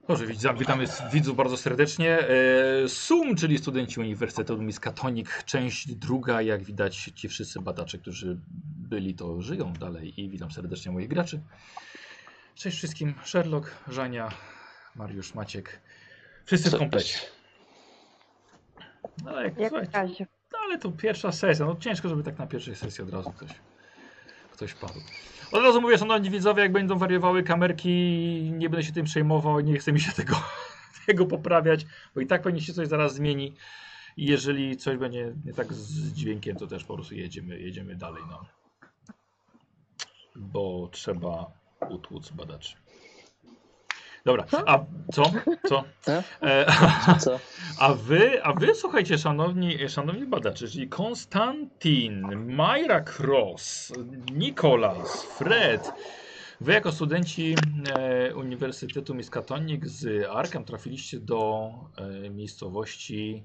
Dobrze, witamy widzów bardzo serdecznie. SUM, czyli studenci Uniwersytetu Miskatonic, część druga. Jak widać, ci wszyscy badacze, którzy byli, to żyją dalej. I witam serdecznie moich graczy. Cześć wszystkim. Sherlock, Żania, Mariusz, Maciek. Wszyscy w komplecie. No, no ale to pierwsza sesja. No ciężko, żeby tak na pierwszej sesji od razu ktoś padł. Od razu mówię, szanowni widzowie, jak będą wariowały kamerki, nie będę się tym przejmował, nie chcę mi się tego poprawiać, bo i tak pewnie się coś zaraz zmieni. I jeżeli coś będzie nie tak z dźwiękiem, to też po prostu jedziemy dalej, no. Bo trzeba utłuc badaczy. Dobra, a co? Co? A wy słuchajcie, szanowni badacze, czyli Konstantin, Myra Cross, Nicholas, Fred. Wy jako studenci Uniwersytetu Miskatonic z Arkham trafiliście do miejscowości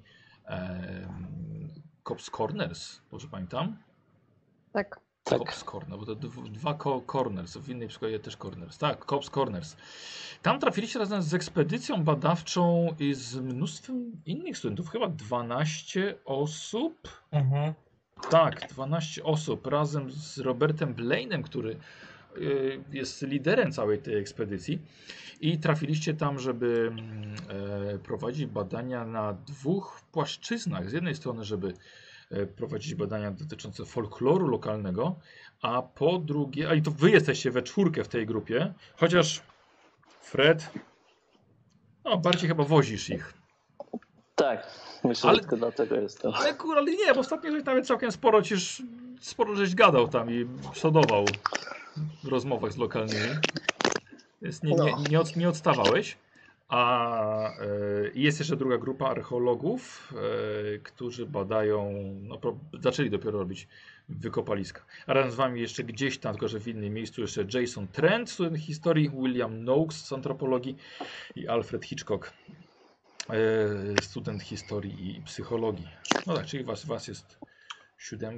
Cops Corners, dobrze pamiętam? Tak. Cops Corners, bo to dwa Corners, w innej przykładzie też Corners. Tak, Cops Corners. Tam trafiliście razem z ekspedycją badawczą i z mnóstwem innych studentów, chyba 12 osób. Mhm. Tak, 12 osób razem z Robertem Blaine'em, który jest liderem całej tej ekspedycji. I trafiliście tam, żeby prowadzić badania na dwóch płaszczyznach. Z jednej strony, żeby prowadzić badania dotyczące folkloru lokalnego, a po drugie, a i to wy jesteście we czwórkę w tej grupie, chociaż Fred, no bardziej chyba wozisz ich. Tak, myślę, że tylko dlatego jestem. Ale nie, bo ostatnio żeś nawet całkiem sporo żeś gadał tam i przodował w rozmowach z lokalnymi. Więc nie odstawałeś. A jest jeszcze druga grupa archeologów, którzy badają, no, zaczęli dopiero robić wykopaliska. A razem z wami jeszcze gdzieś tam, tylko że w innym miejscu, jeszcze Jason Trent, student historii, William Noakes z antropologii i Alfred Hitchcock, student historii i psychologii. No tak, czyli was jest 7,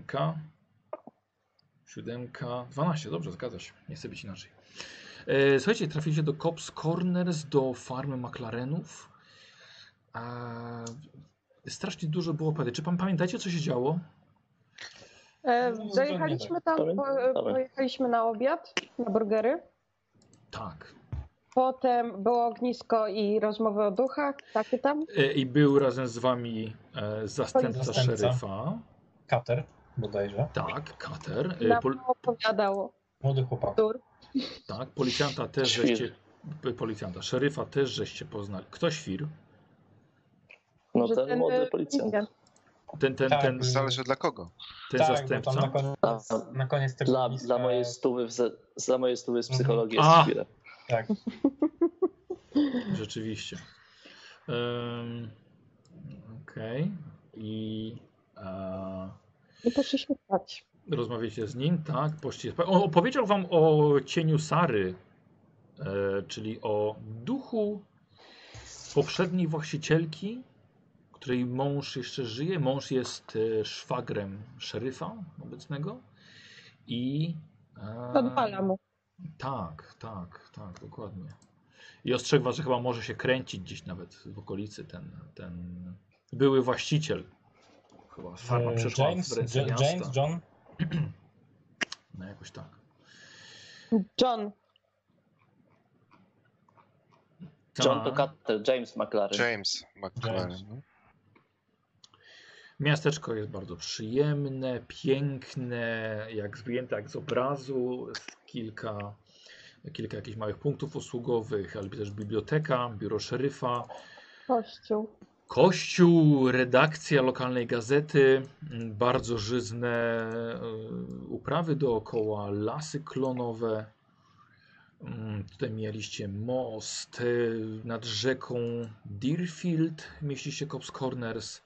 12, dobrze, zgadza się, nie chce być inaczej. Słuchajcie, trafiliście do Cops Corners, do farmy McLarenów. Strasznie dużo było opady. Czy pamiętacie, co się działo? Dojechaliśmy tam, pojechaliśmy na obiad, na burgery. Tak. Potem było ognisko i rozmowy o duchach, takie tam. I był razem z wami zastępca szeryfa. Kater bodajże. Tak, Kater. Opowiadał. Młody chłopak. Tak, policjanta też szeryfa też żeście poznali. Kto świr? No ten młody policjant. Ten zależy dla kogo. Ten zastępca. Na koniec tego dla mojej stówy z psychologii jest świrem. Tak. Rzeczywiście. Okej. I poszliśmy spać. Rozmawiacie z nim, tak? Opowiedział wam o cieniu Sary, czyli o duchu poprzedniej właścicielki, której mąż jeszcze żyje. Mąż jest szwagrem szeryfa obecnego i odwala mu. Tak, dokładnie. I ostrzegł was, że chyba może się kręcić gdzieś nawet w okolicy ten były właściciel. Chyba farma przeszła w ręce miasta. John? No jakoś tak. John to Cutter, James McLaren. No. Miasteczko jest bardzo przyjemne, piękne, jak zdjęte jak z obrazu. Kilka jakichś małych punktów usługowych, ale też biblioteka, biuro szeryfa. Kościół, redakcja lokalnej gazety, bardzo żyzne uprawy dookoła, lasy klonowe. Tutaj mieliście most nad rzeką Deerfield, mieściście Cops Corners.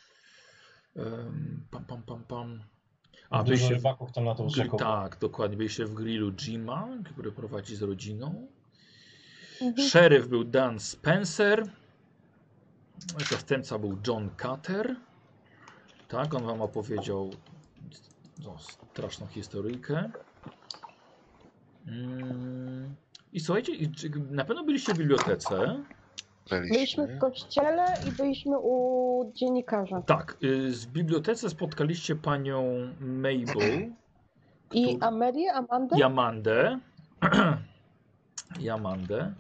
Dużo rybaków tam na tą rzeką. Tak, dokładnie. Byliście w grillu Jima, który prowadzi z rodziną. Szeryf był Dan Spencer. Zastępca był John Cutter. Tak, on wam opowiedział straszną historyjkę. I słuchajcie, na pewno byliście w bibliotece. Byliśmy w kościele i byliśmy u dziennikarza. Tak, w bibliotece spotkaliście panią Mabel. I Amelię, Amandę? I Amandę.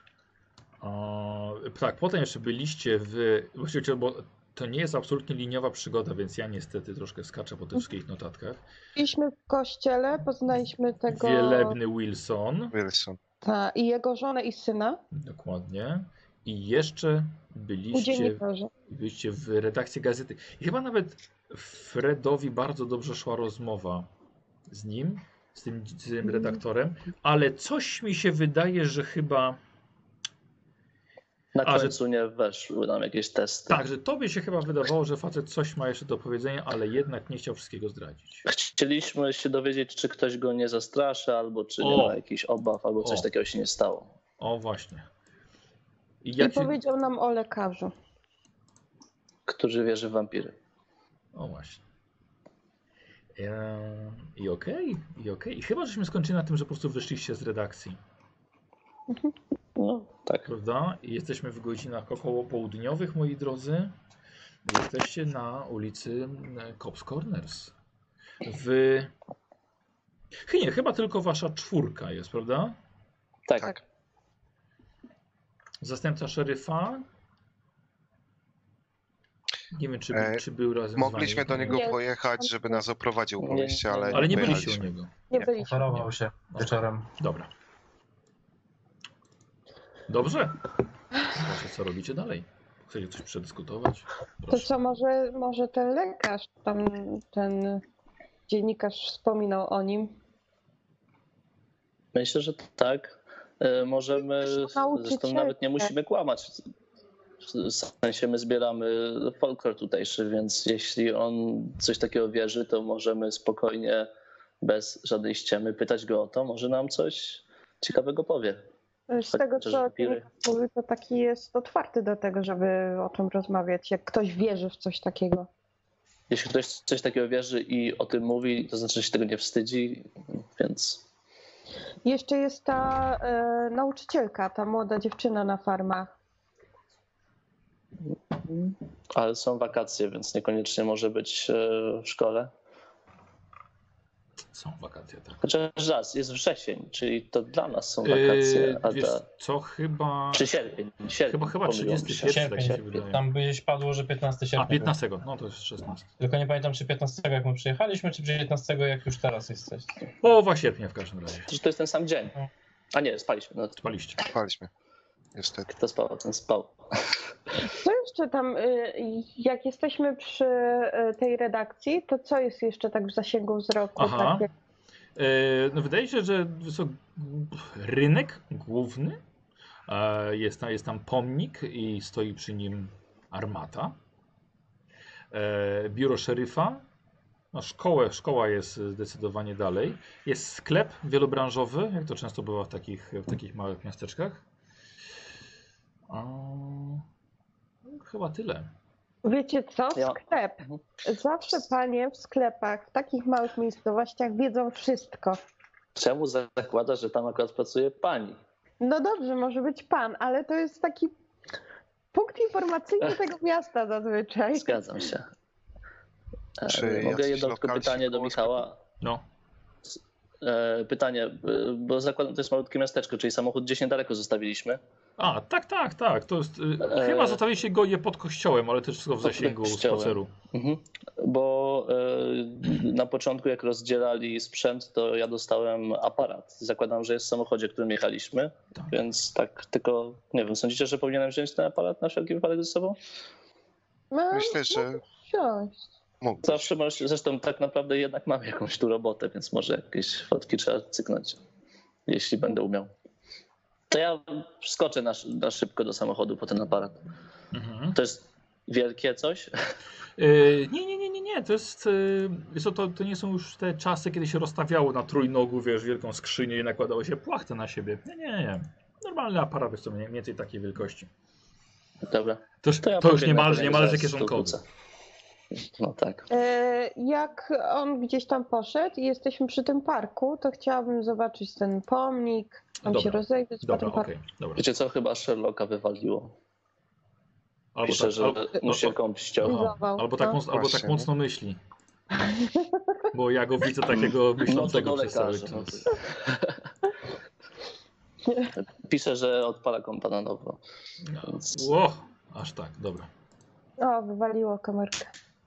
Tak, potem jeszcze byliście właściwie, bo to nie jest absolutnie liniowa przygoda, więc ja niestety troszkę skaczę po tych wszystkich notatkach. Byliśmy w kościele, poznaliśmy tego... Wielebny Wilson. Ta, i jego żonę i syna. Dokładnie. I jeszcze byliście w redakcji gazety. I chyba nawet Fredowi bardzo dobrze szła rozmowa z nim, z tym redaktorem, ale coś mi się wydaje, że chyba... Na końcu nie weszły nam jakieś testy. Tak, że tobie się chyba wydawało, że facet coś ma jeszcze do powiedzenia, ale jednak nie chciał wszystkiego zdradzić. Chcieliśmy się dowiedzieć, czy ktoś go nie zastraszy, albo czy nie ma jakichś obaw, albo coś takiego się nie stało. O, właśnie. I powiedział nam o lekarzu. Który wierzy w wampiry. O, właśnie. I okej. I chyba żeśmy skończyli na tym, że po prostu wyszliście z redakcji. No, tak. Prawda? I jesteśmy w godzinach około południowych, moi drodzy. Jesteście na ulicy Cops Corners. Chyba tylko wasza czwórka jest, prawda? Tak. Zastępca szeryfa? Nie wiem, czy był razem Mogliśmy z wami. do niego pojechać, żeby nas oprowadził po mieście, ale nie byliście u niego. Nie byliśmy. Oferował się wieczorem. Dobra. Dobrze. Zobaczcie, co robicie dalej. Chcecie coś przedyskutować? Proszę. To co, może ten lekarz, ten dziennikarz wspominał o nim? Myślę, że tak. Możemy, zresztą nawet nie musimy kłamać. W sensie my zbieramy folklor tutejszy, więc jeśli on coś takiego wierzy, to możemy spokojnie, bez żadnej pytać go o to. Może nam coś ciekawego powie. Z tego, co mówi, to taki jest otwarty do tego, żeby o tym rozmawiać, jak ktoś wierzy w coś takiego. Jeśli ktoś coś takiego wierzy i o tym mówi, to znaczy, że się tego nie wstydzi, więc... Jeszcze jest ta nauczycielka, ta młoda dziewczyna na farmach. Ale są wakacje, więc niekoniecznie może być w szkole. Są wakacje, tak. Chociaż raz, jest wrzesień, czyli to dla nas są wakacje. Wiesz co, chyba... Czy sierpień. Chyba 30 sierpnia, tak się wydaje. Tam gdzieś padło, że 15 sierpnia. 15, no to jest 16. Tylko nie pamiętam, czy 15 jak my przyjechaliśmy, czy 19 jak już teraz jesteście. Połowa sierpnia w każdym razie. To jest ten sam dzień. A nie, spaliśmy. No. Spaliśmy. Niestety. Kto spał, ten spał. Co jeszcze tam, jak jesteśmy przy tej redakcji, to co jest jeszcze tak w zasięgu wzroku? Aha. No wydaje się, że rynek główny, jest tam pomnik i stoi przy nim armata. Biuro szeryfa, no szkoła jest zdecydowanie dalej. Jest sklep wielobranżowy, jak to często bywa w takich małych miasteczkach. Chyba tyle. Wiecie co? Sklep. Zawsze panie w sklepach, w takich małych miejscowościach wiedzą wszystko. Czemu zakładasz, że tam akurat pracuje pani? No dobrze, może być pan, ale to jest taki punkt informacyjny tego miasta zazwyczaj. Zgadzam się. Mogę jedno tylko pytanie do Michała? No. Pytanie, bo zakładam, to jest malutkie miasteczko, czyli samochód gdzieś niedaleko zostawiliśmy. Tak. To jest, chyba zostawiliście go pod kościołem, ale też wszystko w zasięgu spaceru. Bo na początku, jak rozdzielali sprzęt, to ja dostałem aparat. Zakładam, że jest w samochodzie, którym jechaliśmy, więc tak tylko, nie wiem, sądzicie, że powinienem wziąć ten aparat na wszelki wypadek ze sobą? Myślę, że... Zawsze możesz, zresztą tak naprawdę jednak mam jakąś tu robotę, więc może jakieś fotki trzeba cyknąć, jeśli będę umiał. To ja skoczę na szybko do samochodu po ten aparat. To jest wielkie coś? Nie. To jest. To nie są już te czasy, kiedy się rozstawiało na trójnogu, wiesz, wielką skrzynię i nakładało się płachtę na siebie. Nie. Normalny aparat jest to mniej więcej takiej wielkości. Dobra. To już niemalże kieszonkowe. No tak. Jak on gdzieś tam poszedł i jesteśmy przy tym parku, to chciałabym zobaczyć ten pomnik, tam się rozejrzeć po tym parku. Dobra. Wiecie co, chyba Sherlocka wywaliło. Pisze, że musi się kąp ściągnąć. Albo tak mocno myśli. Bo ja go widzę takiego myślącego przez cały czas. Pisze, że odpala kompa na nowo. Więc... aż tak, dobra. O, wywaliło kamerkę.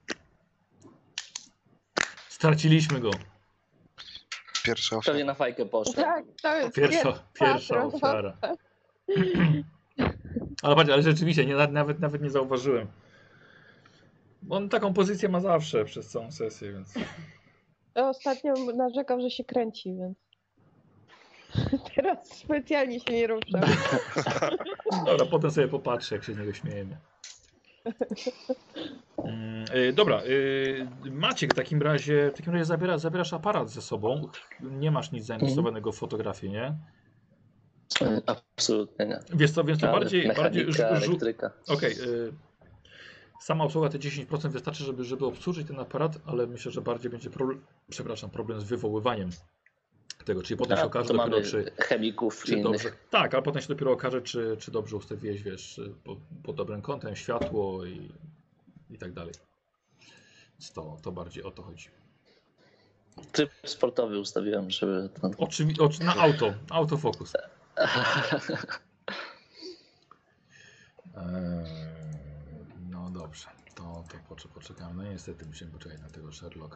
Straciliśmy go. Pierwsza ofiara. Pewnie na fajkę poszedł. Tak, to jest Pierwsza ofiara. Ale rzeczywiście, nawet nie zauważyłem. On taką pozycję ma zawsze przez całą sesję, więc... Ostatnio narzekał, że się kręci, więc... Teraz specjalnie się nie rusza. Dobra, potem sobie popatrzę, jak się z niego śmiejemy. Dobra, Maciek, w takim razie zabierasz aparat ze sobą. Nie masz nic zainwestowanego w fotografię, nie? Absolutnie nie. Wiesz co, więc to bardziej elektryka. Okej. Sama obsługa te 10% wystarczy, żeby obsłużyć ten aparat, ale myślę, że bardziej będzie problem z wywoływaniem tego, czyli potem się okaże dopiero, czy chemików czy dobrze. Tak, ale potem się dopiero okaże, czy dobrze ustawiłeś, wiesz, pod dobrym kątem, światło i tak dalej. Więc to bardziej o to chodzi. Tryb sportowy ustawiłem, żeby... Na autofokus. No dobrze, to poczekamy. No niestety musimy poczekać na tego Sherlocka.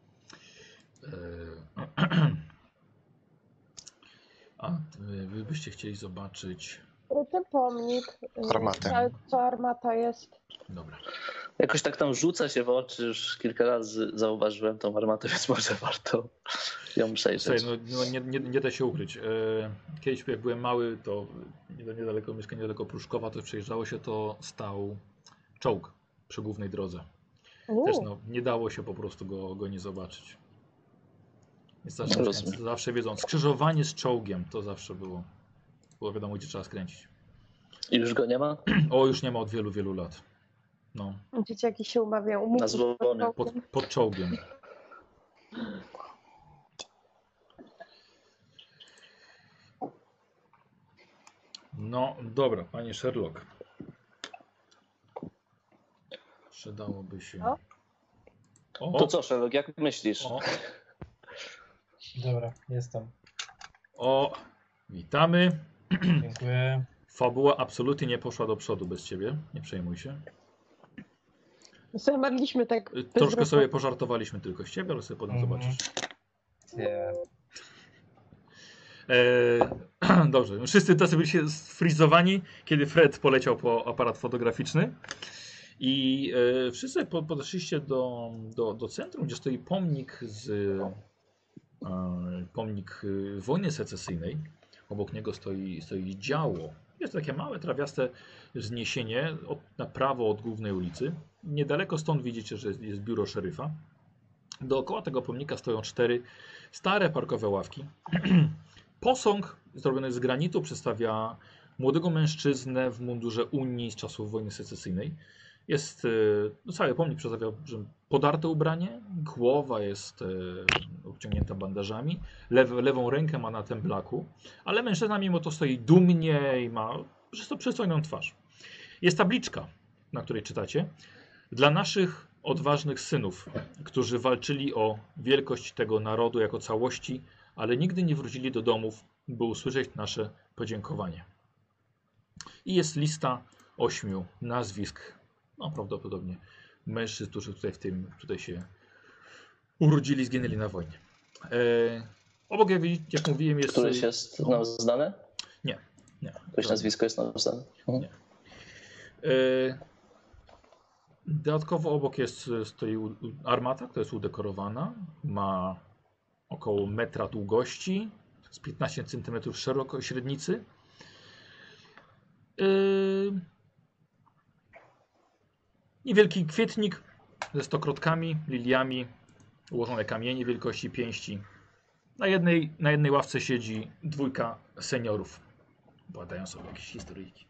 Wy byście chcieli zobaczyć... Ten pomnik. Armatę. Co armata jest? Dobra. Jakoś tak tam rzuca się w oczy, już kilka razy zauważyłem tą armatę, więc może warto ją przejrzeć. Słuchaj, nie da się ukryć. Kiedyś jak byłem mały, to niedaleko Pruszkowa, to przejeżdżało się, to stał czołg przy głównej drodze. Też nie dało się po prostu go nie zobaczyć. Zawsze wiedzą, skrzyżowanie z czołgiem to zawsze było wiadomo, gdzie trzeba skręcić. I już go nie ma? Już nie ma od wielu, wielu lat. No. Dzieciaki się umawiają. Na złomie. Pod czołgiem. No dobra, panie Sherlock. Przydałoby się... To co, Sherlock, jak myślisz? Dobra, jestem. Witamy. Dziękuję. Fabuła absolutnie nie poszła do przodu bez ciebie, nie przejmuj się. Zamarliśmy tak. Troszkę sobie pożartowaliśmy tylko z ciebie, ale sobie potem zobaczysz. Yeah. Dobrze, wszyscy tacy byli się sfrizowani, kiedy Fred poleciał po aparat fotograficzny. I wszyscy podeszliście do centrum, gdzie stoi pomnik pomnik wojny secesyjnej. Obok niego stoi działo. Jest takie małe, trawiaste wzniesienie na prawo od głównej ulicy. Niedaleko stąd widzicie, że jest biuro szeryfa. Dookoła tego pomnika stoją 4 stare parkowe ławki. Posąg zrobiony z granitu przedstawia młodego mężczyznę w mundurze Unii z czasów wojny secesyjnej. Cały pomnik przedstawia podarte ubranie, głowa jest obciągnięta bandażami, lewą rękę ma na temblaku, ale mężczyzna mimo to stoi dumnie i ma przystojną twarz. Jest tabliczka, na której czytacie: dla naszych odważnych synów, którzy walczyli o wielkość tego narodu jako całości, ale nigdy nie wrócili do domów, by usłyszeć nasze podziękowanie. I jest lista 8 nazwisk, prawdopodobnie mężczyzn, którzy tutaj się urodzili, zginęli na wojnie. Obok, jak mówiłem, jest... Któreś jest nam znane? Nie. Któreś nazwisko jest nam znane? Nie. Dodatkowo obok stoi armata, która jest udekorowana. Ma około metra długości, z 15 cm średnicy. Niewielki kwietnik ze stokrotkami, liliami, ułożone kamienie wielkości pięści. Na jednej ławce siedzi 2 seniorów. Badają sobie jakieś historyjki.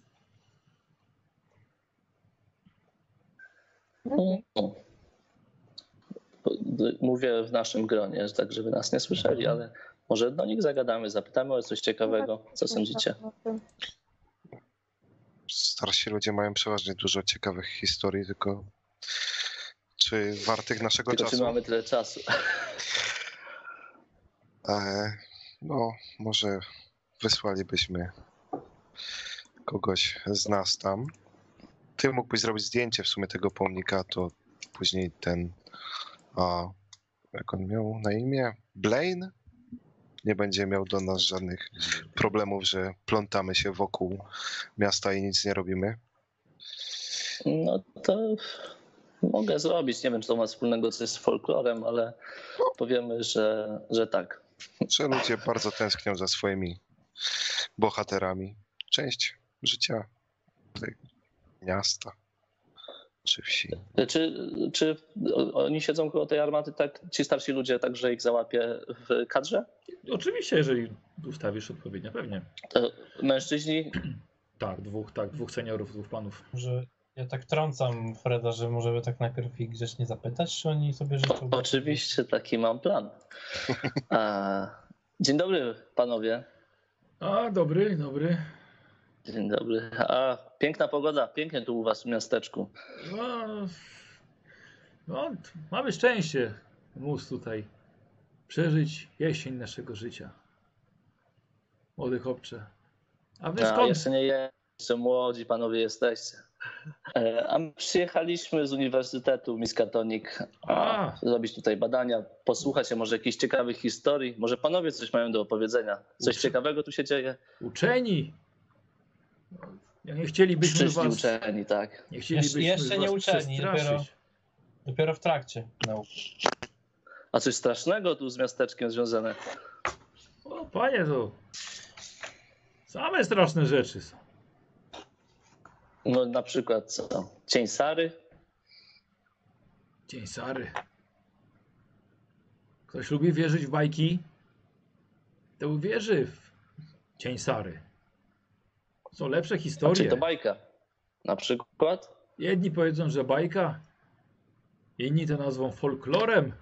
Mówię w naszym gronie, tak żeby nas nie słyszeli, ale może do nich zagadamy, zapytamy o coś ciekawego. Co sądzicie? starsi ludzie mają przeważnie dużo ciekawych historii, tylko czy wartych naszego Tylko czasu? czy mamy tyle czasu? No, może wysłalibyśmy kogoś z nas tam. Ty mógłbyś zrobić zdjęcie w sumie tego pomnika, to później ten, jak on miał na imię? Blaine? Nie będzie miał do nas żadnych problemów, że plątamy się wokół miasta i nic nie robimy. No to mogę zrobić. Nie wiem, czy to ma wspólnego coś z folklorem, ale powiemy, że tak. Że ludzie bardzo tęsknią za swoimi bohaterami. Część życia miasta czy wsi. Czy oni siedzą koło tej armaty, tak? Ci starsi ludzie, tak, że ich załapie w kadrze? Oczywiście, jeżeli ustawisz odpowiednio, pewnie. To mężczyźni? Tak, dwóch seniorów, dwóch panów. Może ja tak trącam Freda, że może by tak najpierw ich grzecznie zapytać, czy oni sobie życzą? Oczywiście, taki mam plan. Dzień dobry, panowie. Dobry. Dzień dobry. Piękna pogoda, pięknie tu u was w miasteczku. No, mamy szczęście móc tutaj przeżyć jesień naszego życia. Młody chłopcze. A wy skąd? Jeszcze nie, jeszcze młodzi panowie jesteście. A my przyjechaliśmy z Uniwersytetu Miskatonic zrobić tutaj badania, posłuchać się może jakichś ciekawych historii. Może panowie coś mają do opowiedzenia. Coś ciekawego tu się dzieje? Uczeni! Nie chcielibyśmy was... uczeni, tak. Nie chcielibyśmy Jeszcze nie was uczeni, przestraszyć. dopiero w trakcie nauki. A coś strasznego tu z miasteczkiem związane? O, panie, to same straszne rzeczy są. No na przykład co? Cień Sary? Cień Sary. Ktoś lubi wierzyć w bajki? To uwierzy w Cień Sary. Są lepsze historie. Czy to bajka? Na przykład? Jedni powiedzą, że bajka, inni to nazwą folklorem,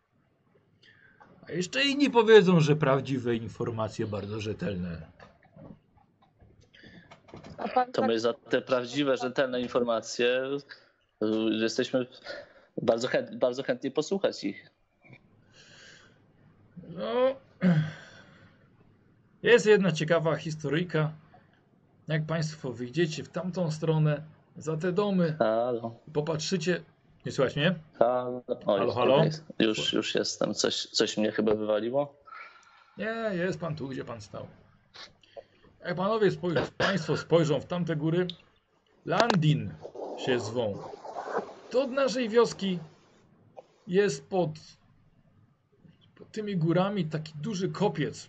a jeszcze inni powiedzą, że prawdziwe informacje bardzo rzetelne. A pan To my za te prawdziwe, rzetelne informacje jesteśmy bardzo chętni posłuchać ich. No, jest jedna ciekawa historyjka. Jak państwo wyjdziecie w tamtą stronę, za te domy, popatrzycie... Nie słychać mnie? Halo? Już jestem. Coś mnie chyba wywaliło? Nie, jest pan tu, gdzie pan stał. Jak panowie państwo spojrzą w tamte góry, Landin się zwą. To od naszej wioski jest pod tymi górami taki duży kopiec.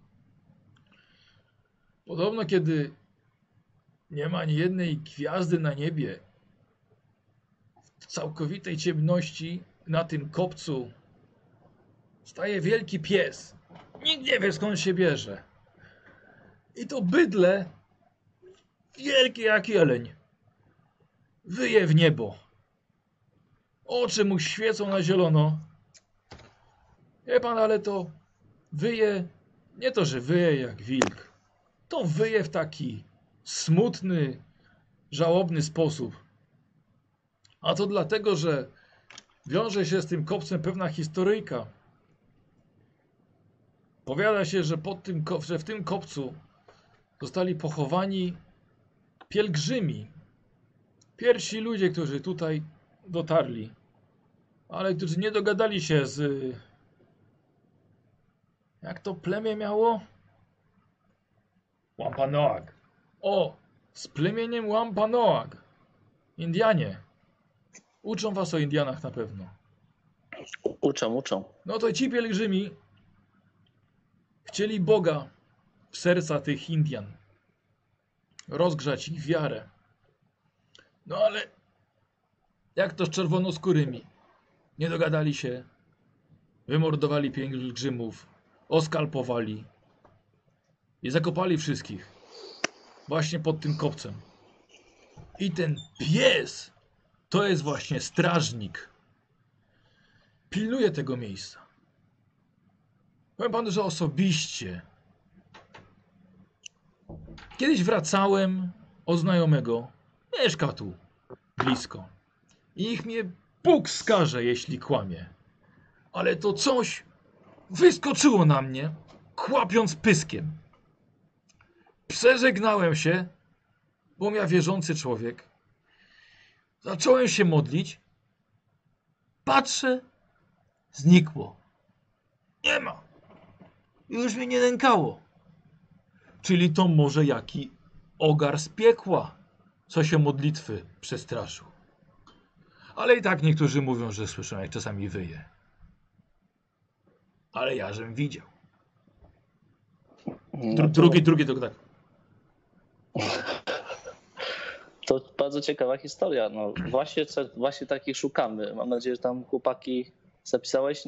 Podobno kiedy nie ma ani jednej gwiazdy na niebie, w całkowitej ciemności na tym kopcu staje wielki pies. Nikt nie wie, skąd się bierze. I to bydlę, wielkie jak jeleń, wyje w niebo. Oczy mu świecą na zielono. Wie pan, ale to wyje, nie to, że wyje jak wilk. To wyje w taki smutny, żałobny sposób. A to dlatego, że wiąże się z tym kopcem pewna historyjka. Powiada się, że w tym kopcu zostali pochowani pielgrzymi. Pierwsi ludzie, którzy tutaj dotarli, ale którzy nie dogadali się z... Jak to plemię miało? Wampanoag. Z plemieniem Wampanoag. Indianie. Uczą was o Indianach na pewno. Uczą. No to ci pielgrzymi chcieli Boga w serca tych Indian. Rozgrzać ich wiarę. No ale jak to z czerwonoskórymi? Nie dogadali się. Wymordowali pielgrzymów. Oskalpowali. I zakopali wszystkich. Właśnie pod tym kopcem. I ten pies to jest właśnie strażnik. Pilnuje tego miejsca. Powiem panu, że osobiście kiedyś wracałem od znajomego. Mieszka tu, blisko. I niech mnie Bóg skaże, jeśli kłamie. Ale to coś wyskoczyło na mnie, kłapiąc pyskiem. Przeżegnałem się, bo ja wierzący człowiek. Zacząłem się modlić. Patrzę, znikło. Nie ma. Już mnie nie nękało. Czyli to może jaki ogar z piekła, co się modlitwy przestraszył. Ale i tak niektórzy mówią, że słyszą, jak czasami wyje. Ale ja żem widział. Drugi to tak. To bardzo ciekawa historia. No, właśnie takich szukamy. Mam nadzieję, że tam chłopaki zapisałeś.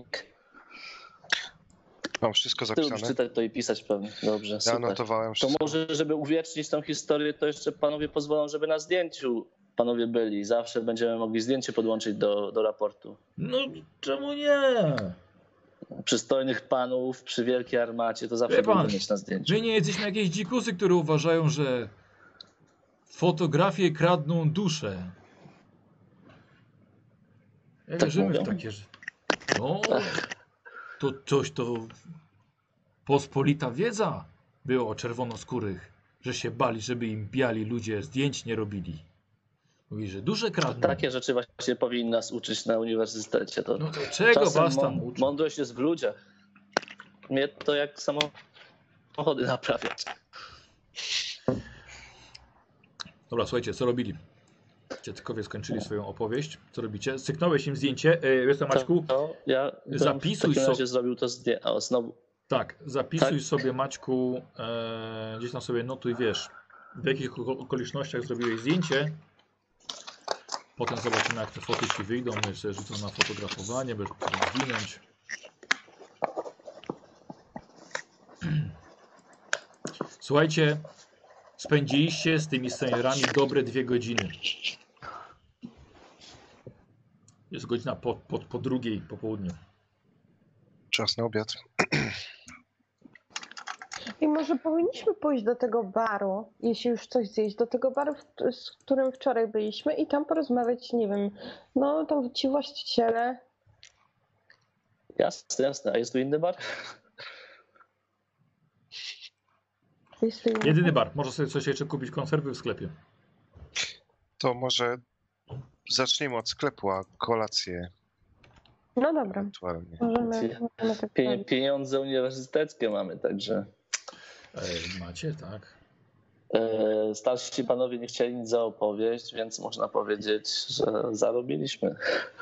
Mam wszystko Ty zapisane. lubisz czytać to i pisać pewnie. Dobrze, super. Ja notowałem To wszystko. może, żeby uwiecznić tę historię, to jeszcze panowie pozwolą, żeby na zdjęciu panowie byli. Zawsze będziemy mogli zdjęcie podłączyć do raportu. No czemu nie? Przystojnych panów przy wielkiej armacie, to zawsze Wie pan, będziemy mieć na zdjęciu. My nie jesteśmy jakieś dzikusy, które uważają, że fotografie kradną duszę. Ja Tak wierzymy mówią? w takie rzeczy. No, to pospolita wiedza była o czerwonoskórych, że się bali, żeby im biali ludzie zdjęć nie robili. Mówi, że duże kradną. Takie rzeczy właśnie powinni nas uczyć na uniwersytecie. To No to czego czasem was tam uczą? mądrość jest w ludziach. Mnie to jak samochody naprawiać. Dobra, słuchajcie, co robili? Dziadkowie skończyli swoją opowieść. Co robicie? Syknąłeś im zdjęcie. Wiesz co, Maćku? Ja Zapisuj w takim razie sobie. zrobił to zdjęcie. O, znowu. Tak, zapisuj Tak? sobie, Maćku, gdzieś tam sobie notuj, wiesz, w jakich okolicznościach zrobiłeś zdjęcie. Potem zobaczymy, jak te foty ci wyjdą. Jeszcze rzucę na fotografowanie, będziesz rozwinąć. Słuchajcie, spędziliście z tymi seniorami dobre 2 godziny. Jest godzina po 2 po południu. Czas na obiad. I może powinniśmy pójść do tego baru, jeśli już coś zjeść, do tego baru, z którym wczoraj byliśmy i tam porozmawiać, nie wiem, no tam ci właściciele. Jasne, jasne. A jest tu inny bar? Jest tu inny- Jedyny bar. Może sobie coś jeszcze kupić, konserwy w sklepie. To może zacznijmy od sklepu, a kolację No dobra, ewentualnie. możemy tak zrobić. Pieniądze uniwersyteckie mamy, także Macie, tak. starsi panowie nie chcieli nic za opowieść, więc można powiedzieć, że zarobiliśmy.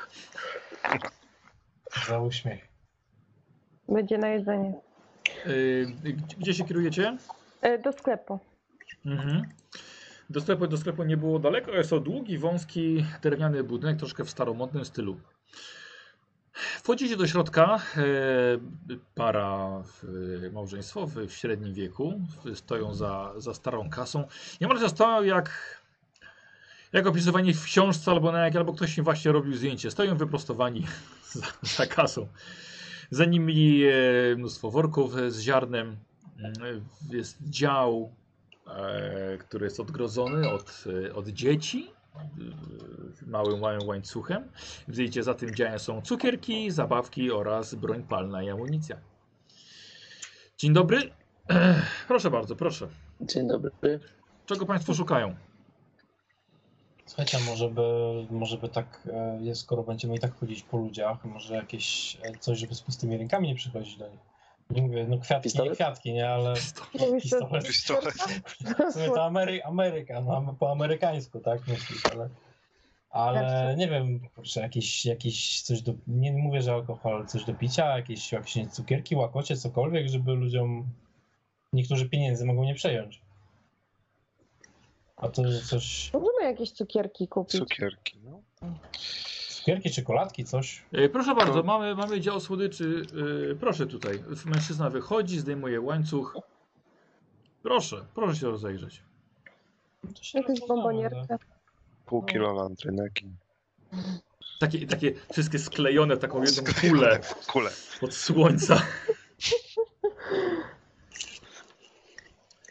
Za uśmiech. Będzie na jedzenie. Gdzie się kierujecie? Do sklepu. Mhm. Do sklepu nie było daleko. Jest to długi, wąski, drewniany budynek, troszkę w staromodnym stylu. Wchodzicie do środka. Para małżeństwowy w średnim wieku. Stoją za starą kasą. Niemalże stoją jak opisywani w książce albo ktoś im właśnie robił zdjęcie. Stoją wyprostowani za kasą. Za nimi mnóstwo worków z ziarnem. Jest dział, który jest odgrodzony od dzieci małym łańcuchem. Widzicie, za tym działem są cukierki, zabawki oraz broń palna i amunicja. Dzień dobry. Proszę bardzo, proszę. Dzień dobry. Czego Państwo szukają? Słuchajcie, może by tak jest, skoro będziemy i tak chodzić po ludziach, może jakieś coś, żeby z pustymi rękami nie przychodzić do nich. Nie mówię, no kwiatki, Pistolet? nie kwiatki, nie, ale Mówisz, pistolet. Pistolet. W sumie to Ameryka, no po amerykańsku, tak myślisz, ale nie wiem, kurczę, jakieś coś do, nie mówię, że alkohol, ale coś do picia, jakieś nie, cukierki, łakocie, cokolwiek, żeby ludziom, niektórzy pieniędzy mogą nie przejąć. A to coś, Możemy jakieś cukierki kupić. Cukierki, no. cukierki, czekoladki, coś. Proszę bardzo, mamy dział słodyczy. Proszę tutaj. Mężczyzna wychodzi, zdejmuje łańcuch. Proszę się rozejrzeć. To się Jakąś rozpoznało, bombonierkę. Pół kilo landryneki. Takie wszystkie sklejone w taką jedną kulę Kule. od słońca.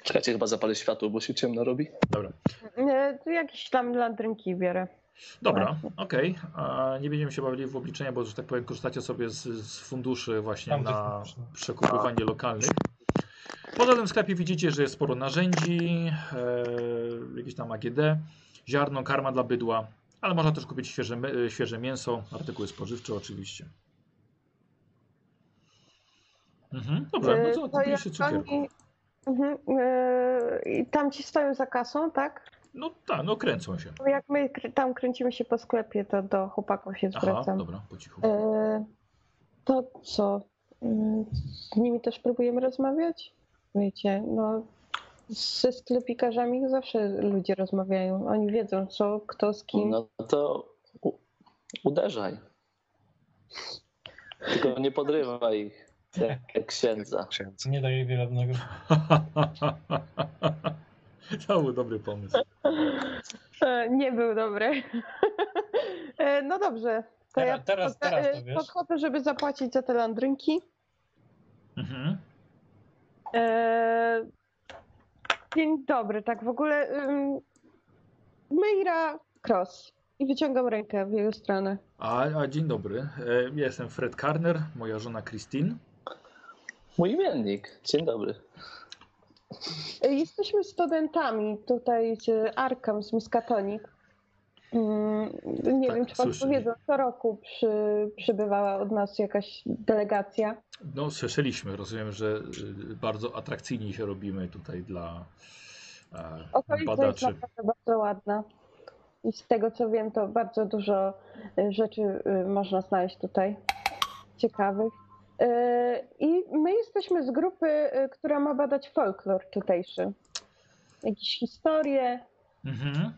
Czekajcie, chyba zapalę światło, bo się ciemno robi. Dobra. Tu jakieś tam landrynki biorę. Dobra, okej. A nie będziemy się bawili w obliczenia, bo, że tak powiem, korzystacie sobie z funduszy właśnie Tam na tych funduszy. przekupywanie lokalnych. Poza tym w sklepie widzicie, że jest sporo narzędzi, jakieś tam AGD, ziarno, karma dla bydła, ale można też kupić świeże mięso, artykuły spożywcze oczywiście. Dobrze, no co, kupiliście cukierku. I tam ci stoją za kasą, tak? No tak, no kręcą się. Bo jak my tam kręcimy się po sklepie, to do chłopaków się Aha, zwracam. dobra, po cichu. To co? Z nimi też próbujemy rozmawiać? Wiecie, no ze sklepikarzami zawsze ludzie rozmawiają. Oni wiedzą, co, kto z kim. No to uderzaj. Tylko nie podrywaj ich, jak księdza. Księdza. Nie daje wielebnego. To był dobry pomysł. Nie był dobry. No dobrze. To ja Teraz to wiesz. podchodzę, żeby zapłacić za te landrynki. Mhm. Dzień dobry, tak w ogóle. Meira Cross. I wyciągam rękę w jego stronę. A dzień dobry. Ja jestem Fred Karner, moja żona Christine. Mój imiennik. Dzień dobry. Jesteśmy studentami tutaj z Arkham, z Miskatonic. Nie Tak, wiem, czy Państwo wiedzą, co roku przybywała od nas jakaś delegacja. No, słyszeliśmy. Rozumiem, że bardzo atrakcyjni się robimy tutaj dla Okolica jest badaczy. naprawdę bardzo ładna. I z tego, co wiem, to bardzo dużo rzeczy można znaleźć tutaj ciekawych. I my jesteśmy z grupy, która ma badać folklor tutejszy. Jakieś historie. Mhm.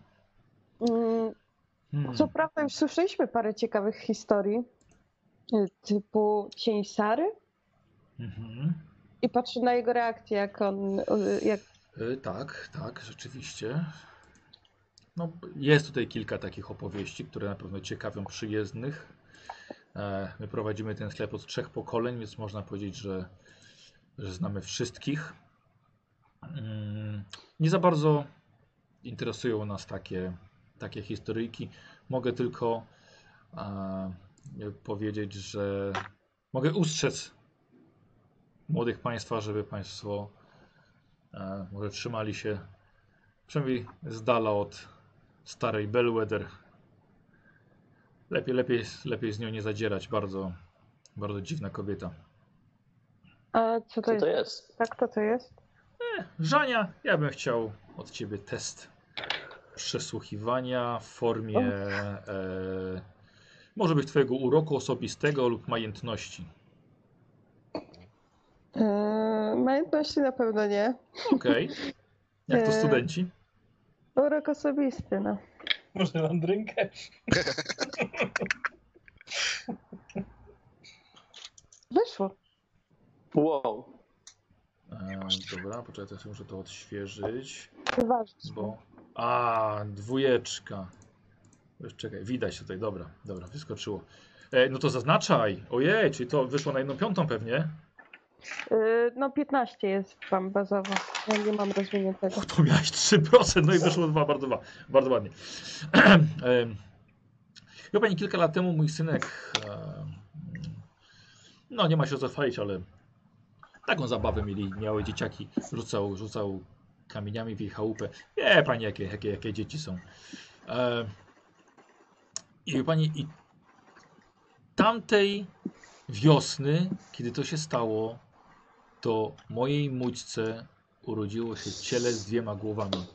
Co prawda już słyszeliśmy parę ciekawych historii, typu Cień Sary. Mhm. I patrzę na jego reakcję, jak on... Tak, rzeczywiście. No, jest tutaj kilka takich opowieści, które na pewno ciekawią przyjezdnych. My prowadzimy ten sklep od 3 pokoleń, więc można powiedzieć, że znamy wszystkich. Nie za bardzo interesują nas takie historyjki. Mogę tylko powiedzieć, że mogę ustrzec młodych państwa, żeby państwo może trzymali się przynajmniej z dala od starej Bellwether. Lepiej z nią nie zadzierać. Bardzo, bardzo dziwna kobieta. A co to Co to jest? jest? Tak, to jest? Żania, ja bym chciał od ciebie test przesłuchiwania w formie może być twojego uroku osobistego lub majętności. Majątności na pewno nie. Okej. Jak to studenci? Urok osobisty, no. Może landrynkę? Wyszło. Wow. Dobra, poczekaj, ja muszę to odświeżyć. Uważaj. Bo... dwójeczka. Już czekaj, widać tutaj, dobra, wyskoczyło. No to zaznaczaj. Ojej, czyli to wyszło na 1/5 pewnie. No 15 jest wam bazowo. Ja nie mam rozwiniętego. To miałeś 3%, no i wyszło 2, bardzo ładnie. Chyba pani kilka lat temu mój synek, no nie ma się o co chwalić, ale taką zabawę miały dzieciaki, rzucał kamieniami w jej chałupę. Wie pani, jakie dzieci są. I wie pani, i tamtej wiosny, kiedy to się stało, to mojej mućce urodziło się ciele z 2 głowami.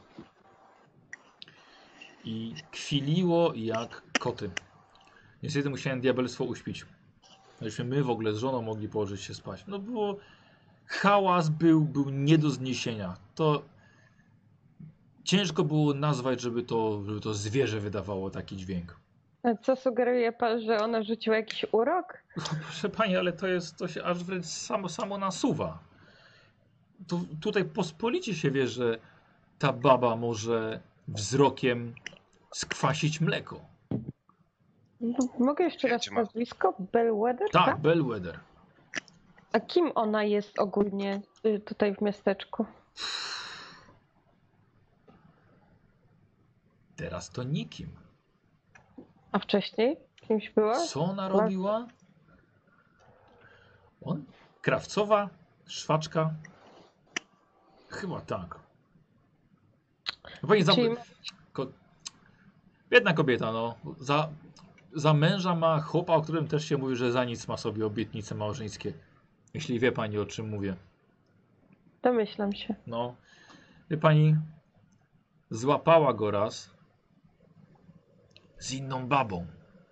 I kwiliło jak koty. Niestety musiałem diabelstwo uśpić. Żebyśmy my w ogóle z żoną mogli położyć się spać. No było... Hałas był nie do zniesienia. To... Ciężko było nazwać, żeby to zwierzę wydawało taki dźwięk. A co sugeruje pan, że ona rzuciła jakiś urok? Proszę pani, ale to się aż wręcz samo nasuwa. Tutaj pospolicie się wie, że ta baba może wzrokiem skwasić mleko. Mogę jeszcze raz Wiedźma. nazwisko? Bellwether? Tak, Bellwether. A kim ona jest ogólnie tutaj w miasteczku? Teraz to nikim. A wcześniej kimś była? Co ona robiła? Krawcowa? Szwaczka? Chyba tak. Pani Biedna kobieta, no. Za męża ma chłopa, o którym też się mówi, że za nic ma sobie obietnice małżeńskie. Jeśli wie pani, o czym mówię. Domyślam się. No. Wie pani, złapała go raz z inną babą.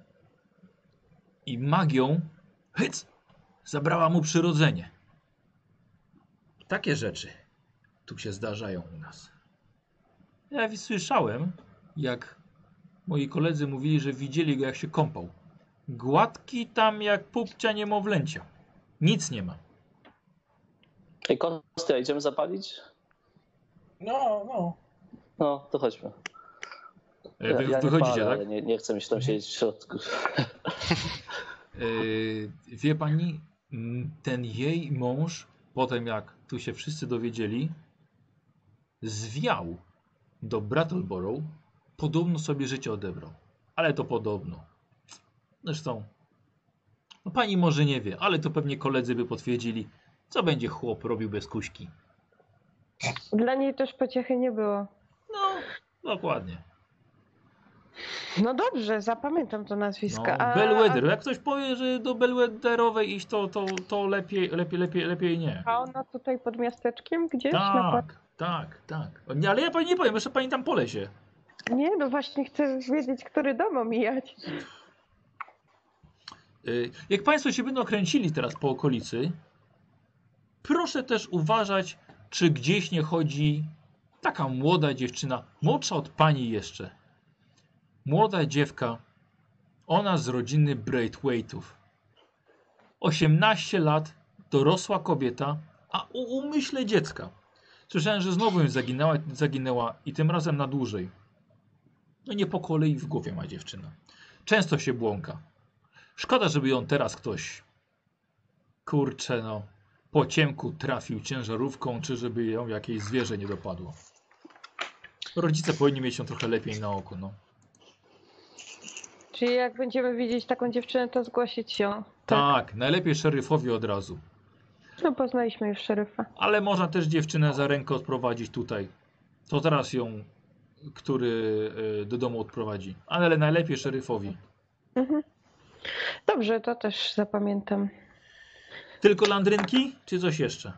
I magią, hyc, zabrała mu przyrodzenie. Takie rzeczy tu się zdarzają u nas. Ja słyszałem, jak moi koledzy mówili, że widzieli go, jak się kąpał. Gładki tam jak pupcia niemowlęcia. Nic nie ma. Ej, Kostia, idziemy zapalić? No. No, to chodźmy. Ja wychodzicie, palę, tak? ale nie chcę mi się tam siedzieć w środku. Wie pani, ten jej mąż, potem jak tu się wszyscy dowiedzieli, zwiał do Brattleboro, podobno sobie życie odebrał. Ale to podobno. Zresztą, no pani może nie wie, ale to pewnie koledzy by potwierdzili, co będzie chłop robił bez kuśki. Dla niej też pociechy nie było. No, dokładnie. No dobrze, zapamiętam to nazwisko. No, Bellwether. Jak ktoś powie, że do Bellwetterowej iść, to lepiej nie. A ona tutaj pod miasteczkiem gdzieś? Tak. Nie, ale ja pani nie powiem, jeszcze pani tam po lesie. Nie, no właśnie chcę wiedzieć, który dom omijać. Jak państwo się będą kręcili teraz po okolicy, proszę też uważać, czy gdzieś nie chodzi taka młoda dziewczyna, młodsza od pani jeszcze. Młoda dziewka, ona z rodziny Braithwaite'ów. 18 lat, dorosła kobieta, a o umyśle dziecka. Słyszałem, że znowu ją zaginęła i tym razem na dłużej. No nie po kolei w głowie ma dziewczyna. Często się błąka. Szkoda, żeby ją teraz ktoś, kurczę no, po ciemku trafił ciężarówką, czy żeby ją jakieś zwierzę nie dopadło. Rodzice powinni mieć ją trochę lepiej na oku, no. Czyli jak będziemy widzieć taką dziewczynę, to zgłosić ją. Tak, najlepiej szeryfowi od razu. No poznaliśmy już szeryfa. Ale można też dziewczynę za rękę odprowadzić tutaj. To teraz ją, który do domu odprowadzi. Ale najlepiej szeryfowi. Mhm. Dobrze, to też zapamiętam. Tylko landrynki, czy coś jeszcze?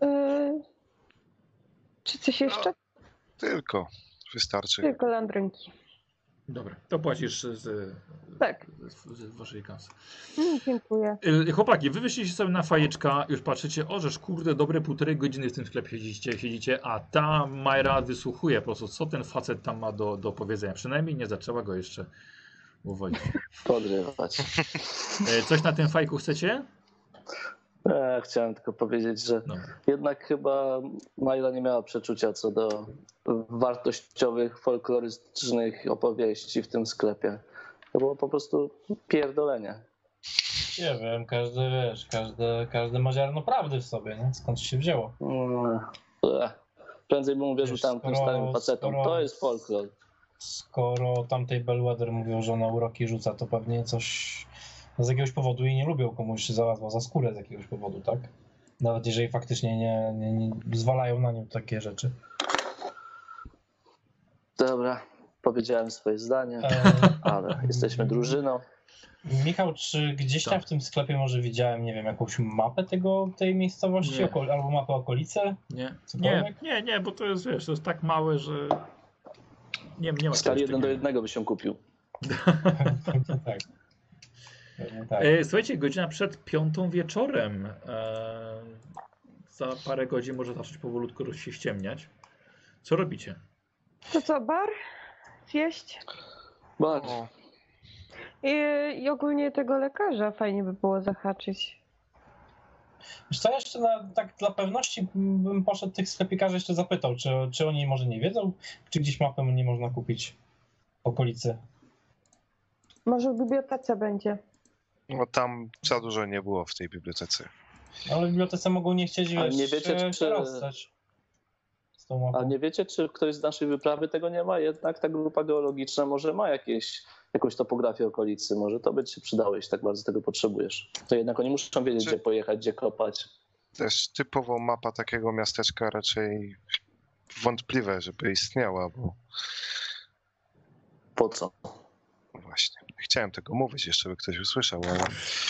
Czy coś jeszcze? Tylko. Wystarczy. Tylko landrynki. Dobra, to płacisz z waszej kasy. Dziękuję. Chłopaki, wy wyszliście sobie na fajeczka, już patrzycie, o żeż kurde, dobre 1,5 godziny w tym sklepie siedzicie, a ta Majra wysłuchuje po prostu, co ten facet tam ma do powiedzenia. Przynajmniej nie zaczęła go jeszcze uwolnić. Podrywać. Coś na tym fajku chcecie? Chciałem tylko powiedzieć, że jednak chyba Majla nie miała przeczucia co do wartościowych, folklorystycznych opowieści w tym sklepie. To było po prostu pierdolenie. Nie wiem, każdy ma ziarno prawdy w sobie, nie? Skąd się wzięło? Prędzej bym uwierzył tamtym starym facetom. To jest folklor. Skoro tamtej Bellwether mówią, że ona uroki rzuca, to pewnie coś z jakiegoś powodu i nie lubią komuś znalazła za skórę z jakiegoś powodu, tak? Nawet jeżeli faktycznie nie zwalają na nią takie rzeczy. Dobra, powiedziałem swoje zdanie, ale jesteśmy drużyną. Michał, czy gdzieś tam w tym sklepie może widziałem, nie wiem, jakąś mapę tej miejscowości? Albo mapę okolicy? Nie, bo to jest, wiesz, to jest tak małe, że nie ma. W skali 1:1 by się kupił. Tak. Słuchajcie, godzina przed 5 wieczorem. Za parę godzin może zacząć powolutku się ściemniać. Co robicie? To co, bar? Zjeść? Bar. I ogólnie tego lekarza fajnie by było zahaczyć. Wiesz co, jeszcze tak dla pewności bym poszedł tych sklepikarzy jeszcze zapytał, czy oni może nie wiedzą, czy gdzieś mapę nie można kupić w okolicy. Może w bibliotece będzie. No tam za dużo nie było w tej bibliotece. Ale w bibliotece mogą nie chcieć nie wiecie, czy... rozstać. tą mapą. A nie wiecie, czy ktoś z naszej wyprawy tego nie ma? Jednak ta grupa geologiczna może ma jakąś topografię okolicy. Może to by ci się przydało, jeśli tak bardzo tego potrzebujesz. To jednak oni muszą wiedzieć, gdzie pojechać, gdzie kopać. Też typowo mapa takiego miasteczka raczej wątpliwe, żeby istniała, bo Po co? właśnie. Chciałem tego mówić, jeszcze by ktoś usłyszał, ale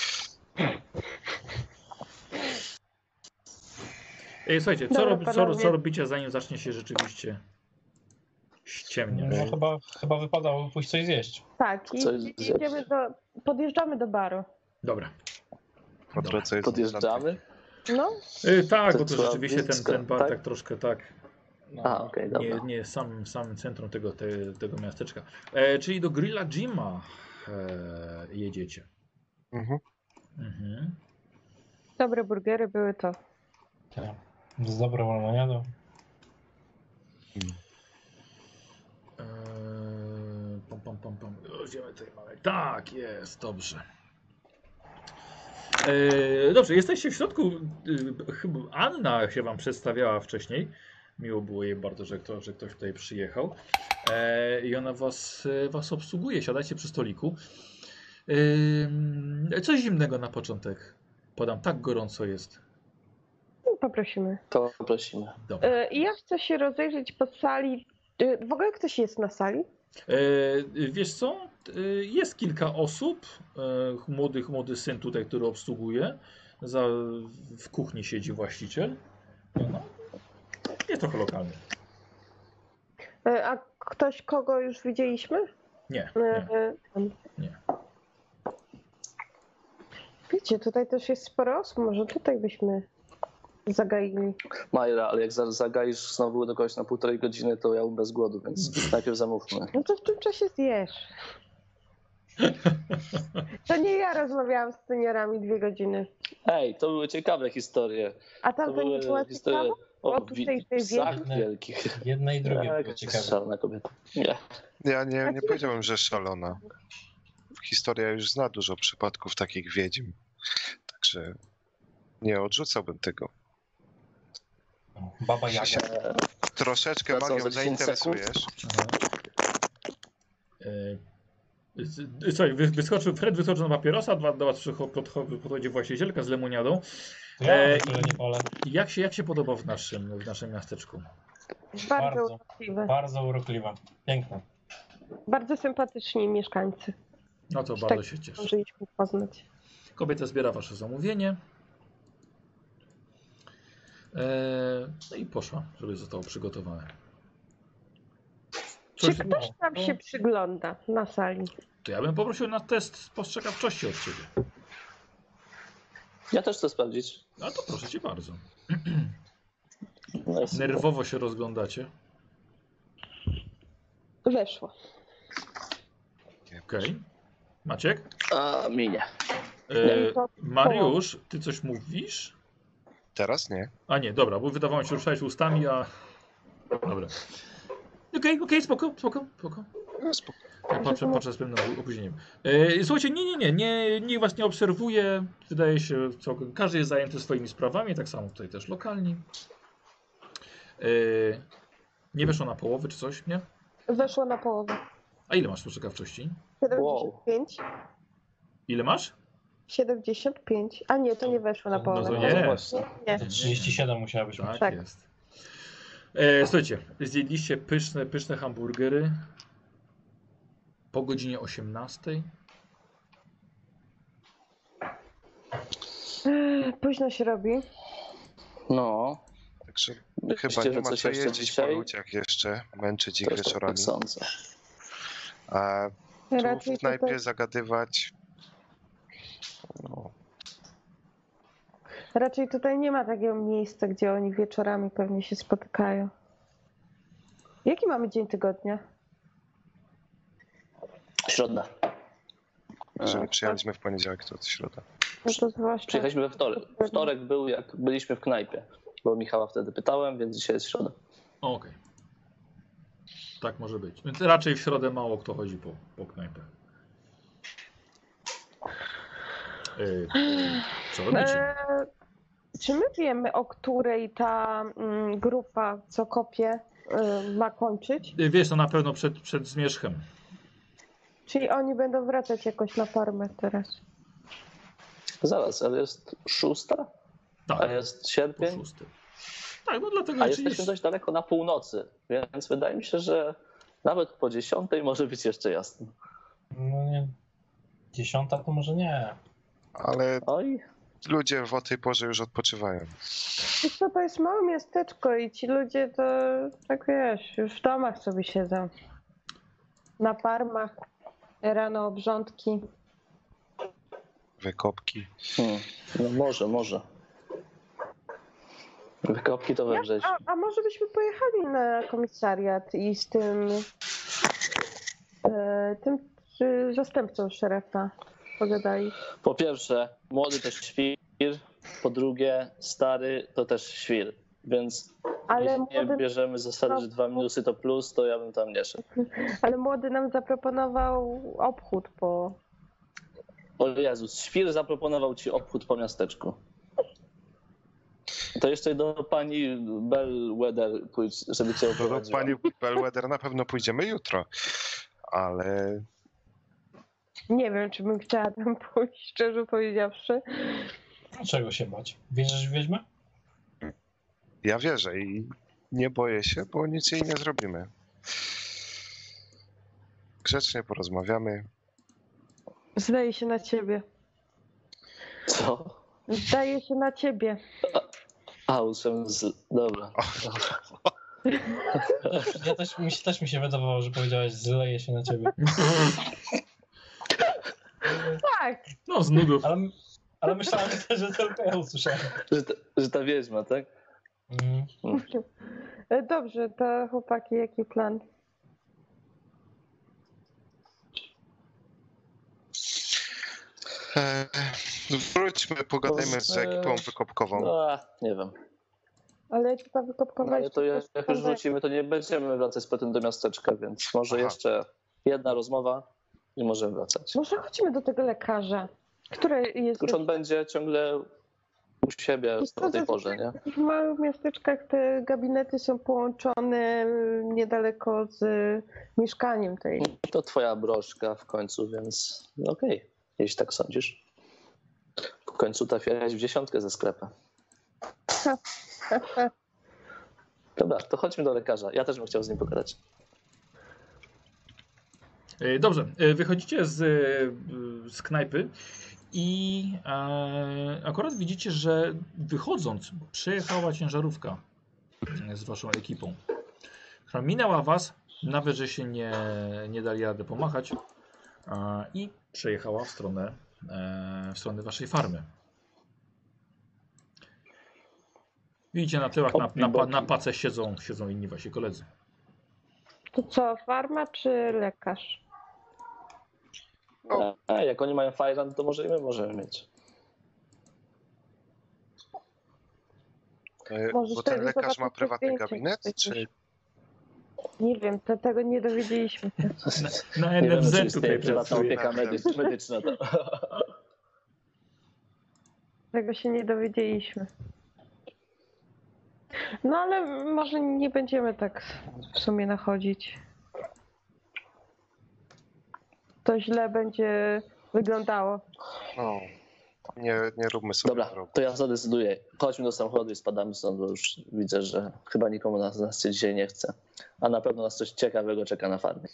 Słuchajcie, Dobra, co robicie, zanim zacznie się rzeczywiście ściemniać? No chyba wypadało pójść coś zjeść. Tak, podjeżdżamy do baru. Dobra. po drodze jest Podjeżdżamy? No, Tak, To bo to trzeba rzeczywiście blisko, ten bar tak? tak troszkę tak. No, Okej, dobra. nie jest samym centrum tego miasteczka. Czyli do Grilla Jima jedziecie. Mhm. Mhm. dobre burgery były to. Tak. Z dobrą lemoniadą. Pam. Gdzie my tutaj mamy? Tak, jest, dobrze. Dobrze, jesteście w środku. Chyba Anna się wam przedstawiała wcześniej. Miło było jej bardzo, że ktoś tutaj przyjechał. I ona was obsługuje. Siadajcie przy stoliku. Coś zimnego na początek. Podam, tak gorąco jest. Poprosimy. To prosimy. Dobra. I ja chcę się rozejrzeć po sali. W ogóle ktoś jest na sali? Wiesz co? Jest kilka osób. Młody syn tutaj, który obsługuje. W kuchni siedzi właściciel. No, jest trochę lokalny. A ktoś, kogo już widzieliśmy? Nie. Nie. Wiecie, tutaj też jest sporo osób. Może tutaj byśmy zagaili. Majra, ale jak zagaisz znowu do kogoś na 1,5 godziny, to ja bez głodu, więc najpierw zamówmy. No to w tym czasie zjesz. To nie ja rozmawiałam z seniorami 2 godziny. Ej, to były ciekawe historie. A tam to nie była ciekawa? o Oprócz tej psach wiedzy? wielkich. Jedne i drugie Tak, było ciekawe. szalona kobieta. Nie. ja nie powiedziałem, że szalona. Historia już zna dużo przypadków takich wiedźm. Także nie odrzucałbym tego. Baba Jaga. Troszeczkę To co, magią za 10 sekund? zainteresujesz. Słuchaj, Fred wyskoczył na papierosa, do was podchodzi właścicielka z lemoniadą. To ja nie wolę. Jak się podoba w naszym miasteczku? Bardzo urokliwe. Bardzo urokliwe. Piękne. Bardzo sympatyczni mieszkańcy. No to Tak, bardzo się cieszę. Możeliśmy poznać. Kobieta zbiera wasze zamówienie. No i poszła, żeby zostało przygotowane. Czy ktoś tam się przygląda na sali? To ja bym poprosił na test spostrzegawczości od ciebie. Ja też chcę sprawdzić. No to proszę cię bardzo. No jest Nerwowo się rozglądacie. Weszło. Okej. Maciek? A minie. Mariusz, ty coś mówisz? Teraz nie. A nie, dobra, bo wydawało mi się, że ruszałeś ustami, a... Dobra. Okej, spoko. No, spoko. Ja patrzę z pewnym opóźnieniem. Słuchajcie, nikt was nie obserwuje. Wydaje się, każdy jest zajęty swoimi sprawami, tak samo tutaj też lokalni. Nie weszło na połowę czy coś, nie? Weszło na połowę. A ile masz spostrzegawczości? 75. Ile masz? 75. A nie, to nie weszło na połowę. No to nie. Nie. To 37 musiała być. Tak jest. Słuchajcie, zjedliście pyszne hamburgery po godzinie 18. Późno się robi. No. Także Myślicie, chyba nie że ma coś co jeszcze jeździć po dzisiaj? ludziach jeszcze, męczyć ich Też wieczorami. tak sądzę. A tu Raczej w knajpie tutaj- zagadywać... No, Raczej tutaj nie ma takiego miejsca, gdzie oni wieczorami pewnie się spotykają. Jaki mamy dzień tygodnia? Środa. jeżeli przyjechaliśmy w poniedziałek, to środa. No to zwłaszcza... Przyjechaliśmy we wtorek. Wtorek był, jak byliśmy w knajpie. Bo Michała wtedy pytałem, więc dzisiaj jest środa. Okej. Tak może być. Więc raczej w środę mało kto chodzi po knajpach. Co robicie? Czy my wiemy, o której ta grupa, co kopie, ma kończyć? Wiesz, to na pewno przed zmierzchem. Czyli oni będą wracać jakoś na farmę teraz? Zaraz, ale jest 6, Tak, a jest po sierpień, 6. Tak, no dlatego a jesteśmy dość daleko na północy, więc wydaje mi się, że nawet po 10 może być jeszcze jasno. No nie. 10 to może nie. Ale Oj, ludzie o tej porze już odpoczywają. Wiesz co, to jest małe miasteczko i ci ludzie to, tak wiesz, już w domach sobie siedzą. Na farmach, rano obrządki. Wykopki. no może. Wykopki to we wrześniu. A może byśmy pojechali na komisariat i z tym zastępcą szerefa pogadali. Po pierwsze, młody to świr, po drugie, stary to też świr, więc Ale jeśli nie młody, bierzemy zasady, że 2 minusy to plus, to ja bym tam nie szedł. ale młody nam zaproponował obchód po... O Jezus, świr zaproponował ci obchód po miasteczku. To jeszcze do pani Bellwether pójdź, żeby cię Do oprowadziła. pani Bellwether na pewno pójdziemy jutro, ale Nie wiem, czy bym chciała tam pójść, szczerze powiedziawszy. Czego się bać? Wierzysz w wiedźmę? ja wierzę i nie boję się, bo nic jej nie zrobimy. Grzecznie porozmawiamy. Zdaje się na ciebie. Co? Zdaje się na ciebie. A, usłyszałem Dobra. Też mi się wydawało, że powiedziałeś, zleje się na ciebie. Tak. No, z nudów. Ale myślałem, że tylko ja usłyszałem. Że ta wiedźma, tak? Dobrze, to chłopaki, jaki plan? Wróćmy, pogadajmy z ekipą wykopkową. No, nie wiem. Ale ekipa No, wykopkowa ale jeszcze to jest jak już tam wrócimy, to nie będziemy wracać potem do miasteczka, więc może Aha. jeszcze jedna rozmowa i możemy wracać. Może chodźmy do tego lekarza, który jest Tylko on będzie ciągle u siebie o tej porze, nie? w małych miasteczkach. Te gabinety są połączone niedaleko z mieszkaniem tej. To twoja broszka w końcu, więc no okej, jeśli tak sądzisz. W końcu trafiałeś w 10 ze sklepem. Dobra, to chodźmy do lekarza. Ja też bym chciał z nim pogadać. Dobrze, wychodzicie z knajpy i akurat widzicie, że wychodząc przejechała ciężarówka z waszą ekipą, która minęła was, nawet że się nie dali rady pomachać i przejechała w stronę waszej farmy. Widzicie na tyłach, na pace siedzą inni wasi koledzy. To co, farma czy lekarz? A jak oni mają fajran, to może i my możemy mieć. Możesz Bo ten wtedy lekarz ma zobaczyć prywatny zdjęcie gabinet, przecież. czy... Nie wiem, tego nie dowiedzieliśmy. Na Nie wiemy, czy NFZ istnieje tutaj prywatna pracuje. opieka medyczna. To. Tego się nie dowiedzieliśmy. No ale może nie będziemy tak w sumie nachodzić. To źle będzie wyglądało. No, nie róbmy sobie Dobra, choroby. to ja zadecyduję. Chodźmy do samochodu i spadamy stąd, bo już widzę, że chyba nikomu nas się dzisiaj nie chce. A na pewno nas coś ciekawego czeka na farmie.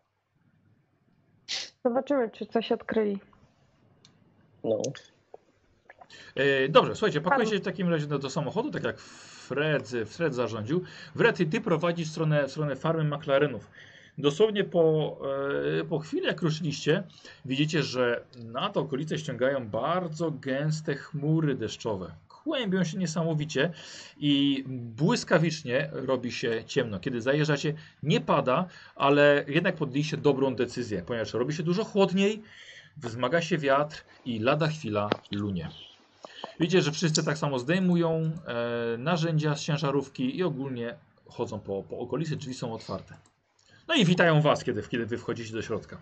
Zobaczymy, czy coś odkryli. No. Dobrze, słuchajcie, pakujecie w takim razie do samochodu, tak jak Fred zarządził. Fred, ty prowadzisz w stronę farmy McLarenów. Dosłownie po chwili, jak ruszyliście, widzicie, że nad okolice ściągają bardzo gęste chmury deszczowe. Kłębią się niesamowicie i błyskawicznie robi się ciemno. Kiedy zajeżdżacie, nie pada, ale jednak podjęliście dobrą decyzję, ponieważ robi się dużo chłodniej, wzmaga się wiatr i lada chwila lunie. Widzicie, że wszyscy tak samo zdejmują narzędzia z ciężarówki i ogólnie chodzą po okolicy, drzwi są otwarte. No i witają was, kiedy wy wchodzicie do środka.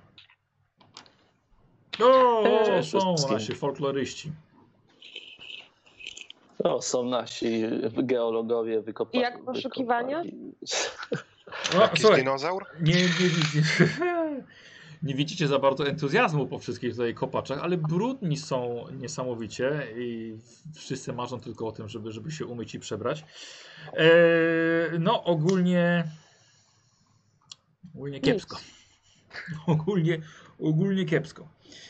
O, są nasi folkloryści. O, są nasi geologowie wykopali. I jak poszukiwania? Jakiś dinozaur? Nie widzicie za bardzo entuzjazmu po wszystkich tutaj kopaczach, ale brudni są niesamowicie i wszyscy marzą tylko o tym, żeby się umyć i przebrać. No ogólnie kiepsko. Ogólnie kiepsko.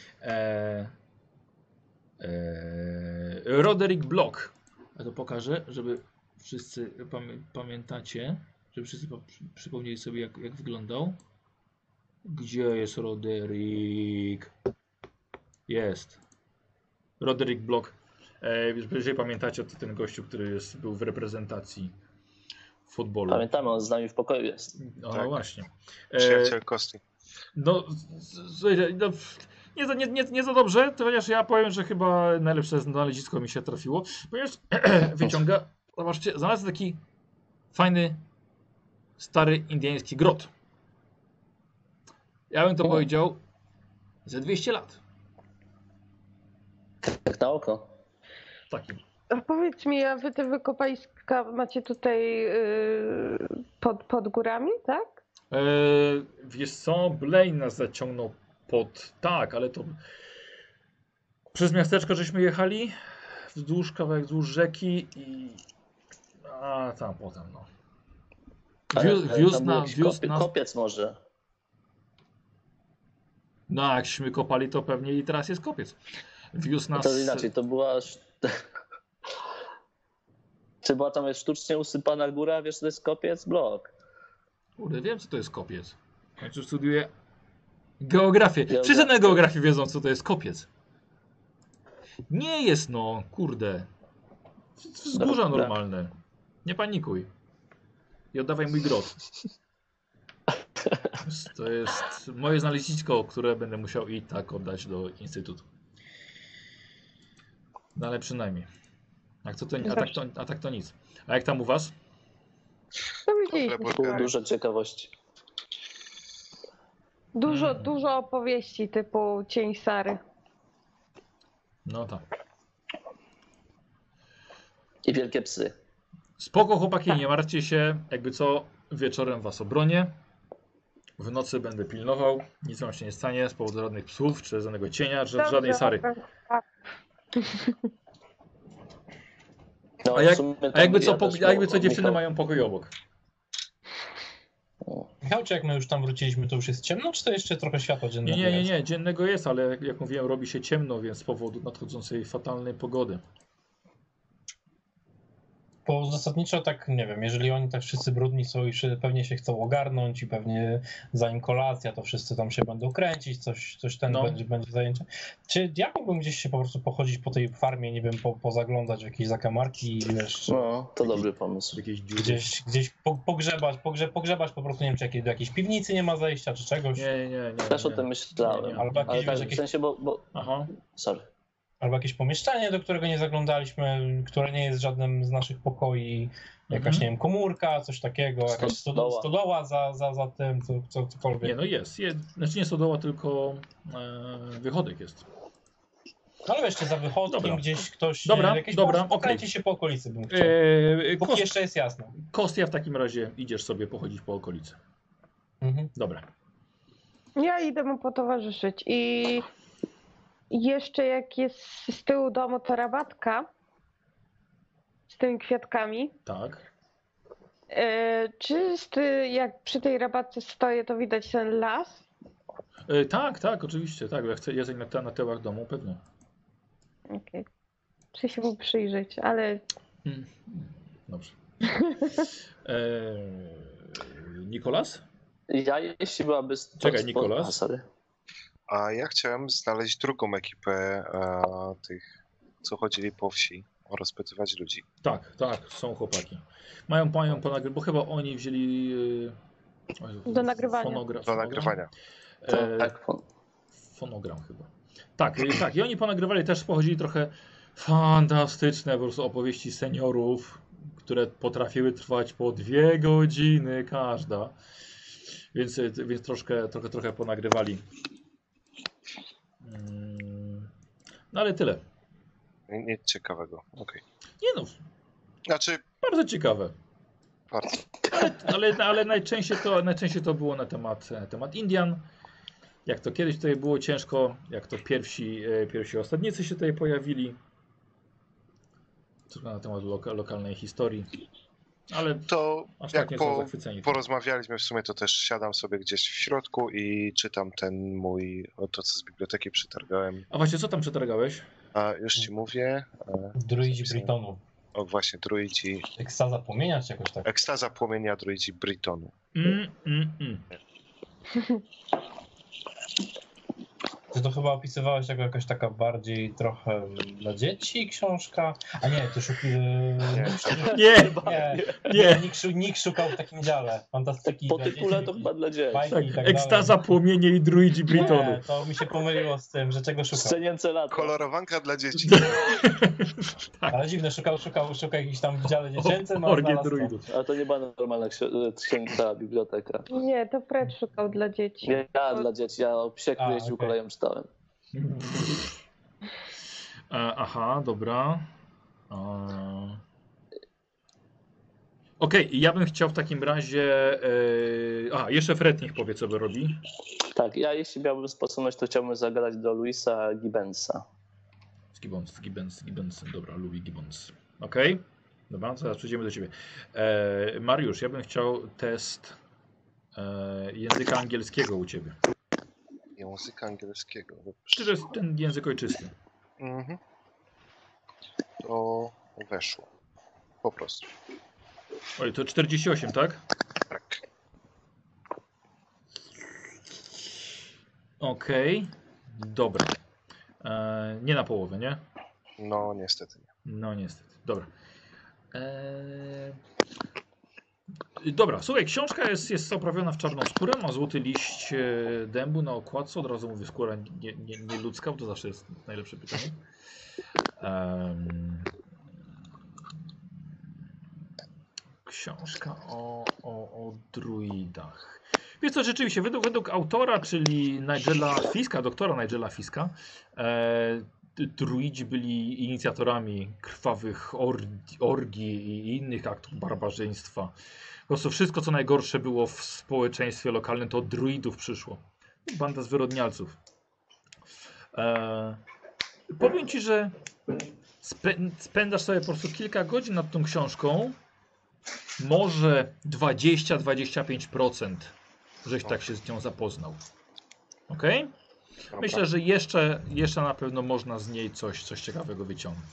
Roderick Block. Ja to pokażę, żeby wszyscy pamiętacie, żeby wszyscy przypomnieli sobie jak wyglądał. Gdzie jest Roderick? Jest. Roderick Block. Jeżeli pamiętacie, to ten gościu, który był w reprezentacji futbolu. Pamiętamy, on z nami w pokoju jest. No Tak. właśnie. Przyjaciel Kosti. No, nie za dobrze, to chociaż ja powiem, że chyba najlepsze znalezisko mi się trafiło, ponieważ wyciąga, zobaczcie, znalazł taki fajny, stary indyjski grot. Ja bym to powiedział ze 200 lat. Tak na oko. Taki. A powiedz mi, a wy te wykopaliska macie tutaj pod górami, tak? Wiesz co, Blaine nas zaciągnął tak, ale to przez miasteczko żeśmy jechali, kawałek wzdłuż rzeki i tam potem no. Wiózł nas. Kopiec może. No jakśmy kopali, to pewnie i teraz jest kopiec. Wiózł nas. To inaczej, to była... Czy była tam sztucznie usypana góra, wiesz co to jest kopiec? Blok. Kurde, wiem co to jest kopiec. W końcu studiuję geografię. Wszyscy na geografii wiedzą co to jest kopiec. Nie jest no, kurde. Wzgórza normalne. Nie panikuj. I oddawaj mój grot. To jest moje znalezisko, które będę musiał i tak oddać do instytutu. No ale przynajmniej. A tak to nic. A jak tam u was? To widzieliśmy. Dużo ciekawości. Dużo opowieści typu Cień Sary. No tak. I wielkie psy. Spoko chłopaki, nie martwcie się. Jakby co, wieczorem was obronię. W nocy będę pilnował. Nic wam się nie stanie z powodu żadnych psów, czy żadnego cienia, czy żadnej Sary. No, jakby co dziewczyny mają pokój obok. Michał, czy jak my już tam wróciliśmy, to już jest ciemno, czy to jeszcze trochę światła dziennego jest? Nie, dziennego jest, ale jak mówiłem, robi się ciemno, więc z powodu nadchodzącej fatalnej pogody. Bo zasadniczo tak, nie wiem, jeżeli oni tak wszyscy brudni są i pewnie się chcą ogarnąć i pewnie zanim kolacja, to wszyscy tam się będą kręcić, coś będzie zajęcie. Czy ja mógłbym gdzieś się po prostu pochodzić po tej farmie, nie wiem, pozaglądać w jakieś zakamarki i wiesz... No, to dobry pomysł. Gdzieś pogrzebać po prostu, nie wiem, czy do jakiejś piwnicy nie ma zejścia, czy czegoś. Nie. Też o tym myślałem. Albo ale tak, w sensie, bo... Aha. Sorry. Albo jakieś pomieszczenie, do którego nie zaglądaliśmy, które nie jest żadnym z naszych pokoi, jakaś, nie wiem, komórka, coś takiego, jakaś stodoła za tym, cokolwiek. Nie, no jest. Znaczy nie stodoła, tylko wychodek jest. Ale jeszcze za wychodkiem gdzieś ktoś... Pokręci się po okolicy, bym chciał. Póki jeszcze jest jasno. Kostia, w takim razie idziesz sobie pochodzić po okolicy. Mhm. Dobra. Ja idę mu potowarzyszyć i jeszcze jak jest z tyłu domu ta rabatka z tymi kwiatkami. Tak. Czy jak przy tej rabatce stoję, to widać ten las? Tak, oczywiście. Tak, ja chcę jeździć na tyłach domu, pewnie. Okej. Chcę się mu przyjrzeć, ale... Dobrze. Nikolas? Ja jeśli byłaby... Czekaj, Nikolas. Sorry. A ja chciałem znaleźć drugą ekipę tych, co chodzili po wsi, rozpytywać ludzi. Tak, są chłopaki. Mają bo chyba oni wzięli do nagrywania. Do nagrywania. Fonogram chyba. Tak. I oni ponagrywali, też pochodzili trochę fantastyczne po prostu opowieści seniorów, które potrafiły trwać po 2 godziny każda. Więc trochę ponagrywali. No ale tyle. Nic ciekawego. Okay. Nie no, Znaczy, bardzo ciekawe. bardzo. Ale najczęściej to było na temat Indian. Jak to kiedyś tutaj było ciężko, jak to pierwsi osadnicy się tutaj pojawili. Trochę na temat lokalnej historii. Ale To aż jak tak nie są zachwyceni. porozmawialiśmy w sumie, to też siadam sobie gdzieś w środku i czytam ten mój, to co z biblioteki przetargałem. A właśnie, co tam przetargałeś? A już ci mówię. Druidzi Britonu. O właśnie, druidzi. Ekstaza płomienia czy jakoś tak? Ekstaza płomienia druidzi Britonu. Ty to chyba opisywałeś jako jakaś taka bardziej trochę dla dzieci książka? A nie, ty Nie. Nick szukał w takim dziale. Fantastyczny. Po tytule to chyba dla dzieci. Tak, ekstaza, płomienie i druidzi Britonu. Nie, to mi się pomyliło z tym, że czego szukał. Szczenięce lata. Kolorowanka dla dzieci. Tak. Ale dziwne, szukał jakiś tam w dziale dziecięcym, a Orgie znalazł to. druidów. Ale to nie była normalna księga, biblioteka. Nie, to Fred szukał dla dzieci. Nie, ja dla dzieci, ja o psie, który jeździł okej. koleją czytałem. Aha, dobra. Okej, ja bym chciał w takim razie... jeszcze Fred niech powie, co by robi. Tak, ja jeśli miałbym sposobność, to chciałbym zagrać do Louisa Gibbensa. Gibbons. Dobra, lubi Gibbons. Okej. Dobra, zaraz przejdziemy do ciebie. Mariusz, ja bym chciał test języka angielskiego u ciebie. Języka angielskiego. Czy to jest ten język ojczysty? Mhm. To weszło. Po prostu. Oj, to 48, tak? Tak. Okej. Dobra. Nie na połowę, nie? No niestety nie. No niestety. Dobra. Dobra, słuchaj, książka jest oprawiona w czarną skórę, ma złoty liść dębu na okładce. Od razu mówię, skóra nie ludzka, bo to zawsze jest najlepsze pytanie. Książka o druidach. Wiesz co, rzeczywiście, według autora, czyli doktora Nigela Fiska, druidzi byli inicjatorami krwawych orgii i innych aktów barbarzyństwa. Po prostu wszystko, co najgorsze było w społeczeństwie lokalnym, to od druidów przyszło. Banda zwyrodnialców. Powiem ci, że spędzasz sobie po prostu kilka godzin nad tą książką. Może 20-25%, żeś tak się z nią zapoznał. Ok? Myślę, że jeszcze na pewno można z niej coś ciekawego wyciągnąć.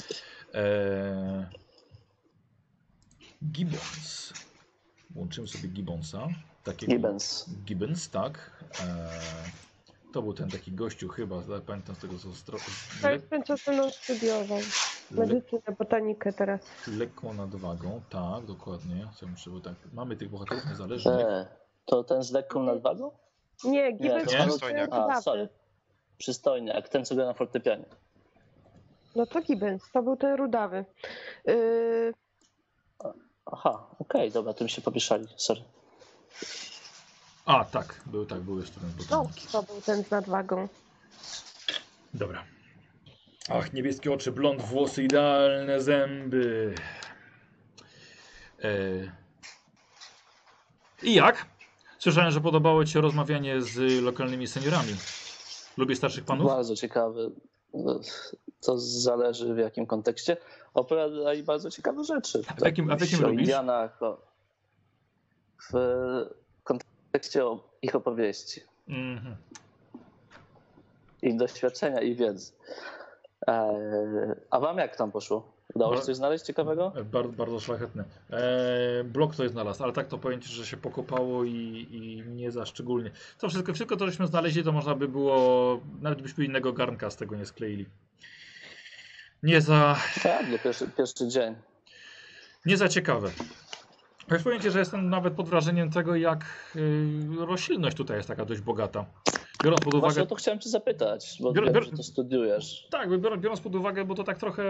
Gibbons. Łączymy sobie Gibbonsa. Gibbons, tak. To był ten taki gościu chyba, pamiętam z tego co... To jest ten, co ze mną studiował. Medycynę, botanikę teraz. Lekką nadwagą, tak, dokładnie. Bo tak, mamy tych bohaterów niezależnych. To ten z lekką nadwagą? Nie, Gibbons to przystojniak. Sorry. Przystojniak, ten co gra na fortepianie. No to Gibbons, to był ten rudawy. Aha, okej, dobra, tym się pomieszali, sorry. A, tak, był jeszcze ten botanik. No, to był ten z nadwagą. Dobra. Ach, niebieskie oczy, blond, włosy, idealne zęby. I jak? Słyszałem, że podobało ci się rozmawianie z lokalnymi seniorami. Lubię starszych panów? Bardzo ciekawy. To zależy w jakim kontekście. Opowiadali bardzo ciekawe rzeczy. A w jakim o lubisz? Indianach, w kontekście ich opowieści. Mhm. Ich doświadczenia i wiedzy. A wam jak tam poszło? Udało się coś znaleźć ciekawego? Bardzo szlachetne. Blok ktoś znalazł, ale tak to powiem ci, że się pokopało i nie za szczególnie. To wszystko to żeśmy znaleźli, to można by było, nawet byśmy innego garnka z tego nie skleili. Nie za... Tak, pierwszy dzień. Nie za ciekawe. Choć powiem ci, że jestem nawet pod wrażeniem tego, jak roślinność tutaj jest taka dość bogata. Biorąc pod uwagę... Właśnie o to chciałem cię zapytać, bo wiem, że to studiujesz. Tak, biorąc pod uwagę, bo to tak trochę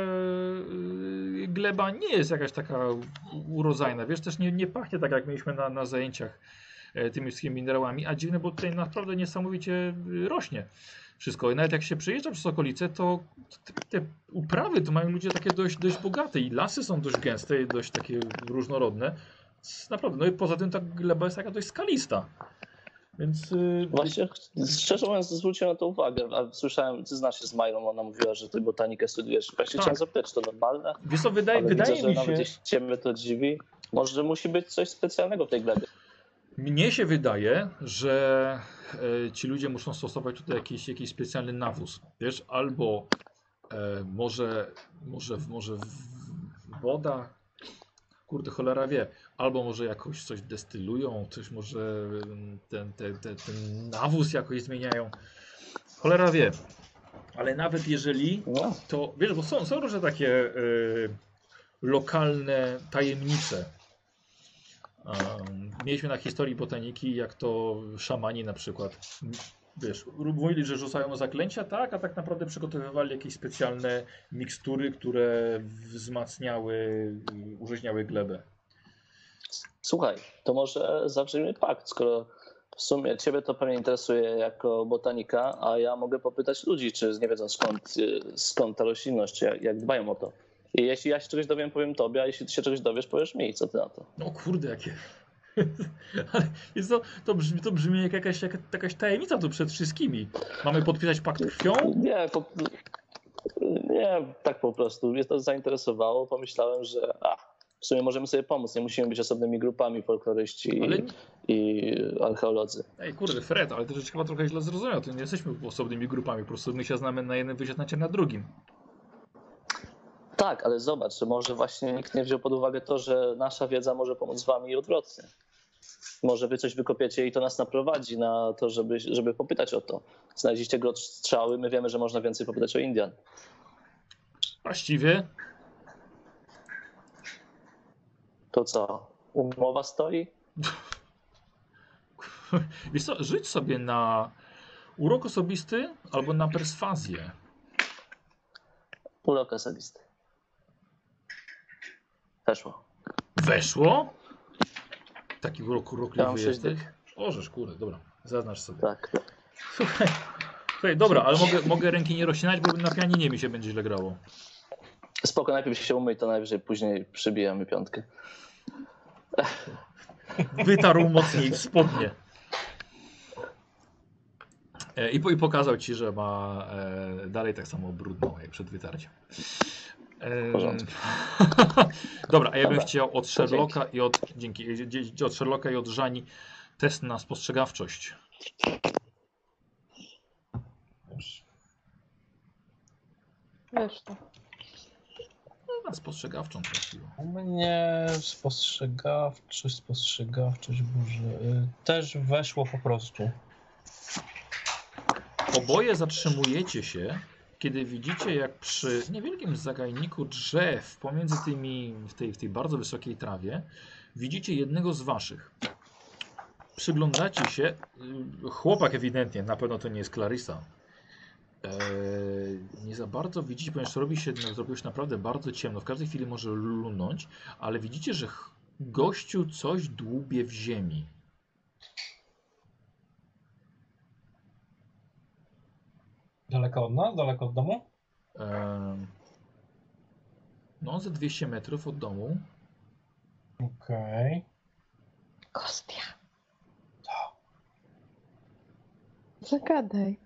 gleba nie jest jakaś taka urodzajna. Wiesz, też nie pachnie tak, jak mieliśmy na zajęciach tymi wszystkimi minerałami, a dziwne, bo tutaj naprawdę niesamowicie rośnie wszystko. I nawet jak się przejeżdża przez okolice, to te uprawy to mają ludzie takie dość bogate i lasy są dość gęste i dość takie różnorodne. Naprawdę, no i poza tym ta gleba jest taka dość skalista. Więc... Właśnie, szczerze mówiąc, zwróciłem na to uwagę. A słyszałem, ty znasz się z Majlą, ona mówiła, że ty botanikę studiujesz. Właśnie chciałem zapytać, czy to normalne? Wiesz co, wydaje widzę, mi że się... nawet jeśli ciebie to dziwi, może musi być coś specjalnego w tej glebie. Mnie się wydaje, że ci ludzie muszą stosować tutaj jakiś specjalny nawóz. Wiesz, albo może woda, kurde cholera wie, albo może jakoś coś destylują, coś może ten nawóz jakoś zmieniają. Cholera wie. Ale nawet jeżeli, to wiesz, bo są różne takie lokalne tajemnice. Mieliśmy na historii botaniki, jak to szamani na przykład, wiesz, mówili, że rzucają zaklęcia, tak, a tak naprawdę przygotowywali jakieś specjalne mikstury, które wzmacniały i użyźniały glebę. Słuchaj, to może zawrzejmy pakt, skoro w sumie ciebie to pewnie interesuje jako botanika, a ja mogę popytać ludzi, czy nie wiedzą skąd ta roślinność, jak dbają o to. I jeśli ja się czegoś dowiem, powiem tobie, a jeśli ty się czegoś dowiesz, powiesz mi. Co ty na to? No kurde, jakie... Ale jest to brzmi jak jakaś tajemnica tu przed wszystkimi. Mamy podpisać pakt krwią? Nie, tak po prostu. Mnie to zainteresowało. Pomyślałem, że w sumie możemy sobie pomóc. Nie musimy być osobnymi grupami folkloryści i archeolodzy. Ej, kurde, Fred, ale ty rzecz chyba trochę źle zrozumiał. To nie jesteśmy osobnymi grupami, po prostu my się znamy na jednym, wy się znacie na drugim. Tak, ale zobacz, że może właśnie nikt nie wziął pod uwagę to, że nasza wiedza może pomóc wam i odwrotnie. Może wy coś wykopiecie i to nas naprowadzi na to, żeby popytać o to. Znaleźliście grot strzały, my wiemy, że można więcej popytać o Indian. Właściwie? To co, umowa stoi? Wiesz co, rzuć sobie na urok osobisty albo na perswazję. Urok osobisty. Weszło. Weszło? Taki urokliwy Ja jesteś? Ożesz, kurde, dobra, zaznacz sobie. Tak. Słuchaj, dobra, ale mogę ręki nie rozcinać, bo na pianinie mi się będzie źle grało. Spoko, najpierw się umyj, to najwyżej później przybijamy piątkę. Wytarł mocniej w spodnie. I pokazał ci, że ma dalej tak samo brudną jak przed wytarciem. W porządku. Dobra, a ja bym chciał od Sherlocka i od Sherlocka i od Żani test na spostrzegawczość. Wiesz to. Na spostrzegawczą trafiło. U mnie spostrzegawczość, Boże, też weszło po prostu. Oboje zatrzymujecie się, kiedy widzicie, jak przy niewielkim zagajniku drzew pomiędzy tymi, w tej bardzo wysokiej trawie, widzicie jednego z waszych. Przyglądacie się, chłopak ewidentnie, na pewno to nie jest Clarissa. Nie za bardzo widzicie, ponieważ zrobiło się naprawdę bardzo ciemno. W każdej chwili może lunąć, ale widzicie, że gościu coś dłubie w ziemi. Daleko od nas? Daleko od domu? No, ze 200 metrów od domu. Okej. Kostia. Zagadaj.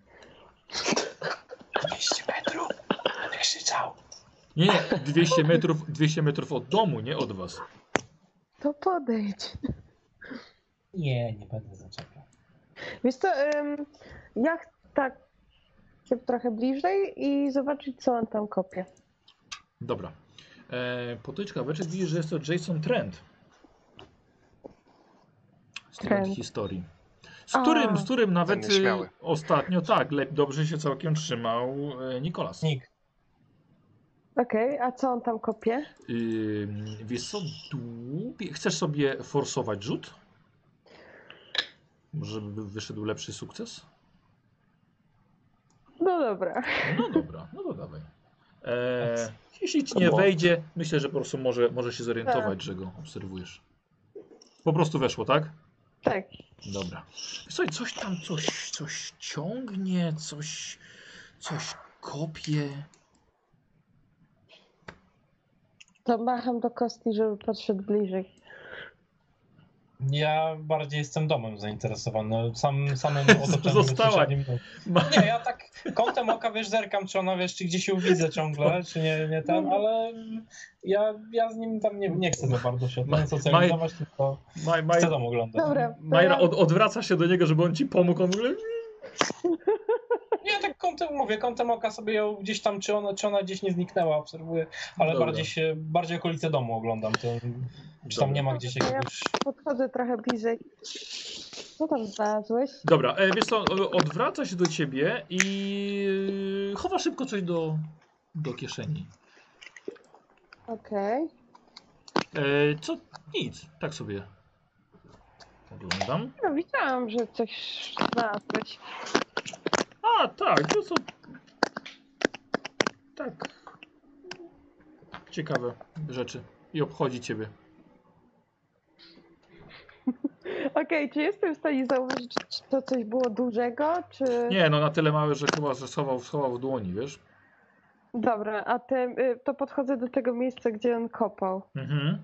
200 metrów. Nie krzyczał. Nie, 200 metrów od domu, nie od was. To podejdź. Nie będę zaczepiał. Wiesz co, ja tak się trochę bliżej i zobaczyć, co on tam kopie. Dobra. Potyczka beczek, widzisz, że jest to Jason Trent. Student historii. Z którym nawet ostatnio dobrze się całkiem trzymał Nikolas. Nick. Okej, a co on tam kopie? Wiesz co, chcesz sobie forsować rzut? Może by wyszedł lepszy sukces? No dobra. No to dawaj. Jeśli ci nie wejdzie, myślę, że po prostu może się zorientować, że go obserwujesz. Po prostu weszło, tak? Tak. Dobra. Słuchaj, coś tam, coś ciągnie, coś kopie. To macham do Kosti, żeby podszedł bliżej. Ja bardziej jestem domem zainteresowany. Samym Została. Nie, ja tak kątem oka, wiesz, zerkam, czy ona, wiesz, czy gdzieś ją widzę ciągle, czy nie ten, ale ja z nim tam nie chcę za bardzo się socjalizować, tylko chcę dom oglądać. Dobra. Majra odwraca się do niego, żeby on ci pomógł, on w ogóle... Nie, tak kątem oka sobie ją gdzieś tam, czy ona gdzieś nie zniknęła, obserwuję, ale Dobra. bardziej okolice domu oglądam, czy tam nie ma gdzieś jakiegoś... Podchodzę trochę bliżej. Co tam znalazłeś? Dobra, wiesz co, odwraca się do ciebie i chowa szybko coś do kieszeni. Okej. Co? Nic, tak sobie oglądam. No widziałam, że coś znalazłeś. A, tak, to są... Tak. Ciekawe rzeczy. I obchodzi ciebie. Okej, czy jestem w stanie zauważyć, czy to coś było dużego, czy... Nie, no na tyle małe, że chyba schował w dłoni, wiesz? Dobra, a to podchodzę do tego miejsca, gdzie on kopał. Mhm.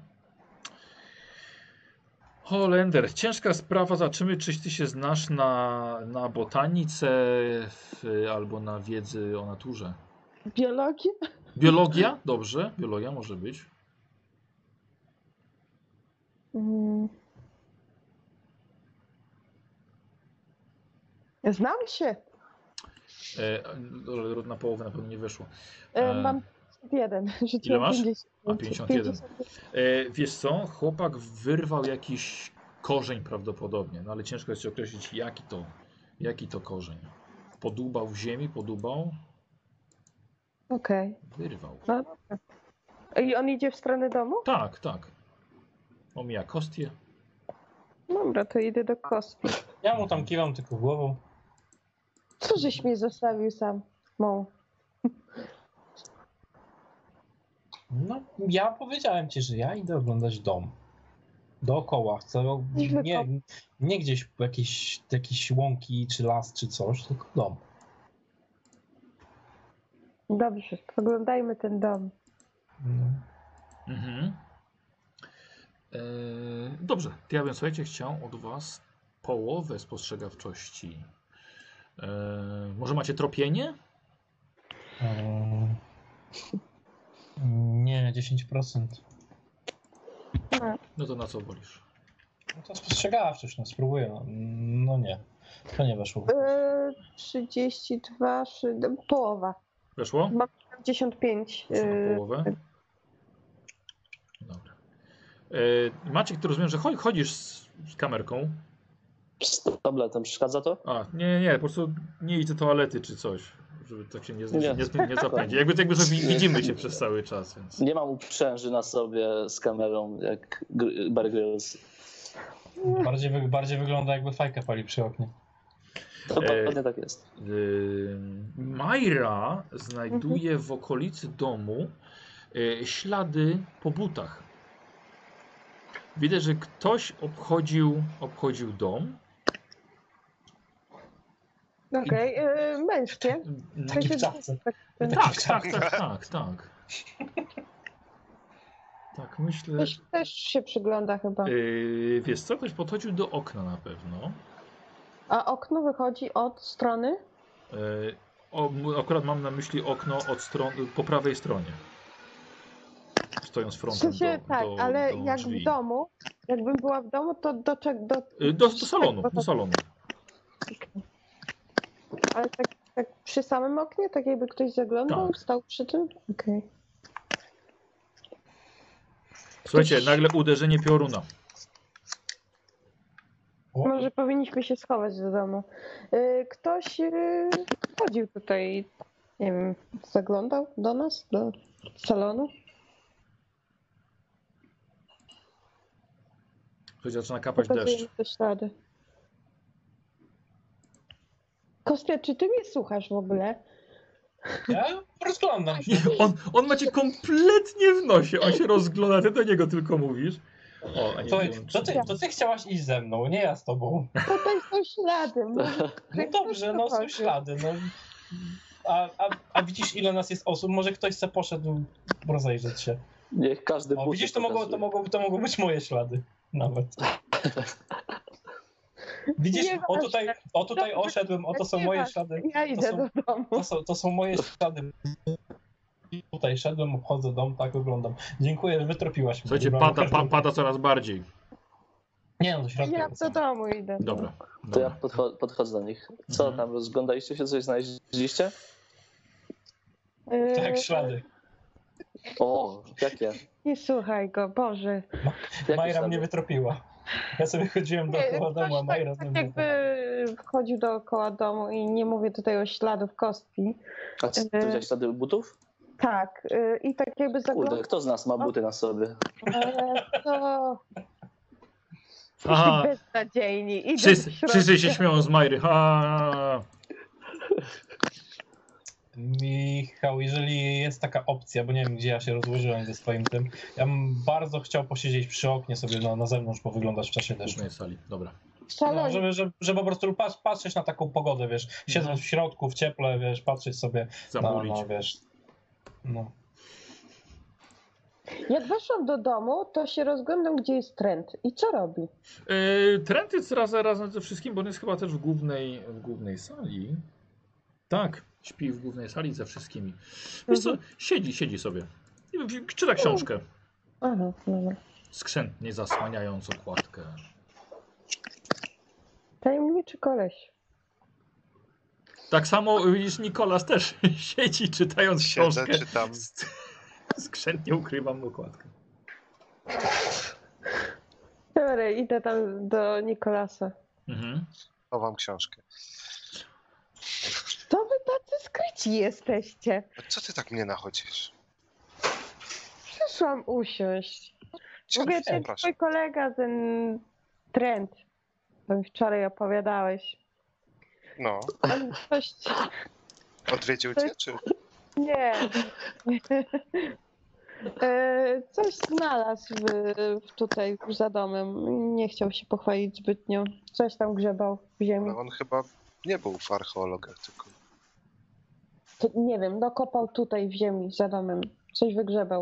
Holender, ciężka sprawa. Zobaczymy, czy ty się znasz na botanice albo na wiedzy o naturze. Biologię? Biologia? Dobrze, biologia może być. Znam się. Na połowę na pewno nie wyszło. Mam 51. Ile masz? 50. A 51. Wiesz co? Chłopak wyrwał jakiś korzeń prawdopodobnie, no ale ciężko jest określić jaki to korzeń. Podłubał w ziemi, Okej. wyrwał. No dobra. I on idzie w stronę domu? Tak, tak. Omija kostię. Dobra, to idę do Kosti. Ja mu tam kiwam tylko głową. Co żeś mnie zostawił sam? No, ja powiedziałem ci, że ja idę oglądać dom. Dookoła. Chcę nie gdzieś jakieś łąki, czy las, czy coś, tylko dom. Dobrze, oglądajmy ten dom. No. Mhm. Dobrze, to ja bym, słuchajcie, chciał od was połowę spostrzegawczości. Może macie tropienie? Nie, 10%. No to na co wolisz? No to spostrzegawczość, no spróbuję. No nie, to nie weszło. 32, połowa. Weszło? Mam 55. Na połowę. Dobra. Maciek, ty rozumiem, że chodzisz z kamerką. Z tabletem przeszkadza to? A, nie, po prostu nie idź do toalety czy coś, żeby tak się nie zapędzi. Jakby że widzimy cię przez cały czas, więc... Nie mam uprzęży na sobie z kamerą jak Bear Grylls. Bardziej wygląda, jakby fajkę pali przy oknie. Dokładnie tak jest. Majra znajduje w okolicy domu ślady po butach. Widać, że ktoś obchodził dom. Okej, męskie. Taki w czapce. Tak. Tak, myślę. Ktoś też się przygląda chyba. Wiesz co, ktoś podchodził do okna na pewno. A okno wychodzi od strony? Akurat mam na myśli okno od po prawej stronie. Stojąc frontem W sensie, tak, ale do jak drzwi. w domu, jakbym była w domu, to do czego? Do salonu, do salonu. Ale tak przy samym oknie? Tak jakby ktoś zaglądał, Tak. stał przy tym? Okej. Słuchajcie, nagle uderzenie pioruna. Może powinniśmy się schować do domu. Ktoś chodził tutaj, nie wiem, zaglądał do nas, do salonu? Słuchajcie, zaczyna kapać Pokazujemy deszcz. te ślady. Kostia, czy ty mnie słuchasz w ogóle? Ja rozglądam się. On ma cię kompletnie w nosie. On się rozgląda, ty do niego tylko mówisz. O, a nie Słuchaj, wyłącznie. to ty chciałaś iść ze mną, nie ja z tobą. Tutaj są ślady. No dobrze, no są ślady. No. A widzisz, ile nas jest osób? Może ktoś se poszedł rozejrzeć się. Niech każdy O, buty widzisz, pokazuje. to mogą być moje ślady nawet. Widzisz, tutaj oszedłem, oto są moje ślady. Ja idę do domu. To są moje ślady. Tutaj szedłem, obchodzę dom, tak wyglądam. Dziękuję, wytropiłaś mnie. Słuchajcie, pada coraz bardziej. Nie no, do środka. Ja do domu idę. Dobra. To ja podchodzę do nich. Co tam, rozglądaliście się, coś znaleźliście? Tak, ślady. O, jakie? Nie słuchaj go, Boże. Jakie Majra ślady? mnie wytropiła. Ja sobie chodziłem dookoła domu, a Majra tak mnie jakby wchodził dookoła domu i nie mówię tutaj o śladów kostki. A co, ty widziałeś ślady butów? Tak, i tak jakby Kurde, zaglądał. kto z nas ma buty na sobie? To... Aha. Beznadziejni. Idę do środka. Wszyscy się śmieją z Majry. Ha. Michał, jeżeli jest taka opcja, bo nie wiem, gdzie ja się rozłożyłem ze swoim tym, ja bym bardzo chciał posiedzieć przy oknie sobie na zewnątrz, powyglądać w czasie W deszczu. głównej sali. Dobra. No, żeby po prostu patrzeć na taką pogodę, wiesz, siedząc w środku, w cieple, wiesz, patrzeć sobie Zamulić. na wiesz, no. Jak weszłam do domu, to się rozglądam, gdzie jest Trent. I co robi? Trent jest razem ze wszystkim, bo on jest chyba też w głównej sali. Tak, śpi w głównej sali ze wszystkimi. Wiesz co, siedzi sobie. I czyta książkę. Aha, dobra. Skrzętnie zasłaniając okładkę. Tajemniczy koleś. Tak samo widzisz, Nikolas też siedzi czytając Siedzę, książkę. czytam. Skrzętnie ukrywam okładkę. Dobra, idę tam do Nikolasa. Mhm. Chowam książkę. To wy tacy skryci jesteście. A co ty tak mnie nachodzisz? Przyszłam usiąść. W ogóle ten proszę. twój kolega, ten Trent, to mi wczoraj opowiadałeś. No, On coś... odwiedził cię, czy? Nie. Coś znalazł tutaj za domem. Nie chciał się pochwalić zbytnio. Coś tam grzebał w ziemi. No, on chyba nie był w archeologach, tylko... To, nie wiem, dokopał tutaj w ziemi za domem. Coś wygrzebał.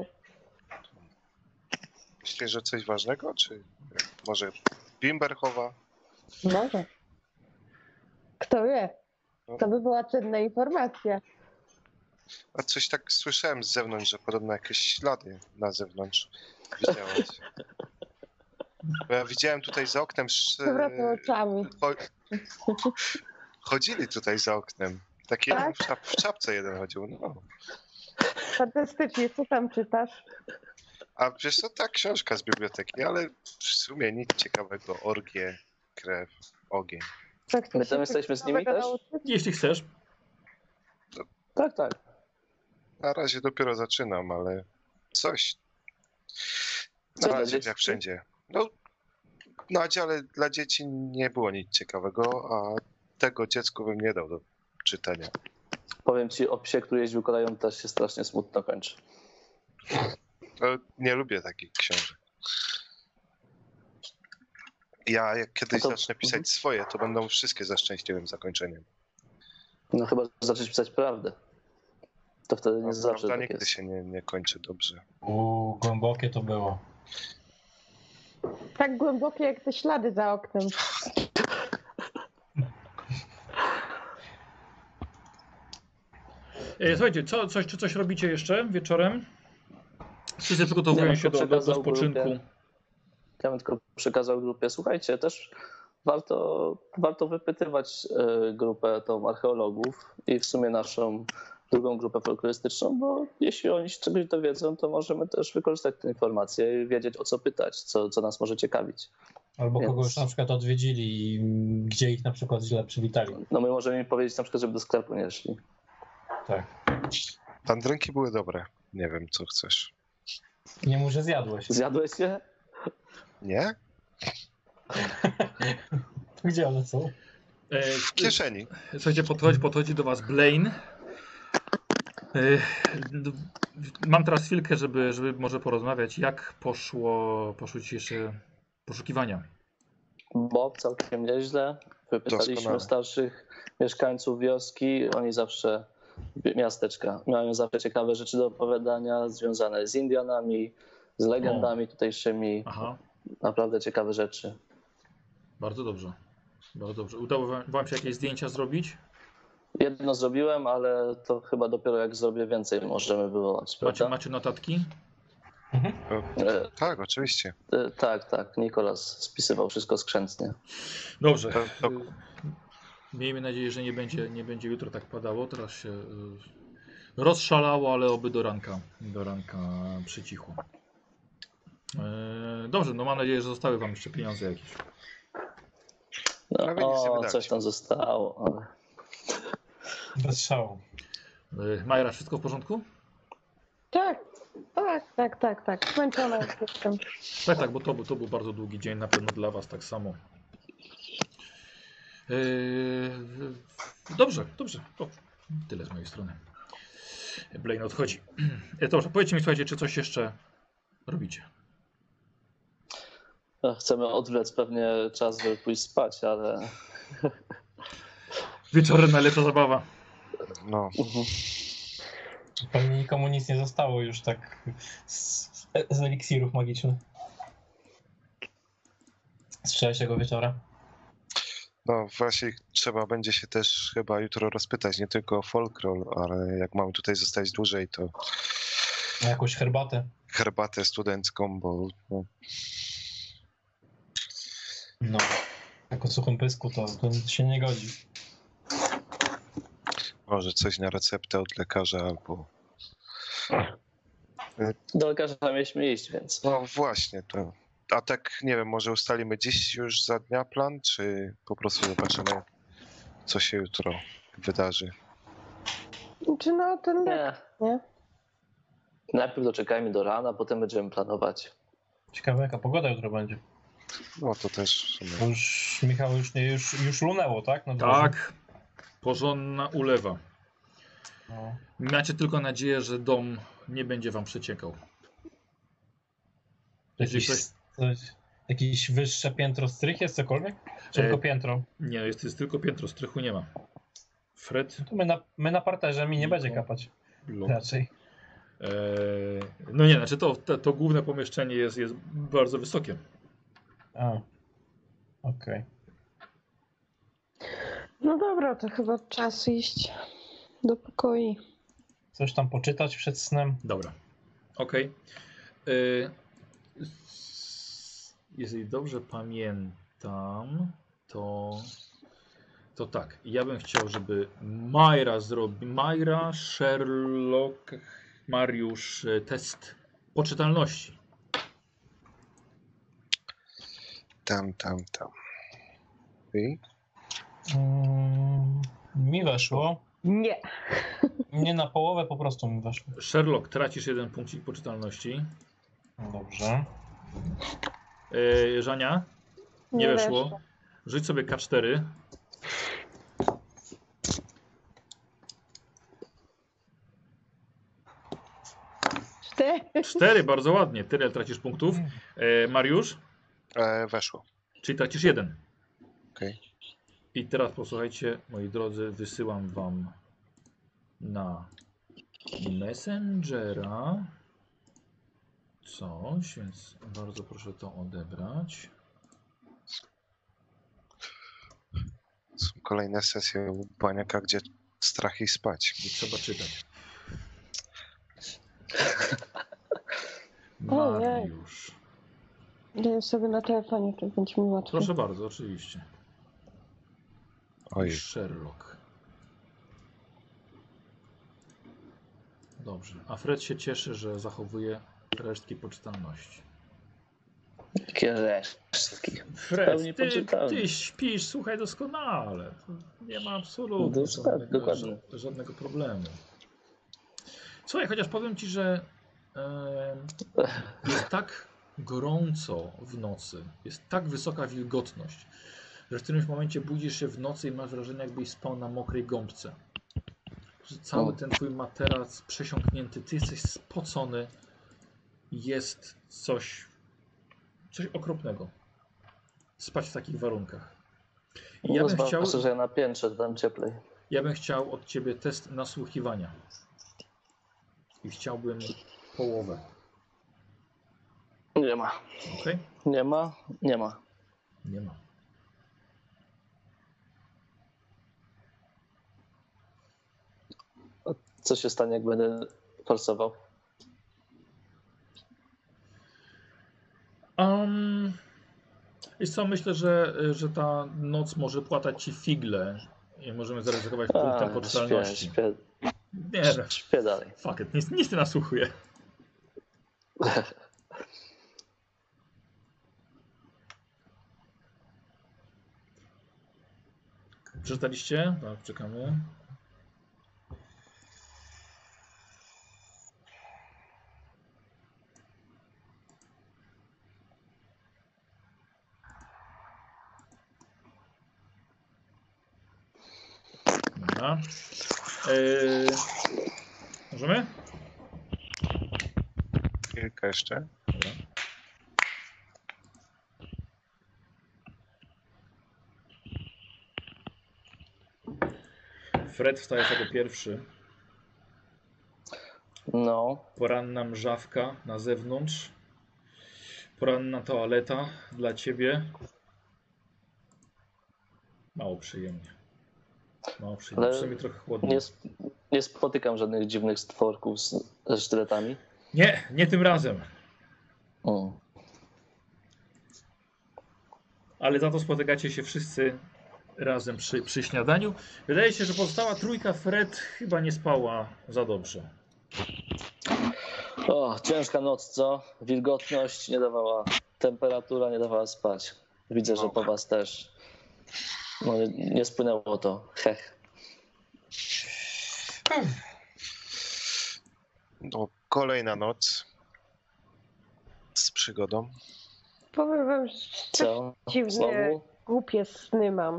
Myślisz, że coś ważnego, czy może bimber chowa? Może. Kto wie? To by była cenna informacja. A coś tak słyszałem z zewnątrz, że podobno jakieś ślady na zewnątrz widziałeś. Bo ja widziałem tutaj za oknem... Przewracał oczami. Chodzili tutaj za oknem. Taki Tak? jeden w czapce jeden chodził. No. Fantastycznie, co tam czytasz? A wiesz co, ta książka z biblioteki, ale w sumie nic ciekawego. Orgie, krew, ogień. Co, chcesz My się tam jesteśmy z nimi ciekawego też? nauczyć? Jeśli chcesz. Tak. Na razie dopiero zaczynam, ale coś. Co Na dla razie dzieci? jak wszędzie. No, na dziale dla dzieci nie było nic ciekawego, a tego dziecku bym nie dał do czytania. Powiem ci, o psie, który jeździł koleją, też się strasznie smutno kończy. No, nie lubię takich książek. Ja jak kiedyś No to- zacznę pisać swoje, to będą wszystkie ze szczęśliwym zakończeniem. No chyba zacząć pisać prawdę. To wtedy nie zawsze Prawda tak nigdy jest. się nie kończy dobrze. Głębokie to było. Tak głębokie jak te ślady za oknem. Słuchajcie, coś robicie jeszcze wieczorem? Wszyscy przygotowują Ja się do przekazał spoczynku. grupie. Ja bym tylko przekazał grupie, słuchajcie, też warto wypytywać grupę tą archeologów i w sumie naszą drugą grupę folklorystyczną, bo jeśli oni się czegoś dowiedzą, to możemy też wykorzystać tę informację i wiedzieć, o co pytać, co nas może ciekawić. Albo Więc- kogoś na przykład odwiedzili i gdzie ich na przykład źle przywitali. No my możemy im powiedzieć na przykład, żeby do sklepu nie szli. Tak. Wędrynki były dobre. Nie wiem, co chcesz. Nie mów, że zjadłeś. Zjadłeś je? Nie? Gdzie one są? W kieszeni. Słuchajcie, podchodzi do was Blaine. Mam teraz chwilkę, żeby może porozmawiać, jak poszły dzisiejsze poszukiwania. Bo całkiem nieźle. Wypytaliśmy Doskonale. starszych mieszkańców wioski. Oni zawsze, miasteczka, mają zawsze ciekawe rzeczy do opowiadania związane z Indianami, z legendami tutejszymi. Aha, Naprawdę ciekawe rzeczy. bardzo dobrze. Bardzo dobrze. Udało wam się jakieś zdjęcia zrobić? Jedno zrobiłem, ale to chyba dopiero jak zrobię więcej możemy wywołać. Macie notatki? Tak, oczywiście. Tak. Nikolas spisywał wszystko skrzętnie. Dobrze. To- Miejmy nadzieję, że nie będzie jutro tak padało. Teraz się rozszalało, ale oby do ranka przycichło. Dobrze, no mam nadzieję, że zostały wam jeszcze pieniądze jakieś. Prawie nic nie No, wydać. coś tam zostało, ale... Bez szału. Majra, wszystko w porządku? Tak. Zmęczona jestem. Tak, bo to był bardzo długi dzień, na pewno dla was tak samo. Dobrze. To tyle z mojej strony. Blaine odchodzi. Dobrze, powiedzcie mi, słuchajcie, czy coś jeszcze robicie? Chcemy odwlec pewnie czas, żeby pójść spać, ale... Wieczorem najlepsza zabawa. No, Pewnie nikomu nic nie zostało już tak z eliksirów magicznych. Z wczorajszego wieczora. no właśnie trzeba będzie się też chyba jutro rozpytać, nie tylko o folklor, ale jak mamy tutaj zostać dłużej, to Na jakąś herbatę. herbatę studencką, bo no, No. Jak o suchym pysku to się nie godzi. może coś na receptę od lekarza albo... Do lekarza mieliśmy iść, więc... No właśnie, to... A tak, nie wiem, może ustalimy dziś już za dnia plan, czy po prostu zobaczymy, co się jutro wydarzy? Czy no ten nie? Najpierw doczekajmy do rana, potem będziemy planować. Ciekawe jaka pogoda jutro będzie. No to też... w sumie- To już, Michał, już lunęło, tak? Na drodze? Tak, porządna ulewa. No. Macie tylko nadzieję, że dom nie będzie wam przeciekał. Jeżeli Jakieś wyższe piętro strych jest cokolwiek? Czy tylko piętro? Nie, jest tylko piętro, strychu nie ma. Fred? To my na parterze mi nie będzie kapać. Blok. Raczej. No nie, znaczy to główne pomieszczenie jest bardzo wysokie. A. Okej. No dobra, to chyba czas iść do pokoi. Coś tam poczytać przed snem? Dobra, okej. Jeżeli dobrze pamiętam, to tak. Ja bym chciał, żeby Majra, Sherlock, Mariusz test poczytalności. Tam. I? Mi weszło. Nie. Nie na połowę, po prostu mi weszło. Sherlock, tracisz 1 punkcik poczytalności. No dobrze. Żania? Nie weszło. Rzuć sobie K4. Cztery. 4, bardzo ładnie. Tyle tracisz punktów. Mariusz? Weszło. Czyli tracisz 1. Okej. I teraz posłuchajcie, moi drodzy, wysyłam wam na Messengera coś, więc bardzo proszę to odebrać. Są kolejne sesje u Baniaka, gdzie strach i spać. Nie trzeba czytać. Ojej. Mariusz. Daję sobie na telefonie, to będzie mi łatwiej. Proszę bardzo, oczywiście. Oj, Sherlock. Dobrze. A Fred się cieszy, że zachowuje resztki poczytalności. Jakie resztki. Fred, Pełni poczytalny. ty śpisz, słuchaj, doskonale. To nie ma absolutnie Dokładnie. żadnego problemu. Słuchaj, chociaż powiem ci, że jest tak gorąco w nocy, jest tak wysoka wilgotność, że w którymś momencie budzisz się w nocy i masz wrażenie, jakbyś spał na mokrej gąbce. że cały ten twój materac przesiąknięty, ty jesteś spocony. Jest coś okropnego. Spać w takich warunkach. I ja bym chciał, że ja na piętrze, to tam cieplej. ja bym chciał od ciebie test nasłuchiwania. I chciałbym połowę. Nie ma. Okej? Nie ma. Nie ma. Co się stanie, jak będę forsował? Wiesz co, myślę, że ta noc może płatać ci figle i możemy zaryzykować punktem poczytalności. Śpię dalej. Fuck it, nic nie nasłuchuje. Przeczytaliście? Tak, czekamy. Dobra. Możemy? Kilka jeszcze. Dobra. Fred wstaje jako pierwszy. No. Poranna mrzawka na zewnątrz. Poranna toaleta dla ciebie. Mało przyjemnie. Przynajmniej trochę chłodno. Nie spotykam żadnych dziwnych stworków ze sztyletami. Nie tym razem. Ale za to spotykacie się wszyscy razem przy śniadaniu. Wydaje się, że pozostała trójka Fred chyba nie spała za dobrze. O, ciężka noc, co? Wilgotność nie dawała, temperatura nie dawała spać. Widzę, że po was też. No, nie spłynęło to. Hech. No, kolejna noc z przygodą. Powiem wam, że Co? dziwnie, Znowu? głupie sny mam.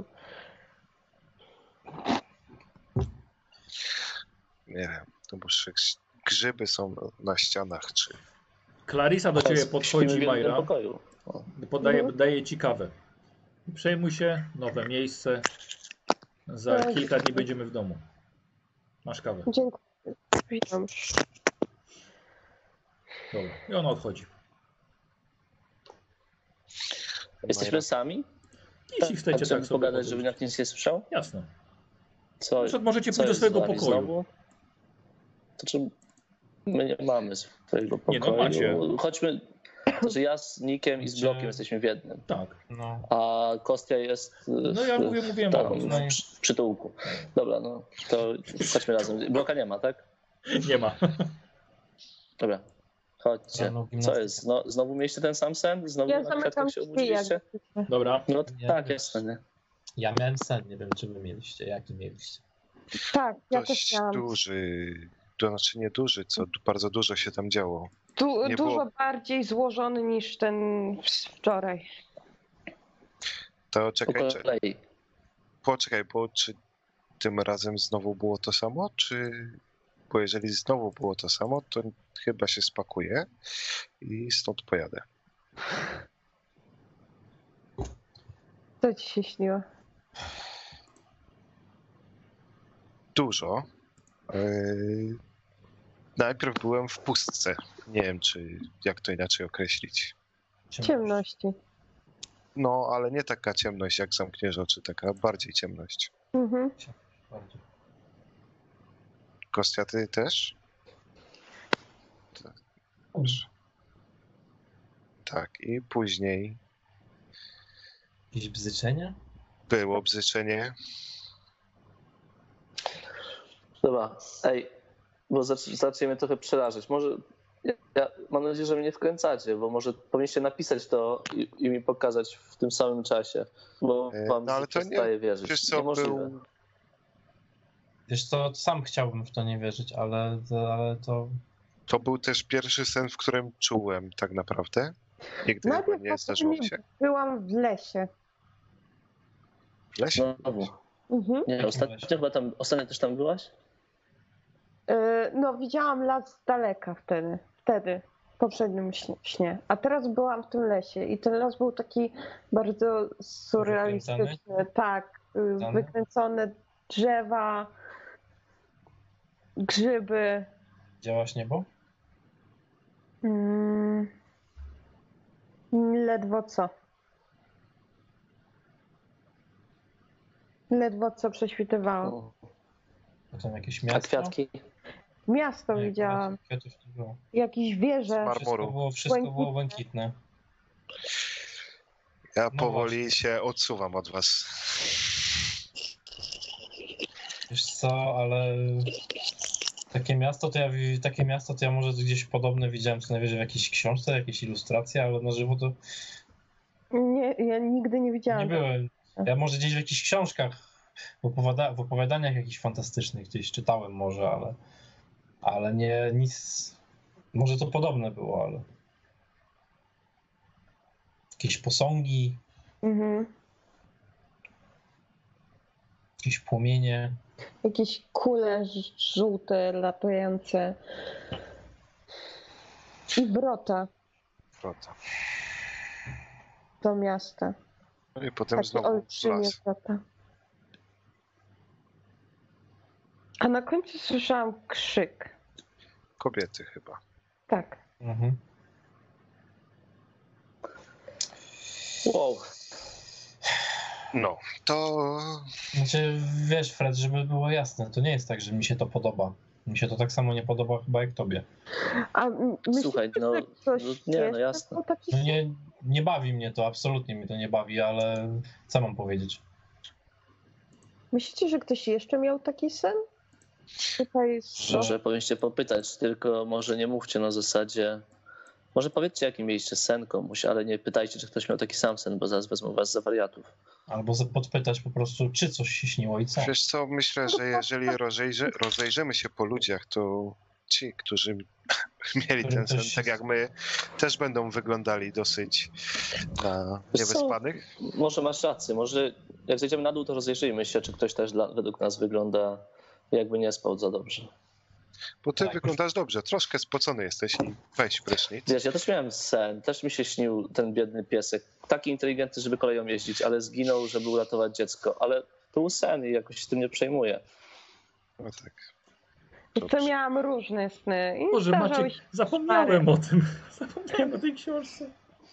Nie wiem, to bo grzyby są na ścianach, czy... Clarissa do ciebie Śpimy w podchodzi, jednym Majra. pokoju. Daje ci kawę. Przejmuj się, nowe miejsce. Za kilka dni będziemy w domu. Masz kawę. Dziękuję. Witam. Dobra. I ona odchodzi. Jesteśmy sami? Jeśli chcecie żeby tak sobie pogadać, powiedzieć. żeby nikt nic nie słyszał? Jasne. Co, Możecie co pójść do jest swojego z wami pokoju. znowu? To czy my nie mamy swojego Nie, pokoju? no macie. Chodźmy, że ja z Nikiem i z Blokiem jesteśmy w jednym, Tak. No. a Kostia jest No ja mówiłem o tam, tym. przy tyłku. Dobra, no to chodźmy razem. Bloka nie ma, tak? Nie ma. Dobra, chodźcie. Rano Co gimnastyka. jest? Znowu mieliście ten sam sen? Znowu Ja na zamykam kwiatkach się drzwi, obudziliście? Dobra. No Nie, tak, nie. jasne, nie? Ja miałem sen, nie wiem czy wy mieliście, jaki mieliście. Tak, ja też Dość miałam. duży, to znaczy nie duży, co bardzo dużo się tam działo. Nie Dużo było- bardziej złożony niż ten wczoraj. To Po czekaj, kolei. bo czy tym razem znowu było to samo, czy... Bo jeżeli znowu było to samo, to chyba się spakuję i stąd pojadę. Co ci się śniło? Dużo. Najpierw byłem w pustce. Nie wiem, jak to inaczej określić. Ciemności. No, ale nie taka ciemność, jak zamkniesz oczy, taka bardziej ciemność. Mhm. Bardziej. Kostia, ty też? Tak, i później Jakieś bzyczenia? było bzyczenie. Dobra, ej, bo zaczniemy trochę przerażać. Może ja mam nadzieję, że mnie nie wkręcacie, bo może powinniście napisać to i mi pokazać w tym samym czasie, bo wam No, ale to przestaje wierzyć. Wiesz co, Niemożliwe. Wiesz co, sam chciałbym w to nie wierzyć, ale To był też pierwszy sen, w którym czułem tak naprawdę. Nigdy chyba Najpierw nie zdarzyło mi się. byłam w lesie. W lesie? Znowu. Mhm. Nie, ostatnio też tam byłaś? No, widziałam las z daleka wtedy, w poprzednim śnie. A teraz byłam w tym lesie i ten las był taki bardzo surrealistyczny. Tak, wykręcone drzewa, grzyby. Widziałaś niebo? Ledwo co. Ledwo co prześwitywało. Potem jakieś A miasto? kwiatki? Miasto Nie, widziałam. Kwiatów nie było. Jakieś wieże. Wszystko było błękitne. Ja No powoli właśnie. się odsuwam od was. Wiesz co, ale takie miasto to ja może gdzieś podobne widziałem co najwyżej w jakiejś książce, jakieś ilustracje, ale na żywo to Nie, ja nigdy nie nie widziałam. byłem. Ja może gdzieś w jakichś książkach, w opowiadaniach jakichś fantastycznych gdzieś czytałem może, ale nie nic. Może to podobne było, ale jakieś posągi, Mhm. jakieś płomienie. Jakieś kule żółte, latające. I wrota Wrota. do miasta. No i potem Takie znowu w olbrzymie las. wrota. A na końcu słyszałam krzyk. Kobiety chyba. Tak. Mhm. Wow. No, to Znaczy, wiesz, Fred, żeby było jasne, to nie jest tak, że mi się to podoba. Mi się to tak samo nie podoba chyba jak tobie. A Słuchaj, myślicie, no, że ktoś no nie, no jeszcze jasne. był taki No nie bawi mnie to, absolutnie mnie to nie bawi, ale co mam powiedzieć? Myślicie, że ktoś jeszcze miał taki sen? Tutaj Może powinniście popytać, tylko może nie mówcie na zasadzie. Może powiedzcie, jaki mieliście sen komuś, ale nie pytajcie, czy ktoś miał taki sam sen, bo zaraz wezmą was za wariatów. Albo podpytać po prostu, czy coś się śniło i co. wiesz co, myślę, że jeżeli rozejrzymy się po ludziach, to ci, którzy mieli ten sen, tak jak my, też będą wyglądali dosyć niewyspanych. Może masz rację, może jak zejdziemy na dół, to rozejrzyjmy się, czy ktoś też według nas wygląda, jakby nie spał za dobrze. Bo ty Tak. wyglądasz dobrze, troszkę spocony jesteś i weź prysznic. Wiesz, ja też miałem sen, też mi się śnił ten biedny piesek, taki inteligentny, żeby koleją jeździć, ale zginął, żeby uratować dziecko, ale to był sen i jakoś się tym nie przejmuję. No tak. to miałam różne sny. I Boże, zdarzały Maciek, się zapomniałem o tym. Zapomniałem o tej książce.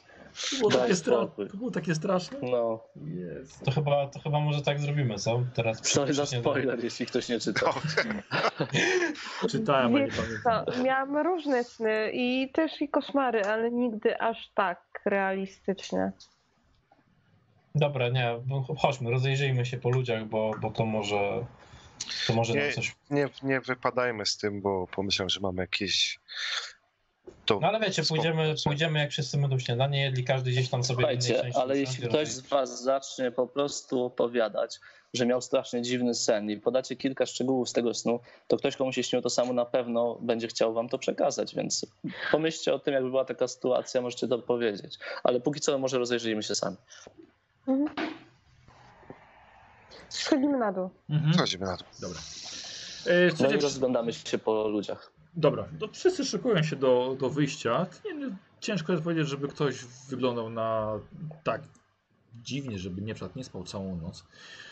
To było takie straszne. No, Jezu. To chyba może tak zrobimy, co? Teraz sorry za praktycznie spoiler, jeśli ktoś nie czytał. Czytałem, ale nie Wiesz pamiętam. co, miałam różne sny i też i koszmary, ale nigdy aż tak realistyczne. Dobra, nie, chodźmy, rozejrzyjmy się po ludziach, bo to może nam coś... Nie wypadajmy z tym, bo pomyślałem, że mamy jakieś... No ale wiecie, pójdziemy jak wszyscy będą śniadanie jedli, każdy gdzieś tam sobie w innej Słuchajcie, części ale jeśli ktoś z was zacznie po prostu opowiadać, że miał strasznie dziwny sen i podacie kilka szczegółów z tego snu, to ktoś, komu się śniło to samo, na pewno będzie chciał wam to przekazać, więc pomyślcie o tym, jakby była taka sytuacja, możecie to powiedzieć. Ale póki co może rozejrzyjmy się sami. Mhm. Schodzimy na dół. Chodzimy na to. Dobra. No i rozglądamy się po ludziach. Dobra, to wszyscy szykują się do wyjścia. Ciężko jest powiedzieć, żeby ktoś wyglądał na tak dziwnie, żeby nie spał całą noc.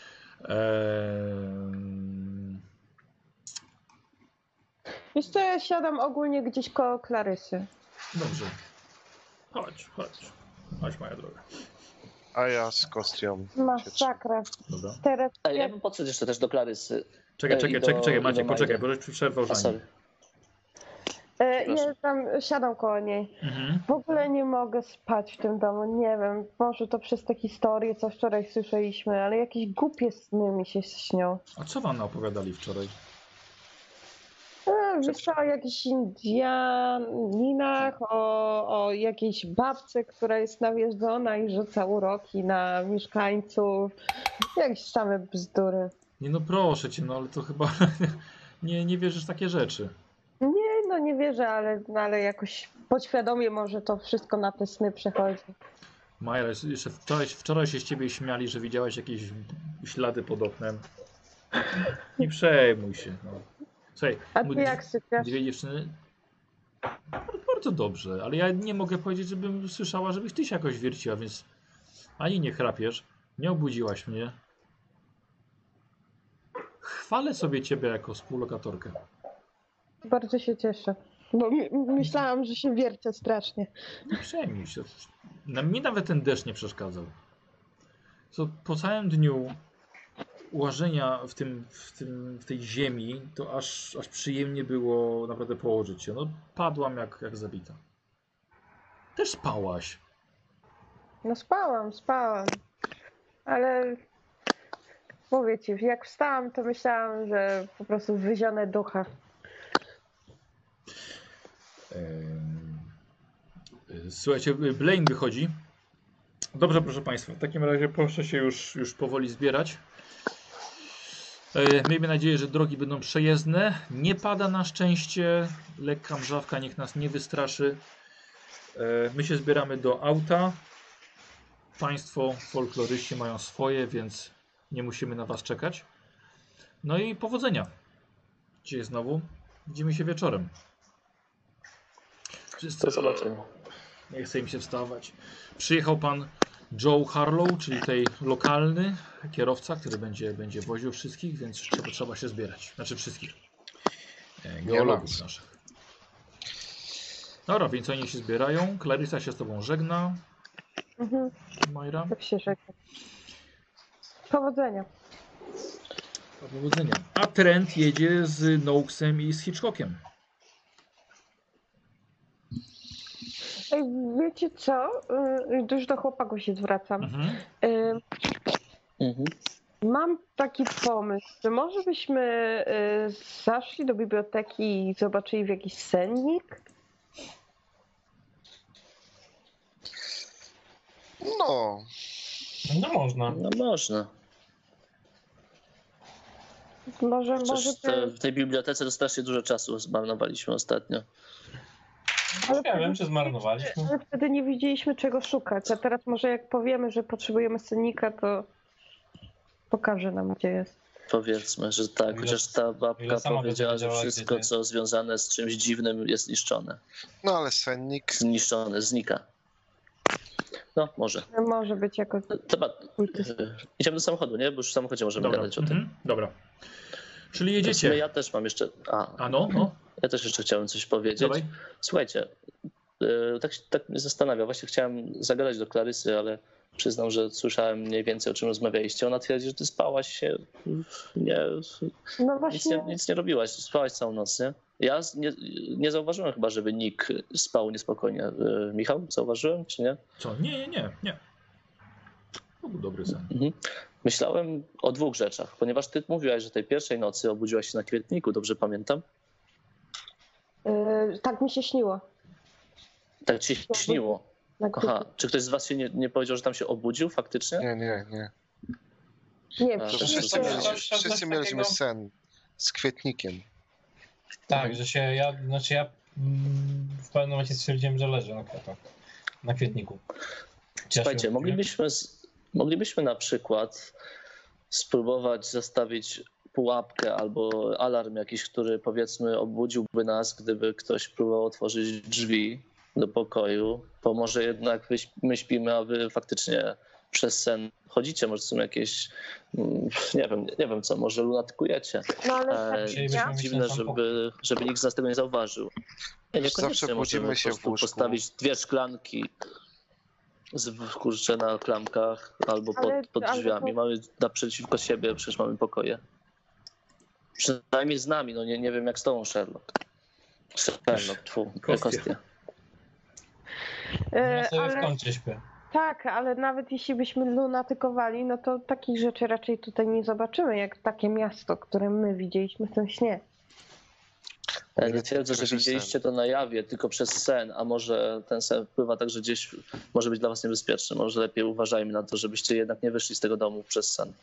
Wiesz co, ja siadam ogólnie gdzieś koło Klarysy. Dobrze. Chodź, moja droga. A ja z Kostią. Masakra. Dobra. Teraz Ja bym podszedł jeszcze też do Klarysy. Czekaj, Maciek, Majdy. poczekaj, bo żeś przerwał za nim. Sorry. ja tam siadam koło niej. W ogóle nie mogę spać w tym domu. Nie wiem, może to przez te historie, co wczoraj słyszeliśmy, ale jakieś głupie sny mi się śnią. A co wam opowiadali wczoraj? Wiesz co, o jakichś Indianinach, o jakiejś babce, która jest nawiedzona i rzuca uroki na mieszkańców. Jakieś same bzdury. Nie no proszę cię, no ale to chyba nie wierzysz w takie rzeczy. Nie wierzę, ale jakoś podświadomie może to wszystko na te sny przechodzi. Maja, jeszcze wczoraj się z ciebie śmiali, że widziałaś jakieś ślady pod oknem. Nie przejmuj się. No. Słuchaj, A ty jak sypiasz? dwie dziewczyny. Bardzo dobrze, ale ja nie mogę powiedzieć, żebym słyszała, żebyś ty się jakoś wierciła, więc ani nie chrapiesz, nie obudziłaś mnie. Chwalę sobie ciebie jako współlokatorkę. Bardzo się cieszę, bo myślałam, że się wiercę strasznie. Nie przejmuj się. Mnie nawet ten deszcz nie przeszkadzał. Co po całym dniu łażenia w tej ziemi, to aż przyjemnie było naprawdę położyć się. No, padłam jak zabita. Też spałaś. No spałam, ale mówię ci, jak wstałam, to myślałam, że po prostu wyzionę ducha. Słuchajcie, Blaine wychodzi. Dobrze, proszę Państwa, w takim razie proszę się już powoli zbierać. Miejmy nadzieję, że drogi będą przejezdne. Nie pada na szczęście. Lekka mrzawka niech nas nie wystraszy. My się zbieramy do auta. Państwo folkloryści mają swoje, więc nie musimy na Was czekać. No i powodzenia. Dzisiaj znowu widzimy się wieczorem. Do zobaczenia. Nie chce im się wstawać. Przyjechał pan Joe Harlow, czyli tutaj lokalny kierowca, który będzie woził wszystkich, więc trzeba się zbierać. Znaczy wszystkich. Geologów naszych. Dobra, więc oni się zbierają. Clarissa się z tobą żegna. Majra. Tak się żegna. Powodzenia. Powodzenia. A Trent jedzie z Noakesem i z Hitchcockiem. Ej, wiecie co? Już do chłopaków się zwracam. Mam taki pomysł, że może byśmy zaszli do biblioteki i zobaczyli w jakiś sennik? No. No można. No można. Może W tej bibliotece to strasznie dużo czasu zmarnowaliśmy ostatnio. Ja wiem, czy zmarnowaliśmy. Ale wtedy nie wiedzieliśmy, czego szukać, a teraz może jak powiemy, że potrzebujemy sennika, to pokaże nam, gdzie jest. Powiedzmy, że tak, chociaż ta babka powiedziała, że wszystko, co związane z czymś dziwnym, jest niszczone. No ale sennik... Zniszczone, znika. No, może. Może być jako... Idziemy do samochodu, nie? Bo już w samochodzie możemy gadać o tym. Dobra. Czyli jedziecie. Ja też mam jeszcze... No. Ja też jeszcze chciałem coś powiedzieć. Dawaj. Słuchajcie, tak mnie zastanawia. Właśnie chciałem zagadać do Clarysy, ale przyznam, że słyszałem mniej więcej, o czym rozmawialiście. Ona twierdzi, że ty spałaś się, no właśnie... nic nie robiłaś, spałaś całą noc, nie? Ja nie zauważyłem chyba, żeby Nick spał niespokojnie. Michał, zauważyłem, czy nie? Co? Nie. To był dobry sen. Myślałem o dwóch rzeczach, ponieważ ty mówiłaś, że tej pierwszej nocy obudziłaś się na kwietniku, dobrze pamiętam? Tak mi się śniło. Tak ci się śniło? Aha, czy ktoś z was się nie powiedział, że tam się obudził faktycznie? Nie. Nie, Wszyscy mieliśmy sen z kwietnikiem. Tak, że ja w pewnym momencie stwierdziłem, że leżę na kwiatach, na kwietniku. Słuchajcie, moglibyśmy na przykład spróbować zastawić pułapkę albo alarm jakiś, który powiedzmy obudziłby nas, gdyby ktoś próbował otworzyć drzwi do pokoju, bo może jednak my śpimy, a wy faktycznie przez sen chodzicie, może są jakieś, nie wiem co, może lunatykujecie. No ale dziwne, żeby nikt z nas tego nie zauważył. Niekoniecznie możemy się po prostu postawić 2 szklanki na klamkach albo pod drzwiami. Mamy naprzeciwko siebie, przecież mamy pokoje. Przynajmniej z nami, no nie wiem jak z tobą, Sherlock. Kostia. Ja sobie w kącie śpię. Tak, ale nawet jeśli byśmy lunatykowali, no to takich rzeczy raczej tutaj nie zobaczymy, jak takie miasto, które my widzieliśmy w tym śnie. Ja nie twierdzę, że widzieliście to na jawie, tylko przez sen, a może ten sen wpływa tak, że gdzieś może być dla was niebezpieczny. Może lepiej uważajmy na to, żebyście jednak nie wyszli z tego domu przez sen.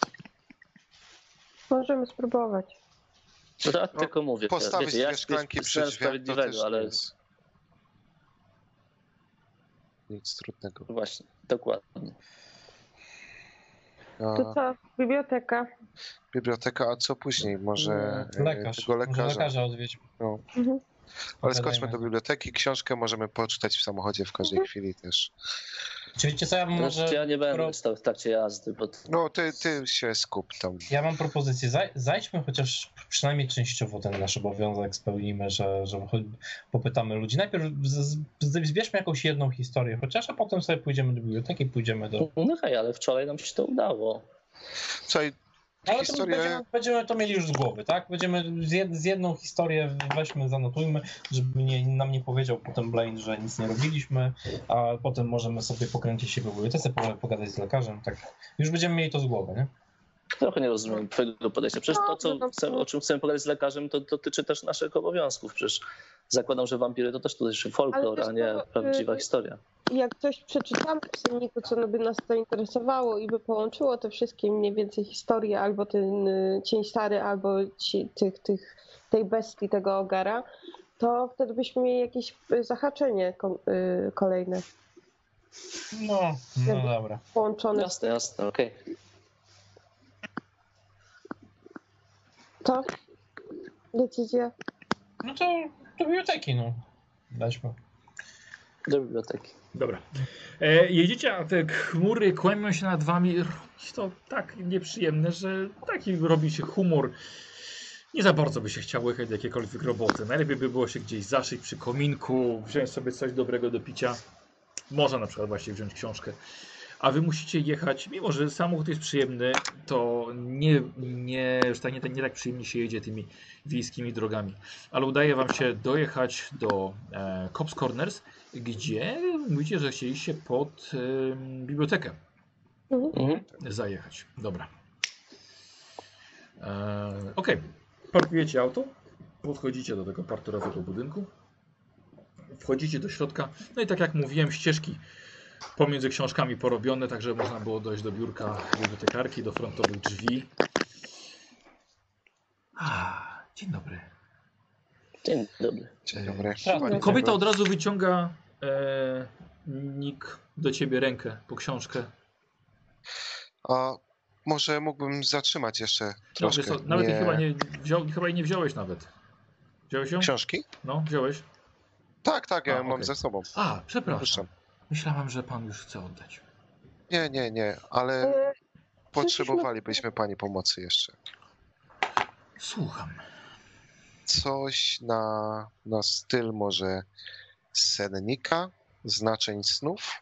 Możemy spróbować. No tak, tylko mówię. Postawić 2 szklanki przy drzwiach, to też ale... jest nic trudnego. Właśnie, dokładnie. To co? Biblioteka. Biblioteka, a co później? Może Lekarz. tego Może lekarza? lekarza odwiedź. No. Mhm. Ale Pogadajmy. skoczmy do biblioteki, książkę możemy poczytać w samochodzie w każdej chwili też. Czy wiecie co, ja bym może... Ja nie będę stał w trakcie jazdy, bo No, ty się skup tam. Ja mam propozycję, zajdźmy chociaż przynajmniej częściowo ten nasz obowiązek spełnimy, że popytamy ludzi. Najpierw zbierzmy jakąś jedną historię chociaż, a potem sobie pójdziemy do biblioteki, pójdziemy do... No hej, ale wczoraj nam się to udało. Słuchaj, Ale historię... to będziemy to mieli już z głowy, tak? Będziemy z jedną historię weźmy, zanotujmy, żeby nam nie powiedział potem Blaine, że nic nie robiliśmy, a potem możemy sobie pokręcić się w bibliotece, pogadać z lekarzem, tak? Już będziemy mieli to z głowy, nie? Trochę nie rozumiem twojego podejścia. Przecież to, o czym chcemy pogadać z lekarzem, to dotyczy też naszych obowiązków. Przecież zakładam, że wampiry to też tutaj folklor, a nie prawdziwa historia. Jak coś przeczytamy w senniku, co by nas zainteresowało i by połączyło te wszystkie mniej więcej historie, albo ten cień stary, albo tej bestii, tego ogara, to wtedy byśmy mieli jakieś zahaczenie kolejne. No dobra. Połączone. Jasne, okej. To? Decyzja? No to do biblioteki, no. Weźmy. Do biblioteki. Dobra. Jedziecie, a te chmury kłębią się nad wami. Robi to tak nieprzyjemne, że taki robi się humor. Nie za bardzo by się chciało jechać do jakiejkolwiek roboty. Najlepiej by było się gdzieś zaszyć przy kominku, wziąć sobie coś dobrego do picia. Można na przykład właśnie wziąć książkę. A wy musicie jechać, mimo że samochód jest przyjemny, to już tak nie tak przyjemnie się jedzie tymi wiejskimi drogami. Ale udaje wam się dojechać do Cops Corners, gdzie mówicie, że chcieliście pod bibliotekę zajechać. Dobra. Okej. Parkujecie auto, podchodzicie do tego parterowego budynku, wchodzicie do środka, no i tak jak mówiłem, ścieżki pomiędzy książkami porobione, tak żeby można było dojść do biurka bibliotekarki, do frontowych drzwi. Dzień dobry. Dzień dobry. Dzień dobry. Kobieta od razu wyciąga Nick do ciebie rękę po książkę. A może mógłbym zatrzymać jeszcze troszkę? No, nawet chyba jej nie wziąłeś nawet. Wziąłeś ją? Książki? No, wziąłeś. Tak, ja ją mam okej. ze sobą. Przepraszam. Puszczam. Myślałem, że pan już chce oddać. Nie, ale potrzebowalibyśmy pani pomocy jeszcze. Słucham. Coś na styl może sennika, znaczeń snów?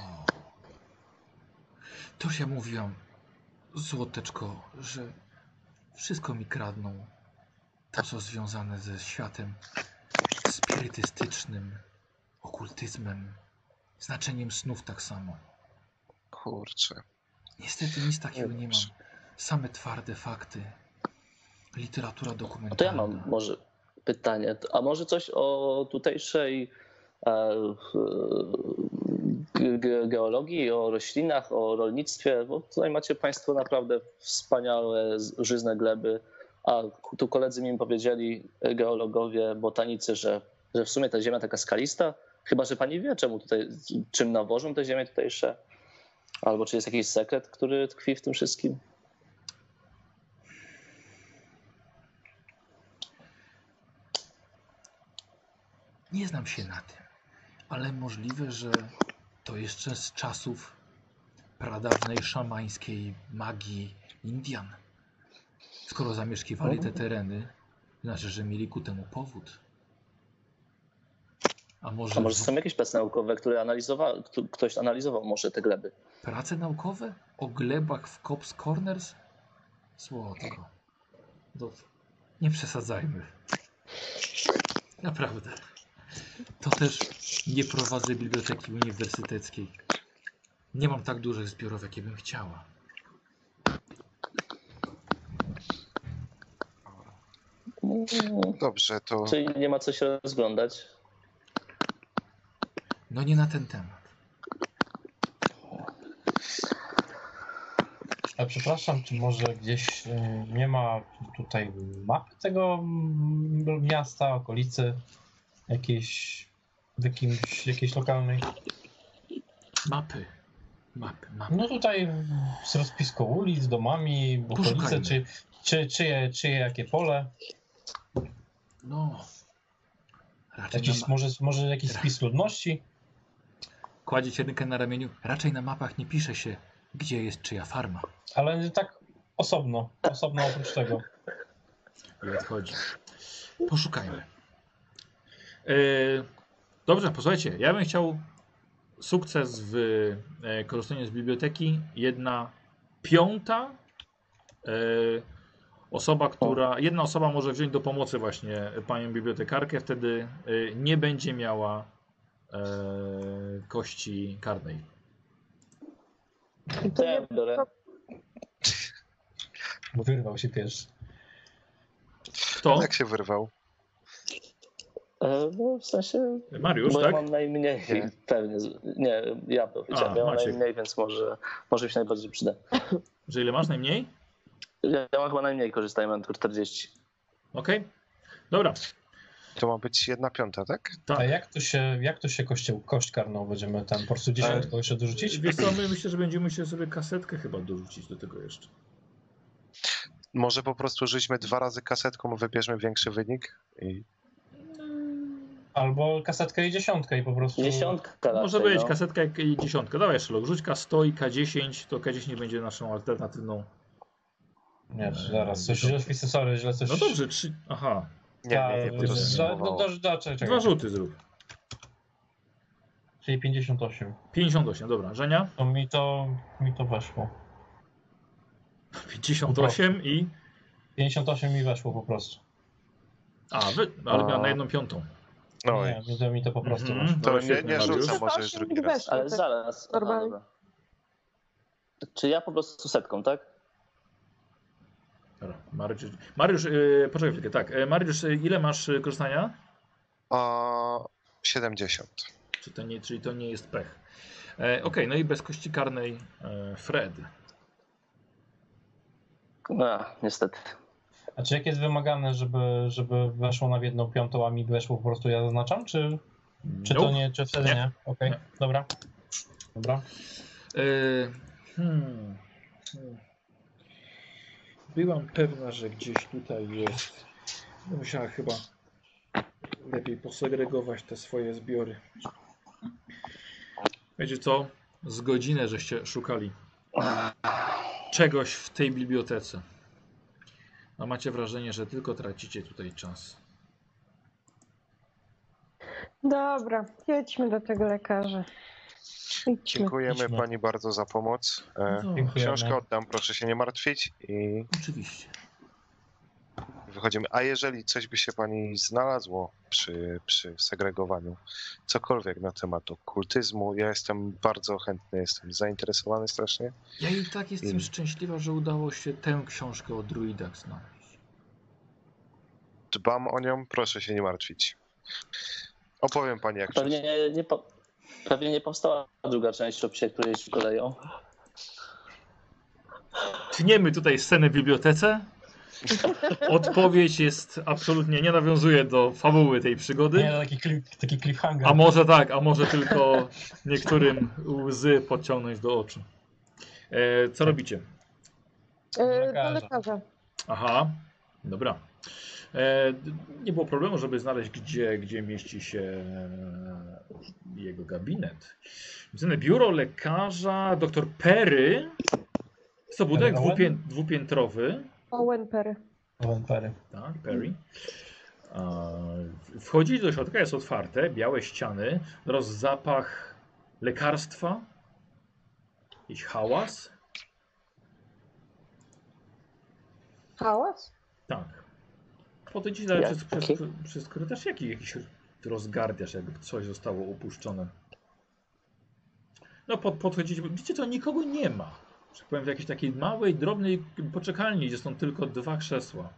To już ja mówiłam, złoteczko, że wszystko mi kradną. To, co związane ze światem spirytystycznym, okultyzmem, znaczeniem snów tak samo. Kurczę. Niestety nic takiego nie mam. Same twarde fakty. Literatura dokumentalna. To ja mam może pytanie. A może coś o tutejszej geologii, o roślinach, o rolnictwie? Bo tutaj macie państwo naprawdę wspaniałe, żyzne gleby. A tu koledzy mi powiedzieli, geologowie, botanicy, że w sumie ta ziemia taka skalista. Chyba że pani wie, czym nawożą te ziemie tutejsze? Albo czy jest jakiś sekret, który tkwi w tym wszystkim? Nie znam się na tym, ale możliwe, że to jeszcze z czasów pradawnej szamańskiej magii Indian. Skoro zamieszkiwali te tereny, znaczy, że mieli ku temu powód. A może są jakieś prace naukowe, które ktoś analizował może te gleby? Prace naukowe? O glebach w Cops Corners? Słodko. Nie przesadzajmy. Naprawdę. To też nie prowadzę biblioteki uniwersyteckiej. Nie mam tak dużych zbiorów, jakie bym chciała. Dobrze, to... Czyli nie ma co się rozglądać? No nie na ten temat. A przepraszam, czy może gdzieś nie ma tutaj mapy tego miasta, okolicy jakiejś lokalnej? Mapy. Mapy. No tutaj z rozpiską ulic, domami, okolice, Poszukajmy. czyje jakie pole. No. Raczej Jakiś, może jakiś spis ludności. Kładzie ci rękę na ramieniu. Raczej na mapach nie pisze się, gdzie jest czyja farma. Ale tak osobno oprócz tego. I odchodzi. Poszukajmy. Dobrze, posłuchajcie. Ja bym chciał sukces w korzystaniu z biblioteki. 1/5 jedna osoba może wziąć do pomocy właśnie panią bibliotekarkę. Wtedy nie będzie miała kości karnej. To ja biorę. Bo wyrwał się pierwszy. Kto? Jak się wyrwał? No, w sensie. Mariusz, bo tak? ja mam najmniej Nie. pewnie. Nie, ja powiedziałem. Ja mam Maciek. najmniej, więc może mi się najbardziej przyda. Że ile masz najmniej? Ja mam chyba najmniej korzystajmy, mam tylko 40. Okej. Dobra. To ma być 1/5, tak? Tak. A jak to się kość karną będziemy tam po prostu 10 jeszcze dorzucić? Wiesz co, my myślę, że będziemy musieli sobie kasetkę chyba dorzucić do tego jeszcze. Może po prostu rzućmy 2 razy kasetką, wybierzmy większy wynik i Albo kasetkę i 10 i po prostu... 10 raczej, Może być no. kasetka i 10. Dawaj Szylok, rzuć K100 i K10, to K10 będzie naszą alternatywną. Nie, zaraz, coś źle wpisy, sorry, źle coś... No dobrze, 3. Aha. nie, to zsumowało. Czekaj. 2 rzuty zrób. Czyli 58. 58, dobra. Żenia? To mi to weszło. 58 i... 58 mi weszło po prostu. Ale miał na 1/5. No i Nie, mi to po prostu Mhm. weszło. to No, nie, świetnie, nie Mariusz. rzucam, może już drugi raz. Ale zaraz. Aha, Normalnie. dobra. Czy ja po prostu setką, tak? Dobra, Mariusz, poczekaj chwilkę, tak. Mariusz, ile masz korzystania? 70. Czyli to nie jest pech. Okej, no i bez kości karnej Fred. No, niestety. A czy jak jest wymagane, żeby weszło na 1/5, a mi weszło po prostu ja zaznaczam, czy to Nope. nie, czy wtedy Nie. nie? Okej, Nie. dobra. Byłam pewna, że gdzieś tutaj jest. Musiała chyba lepiej posegregować te swoje zbiory. Wiecie co? Z godzinę żeście szukali czegoś w tej bibliotece. A macie wrażenie, że tylko tracicie tutaj czas. Dobra, jedźmy do tego lekarza. Idźmy. Dziękujemy Idźmy. pani bardzo za pomoc. No, Dziękujemy. Książkę oddam, proszę się nie martwić i oczywiście. wychodzimy. A jeżeli coś by się pani znalazło przy segregowaniu, cokolwiek na temat okultyzmu, ja jestem bardzo chętny, jestem zainteresowany strasznie. Ja i tak jestem szczęśliwa, że udało się tę książkę o druidach znaleźć. Dbam o nią, proszę się nie martwić. Opowiem pani jak Pewnie nie powstała druga część o psie, który jeździ koleją. Tniemy tutaj scenę w bibliotece. Odpowiedź jest absolutnie, nie nawiązuje do fabuły tej przygody. Nie, taki cliffhanger. A może tak, a może tylko niektórym łzy podciągnąć do oczu. Co robicie? Do lekarza. Aha, dobra. Nie było problemu, żeby znaleźć, gdzie mieści się jego gabinet. Widzę biuro lekarza, dr Perry. Jest to budynek dwupiętrowy. Owen Perry. Tak, Perry. Wchodzi do środka, jest otwarte, białe ściany, teraz zapach lekarstwa, jakiś hałas. Hałas? Tak. Podchodzicie dalej przez korytarz, jakiś rozgardiasz, jakby coś zostało upuszczone. No podchodzicie, widzicie, to nikogo nie ma. Że powiem, w jakiejś takiej małej, drobnej poczekalni, gdzie są tylko 2 krzesła.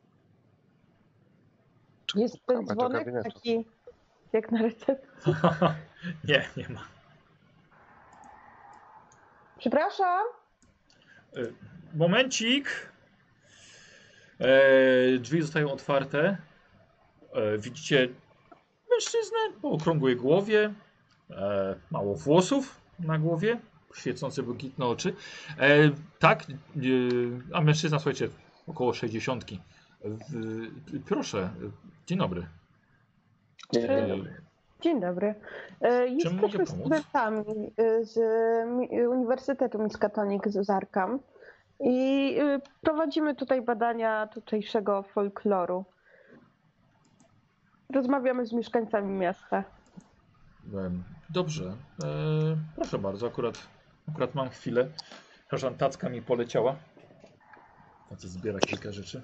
Jest ten Pukamy do dzwonek gabinetu. taki jak na recepcji. Nie ma. Przepraszam. Momencik. Drzwi zostają otwarte. Widzicie mężczyznę o okrągłej głowie. Mało włosów na głowie. świecące błękitne oczy. Tak, a mężczyzna, słuchajcie, około 60. Proszę, dzień dobry. Dzień dobry. Jesteśmy studentami z Uniwersytetu Miskatonic z Arkham i prowadzimy tutaj badania tutejszego folkloru. Rozmawiamy z mieszkańcami miasta. Dobrze. Proszę bardzo, akurat mam chwilę. Przepraszam, tacka mi poleciała. Tacy zbiera kilka rzeczy.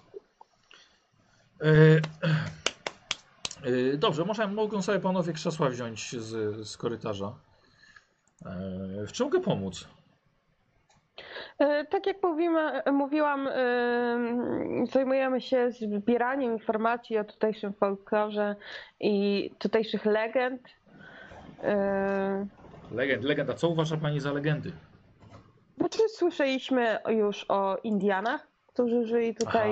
Dobrze, mogą sobie panowie krzesła wziąć z korytarza. W czym mogę pomóc? Tak jak mówiłam, zajmujemy się zbieraniem informacji o tutejszym folklorze i tutejszych legend. Legenda. Co uważa pani za legendy? Znaczy, słyszeliśmy już o Indianach, którzy żyli tutaj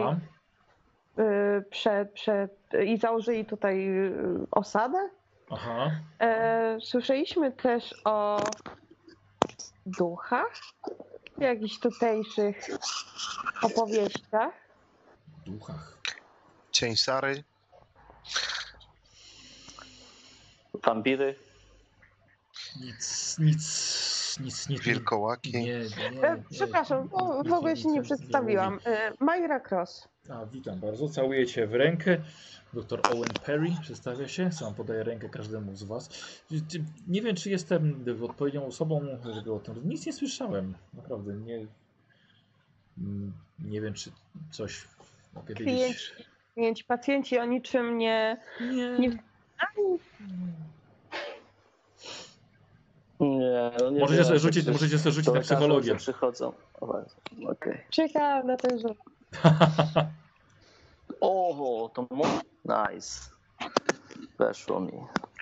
i założyli tutaj osadę. Aha. Słyszeliśmy też o duchach, jakichś tutejszych opowieściach. Duchach. Cień Sary. Wampiry. Nic. Wilkołaki. Nie. Przepraszam, w ogóle się nie przedstawiłam. Myra Cross. Witam bardzo. Całuję cię w rękę. Dr Owen Perry przedstawia się. Sam podaję rękę każdemu z was. Nie wiem, czy jestem odpowiednią osobą, żeby o tym... Nic nie słyszałem. Naprawdę. Nie wiem, czy coś mogę wiedzieć. Pacjenci o niczym nie... Nie, możecie sobie rzucić na psychologię. Przychodzą. Okay. Czekam na ten rzut. Oho, to nice. Weszło mi.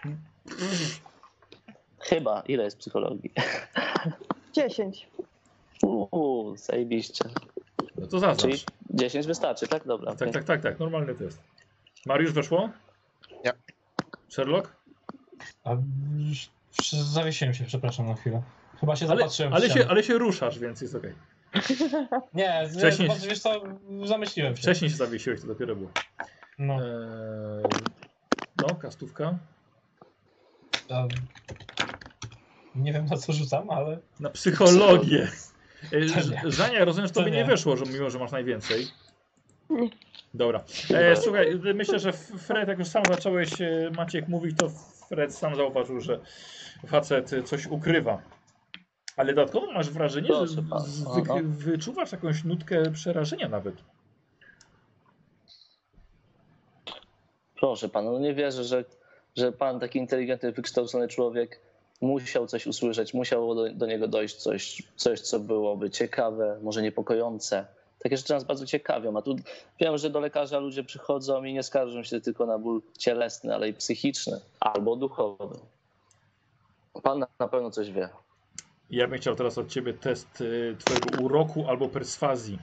Chyba. Ile jest psychologii? 10. Zajebiście. No to zaznacz. Czyli 10 wystarczy, tak? Dobra. Tak. Normalny test. Mariusz, weszło? Nie. Sherlock? Zawiesiłem się, przepraszam na chwilę. Chyba się zapatrzyłem ale się ruszasz, więc jest okej. Nie, wcześniej, wiesz co, zamyśliłem się. Wcześniej się zawiesiłeś, to dopiero było. No. Kastówka. Nie wiem, na co rzucam, ale... Na psychologię. Żania, rozumiem, że tobie nie weszło, mimo że masz najwięcej. Nie. Dobra. Słuchaj, myślę, że Fred, jak już sam zacząłeś, Maciek, mówić, to Fred sam zauważył, że facet coś ukrywa. Ale dodatkowo masz wrażenie, że wyczuwasz jakąś nutkę przerażenia nawet. Proszę pana, no nie wierzę, że pan, taki inteligentny, wykształcony człowiek, musiał coś usłyszeć, musiało do niego dojść coś, co byłoby ciekawe, może niepokojące. Takie rzeczy nas bardzo ciekawią, a tu wiem, że do lekarza ludzie przychodzą i nie skarżą się tylko na ból cielesny, ale i psychiczny albo duchowy. Pan na pewno coś wie. Ja bym chciał teraz od ciebie test twojego uroku albo perswazji.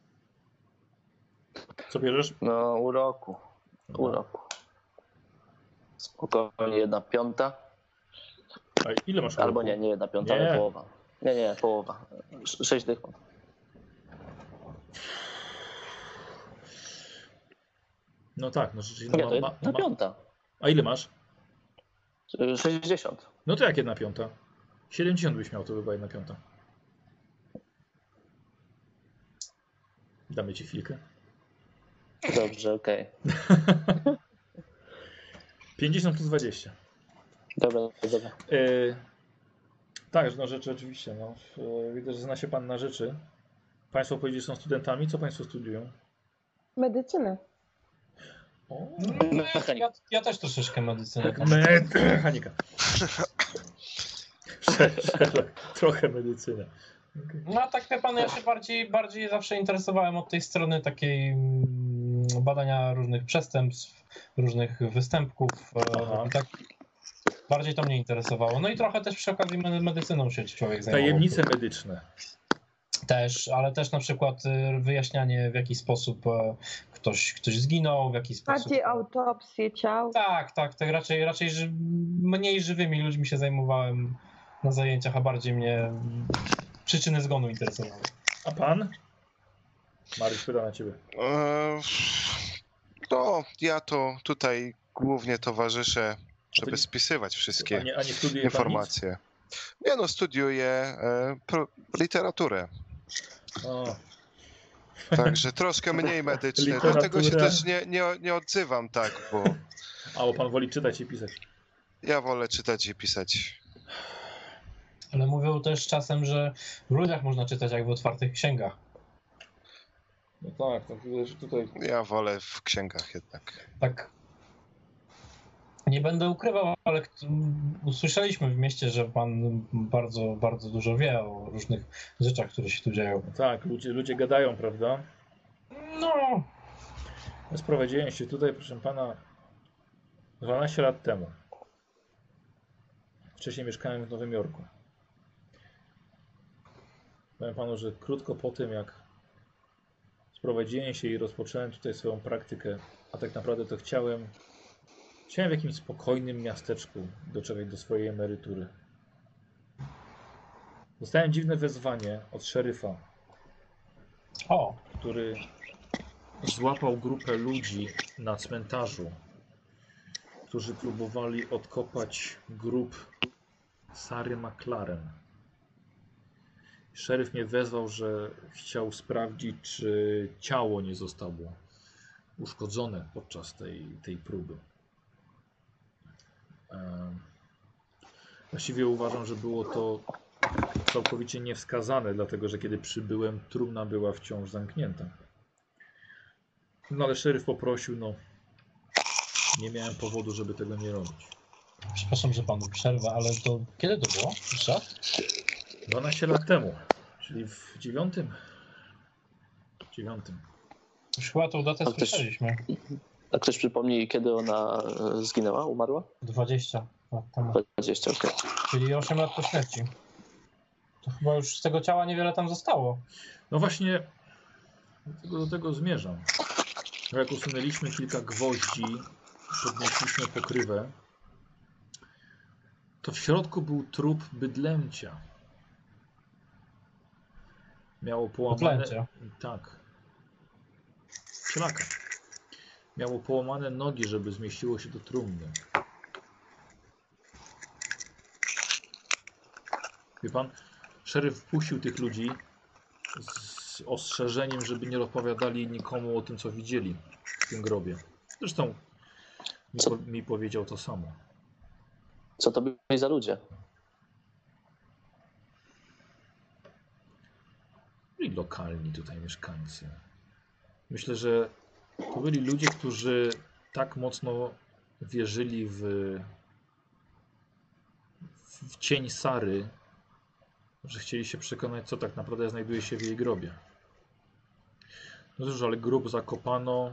Co bierzesz? No, uroku. Spokojnie, 1/5. A ile masz uroku? Albo nie 1/5, ale połowa. Nie, połowa. 6 dych. No tak, no rzeczywiście. Nie, to 1/5. A ile masz? 60. No to jak 1/5? 70 byś miał, to by była 1/5. Damy ci chwilkę. Dobrze, okej. 50 plus 20. Dobra. Tak, no rzeczy oczywiście. No. Widzę, że zna się pan na rzeczy. Państwo powiedzieli, że są studentami. Co państwo studiują? Medycynę. Ja też troszeczkę medycynę. Mechanika. Trochę medycynę. Okay. No a tak wie pan, ja się bardziej zawsze interesowałem od tej strony takiej badania różnych przestępstw, różnych występków. I tak bardziej to mnie interesowało. No i trochę też przy okazji medycyną się człowiek zajmował. Tajemnice medyczne. Też, ale też na przykład wyjaśnianie, w jaki sposób ktoś zginął, w jaki sposób... Bardziej autopsje ciał. Tak, raczej mniej żywymi ludźmi się zajmowałem na zajęciach, a bardziej mnie przyczyny zgonu interesowały. A pan? Mariusz pyta na ciebie. No, ja to tutaj głównie towarzyszę, żeby spisywać wszystkie A nie studiuje informacje. Nie no, studiuję literaturę. O. Także troszkę mniej medyczny, dlatego się też nie odzywam tak, bo... A, bo pan woli czytać i pisać. Ja wolę czytać i pisać. Ale mówią też czasem, że w ludziach można czytać jak w otwartych księgach. No tak, tak tutaj... Ja wolę w księgach jednak. Tak. Nie będę ukrywał, ale usłyszeliśmy w mieście, że pan bardzo, bardzo dużo wie o różnych rzeczach, które się tu dzieją. Tak, ludzie gadają, prawda? No, Ja sprowadziłem się tutaj, proszę pana, 12 lat temu. Wcześniej mieszkałem w Nowym Jorku. Powiem panu, że krótko po tym, jak sprowadziłem się i rozpocząłem tutaj swoją praktykę, a tak naprawdę to chciałem w jakimś spokojnym miasteczku doczekać do swojej emerytury. Dostałem dziwne wezwanie od szeryfa, który złapał grupę ludzi na cmentarzu, którzy próbowali odkopać grób Sary McLaren. Szeryf mnie wezwał, że chciał sprawdzić, czy ciało nie zostało uszkodzone podczas tej próby. Właściwie uważam, że było to całkowicie niewskazane, dlatego że kiedy przybyłem, trumna była wciąż zamknięta. No ale szeryf poprosił, no nie miałem powodu, żeby tego nie robić. Przepraszam, że panu przerwę, ale to kiedy to było? Jeszcze? 12 lat temu, czyli w 9. Już chyba tą datę słyszeliśmy. A ktoś przypomni, kiedy ona zginęła, umarła? 20 lat temu. 20, okej. Czyli 8 lat po śmierci. To chyba już z tego ciała niewiele tam zostało. No właśnie do tego zmierzam. Jak usunęliśmy kilka gwoździ, podnieśliśmy pokrywę, to w środku był trup bydlęcia. Miało połamane... Bydlęcia? Tak. Cielaka. Miało połamane nogi, żeby zmieściło się do trumny. Wie pan, szeryf wpuścił tych ludzi z ostrzeżeniem, żeby nie opowiadali nikomu o tym, co widzieli w tym grobie. Zresztą mi powiedział to samo. Co to byli za ludzie? I lokalni tutaj mieszkańcy. Myślę, że to byli ludzie, którzy tak mocno wierzyli w cień Sary, że chcieli się przekonać, co tak naprawdę znajduje się w jej grobie. No cóż, ale grób zakopano,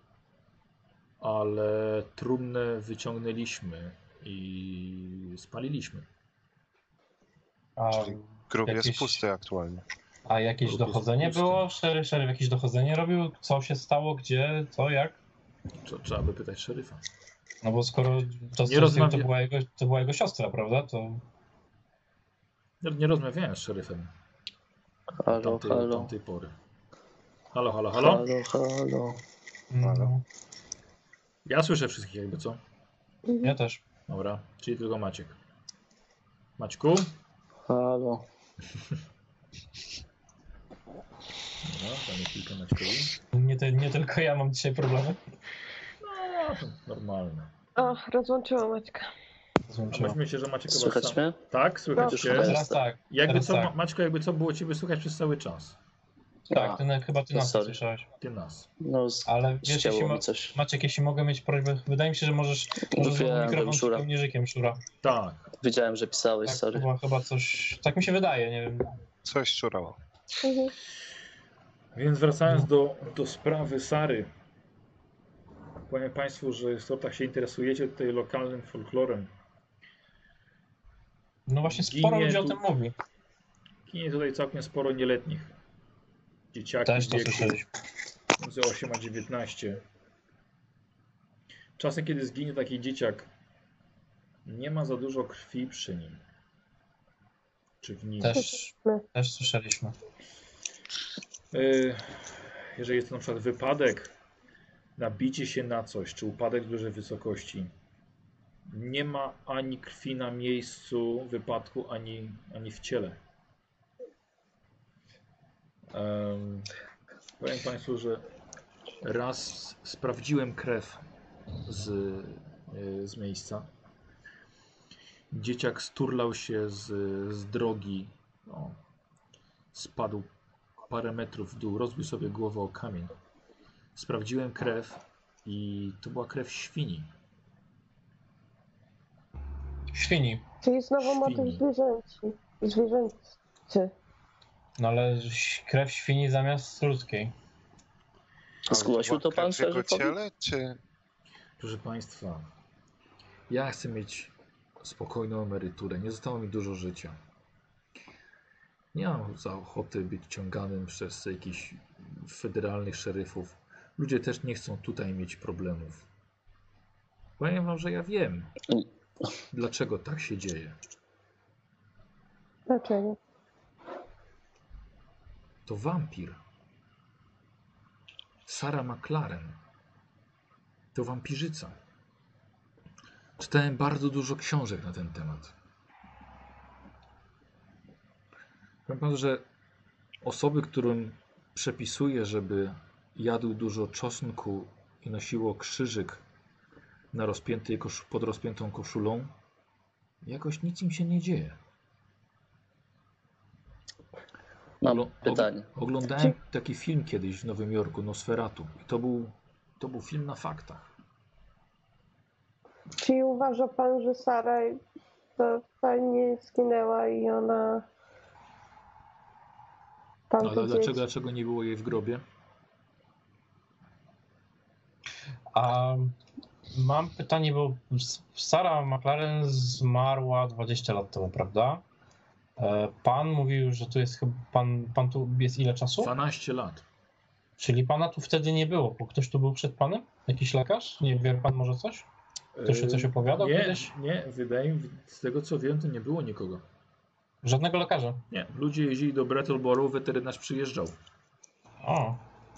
ale trumnę wyciągnęliśmy i spaliliśmy. Czyli grób jest pusty aktualnie. A jakieś dochodzenie było? Szeryf jakieś dochodzenie robił? Co się stało? Gdzie? Co? Jak? Trzeba by pytać szeryfa. No bo skoro to, to była jego siostra, prawda? To... Nie rozmawiałem z szeryfem od tamtej pory. Halo? Halo. No. Ja słyszę wszystkich jakby, co? Ja też. Dobra, czyli tylko Maciek. Maćku? Halo. Dobra, damy kilka Maćkowi. Nie tylko ja mam dzisiaj problemy. No, to normalne. O, rozłączyłam Maćka. Myślę się, że Maciek Słychać mnie? Tak, słychać cię. Teraz tak. Jakby teraz co, tak. Maćko, jakby co, było ciebie słychać przez cały czas. Tak, chyba ty nas sorry. słyszałeś. Ty nas. No, Ale wiesz, coś. Maciek, jeśli mogę mieć prośbę, wydaje mi się, że możesz mikrofon z pełnierzykiem, Szura. Tak. Wiedziałem, że pisałeś, Tak, sorry. chyba coś, tak mi się wydaje, nie wiem. Coś szurało. Więc wracając do sprawy Sary. Powiem Państwu, że skoro tak się interesujecie tutaj lokalnym folklorem. No właśnie sporo ludzi o tym mówi. Ginie tutaj całkiem sporo nieletnich. Dzieciaki Też to w wieku słyszeliśmy. między 8 a 19. Czasem, kiedy zginie taki dzieciak, nie ma za dużo krwi przy nim. czy w nim. Też słyszeliśmy. Jeżeli jest to na przykład wypadek, nabicie się na coś, czy upadek z dużej wysokości, nie ma ani krwi na miejscu wypadku, ani w ciele. Powiem Państwu, że raz sprawdziłem krew z miejsca. Dzieciak sturlał się z drogi, no, spadł parę metrów w dół, rozbił sobie głowę o kamień. Sprawdziłem krew i to była krew świni. Świni. Czyli znowu motyw zwierzęcy. No ale krew świni zamiast ludzkiej. Zgłosił to pan w jego szeryfowi? ciele, czy... Proszę Państwa, ja chcę mieć spokojną emeryturę. Nie zostało mi dużo życia. Nie mam za ochoty być ciąganym przez jakichś federalnych szeryfów. Ludzie też nie chcą tutaj mieć problemów. Powiem wam, że ja wiem, dlaczego tak się dzieje. Dlaczego? To wampir. Sarah McLaren. To wampirzyca. Czytałem bardzo dużo książek na ten temat. Powiem panu, że osoby, którym przepisuję, żeby jadł dużo czosnku i nosiło krzyżyk na pod rozpiętą koszulą, jakoś nic im się nie dzieje. Mam pytanie. Oglądałem taki film kiedyś w Nowym Jorku, Nosferatu. I to był film na faktach. Czyli uważa pan, że Sara to fajnie zginęła i ona... Ale dlaczego nie było jej w grobie? A mam pytanie, bo Sarah McLaren zmarła 20 lat temu, prawda? Pan mówił, że tu jest chyba... Pan tu jest ile czasu? 12 lat. Czyli pana tu wtedy nie było. Ktoś tu był przed panem? Jakiś lekarz? Nie wie pan może coś? Ktoś coś opowiadał kiedyś? Nie, wydaje mi się, z tego co wiem, to nie było nikogo. Żadnego lekarza? Nie, ludzie jeździli do Brattleboro, weterynarz przyjeżdżał. O.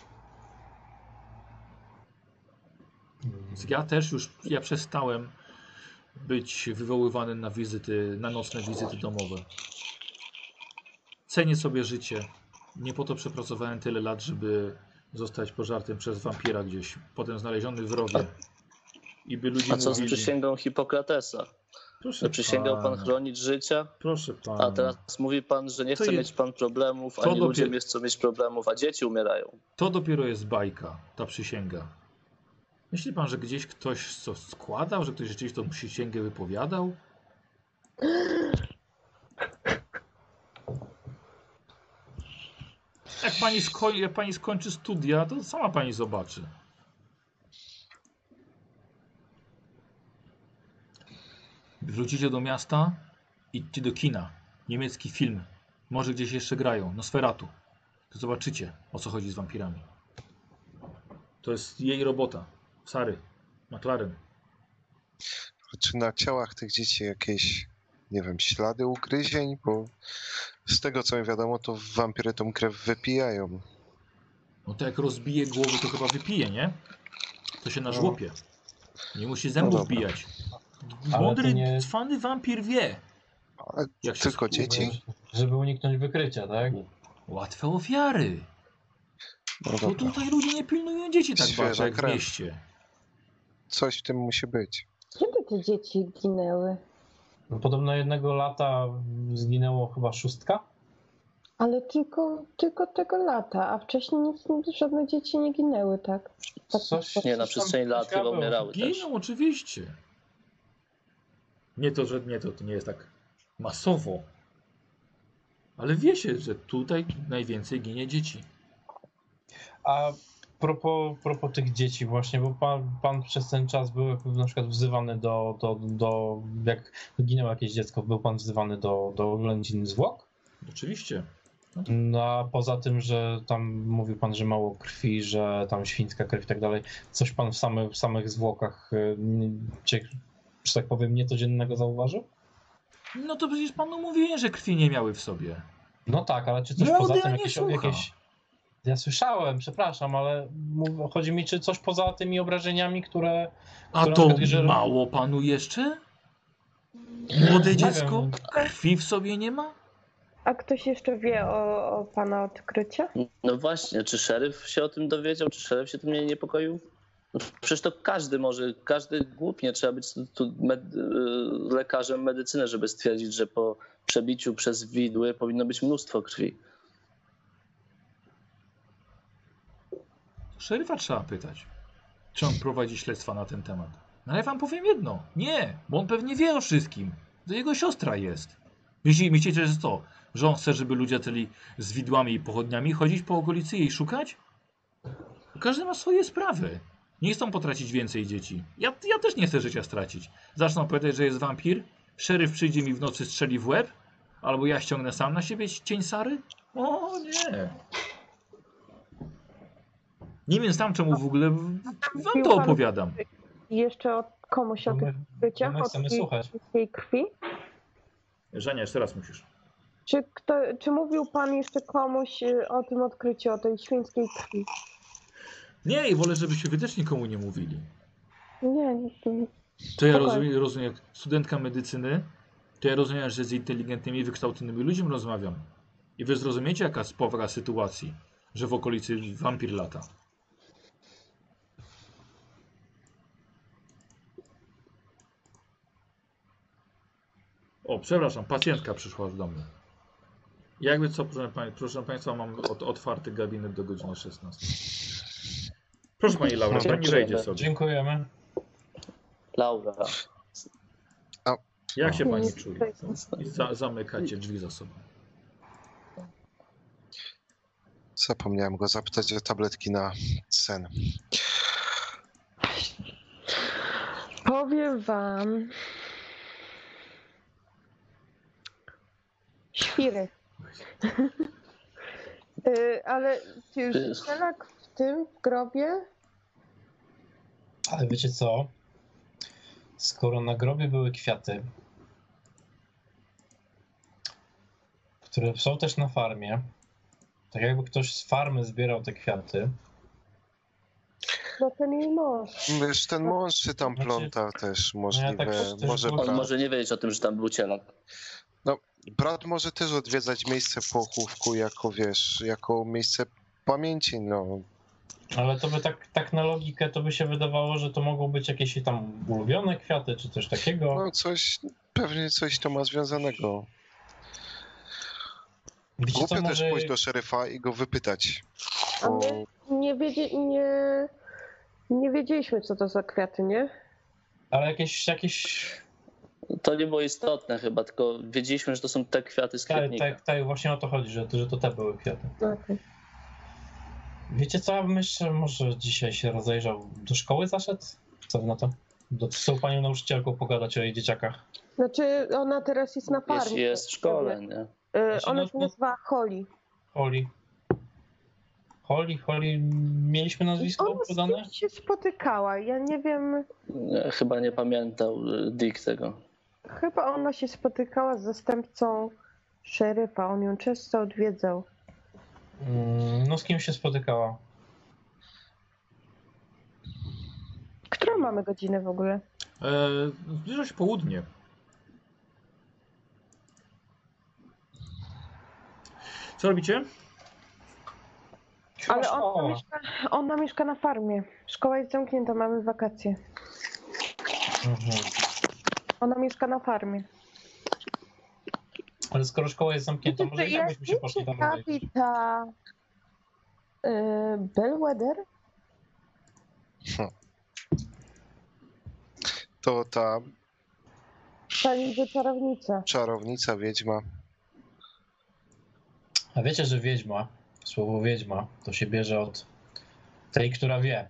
Ja przestałem być wywoływany na wizyty, na nocne wizyty domowe. Cenię sobie życie. Nie po to przepracowałem tyle lat, żeby zostać pożartym przez wampira gdzieś, potem znaleziony w rowie. I by ludzie A co z mówili, przysięgą Hipokratesa? proszę Przysięgał pan chronić życia? Proszę pana. A teraz mówi pan, że nie To chce jest- mieć pan problemów, to ani dopiero- ludziom nie chcą mieć problemów, a dzieci umierają. To dopiero jest bajka, ta przysięga. Myśli pan, że gdzieś ktoś co składał, że ktoś rzeczywiście tą przysięgę wypowiadał? Jak pani skończy studia, to sama pani zobaczy. Wrócicie do miasta, idźcie do kina. Niemiecki film. Może gdzieś jeszcze grają. Nosferatu. To zobaczycie, o co chodzi z wampirami. To jest jej robota. Sary McLaren. Czy na ciałach tych dzieci jakieś, nie wiem, ślady ugryzień? Bo z tego co mi wiadomo, to wampiry tą krew wypijają. No to jak rozbije głowy, to chyba wypije, nie? To się na No. żłopie. Nie musi zębów dobra. bijać. Ale Mądry, to nie- cwany wampir wie. Ale Jak się tylko sku- dzieci? Żeby uniknąć wykrycia, tak? Łatwe ofiary. No Bo dobra. tutaj ludzie nie pilnują dzieci tak Świeża bardzo jak w krew. mieście. Coś w tym musi być. Kiedy te dzieci ginęły? No, podobno jednego lata zginęło chyba 6. Ale tylko tego lata, a wcześniej żadne dzieci nie ginęły, tak? Coś, Nie, na coś tam przestrzeni lat chyba było. umierały też. Giną oczywiście. Nie to, że nie, to nie jest tak masowo. Ale wie się, że tutaj najwięcej ginie dzieci. A propos tych dzieci właśnie, bo pan przez ten czas był na przykład wzywany do jak ginęło jakieś dziecko, był pan wzywany do oględzin zwłok? Oczywiście. No a poza tym, że tam mówił pan, że mało krwi, że tam świńska krew i tak dalej, coś pan w samych zwłokach, że tak powiem, niecodziennego zauważył? No to przecież panu mówiłem, że krwi nie miały w sobie. No tak, ale czy coś Młody, poza tym, a nie słucha. Ja słyszałem, przepraszam, ale chodzi mi, czy coś poza tymi obrażeniami, które... A na to przykład, że... mało panu jeszcze? Młode Nie dziecko? wiem. Krwi w sobie nie ma? A ktoś jeszcze wie o pana odkryciu? No właśnie, czy szeryf się o tym dowiedział, czy szeryf się tym nie niepokoił? No przecież to każdy głup, nie trzeba być tu lekarzem medycyny, żeby stwierdzić, że po przebiciu przez widły powinno być mnóstwo krwi. Szeryfa trzeba pytać, czy on prowadzi śledztwa na ten temat. No ale wam powiem jedno. Nie, bo on pewnie wie o wszystkim. To jego siostra jest. Jeśli myślicie, że jest to, że on chce, żeby ludzie zaczęli z widłami i pochodniami chodzić po okolicy i jej szukać? Każdy ma swoje sprawy. Nie chcą potracić więcej dzieci. Ja też nie chcę życia stracić. Zaczną powiedzieć, że jest wampir, szeryf przyjdzie mi w nocy, strzeli w łeb, albo ja ściągnę sam na siebie cień Sary? O nie. Nie wiem sam, czemu w ogóle wam to opowiadam. Jeszcze od komuś o tych odkryciach, o tej krwi? Żenia, jeszcze raz musisz. Czy mówił pan jeszcze komuś o tym odkryciu, o tej świńskiej krwi? Nie, i wolę, żebyście wy też nikomu nie mówili. Nie. To ja rozumiem, jak studentka medycyny, to ja rozumiem, że z inteligentnymi, wykształconymi ludźmi rozmawiam. I wy zrozumiecie, jaka jest powaga sytuacji, że w okolicy wampir lata. O, przepraszam, pacjentka przyszła do mnie. Jakby co, proszę Państwa, mam otwarty gabinet do godziny 16. Proszę Pani Laura, Pani wejdzie sobie. Dziękujemy. Laura. Jak się Pani czuje? I zamykacie drzwi za sobą. Zapomniałem go zapytać o tabletki na sen. Powiem wam... Świry. Ale czy Szelak w tym grobie? Ale wiecie co? Skoro na grobie były kwiaty, które są też na farmie, tak jakby ktoś z farmy zbierał te kwiaty. No ten jej mąż. Wiesz, ten mąż się tam pląta też możliwe. też Może było- On może nie wiedzieć o tym, że tam był cielak. brat może też odwiedzać miejsce pochówku jako, wiesz, jako miejsce pamięci, no. Ale to by tak na logikę to by się wydawało, że to mogą być jakieś tam ulubione kwiaty, czy coś takiego. No pewnie coś to ma związanego. Wiecie Głupio co, też może... pójść do szeryfa i go wypytać. A Bo... my nie wiedzieliśmy, co to za kwiaty, nie? Ale jakieś... To nie było istotne chyba, tylko wiedzieliśmy, że to są te kwiaty z kwietnika. Tak, właśnie o to chodzi, że to te były kwiaty. Okay. Wiecie co, ja bym jeszcze może dzisiaj się rozejrzał, do szkoły zaszedł? Co wy na to? Z tą panią nauczycielką pogadać o jej dzieciakach. Znaczy, ona teraz jest na farmie. Jeśli jest w szkole, nie? Ona się nazywa Holly. Holly, mieliśmy nazwisko podane? Ona z kim się spotykała, ja nie wiem... Chyba nie pamiętał Dick tego. Chyba ona się spotykała z zastępcą szeryfa, on ją często odwiedzał. No z kim się spotykała? Którą mamy godzinę w ogóle? Zbliża się południe. Co robicie? Ale ona mieszka na farmie. Szkoła jest zamknięta, mamy wakacje. Mhm. Ona mieszka na farmie. Ale skoro szkoła jest zamknięta, może i tak byśmy się poszli tam rozejrzeć. Ta Bellwether? To ta Ta niby czarownica. czarownica, wiedźma. A wiecie, że słowo wiedźma, to się bierze od tej, która wie.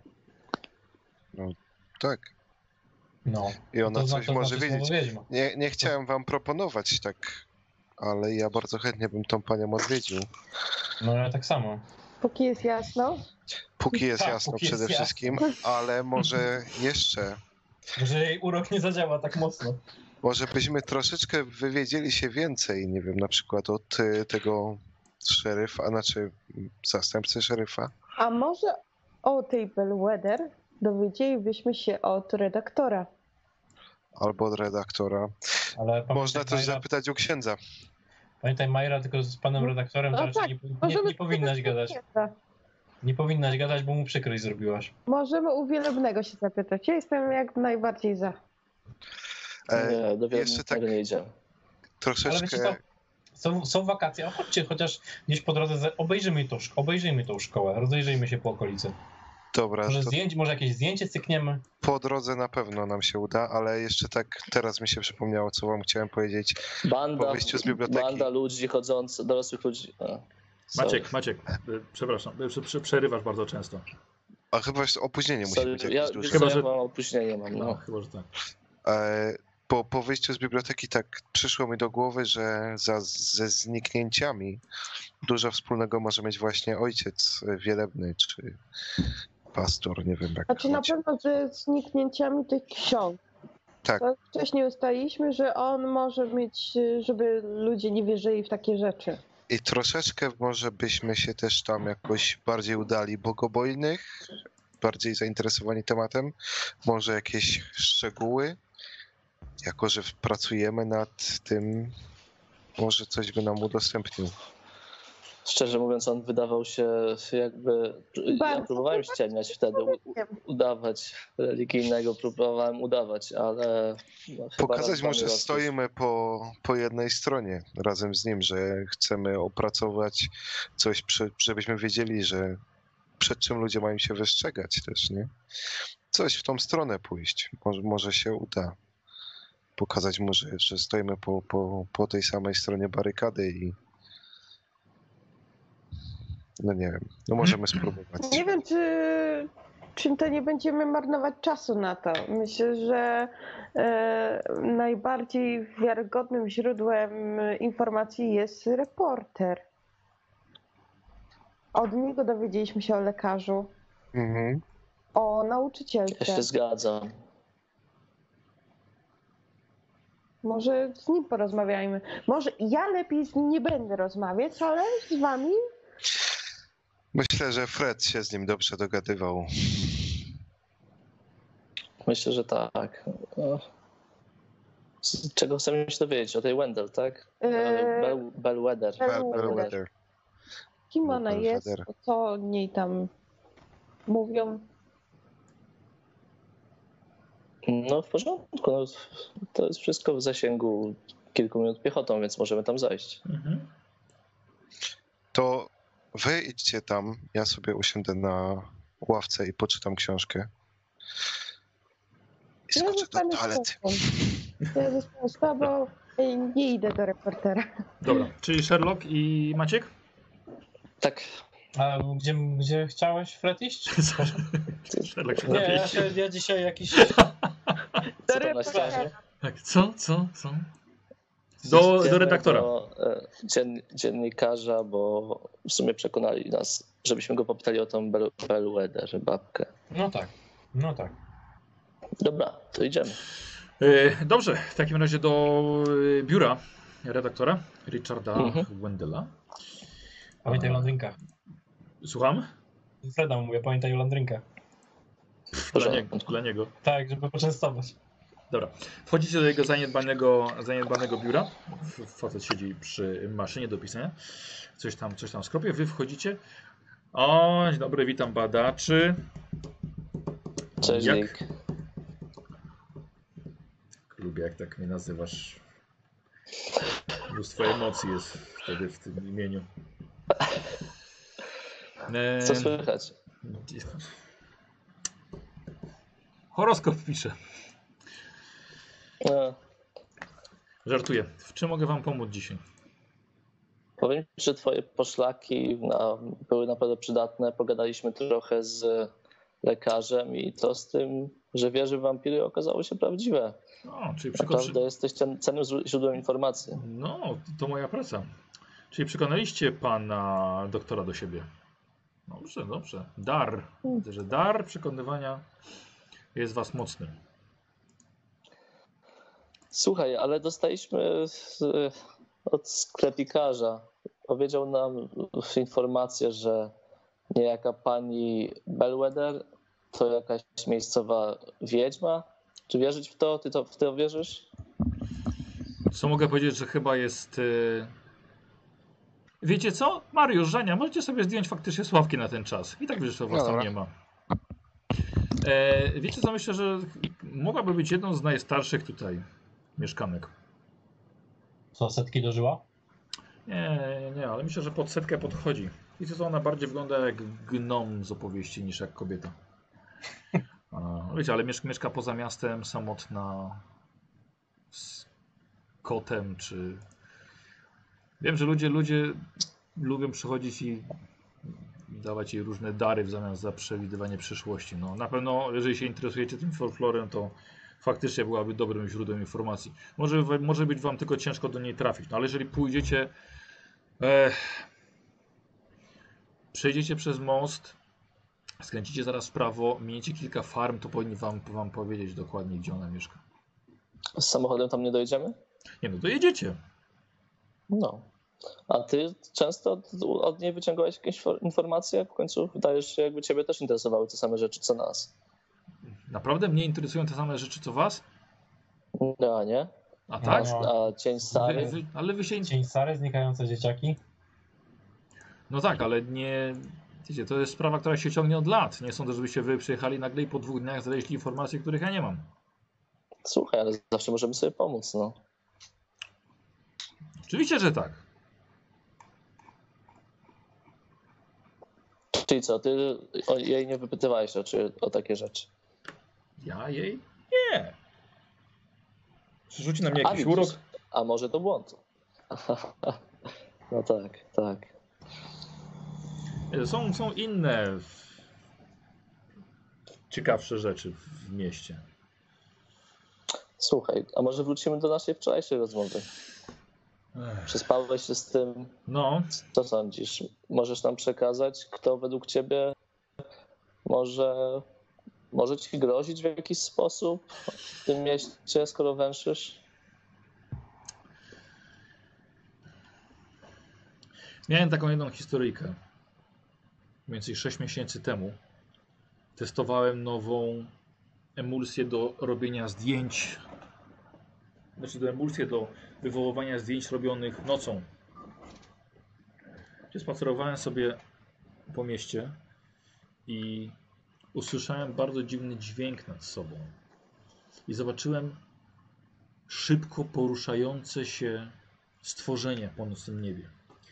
Tak. No. I ona To coś może słowo wiedzieć. wiedźma. Nie chciałem wam proponować tak, ale ja bardzo chętnie bym tą panią odwiedził. No ja tak samo. Póki jest jasno. Póki jest Tak, jasno póki jest przede jasno. wszystkim, ale może jeszcze. Że jej urok nie zadziała tak mocno. Może byśmy troszeczkę wywiedzieli się więcej, nie wiem, na przykład od tego szeryfa, znaczy zastępcy szeryfa. A może o tej Bellwether dowiedzielibyśmy się od redaktora. Albo od redaktora. Ale Można też Majra, zapytać u księdza. pamiętaj, Majra, tylko z panem redaktorem to raczej nie powinnaś gadać. Nie powinnaś gadać, bo mu przykrość zrobiłaś. Możemy u Wielebnego się zapytać. Ja jestem jak najbardziej za. Nie, do jeszcze tak nie idziemy. troszeczkę... Ale wiecie co, są wakacje, a chodźcie chociaż gdzieś po drodze, obejrzyjmy tą szkołę, rozejrzyjmy się po okolicy. Dobra, Może jakieś zdjęcie cykniemy? po drodze na pewno nam się uda, ale jeszcze tak teraz mi się przypomniało, co wam chciałem powiedzieć. Po wyjściu z biblioteki. Banda ludzi chodzących, dorosłych ludzi. Maciek, przepraszam, przerywasz bardzo często. A chyba opóźnienie musi być jakieś duże. Chyba, że mam opóźnienie. No. Chyba, że tak. Po wyjściu z biblioteki tak przyszło mi do głowy, że ze zniknięciami dużo wspólnego może mieć właśnie ojciec Wielebny, czy pastor, nie wiem jak. Znaczy na pewno ze zniknięciami tych ksiąg. Tak. To wcześniej ustaliliśmy, że on może mieć, żeby ludzie nie wierzyli w takie rzeczy. I troszeczkę może byśmy się też tam jakoś bardziej udali bogobojnych, bardziej zainteresowani tematem, może jakieś szczegóły, jako że pracujemy nad tym, może coś by nam udostępnił. Szczerze mówiąc, on wydawał się jakby... Ja próbowałem ściemniać wtedy, udawać religijnego, próbowałem udawać, ale... No, pokazać mu, że stoimy po jednej stronie razem z nim, że chcemy opracować coś, żebyśmy wiedzieli, że przed czym ludzie mają się wystrzegać też, nie? Coś w tą stronę pójść, może się uda. Pokazać mu, że stoimy po tej samej stronie barykady i no nie wiem, no możemy spróbować. Nie wiem, czy to nie będziemy marnować czasu na to. Myślę, że najbardziej wiarygodnym źródłem informacji jest reporter. Od niego dowiedzieliśmy się o lekarzu, o nauczycielce. Ja się zgadzam. Może z nim porozmawiajmy. Może ja lepiej z nim nie będę rozmawiać, ale z wami... Myślę, że Fred się z nim dobrze dogadywał. Myślę, że tak. Czego chcemy się dowiedzieć? O tej Wendell, tak? Bellwether. Bellwether. Kim ona jest? Co o niej tam mówią? No w porządku. No, to jest wszystko w zasięgu kilku minut piechotą, więc możemy tam zajść. To wy idźcie tam, ja sobie usiądę na ławce i poczytam książkę. I skoczę do toalety. Ja zostanę z tobą i nie idę do reportera. Dobra, czyli Sherlock i Maciek? Tak. A gdzie chciałeś, Fred, iść? Sherlock się Nie, napięści. ja dzisiaj jakiś... Do reportera. Tak, co? Do redaktora. Do dziennikarza, bo w sumie przekonali nas, żebyśmy go popytali o tą Bellwether, babkę. No tak. Dobra, to idziemy. Dobrze, w takim razie do biura redaktora Richarda Wendella. Pamiętaj o landrynkach. Słucham? Freda mówię, pamiętaj o landrynkach. Dla niego. Tak, żeby poczęstować. Dobra. Wchodzicie do jego zaniedbanego biura. Facet siedzi przy maszynie do pisania. Coś tam skropie. Wy wchodzicie. O, dzień dobry, witam badaczy. Cześć, Nick. Lubię, jak tak mnie nazywasz. Mnóstwo emocji jest wtedy w tym imieniu. Co słychać? Horoskop pisze. No. Żartuję. W czym mogę wam pomóc dzisiaj? Powiem ci, że twoje poszlaki były naprawdę przydatne. Pogadaliśmy trochę z lekarzem i to z tym, że wierzy w wampiry, okazało się prawdziwe. No, czyli naprawdę jesteś cennym źródłem informacji. No, to moja praca. Czyli przekonaliście pana doktora do siebie. Dobrze. Dar. Widzę, że dar przekonywania jest was mocny. Słuchaj, ale dostaliśmy od sklepikarza. Powiedział nam informację, że niejaka pani Bellwether to jakaś miejscowa wiedźma. Czy wierzyć w to? Ty w to wierzysz? Co mogę powiedzieć, że chyba jest... Wiecie co? Mariusz, Żania, możecie sobie zdjąć faktycznie słuchawki na ten czas. I tak wiesz, że was tam nie ma. Wiecie co? Myślę, że mogłaby być jedną z najstarszych tutaj mieszkanek. Co, setki dożyła? Nie, ale myślę, że pod setkę podchodzi. Wiecie co? Ona bardziej wygląda jak gnom z opowieści niż jak kobieta. Wiecie, ale mieszka poza miastem, samotna, z kotem, czy... Wiem, że ludzie lubią przychodzić i dawać jej różne dary w zamian za przewidywanie przyszłości. No, na pewno, jeżeli się interesujecie tym folklorem, to faktycznie byłaby dobrym źródłem informacji. Może być wam tylko ciężko do niej trafić, no ale jeżeli pójdziecie, przejdziecie przez most, skręcicie zaraz w prawo, miniecie kilka farm, to powinni wam powiedzieć dokładnie, gdzie ona mieszka. Z samochodem tam nie dojedziemy? Nie no, dojedziecie. No. A ty często od niej wyciągałeś jakieś informacje? W końcu wydaje się, jakby ciebie też interesowały te same rzeczy, co nas. Naprawdę mnie interesują te same rzeczy, co was? No, nie? A tak? A Cień Sary? Ale wy się... Cień Sary, znikające dzieciaki? No tak, ale nie... Wiecie, to jest sprawa, która się ciągnie od lat. Nie sądzę, żebyście wy przyjechali nagle i po 2 dniach znaleźli informacje, których ja nie mam. Słuchaj, ale zawsze możemy sobie pomóc, no. Oczywiście, że tak. Czyli co, ty jej nie wypytywałeś o takie rzeczy? Ja jej? Nie. Rzuci na mnie jakiś urok. A może to błąd? No tak. Są inne ciekawsze rzeczy w mieście. Słuchaj, a może wrócimy do naszej wczorajszej rozmowy? Przespałeś się z tym. No. Co sądzisz? Możesz nam przekazać, kto według ciebie może ci grozić w jakiś sposób w tym mieście, skoro węszysz? Miałem taką jedną historyjkę. Mniej więcej 6 miesięcy temu testowałem nową emulsję do robienia zdjęć. Znaczy emulsję do wywoływania zdjęć robionych nocą. Spacerowałem sobie po mieście i usłyszałem bardzo dziwny dźwięk nad sobą. I zobaczyłem szybko poruszające się stworzenie po nocnym niebie.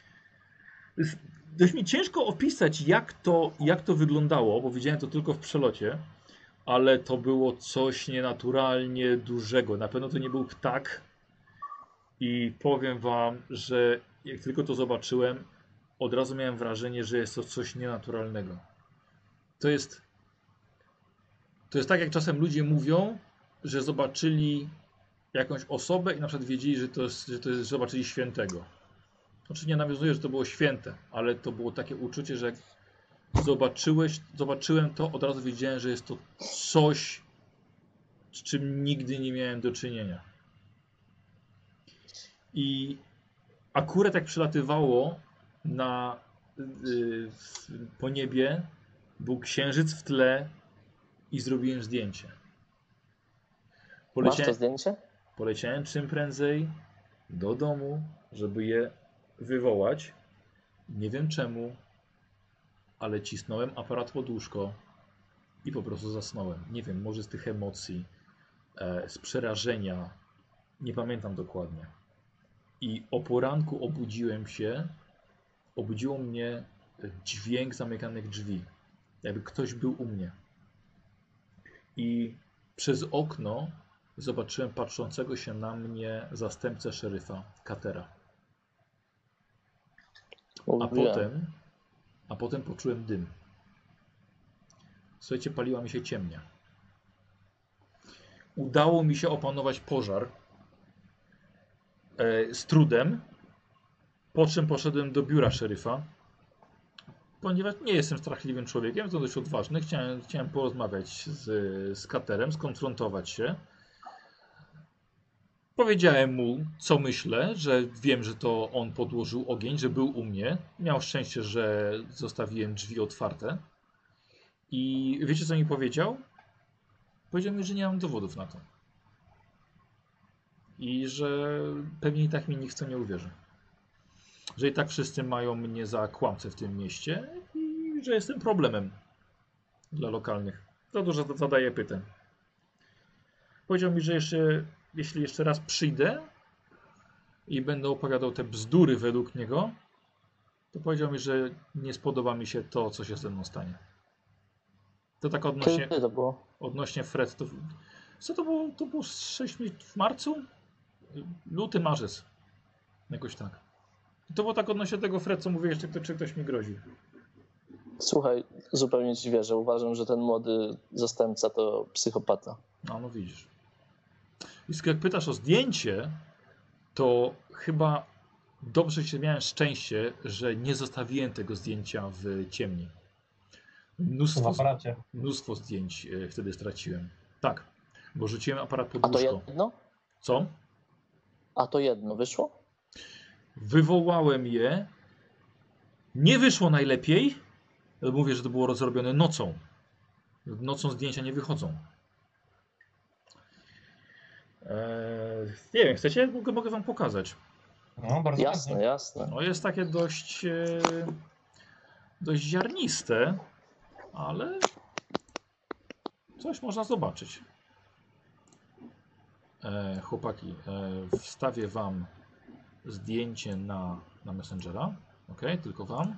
Dość mi ciężko opisać, jak to wyglądało, bo widziałem to tylko w przelocie, ale to było coś nienaturalnie dużego. Na pewno to nie był ptak i powiem wam, że jak tylko to zobaczyłem, od razu miałem wrażenie, że jest to coś nienaturalnego. To jest tak, jak czasem ludzie mówią, że zobaczyli jakąś osobę i na przykład wiedzieli, że zobaczyli świętego. Oczywiście nie nawiązuję, że to było święte, ale to było takie uczucie, że jak zobaczyłem to, od razu wiedziałem, że jest to coś, z czym nigdy nie miałem do czynienia. I akurat jak przylatywało po niebie, był księżyc w tle i zrobiłem zdjęcie. Masz to zdjęcie? Poleciałem czym prędzej do domu, żeby je wywołać. Nie wiem czemu, ale cisnąłem aparat pod łóżko i po prostu zasnąłem. Nie wiem, może z tych emocji, z przerażenia, nie pamiętam dokładnie. I o poranku obudziło mnie dźwięk zamykanych drzwi. Jakby ktoś był u mnie. I przez okno zobaczyłem patrzącego się na mnie zastępcę szeryfa Cartera. A potem poczułem dym. Słuchajcie, paliła mi się ciemnia. Udało mi się opanować pożar z trudem, po czym poszedłem do biura szeryfa, ponieważ nie jestem strachliwym człowiekiem, jestem dość odważny. Chciałem porozmawiać z Carterem, skonfrontować się. Powiedziałem mu, co myślę, że wiem, że to on podłożył ogień, że był u mnie. Miał szczęście, że zostawiłem drzwi otwarte. I wiecie, co mi powiedział? Powiedział mi, że nie mam dowodów na to. I że pewnie i tak mi nikt w to nie uwierzy. Że i tak wszyscy mają mnie za kłamcę w tym mieście i że jestem problemem dla lokalnych. Za dużo zadaję pytań. Powiedział mi, że jeśli jeszcze raz przyjdę i będę opowiadał te bzdury według niego, to powiedział mi, że nie spodoba mi się to, co się ze mną stanie. To tak odnośnie... Kiedy to było? Odnośnie Fred, to... Co to było? To było 6 w marcu? Luty, marzec. Jakoś tak. To było tak odnośnie tego Fred, co mówiłeś, czy ktoś mi grozi. Słuchaj, zupełnie ci wierzę. Uważam, że ten młody zastępca to psychopata. No widzisz. I jak pytasz o zdjęcie, to chyba dobrze się miałem szczęście, że nie zostawiłem tego zdjęcia w ciemni. Mnóstwo zdjęć wtedy straciłem. Tak, bo rzuciłem aparat pod łóżko. A to jedno? Co? A to jedno wyszło? Wywołałem je. Nie wyszło najlepiej. Mówię, że to było zrobione nocą. Nocą zdjęcia nie wychodzą. Nie wiem, chcecie? Mogę wam pokazać. No, bardzo jasne, jasne. No jest takie dość ziarniste, ale coś można zobaczyć. Chłopaki, wstawię wam zdjęcie na Messengera. Ok, tylko wam.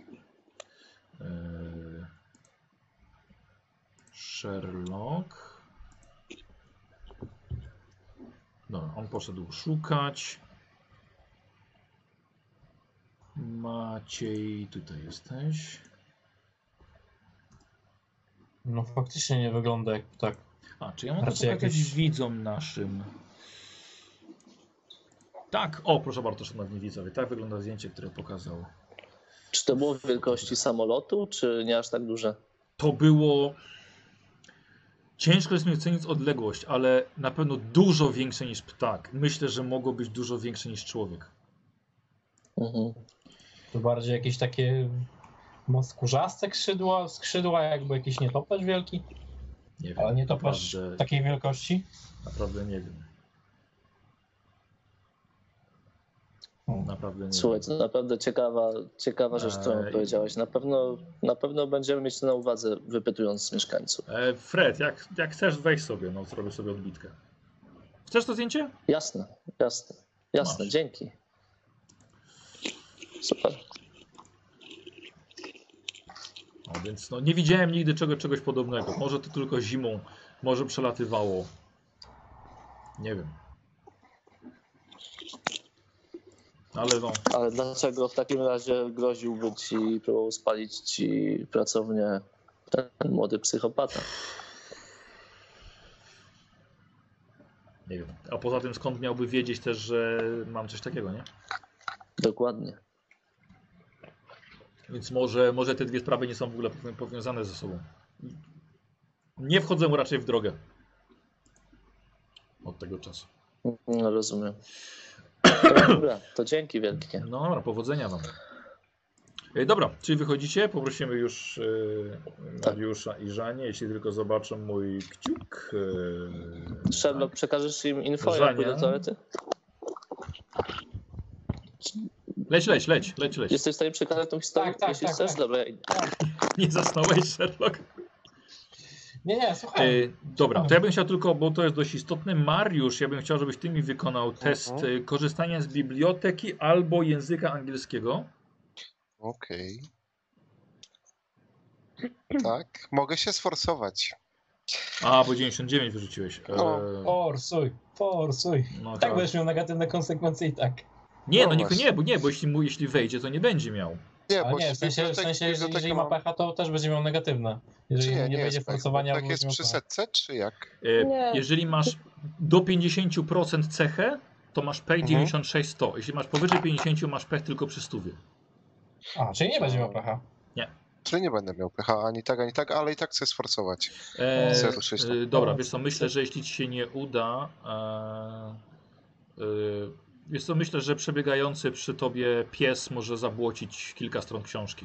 Sherlock. Dobra, on poszedł szukać. Maciej, tutaj jesteś. No faktycznie nie wygląda jak tak. A, czy ja mam to pokazać widzom naszym? Tak, o proszę bardzo, szanowni widzowie, tak wygląda zdjęcie, które pokazał. Czy to było w wielkości samolotu, czy nie aż tak duże? To było... Ciężko jest mi ocenić odległość, ale na pewno dużo większe niż ptak. Myślę, że mogło być dużo większe niż człowiek. To bardziej jakieś takie skórzaste skrzydła, jakby jakiś nietoperz wielki. Nie wiem. Ale nietoperz takiej wielkości? Naprawdę nie wiem. Naprawdę nie Słuchaj, wiem. to naprawdę ciekawa rzecz, którą powiedziałeś. Na pewno będziemy mieć to na uwadze, wypytując mieszkańców. Fred, jak chcesz, weź sobie, no zrobię sobie odbitkę. Chcesz to zdjęcie? Jasne, Masz. Dzięki. Super. No więc no, nie widziałem nigdy czegoś podobnego. Może to tylko zimą, może przelatywało. Nie wiem. Ale dlaczego w takim razie groziłby ci i próbował spalić ci pracownię ten młody psychopata? Nie wiem. A poza tym skąd miałby wiedzieć też, że mam coś takiego, nie? Dokładnie. Więc może te dwie sprawy nie są w ogóle powiązane ze sobą. Nie wchodzę mu raczej w drogę. Od tego czasu. No, rozumiem. Dobra, to dzięki wielkie. No dobra, powodzenia wam. Dobra, czyli wychodzicie? Poprosimy już Mariusza i Żanię, jeśli tylko zobaczą mój kciuk. Sherlock, przekażesz im info, jak pójdę do toalety? Leć. Jesteś w stanie przekazać tą historię, jeśli chcesz? Dobra, ja idę. Nie zasnąłeś, Sherlock? Nie, słuchaj. Dobra, to ja bym chciał tylko, bo to jest dość istotne. Mariusz, ja bym chciał, żebyś ty mi wykonał test korzystania z biblioteki albo języka angielskiego. Okej. Tak, mogę się sforsować. A, bo 99 wyrzuciłeś. Forsuj. No, tak będziesz miał negatywne konsekwencje i tak. Nie, bo jeśli wejdzie, to nie będzie miał. Nie, bo w sensie jeżeli ma pecha, to też będzie miał negatywne. Jeżeli nie będzie forsowania... Tak jest przy setce, czy jak? Jeżeli masz do 50% cechę, to masz pech 96-100. Jeśli masz powyżej 50, masz pech tylko przy 100. A, czyli nie będzie miał pecha. Nie. Czyli nie będę miał pecha ani tak, ale i tak chcę sforsować. Dobra, wiesz co, myślę, że jeśli ci się nie uda, Jest to, myślę, że przebiegający przy tobie pies może zabłocić kilka stron książki.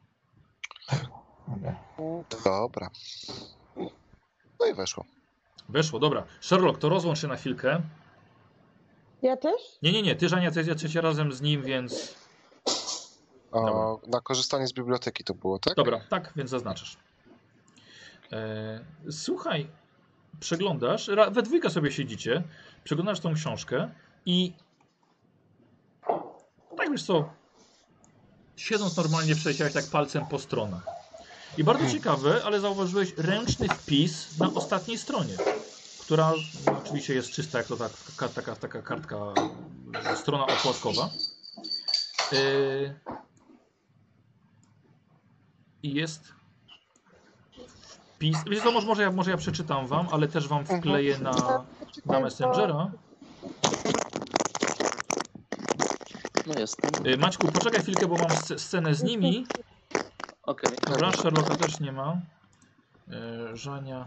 Dobra. No i weszło. Weszło, dobra. Sherlock, to rozłącz się na chwilkę. Ja też? Nie, ty, Żania, jesteście razem z nim, więc... Na korzystanie z biblioteki to było, tak? Dobra, tak, więc zaznaczasz. Słuchaj, przeglądasz, we dwójkę sobie siedzicie, przeglądasz tą książkę i tak wiesz co, siedząc normalnie przejechałeś tak palcem po stronach. I bardzo ciekawe, ale zauważyłeś ręczny wpis na ostatniej stronie, która oczywiście jest czysta, jak to taka kartka, strona okładkowa. I jest wpis. Wiecie co, może ja przeczytam wam, ale też wam wkleję na Messengera. No jest. Maćku, poczekaj chwilkę, bo mam scenę z nimi. Okej. Dobra, Sherlocka też nie ma. Żania.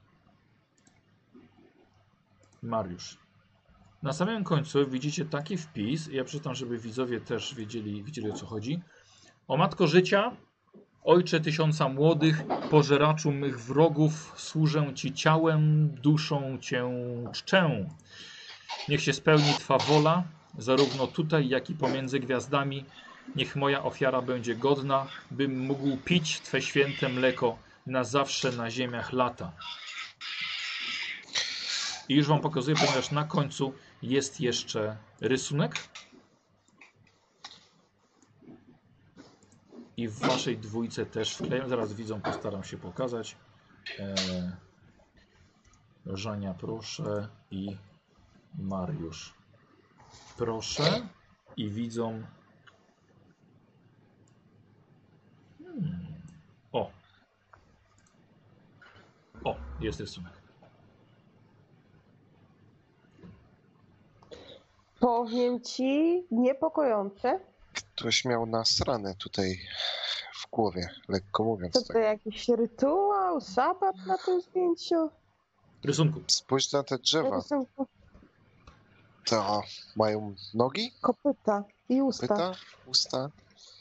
Mariusz. Na samym końcu widzicie taki wpis. Ja przeczytam, żeby widzowie też wiedzieli o co chodzi. O matko życia, ojcze tysiąca młodych, pożeraczu mych wrogów, służę ci ciałem, duszą cię czczę. Niech się spełni twa wola, zarówno tutaj, jak i pomiędzy gwiazdami. Niech moja ofiara będzie godna, bym mógł pić twe święte mleko na zawsze na ziemiach lata. I już wam pokazuję, ponieważ na końcu jest jeszcze rysunek. I w waszej dwójce też wkleję. Zaraz widzą, postaram się pokazać. Żania, proszę, i Mariusz. Proszę, i widzą. O, jest rysunek. Powiem ci, niepokojące. Ktoś miał nasrane tutaj w głowie, lekko mówiąc. To jakiś rytuał, szabat na tym zdjęciu? Rysunku. Spójrz na te drzewa. To mają nogi? Kopyta i usta. Pyta? Usta?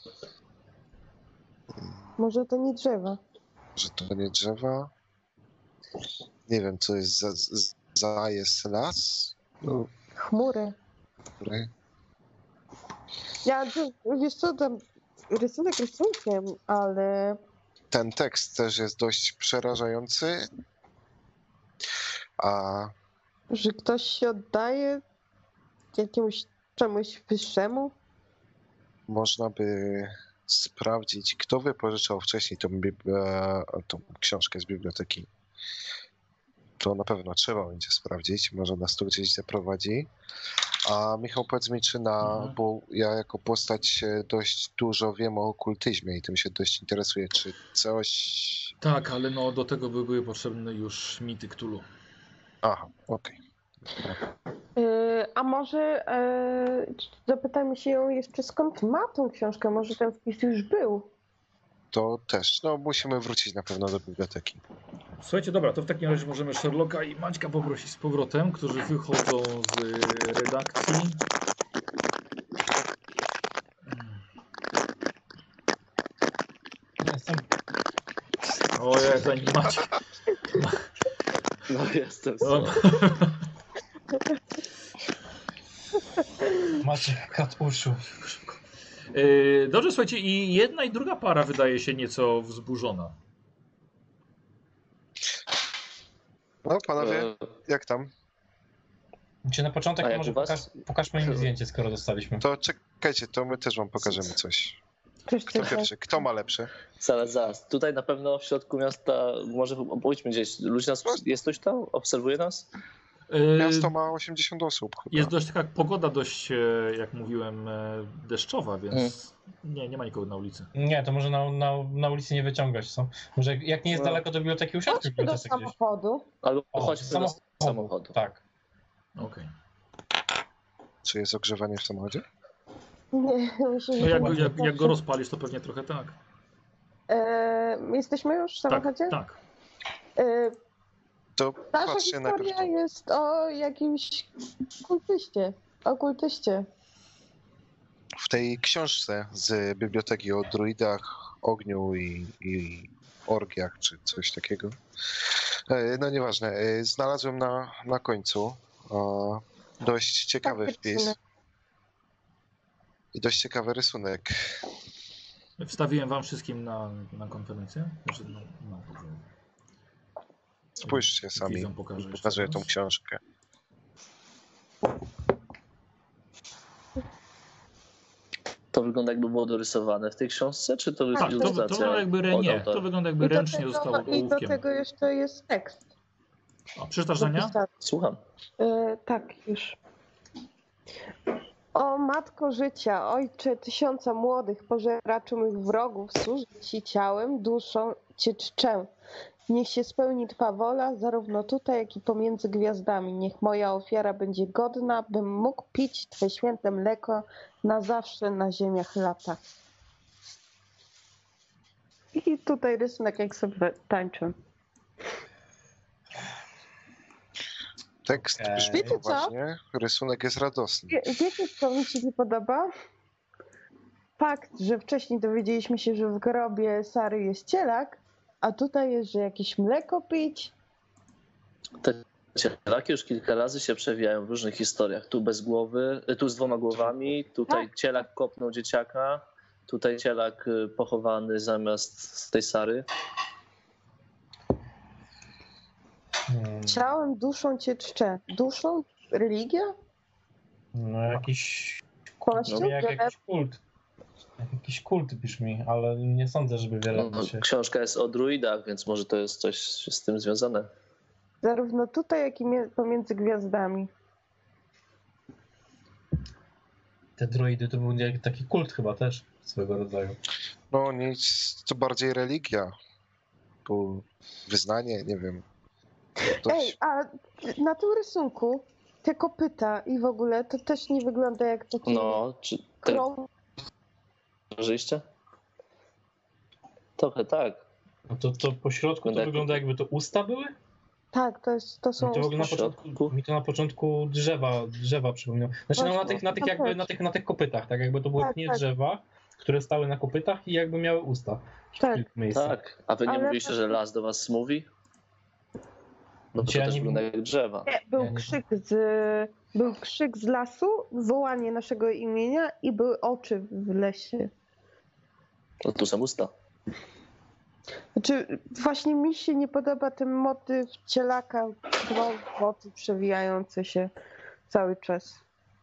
Może to nie drzewa. Że to nie drzewa? Nie wiem, co jest jest las? No, Chmury. który? Ja, wiesz co, tam rysunek rysunkiem, ale... Ten tekst też jest dość przerażający. A Że ktoś się oddaje jakiemuś czemuś wyższemu? można by sprawdzić, kto wypożyczał wcześniej tą książkę z biblioteki. To na pewno trzeba będzie sprawdzić, może nas to gdzieś zaprowadzi. A Michał, powiedz mi, bo ja jako postać dość dużo wiem o okultyzmie i tym się dość interesuję, czy coś... Tak, ale no do tego by były potrzebne już mity Cthulhu. Aha, okej. A może zapytajmy się ją jeszcze, skąd ma tą książkę? Może ten wpis już był? To też, no musimy wrócić na pewno do biblioteki. Słuchajcie, dobra, to w takim razie możemy Sherlocka i Maćka poprosić z powrotem, którzy wychodzą z redakcji. Jestem. Ojej, zanim Maciek. No jestem. No. Macie kat uszu. Dobrze, słuchajcie, i jedna i druga para wydaje się nieco wzburzona. No panowie, jak tam? Czy na początek A jak może u was? pokażmy im zdjęcie, skoro dostaliśmy. To czekajcie, to my też wam pokażemy coś. Kto pierwszy? Kto ma lepsze? Zaraz. Tutaj na pewno w środku miasta, może pójdźmy gdzieś. Ludzie nas, jest ktoś tam? Obserwuje nas? Miasto ma 80 osób chyba. Jest dość taka pogoda dość, jak mówiłem, deszczowa, więc nie ma nikogo na ulicy. Nie, to może na ulicy nie wyciągać, co? Może jak nie jest daleko do biblioteki, usiądźmy w Chodźmy do bibliotece gdzieś. samochodu. Albo O, chodźmy do samochodu. Tak. Okej. Czy jest ogrzewanie w samochodzie? Nie, myślę, No że jak go rozpalisz, to pewnie trochę tak. Jesteśmy już w samochodzie? Tak. To Nasza patrzcie najpierw historia to. jest o jakimś kultyście. Okultyście. W tej książce z biblioteki o druidach, ogniu i orgiach, czy coś takiego. No nieważne. Znalazłem na końcu dość ciekawy wpis i dość ciekawy rysunek. Wstawiłem wam wszystkim na konferencję. Znaczy, Spójrzcie sami. Pokazuję tą książkę. To wygląda jakby było dorysowane w tej książce, czy to jest ilustracja? To wygląda jakby nie. To wygląda jakby ręcznie zostało ołówkiem. I do tego jeszcze jest tekst. A przeczytasz, Żenia? Słucham. Tak, już. O matko życia, ojcze tysiąca młodych, pożeraczu mych wrogów, służę ci ciałem, duszą cię czczę. Niech się spełni Twa wola, zarówno tutaj, jak i pomiędzy gwiazdami. Niech moja ofiara będzie godna, bym mógł pić Twe święte mleko na zawsze na ziemiach lata. I tutaj rysunek, jak sobie tańczę. Tekst brzmi poważnie, rysunek jest radosny. Wiecie, co mi się nie podoba? Fakt, że wcześniej dowiedzieliśmy się, że w grobie Sary jest cielak, a tutaj jest, że jakieś mleko pić. Te cielaki już kilka razy się przewijają w różnych historiach. Tu bez głowy, tu z 2 głowami, tutaj cielak kopnął dzieciaka, tutaj cielak pochowany zamiast tej Sary. Ciałem, duszą cię czczę. Duszą? Religia? No jakiś... Kościół? Jakiś kult. Jakiś kult brzmi, ale nie sądzę, żeby wiele się... Książka jest o druidach, więc może to jest coś z tym związane. Zarówno tutaj, jak i pomiędzy gwiazdami. Te druidy to był taki kult chyba też swego rodzaju. No nic, to bardziej religia. Wyznanie, nie wiem. Ej, a na tym rysunku te kopyta i w ogóle to też nie wygląda jak taki... No, czy... Żyjście? Trochę tak. No to po środku to wygląda jakby to usta były? Tak, to są... No to w ogóle mi to na początku drzewa przypominało. Znaczy no, na tych kopytach, tak jakby to były pnie drzewa, które stały na kopytach i jakby miały usta. Tak, a wy nie mówiliście, że las do was mówi? No to też wygląda jak drzewa. Był krzyk z lasu, wołanie naszego imienia i były oczy w lesie. No tu są usta. Znaczy, właśnie mi się nie podoba ten motyw cielaka, oczy przewijające się cały czas.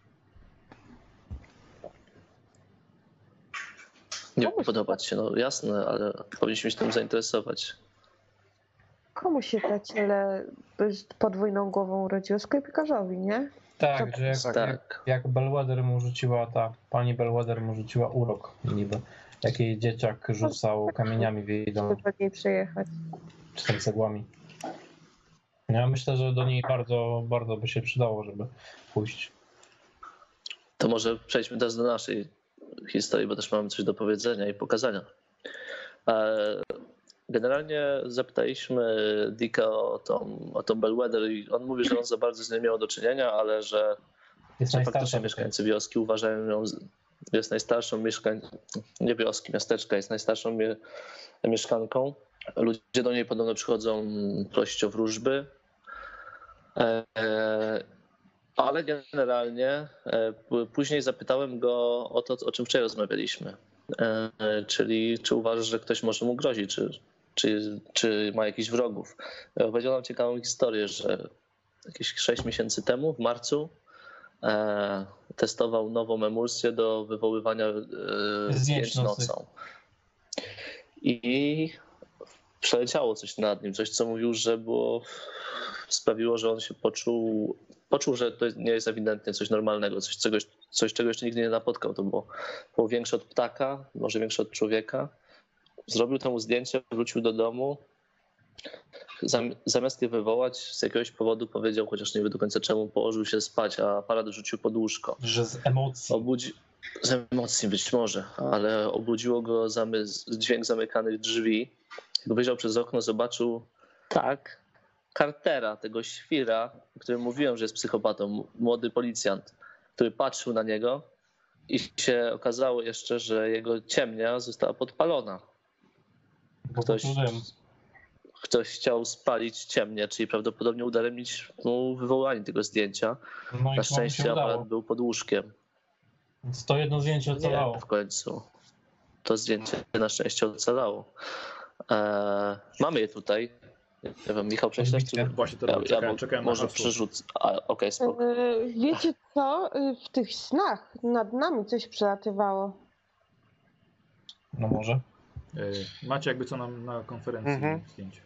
Nie podoba ci się, no jasne, ale powinniśmy się tym zainteresować. Komu się ta ciele z podwójną głową urodziło? Sklepikarzowi, nie? Tak, że jak Bellwether mu rzuciła pani Bellwether mu rzuciła urok niby. Jak jej dzieciak rzucał kamieniami w jej dom. Przejechać. Czy tam cegłami. Ja myślę, że do niej bardzo, bardzo by się przydało, żeby pójść. To może przejdźmy teraz do naszej historii, bo też mamy coś do powiedzenia i pokazania. Generalnie zapytaliśmy Dicka o tą Bellwether i on mówi, że on za bardzo z nią miał do czynienia, ale że faktycznie mieszkańcy wioski uważają ją, jest najstarszą nie wioski, miasteczka, jest najstarszą mieszkanką. Ludzie do niej podobno przychodzą prosić o wróżby, ale generalnie później zapytałem go o to, o czym wczoraj rozmawialiśmy, czyli czy uważasz, że ktoś może mu grozić, czy ma jakichś wrogów. Powiedział nam ciekawą historię, że jakieś 6 miesięcy temu, w marcu, testował nową emulsję do wywoływania zdjęć nocą. I przeleciało coś nad nim, coś co mówił, że sprawiło, że on się poczuł, że to nie jest ewidentnie coś normalnego, coś czego jeszcze nigdy nie napotkał. To było większe od ptaka, może większe od człowieka. Zrobił temu zdjęcie, wrócił do domu. Zamiast je wywołać, z jakiegoś powodu powiedział, chociaż nie wie do końca czemu, położył się spać, a aparat rzucił pod łóżko. Że z emocji. Z emocji być może, ale obudziło go dźwięk zamykanych drzwi. Jak wyjrzał przez okno, zobaczył Cartera, tego świra, o którym mówiłem, że jest psychopatą, młody policjant. który patrzył na niego i się okazało jeszcze, że jego ciemnia została podpalona. Ktoś chciał spalić ciemnię, czyli prawdopodobnie udaremnić mu wywołanie tego zdjęcia. No na szczęście aparat był pod łóżkiem. Więc to jedno zdjęcie ocalało. Nie, w końcu. To zdjęcie na szczęście ocalało. Mamy je tutaj. Nie wiem, Michał, prześlesz? Właśnie teraz czekałem może na przerzucę. Okej, spoko. Wiecie co? W tych snach nad nami coś przelatywało. No może. Macie jakby co nam na konferencji zdjęcie.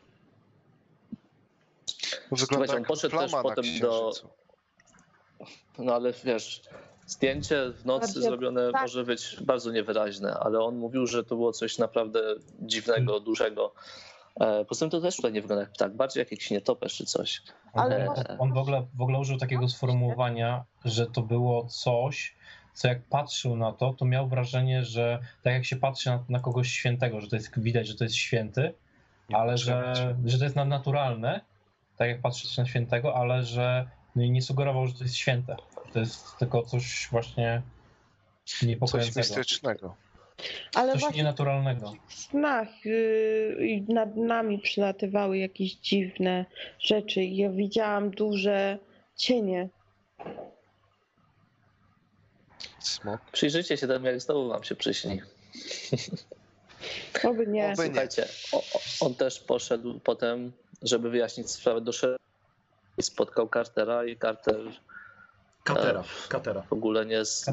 Słuchajcie, on poszedł też potem do... No ale wiesz, zdjęcie w nocy zrobione może być bardzo niewyraźne, ale on mówił, że to było coś naprawdę dziwnego, dużego. Poza tym to też tutaj nie wygląda jak ptak, bardziej jak jakiś nietoperz czy coś. Ale on w ogóle użył takiego sformułowania, że to było coś, co jak patrzył na to, to miał wrażenie, że tak jak się patrzy na kogoś świętego, że to jest widać, że to jest święty, ale że to jest nadnaturalne, tak jak patrzysz na świętego, ale że nie sugerował, że to jest święte. To jest tylko coś właśnie niepokojącego. Coś mistycznego. Ale coś właśnie nienaturalnego. w snach nad nami przylatywały jakieś dziwne rzeczy. Ja widziałam duże cienie. Smok. Przyjrzyjcie się temu, jak znowu wam się przyśni. Oby nie. Słuchajcie, on też poszedł potem, żeby wyjaśnić sprawę do szeregu. Spotkał Cartera i Carter... Cartera. W ogóle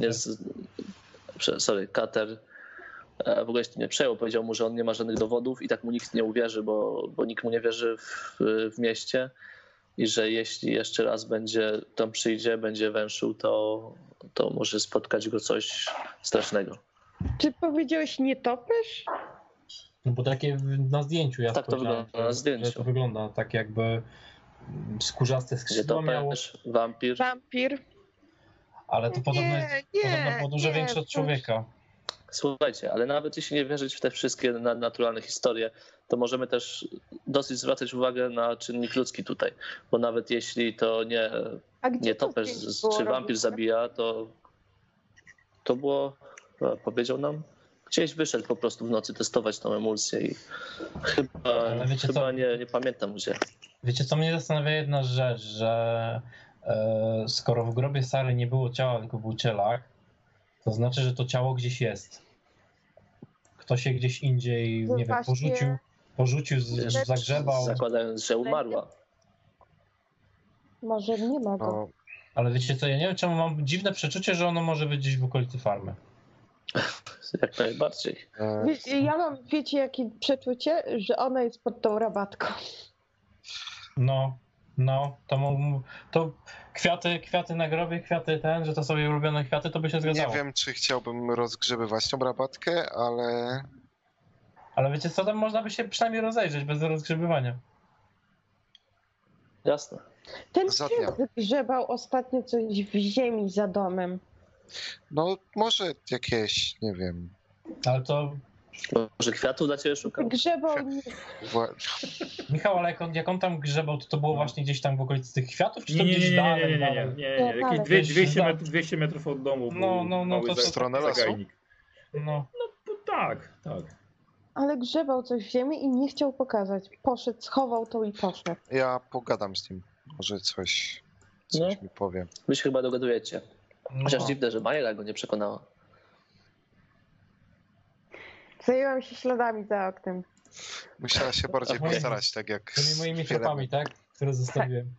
Carter w ogóle się tym nie przejął. Powiedział mu, że on nie ma żadnych dowodów i tak mu nikt nie uwierzy, bo nikt mu nie wierzy w mieście i że jeśli jeszcze raz tam przyjdzie, będzie węszył, to może spotkać go coś strasznego. Czy powiedziałeś nietoperz? No bo takie na zdjęciu ja tak to wygląda na zdjęciu. Że to wygląda tak jakby skórzaste skrzydła miało. Wampir. Ale to podobno było dużo większe od człowieka. Słuchajcie, ale nawet jeśli nie wierzyć w te wszystkie naturalne historie, to możemy też dosyć zwracać uwagę na czynnik ludzki tutaj, bo nawet jeśli to nie toperz czy wampir zabija, to było, powiedział nam, gdzieś wyszedł po prostu w nocy testować tą emulsję i chyba nie pamiętam gdzie. Wiecie co, mnie zastanawia jedna rzecz, że skoro w grobie Sary nie było ciała, tylko był cielak, to znaczy, że to ciało gdzieś jest. Ktoś się gdzieś indziej, nie wiem, porzucił, zagrzebał. Zakładając, że umarła. Może nie ma go. No, ale wiecie co, ja nie wiem, czemu mam dziwne przeczucie, że ono może być gdzieś w okolicy farmy. Jak najbardziej. Ja mam, wiecie, jakie przeczucie, że ona jest pod tą rabatką. No, to kwiaty na grobie, że to sobie ulubione kwiaty, to by się zgadzało. Nie wiem, czy chciałbym rozgrzebywać tą rabatkę, ale... Ale wiecie co, tam można by się przynajmniej rozejrzeć bez rozgrzebywania. Jasne. Ten pies grzebał ostatnio coś w ziemi za domem. No, może jakieś, nie wiem... Ale to... Może kwiatów dla ciebie szukał? Grzebał... Michał, ale jak on tam grzebał, to było właśnie gdzieś tam w okolicy tych kwiatów, czy to nie, gdzieś dalej? Nie. Jakieś 200 metrów od domu. No, to stronę lasu. No, tak. Ale grzebał coś w ziemi i nie chciał pokazać. Poszedł, schował to i poszedł. Ja pogadam z nim. Może coś mi powie. Wy się chyba dogadujecie. Chociaż dziwne, że Majera go nie przekonała. Zajęłam się śladami za oknem. Musiała się bardziej postarać, tak jak z moimi ślepami, tak? Które zostawiłem.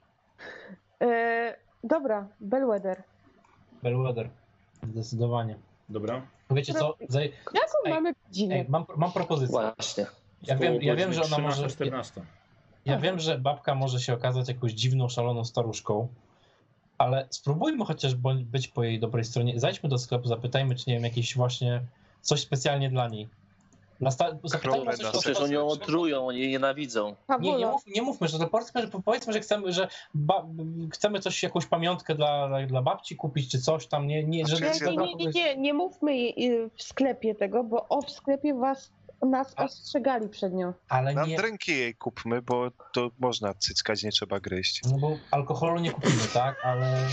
Dobra, Bellwether. Zdecydowanie. Dobra. Wiecie co? Jaką mamy godzinę? Mam propozycję. Właśnie. Ja wiem, że ona może... 14. Ja wiem, że babka może się okazać jakąś dziwną, szaloną staruszką, ale spróbujmy chociaż być po jej dobrej stronie. Zajdźmy do sklepu, zapytajmy, czy nie wiem, jakieś właśnie coś specjalnie dla niej. Przecież oni ją otrują, oni jej nienawidzą. Nie mówmy, że to powiedzmy, że chcemy coś, jakąś pamiątkę dla babci kupić, czy coś tam. Nie mówmy w sklepie tego, bo w sklepie was Nas ostrzegali przed nią. Ale Na nie, drynki jej kupmy, bo to można cyckać, nie trzeba gryźć. no bo alkoholu nie kupimy, tak? Ale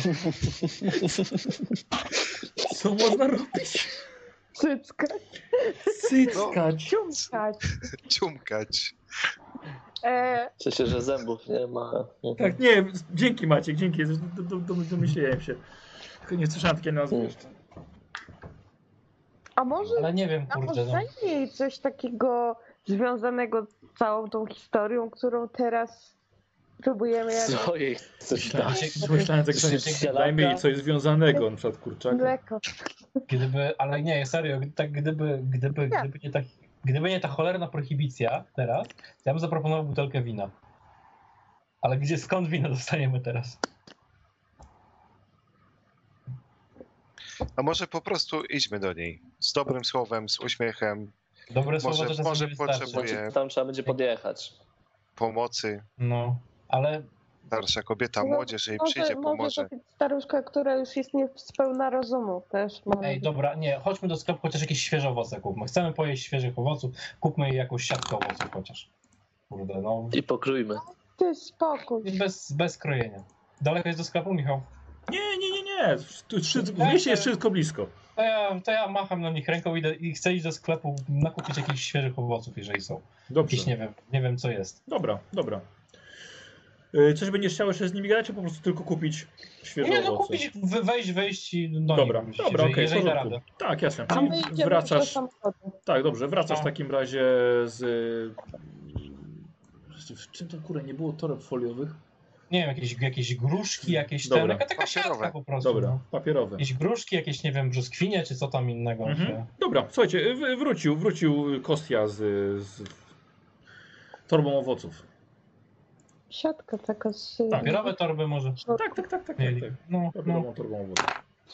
Co można robić? Cycka. Cyckać. Ciumkać. Ciumkać. Cieszę się, że zębów nie ma. Tak, nie, dzięki Maciek, dzięki. Domyśliłem się. Tylko nie słyszałem takiej nazwy jeszcze. A może ale nie wiem, A kurde. No. może jej coś takiego związanego z całą tą historią, którą teraz próbujemy Co jej coś tam? Myślałem, że dajmy jej coś związanego, na przykład kurczaka. mleko. Ale nie, serio, tak gdyby nie ta cholerna prohibicja teraz, to ja bym zaproponował butelkę wina. Ale skąd wino dostaniemy teraz? A może po prostu idźmy do niej. Z dobrym słowem, z uśmiechem, Dobre słowo Może- to czasem może nie wystarczy. potrzebuje- Tam trzeba będzie podjechać. pomocy. No, ale Starsza kobieta, młodzież jej przyjdzie, Może pomoże. to być staruszka, która już jest nie z pełna rozumu też. ej, dobra, nie, chodźmy do sklepu, chociaż jakieś świeże owoce kupmy. Chcemy pojeść świeżych owoców, kupmy jej jakąś siatkę owoców chociaż. Kurde, no, I pokrójmy. Ty spokój. bez krojenia. Daleko jest do sklepu, Michał? Nie. Tu w mieście jest wszystko blisko. To ja macham na nich ręką i chcę iść do sklepu nakupić jakichś świeżych owoców, jeżeli są. Dobrze. Jakieś nie wiem co jest. Dobra. Coś będziesz chciał jeszcze z nimi grać, czy po prostu tylko kupić świeże Nie, owoce? no kupić, wejść i do Dobra, nich, okej, w jeżeli da porządku. radę. Tak, jasne. A Czyli my idziemy do wracasz. samochodu. Tak, dobrze, wracasz w No. takim razie z. W czym to kurę nie było toreb foliowych? Nie wiem, jakieś gruszki, jakieś Dobra. taka Papierowe. siatka po prostu. Dobra, No. papierowe. Jakieś gruszki, jakieś, nie wiem, brzoskwinie, czy co tam innego. Mhm. Dobra, słuchajcie, wrócił Kostia z torbą owoców. Siatka taka z... Papierowe torby może. Tak. Mieli. No. Papierową torbą owoców.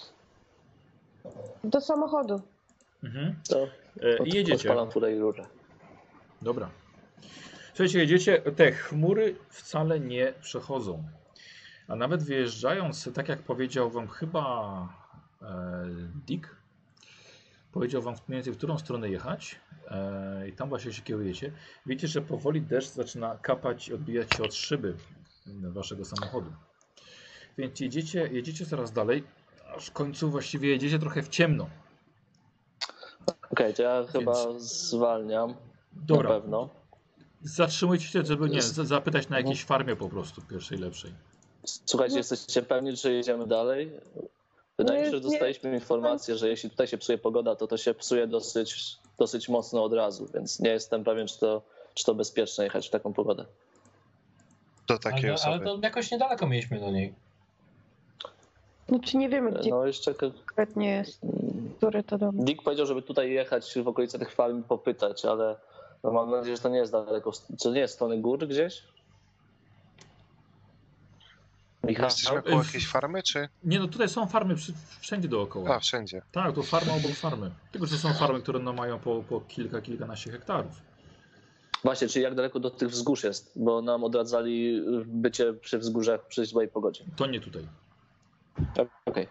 Do samochodu. Mhm. To I jedziecie. odpalam tutaj rurę. Dobra. Słuchajcie, jedziecie, te chmury wcale nie przechodzą. A nawet wyjeżdżając, tak jak powiedział wam chyba Dick, powiedział wam mniej więcej w którą stronę jechać i tam właśnie się kierujecie. Wiecie, że powoli deszcz zaczyna kapać i odbijać się od szyby waszego samochodu. Więc jedziecie coraz dalej, aż w końcu właściwie jedziecie trochę w ciemno. Okej, to ja chyba zwalniam. Dobra. Na pewno. Zatrzymujcie się, żeby nie, zapytać na jakiejś farmie po prostu, pierwszej, lepszej. Słuchajcie, jesteście pewni, że jedziemy dalej? Wydaje mi się, że dostaliśmy informację, że jeśli tutaj się psuje pogoda, to się psuje dosyć mocno od razu, więc nie jestem pewien, czy to bezpieczne jechać w taką pogodę. Do takiej Ale osoby. to jakoś niedaleko mieliśmy do niej. Znaczy nie wiemy, gdzie No jeszcze... konkretnie jest, który to dom. Dick powiedział, żeby tutaj jechać w okolice tych farm i popytać, ale no mam nadzieję, że to nie jest daleko. Czy nie jest strony gór gdzieś? Michał? Jesteśmy koło jakiejś farmy, czy? Nie, no tutaj są farmy wszędzie dookoła. A, wszędzie. Tak, to farma obok farmy. Tylko, że są farmy, które no mają po kilkanaście hektarów. Właśnie, czyli jak daleko do tych wzgórz jest? Bo nam odradzali bycie przy wzgórzach przy złej pogodzie. To nie tutaj. Okej.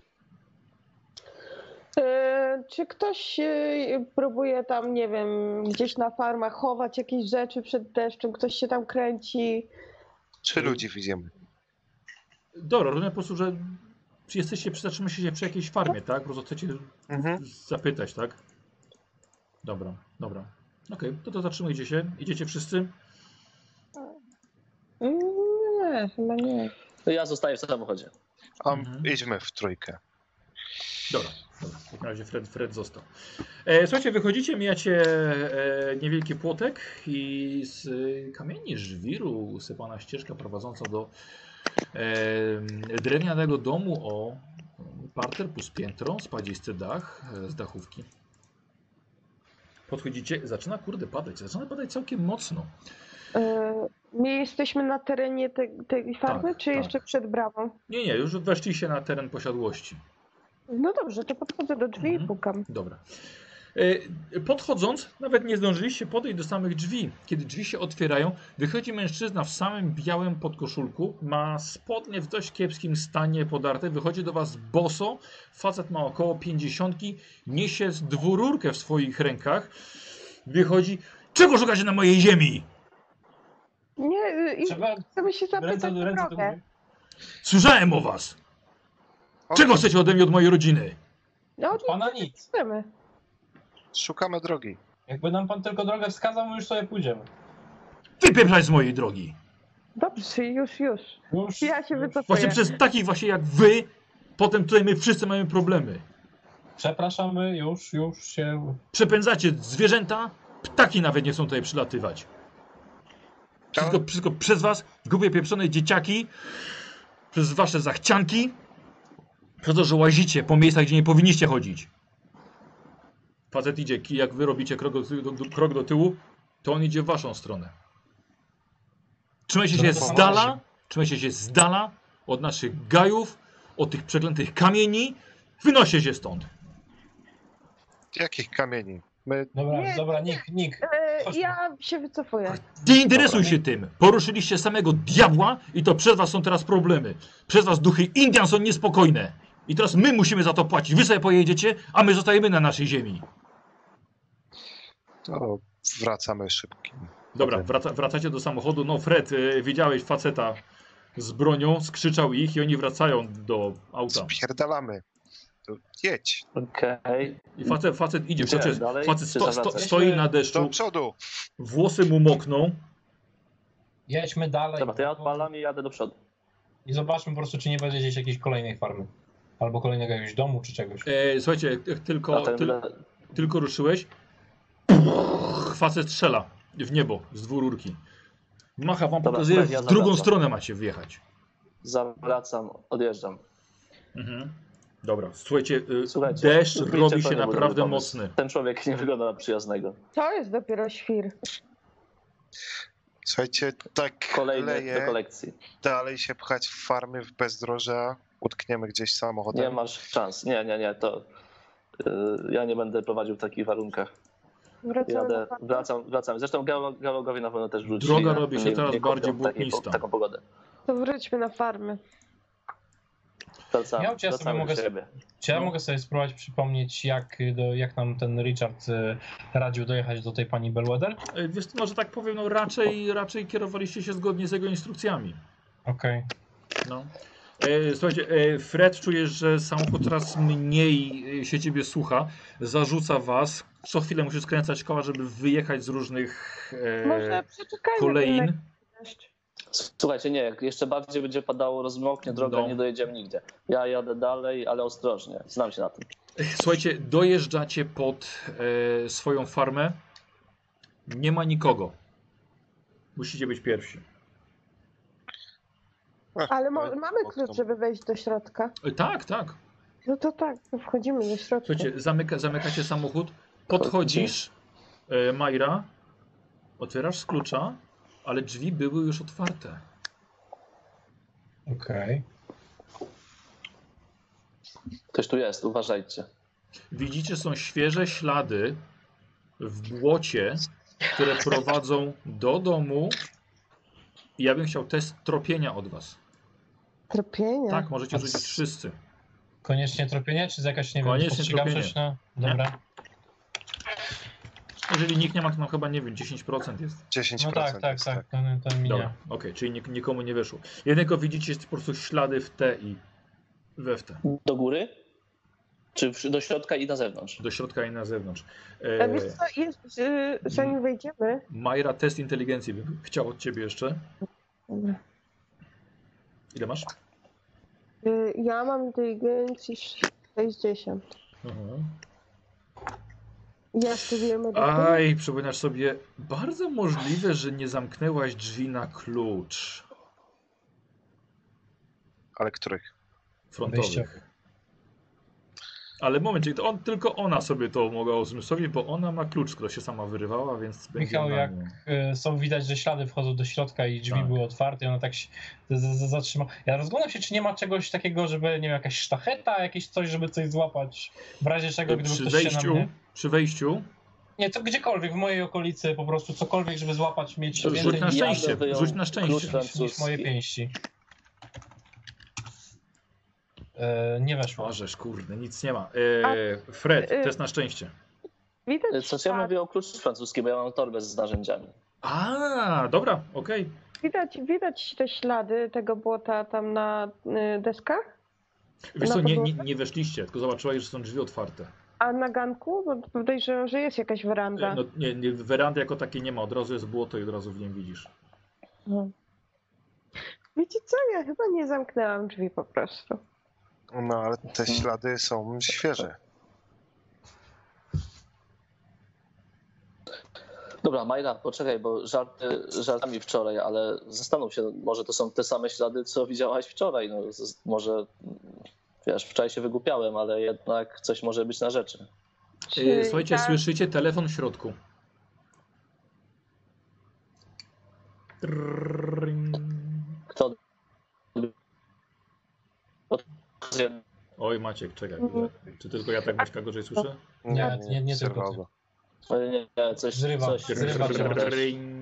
Czy ktoś próbuje tam, nie wiem, gdzieś na farmach chować jakieś rzeczy przed deszczem? Ktoś się tam kręci? 3 ludzi widzimy. Dobra, rozumiem po prostu, że zatrzymacie się przy jakiejś farmie, tak? Po prostu chcecie zapytać, tak? Dobra. Okej, to zatrzymujcie się. Idziecie wszyscy? Nie, chyba nie. Ja zostaję w samochodzie. A idźmy w trójkę. Dobra. W takim razie Fred został. Słuchajcie, wychodzicie, mijacie niewielki płotek i z kamieni żwiru usypana ścieżka prowadząca do drewnianego domu o parter plus piętro, spadzisty dach z dachówki. Podchodzicie, zaczyna padać całkiem mocno. My jesteśmy na terenie tej farmy, czy tak. jeszcze przed bramą? Nie, już weszliście na teren posiadłości. No dobrze, to podchodzę do drzwi i pukam. Dobra. Podchodząc, nawet nie zdążyliście podejść do samych drzwi. Kiedy drzwi się otwierają, wychodzi mężczyzna w samym białym podkoszulku. Ma spodnie w dość kiepskim stanie podarte. Wychodzi do was boso. Facet ma około 50. Niesie dwururkę w swoich rękach. Wychodzi. Czego szukacie na mojej ziemi? Nie, Trzeba chcemy się zapytać ręce do o drogę. góry. Słyszałem o was. Czego chcecie ode mnie, od mojej rodziny? No, Od pana nic. chcemy. Szukamy drogi. Jakby nam pan tylko drogę wskazał, my już sobie pójdziemy. Wypieprzaj z mojej drogi. Dobrze, już. Już, Ja się już. wycofuję. Właśnie przez takich właśnie jak wy, potem tutaj my wszyscy mamy problemy. Przepraszamy, już się... Przepędzacie zwierzęta, ptaki nawet nie chcą tutaj przylatywać. Wszystko przez was, głupie pieprzone dzieciaki, przez wasze zachcianki, przez to, że łazicie po miejscach, gdzie nie powinniście chodzić. Facet idzie, jak wy robicie krok do tyłu, to on idzie w waszą stronę. Trzymajcie się z dala od naszych gajów, od tych przeklętych kamieni. Wynoście się stąd. Jakich kamieni? My... Dobra, Nick. Ja się wycofuję. Nie interesuj się tym. Poruszyliście samego diabła i to przez was są teraz problemy. Przez was duchy Indian są niespokojne. I teraz my musimy za to płacić. Wy sobie pojedziecie, a my zostajemy na naszej ziemi. To wracamy szybkim. Dobra, wracacie do samochodu. No Fred, widziałeś faceta z bronią, skrzyczał ich i oni wracają do auta. Spierdalamy. To jedź. Okej. I facet idzie, Gdzie? Dalej? facet Czy zawracać? stoi na Do deszczu, przodu. włosy mu mokną. Jedźmy dalej. Dobra, to ja odpalam i jadę do przodu. I zobaczmy po prostu, czy nie będzie gdzieś jakiejś kolejnej farmy. Albo kolejnego jakiegoś domu, czy czegoś. Słuchajcie, jak tylko ruszyłeś, facet strzela w niebo z dwururki. Macha wam, Dobra, pokazuje, ja w drugą zawracam. stronę macie wjechać. Zawracam, odjeżdżam. Mhm. Dobra, słuchajcie, Słuchajcie, deszcz wiecie, robi to się nie był naprawdę dobry pomysł. mocny. Ten człowiek nie wygląda na przyjaznego. To jest dopiero świr. Słuchajcie, tak Kolejny do leje. kolekcji. Dalej się pchać w farmy w bezdroża. Utkniemy gdzieś samochodem. Nie masz szans. Nie, to ja nie będę prowadził w takich warunkach. Wracamy Jadę, na farmę. wracam. Zresztą geologowie na pewno też wrócili. Droga Ja robi się teraz kupią bardziej błotnista. taką pogodę. To wróćmy na farmę. Wracamy, Ja sobie wracamy mogę- do siebie. Czy ja mogę sobie spróbować przypomnieć, jak nam ten Richard radził dojechać do tej pani Bellwether? Wiesz, może tak powiem, no raczej kierowaliście się zgodnie z jego instrukcjami. Okej. No. Słuchajcie, Fred, czujesz, że samochód coraz mniej się ciebie słucha, zarzuca was. Co chwilę musisz skręcać koła, żeby wyjechać z różnych Może przeczekajmy. kolein. Deszcz. Słuchajcie, nie, jak jeszcze bardziej będzie padało, rozmoknie droga, No. nie dojedziemy nigdzie. Ja jadę dalej, ale ostrożnie. Znam się na tym. Słuchajcie, dojeżdżacie pod swoją farmę. Nie ma nikogo. Musicie być pierwsi. Ale mamy klucz, żeby wejść do środka. Tak, tak. No to tak, to wchodzimy do środka. Słuchajcie, zamykacie samochód, podchodzisz, Majra, otwierasz z klucza, ale drzwi były już otwarte. Okej. Ktoś tu jest, uważajcie. Widzicie, są świeże ślady w błocie, które prowadzą do domu. I ja bym chciał test tropienia od was. Tropienie? Tak, możecie rzucić wszyscy. Koniecznie tropienie, czy jakaś, nie wiem, Koniecznie spostrzegawczość na... Dobra. Jeżeli nikt nie ma, to chyba nie wiem, 10% jest. 10%. No tak, jest, to minia. Dobra, okej, czyli nikomu nie wyszło. Jednego widzicie po prostu ślady w te i we w te. Do góry? Czy do środka i na zewnątrz? Do środka i na zewnątrz. A wiesz co, zanim wejdziemy... Majra, test inteligencji bym chciał od ciebie jeszcze. Dobra. Ile masz? Ja mam inteligencji 60. Mhm. Ja studiuję medycynę. Aj, przypominasz sobie, bardzo możliwe, że nie zamknęłaś drzwi na klucz Ale których? frontowych. Wyjściowych. Ale moment, czyli to tylko ona sobie to mogła uzmysłowić, bo ona ma klucz, która się sama wyrywała, więc będzie Michał, na jak nią. są widać, że ślady wchodzą do środka i drzwi Tak. były otwarte i ona tak się zatrzymała. Ja rozglądam się, czy nie ma czegoś takiego, żeby, nie wiem, jakaś sztacheta, jakieś coś, żeby coś złapać, w razie czego, gdyby ktoś się na mnie... Przy wejściu Nie, to gdziekolwiek, w mojej okolicy po prostu cokolwiek, żeby złapać, mieć To więcej rzuć na szczęście, wyjął rzuć na szczęście. klucz niż francuski. moje pięści. Nie weszło. Możesz, kurde, nic nie ma. Fred, test na szczęście. Widać Co ja mówię o kluczu francuskim, bo ja mam torbę z narzędziami. A, dobra, okej. Widać te ślady tego błota tam na deskach? Wiesz Na co, podłodze? nie weszliście, tylko zobaczyłaś, że są drzwi otwarte. A na ganku? Bo podejrzewam, że jest jakaś weranda. No, nie, werandy jako takiej nie ma, od razu jest błoto i od razu w nim widzisz. No. Wiecie co? Ja chyba nie zamknęłam drzwi po prostu. No ale te ślady są świeże. Dobra, Majra, poczekaj, bo żartami wczoraj, ale zastanów się, może to są te same ślady, co widziałaś wczoraj. No, może, wiesz, wczoraj się wygłupiałem, ale jednak coś może być na rzeczy. Słuchajcie, słyszycie telefon w środku. Kto? Oj, Maciek, czekaj. Czy tylko ja tak Maćka gorzej słyszę? Nie zerwało tylko go. Nie, coś Zrywa coś cię. też.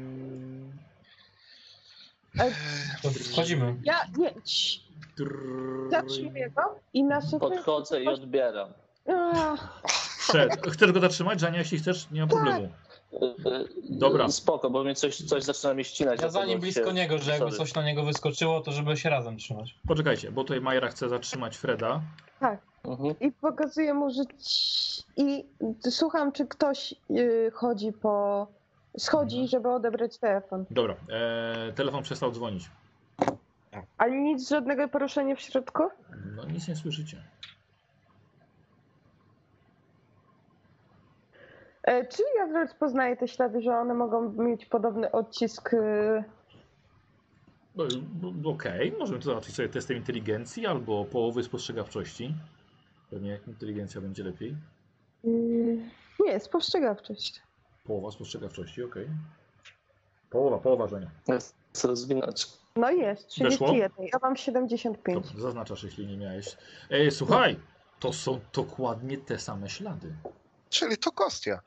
To wchodzimy. Ja nie. Zatrzymuję go i nasuwam. Podchodzę i odbieram. Chcesz go zatrzymać, Żania? Jeśli chcesz, nie ma problemu. Dobra. Spoko, bo mnie coś zaczyna mnie ścinać. Ja za nim blisko niego, że jakby Sorry. coś na niego wyskoczyło, to żeby się razem trzymać. Poczekajcie, bo tutaj Majra chce zatrzymać Freda. Tak. Mhm. I pokazuję mu, że i słucham, czy ktoś schodzi, żeby odebrać telefon. Dobra, telefon przestał dzwonić. Ale nic, żadnego poruszenia w środku? No nic nie słyszycie. Czy ja rozpoznaję te ślady, że one mogą mieć podobny odcisk? Okej, możemy to załatwić sobie testem inteligencji albo połowy spostrzegawczości. Pewnie inteligencja będzie lepiej. Nie, spostrzegawczość. Połowa spostrzegawczości, okej. Połowa, Żenia. Chcę rozwinąć. No jest, Weszło? 31. Ja mam 75. Dobrze, zaznaczasz, jeśli nie miałeś. Słuchaj, to są dokładnie te same ślady. Czyli to Kostia.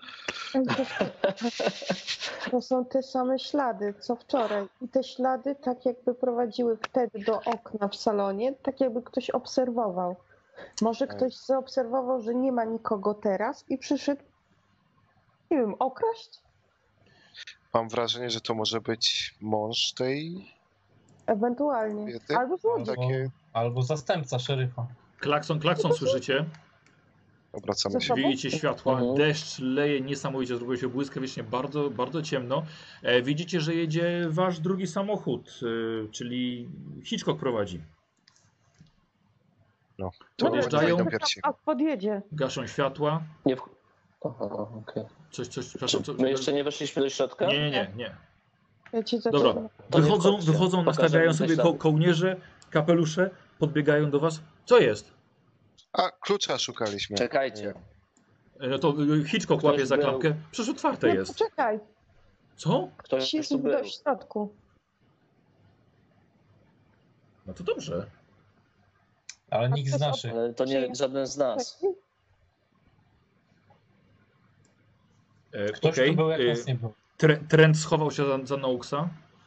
To są te same ślady, co wczoraj. I te ślady tak jakby prowadziły wtedy do okna w salonie, tak jakby ktoś obserwował. Może ktoś zaobserwował, że nie ma nikogo teraz i przyszedł, nie wiem, okraść? Mam wrażenie, że to może być mąż tej Ewentualnie. kobiety. Albo złodziej. Takie... Albo zastępca szeryfa. Klakson słyszycie? Obracamy się. Widzicie światła, Mhm. deszcz leje niesamowicie, zrobiło się błyskawicznie, bardzo, bardzo ciemno. Widzicie, że jedzie wasz drugi samochód, czyli Hitchcock prowadzi. No, Podjeżdżają, wejdą pierwsi. A podjedzie. gaszą światła. Nie Aha, okej. Przepraszam, My jeszcze nie weszliśmy do środka? Nie. Ja ci Dobra, zaczynam. To nie wychodzą, wchodźcie. nastawiają Pokażemy sobie te ślady. kołnierze, kapelusze, podbiegają do was. Co jest? A, klucza szukaliśmy. Czekajcie. No to Hitchcock Ktoś łapie za był. klamkę. Przecież otwarte Nie, jest. poczekaj. Co? Ktoś Jest tu był. w środku. No to dobrze. Ale nikt z naszych. Ale to nie żaden z nas. Ktoś Okej. tu był, jak nas nie było. Trent schował się za Noakesa.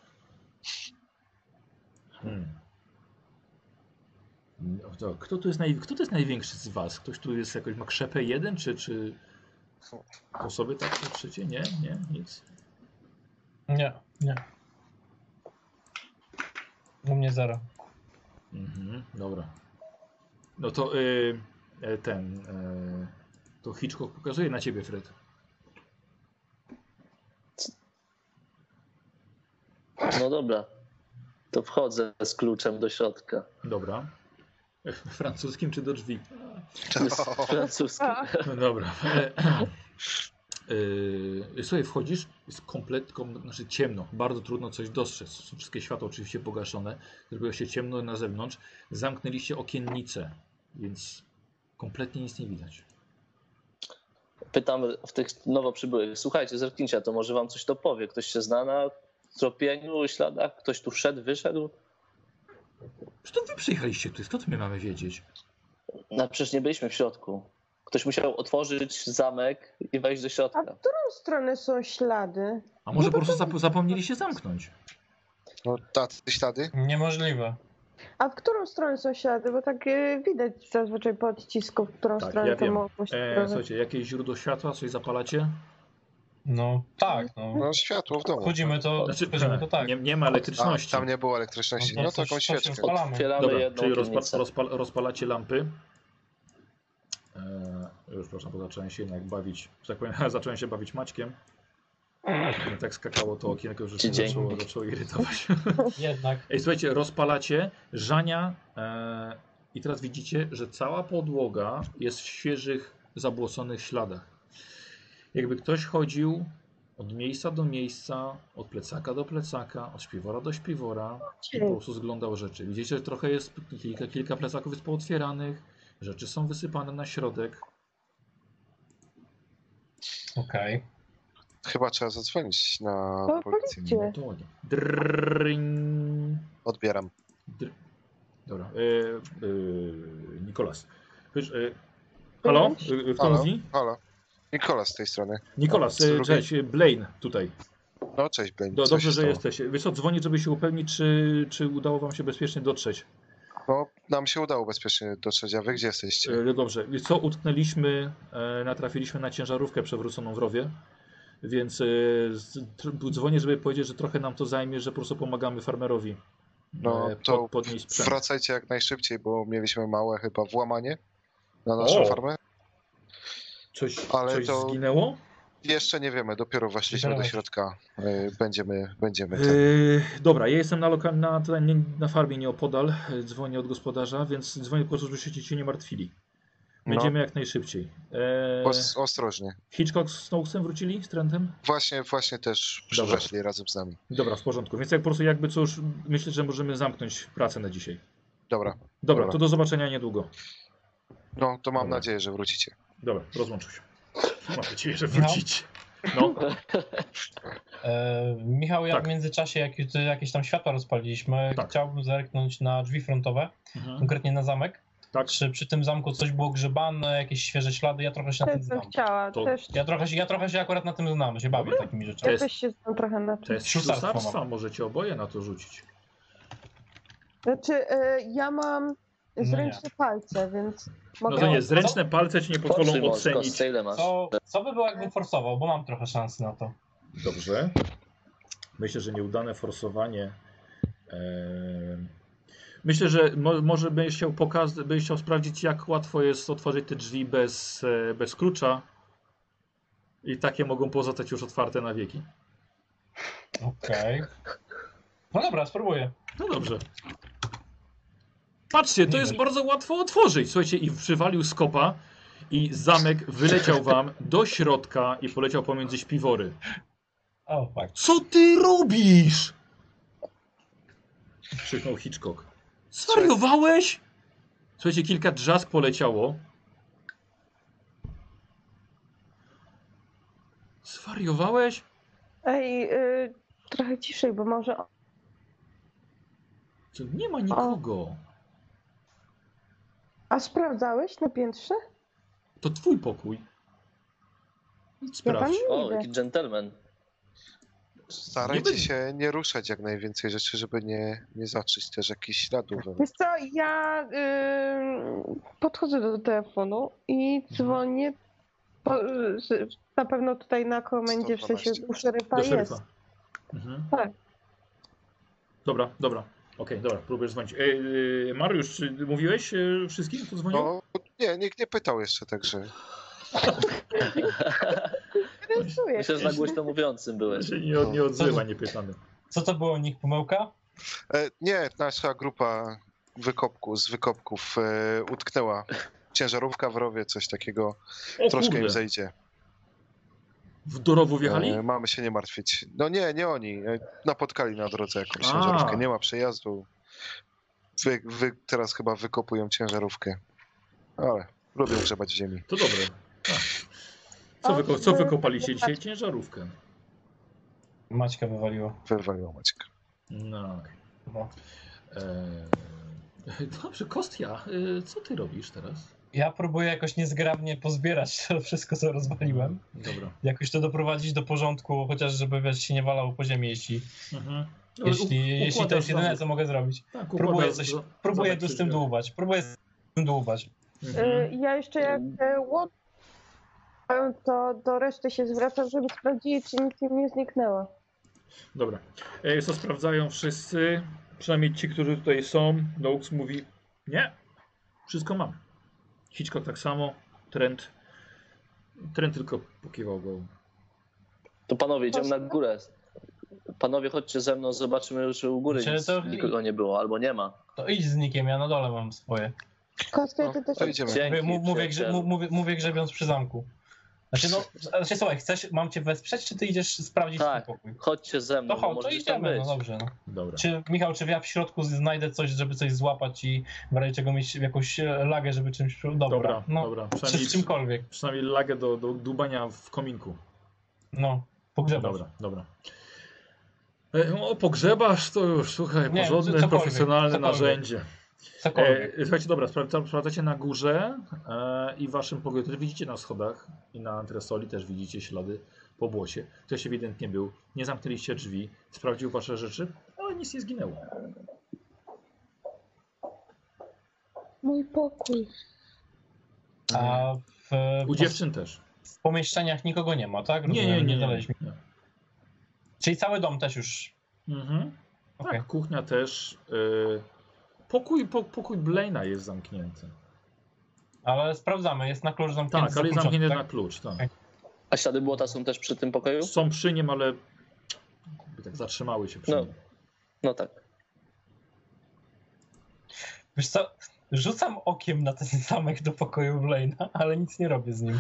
No to, kto to jest największy z was? Ktoś tu jest jakoś ma krzepę jeden, czy osoby tak patrzycie? Nie, nic. Nie. U mnie zero. Dobra. No to to Hitchcock pokazuje na ciebie, Fred. No dobra. To wchodzę z kluczem do środka. Dobra. Francuskim czy do drzwi? Francuski. No dobra. Słuchaj, wchodzisz, jest znaczy ciemno, bardzo trudno coś dostrzec. Są wszystkie światła oczywiście pogaszone, zrobiło się ciemno na zewnątrz. Zamknęliście okiennice, więc kompletnie nic nie widać. Pytam w tych nowo przybyłych. Słuchajcie, zerknijcie, to może wam coś to powie. Ktoś się zna na tropieniu, śladach? Ktoś tu wszedł, wyszedł? Przecież wy przyjechaliście tu, skąd my mamy wiedzieć? No przecież nie byliśmy w środku. Ktoś musiał otworzyć zamek i wejść do A środka. w którą stronę są ślady? A może po prostu zapomnieli się zamknąć? No, te ślady? Niemożliwe. A w którą stronę są ślady? Bo tak widać zazwyczaj po odcisku, w którą Tak, stronę ja to wiem. mogło się Słuchajcie, jakieś źródło światła, coś zapalacie? No tak, no. No światło w domu. Wchodzimy to tak. Nie ma elektryczności. Tam nie było elektryczności. No taką świeczkę. Otwieramy Dobra, jedną czyli piwnicę. rozpalacie lampy. Już proszę, bo zacząłem się jednak bawić, że tak powiem, zacząłem się bawić Maćkiem. I tak skakało to okienko, że się zaczęło irytować. Jednak. Ej, słuchajcie, rozpalacie, Żania i teraz widzicie, że cała podłoga jest w świeżych, zabłoconych śladach. Jakby ktoś chodził od miejsca do miejsca, od plecaka do plecaka, od śpiwora do śpiwora i po prostu zglądał rzeczy. Widzicie, że trochę jest, kilka plecaków jest pootwieranych, rzeczy są wysypane na środek. Okej. Chyba trzeba zadzwonić na policję. Policja. To nie. Drrrring. Odbieram. Dobra. Nikolas. Wiesz, halo? Kto mówi? Halo. Nikolas z tej strony. Nikolas, cześć, Blaine tutaj. No cześć Blaine. Dobrze, że jesteś. Wiesz co, dzwonię, żeby się upewnić, czy udało wam się bezpiecznie dotrzeć. No, nam się udało bezpiecznie dotrzeć, a wy gdzie jesteście? Dobrze. Wiesz co, natrafiliśmy na ciężarówkę przewróconą w rowie, więc dzwonię, żeby powiedzieć, że trochę nam to zajmie, że po prostu pomagamy farmerowi to podnieść sprzęt. Wracajcie jak najszybciej, bo mieliśmy małe chyba włamanie na naszą farmę. Coś to zginęło? Jeszcze nie wiemy, dopiero weszliśmy do środka. Będziemy. Dobra, ja jestem na farmie nieopodal, dzwonię od gospodarza, więc dzwonię po prostu, żebyście się nie martwili. Będziemy jak najszybciej. Ostrożnie. Hitchcock z Snowsem wrócili z Trentem? Właśnie też weszli razem z nami. Dobra, w porządku. Więc jak po prostu jakby cóż, myślę, że możemy zamknąć pracę na dzisiaj. Dobra, to do zobaczenia niedługo. No, to mam nadzieję, że wrócicie. Dobra, rozłączę się. Mam nadzieję, że wrócicie. No. Michał, ja w międzyczasie, jak jakieś tam światła rozpaliliśmy, chciałbym zerknąć na drzwi frontowe, konkretnie na zamek. Tak. Czy przy tym zamku coś było grzebane, jakieś świeże ślady? Ja trochę się na tym znam. Ja trochę się akurat na tym znam, się bawię takimi rzeczami. Ja też się znam trochę na tym. To jest ślusarstwo, możecie oboje na to rzucić. Znaczy, ja mam zręczne palce, więc mogę... No to nie, zręczne palce ci nie pozwolą ocenić. Co by było, jakbym forsował, bo mam trochę szansy na to. Dobrze. Myślę, że nieudane forsowanie. Myślę, że może byś chciał sprawdzić, jak łatwo jest otworzyć te drzwi bez klucza. I takie mogą pozostać już otwarte na wieki. Okej. No dobra, spróbuję. No dobrze. Patrzcie, to jest bardzo łatwo otworzyć. Słuchajcie, i przywalił skopa i zamek wyleciał wam do środka i poleciał pomiędzy śpiwory. O, tak. Co ty robisz? Krzyknął Hitchcock. Zwariowałeś? Słuchajcie, kilka drzask poleciało. Zwariowałeś? Ej, trochę ciszej, bo może... Co, nie ma nikogo. A sprawdzałeś na piętrze? To twój pokój. Sprawdź. O, jaki dżentelmen. Starajcie się nie ruszać jak najwięcej rzeczy, żeby nie zacząć też jakichś śladów. Wiesz co, ja podchodzę do telefonu i dzwonię. Na pewno tutaj na komendzie, w sensie u szeryfa jest. Tak. Dobra. Okej, dobra, próbujesz dzwonić. Mariusz, czy mówiłeś wszystkim, kto dzwonił? No, nie, nikt nie pytał jeszcze, także... Myślę, że na głośno mówiącym byłeś. Nie odzywa, nie pytany. Co to było, nick pomyłka? Nie, nasza grupa z wykopków utknęła. Ciężarówka w rowie, coś takiego. Troszkę im zejdzie. Do rowu wjechali? Mamy się nie martwić. No nie oni. Napotkali na drodze jakąś ciężarówkę. Nie ma przejazdu. Teraz chyba wykopują ciężarówkę. Ale lubią grzebać w ziemi. To dobre. Co wykopaliście dzisiaj? Ciężarówkę. Maćka wywaliło. Wywaliło Maćka. No okej. Dobrze, Kostia, co ty robisz teraz? Ja próbuję jakoś niezgrabnie pozbierać to wszystko, co rozwaliłem. Dobra. Jakoś to doprowadzić do porządku, chociaż żeby się nie walało po ziemi, jeśli No, Jeśli to jest jedyne, zamok. co mogę zrobić. Tak, Próbuję tu z tym dłubać. Ja jeszcze jak łączę, to do reszty się zwracam, żeby sprawdzili, czy nic im nie zniknęło. Dobra. Co sprawdzają wszyscy, przynajmniej ci, którzy tutaj są. Noakes mówi, nie, wszystko mam. Hitchcock tak samo, Trent tylko pokiwał głową. To panowie, idziemy na górę. Panowie, chodźcie ze mną, zobaczymy, czy u góry nikogo nie było, albo nie ma. To idź z nikiem, ja na dole mam swoje. Kostkę, ty też... To idziemy. Mówię grzebiąc przy zamku. Znaczy, słuchaj, mam cię wesprzeć, czy ty idziesz sprawdzić Tak, ten pokój? chodźcie ze mną, To może tam idziemy, być. no dobrze. No. Dobra. Michał, czy ja w środku znajdę coś, żeby coś złapać i w razie czego mieć jakąś lagę, żeby czymś... Dobra. Czy czymkolwiek. Przynajmniej lagę do dłubania w kominku. No, pogrzebać. Dobra. Pogrzebasz to już, słuchaj, porządne, profesjonalne narzędzie. Słuchajcie, dobra, sprawdzacie na górze i w waszym pokoju też widzicie na schodach i na antresoli też widzicie ślady po błocie. Ktoś ewidentnie był. Nie zamknęliście drzwi, sprawdził wasze rzeczy, ale nic nie zginęło. Mój pokój. A u dziewczyn też. W pomieszczeniach nikogo nie ma, tak? Nie. Czyli cały dom też już. Mhm. Okay. Tak, kuchnia też. Pokój Blaina jest zamknięty. Ale sprawdzamy, jest na klucz zamknięty. Tak, ale jest zamknięty na klucz, tak. Okay. A ślady błota są też przy tym pokoju? Są przy nim, ale tak zatrzymały się przy nim. No tak. Wiesz co, rzucam okiem na ten zamek do pokoju Blaina, ale nic nie robię z nim.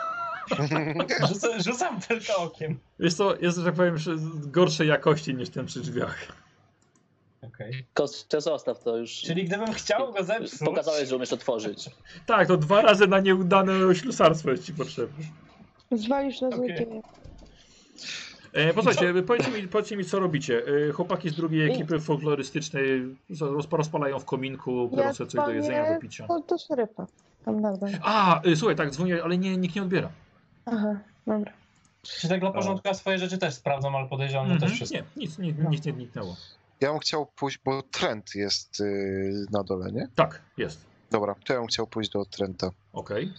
Rzucam tylko okiem. Wiesz co, jest, że tak powiem, gorszej jakości niż ten przy drzwiach. Okay. Kostce, zostaw to już. Czyli gdybym chciał go zepsuć... Pokazałeś, że umiesz otworzyć. Tak, to 2 razy na nieudane ślusarstwo jest ci potrzebne. Zwalisz na złodzieja. Posłuchajcie, powiedzcie mi, co robicie. Chłopaki z drugiej ekipy folklorystycznej rozpalają w kominku, biorą sobie coś do jedzenia, do picia. To szeryfa. Tam dalej. Słuchaj, tak, dzwonię, ale nikt nie odbiera. Aha, dobra. Czy tak dla porządku ja swoje rzeczy też sprawdzam, ale podejrzewam, że też wszystko. Nie, nic nie zniknęło. Ja bym chciał pójść, bo Trent jest na dole, nie? Tak, jest. Dobra, to ja bym chciał pójść do Trenta. Okej.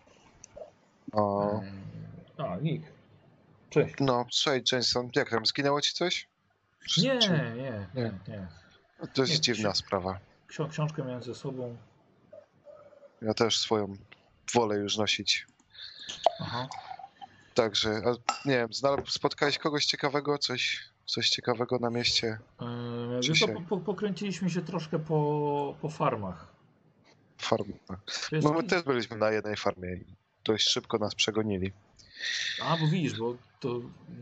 Nick. Cześć. No, słuchaj, Jason, jak tam, zginęło ci coś? Nie. To jest dziwna sprawa. Książkę miałem ze sobą. Ja też swoją wolę już nosić. Aha. Także, nie wiem, spotkałeś kogoś ciekawego, coś ciekawego na mieście? Wiesz co, pokręciliśmy się troszkę po farmach. No my też byliśmy na jednej farmie i dość szybko nas przegonili. Bo widzisz, bo to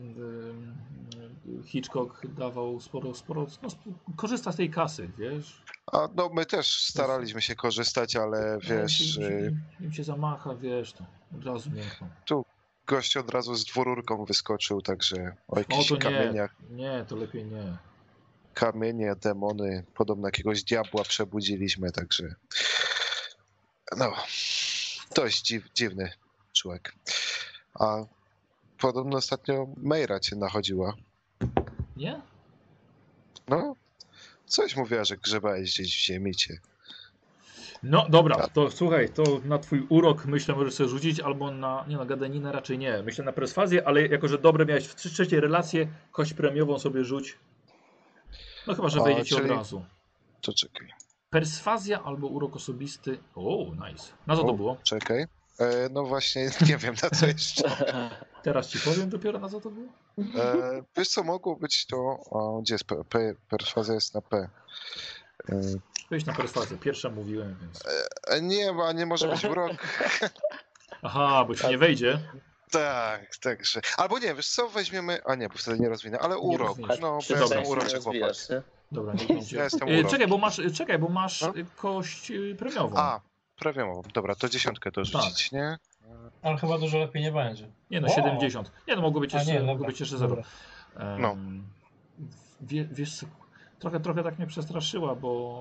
Hitchcock dawał sporo, korzysta z tej kasy, wiesz? No my też staraliśmy się korzystać, ale wiesz... Im się zamacha, wiesz, to od razu miękną. Tu gość od razu z dwururką wyskoczył, także o jakichś kamieniach. Nie, to lepiej nie. Kamienie, demony, podobno jakiegoś diabła przebudziliśmy, także... No, dość dziwny człowiek. A podobno ostatnio Mayra cię nachodziła. Nie? No, coś mówiła, że grzebałeś gdzieś w ziemi cię. No dobra, to słuchaj, to na twój urok myślę możesz sobie rzucić, albo na gadaninę raczej nie. Myślę na perswazję, ale jako, że dobre miałeś w trzeciej relację, kość premiową sobie rzuć. No chyba, że wejdzie ci od razu. To czekaj. Perswazja albo urok osobisty. Nice. Na co to było? Czekaj. No właśnie, nie wiem na co jeszcze. Teraz ci powiem dopiero na co to było. Wiesz co, mogło być to... gdzie jest perswazja jest na P. Wejdź na perswazję, pierwsze mówiłem, więc... Nie może być urok. Aha, bo ci nie wejdzie. Tak, także. Albo nie, wiesz co, weźmiemy... nie, bo wtedy nie rozwinę, ale urok. No, ja jestem uroczy chłopak. Dobra, nie będzie. Ja jestem Czekaj, bo masz kość premiową. Premiową. Dobra, to 10 dorzucić, nie? Ale chyba dużo lepiej nie będzie. Nie no, 70. Nie no, mogło być jeszcze 0. No. Wiesz co, trochę tak mnie przestraszyła, bo...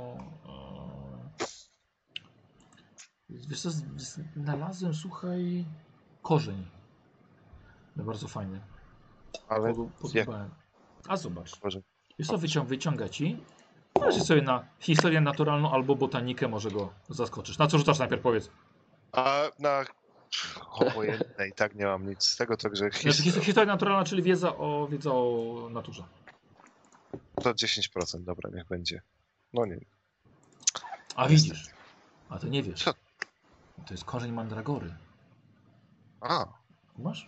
Wiesz co, znalazłem, słuchaj, korzeń. No bardzo fajny. Ale Podobałem. A zobacz. Wiesz co, wyciąga ci. Możesz sobie na historię naturalną albo botanikę może go zaskoczysz. Na co rzucasz najpierw, powiedz? A na obojętne i tak nie mam nic z tego, także Znaczy, historia naturalna, czyli wiedza o naturze. to 10%, dobra, niech będzie. No nie. A widzisz. A to nie wiesz. Co? To jest korzeń mandragory. A, Masz?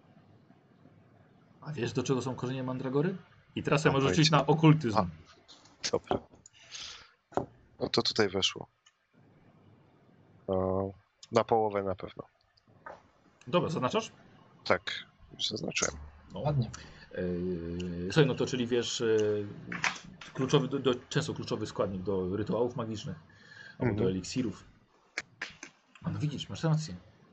A wiesz, do czego są korzenie mandragory? I teraz ja Mam możesz rzucić pojęcia. na okultyzm. dobra. No to tutaj weszło. Na połowę na pewno. Dobra, zaznaczasz? Tak, już zaznaczyłem. No. Ładnie. Słuchaj, no to czyli wiesz, kluczowy, często kluczowy składnik do rytuałów magicznych, albo do eliksirów. A no widzisz, masz rację.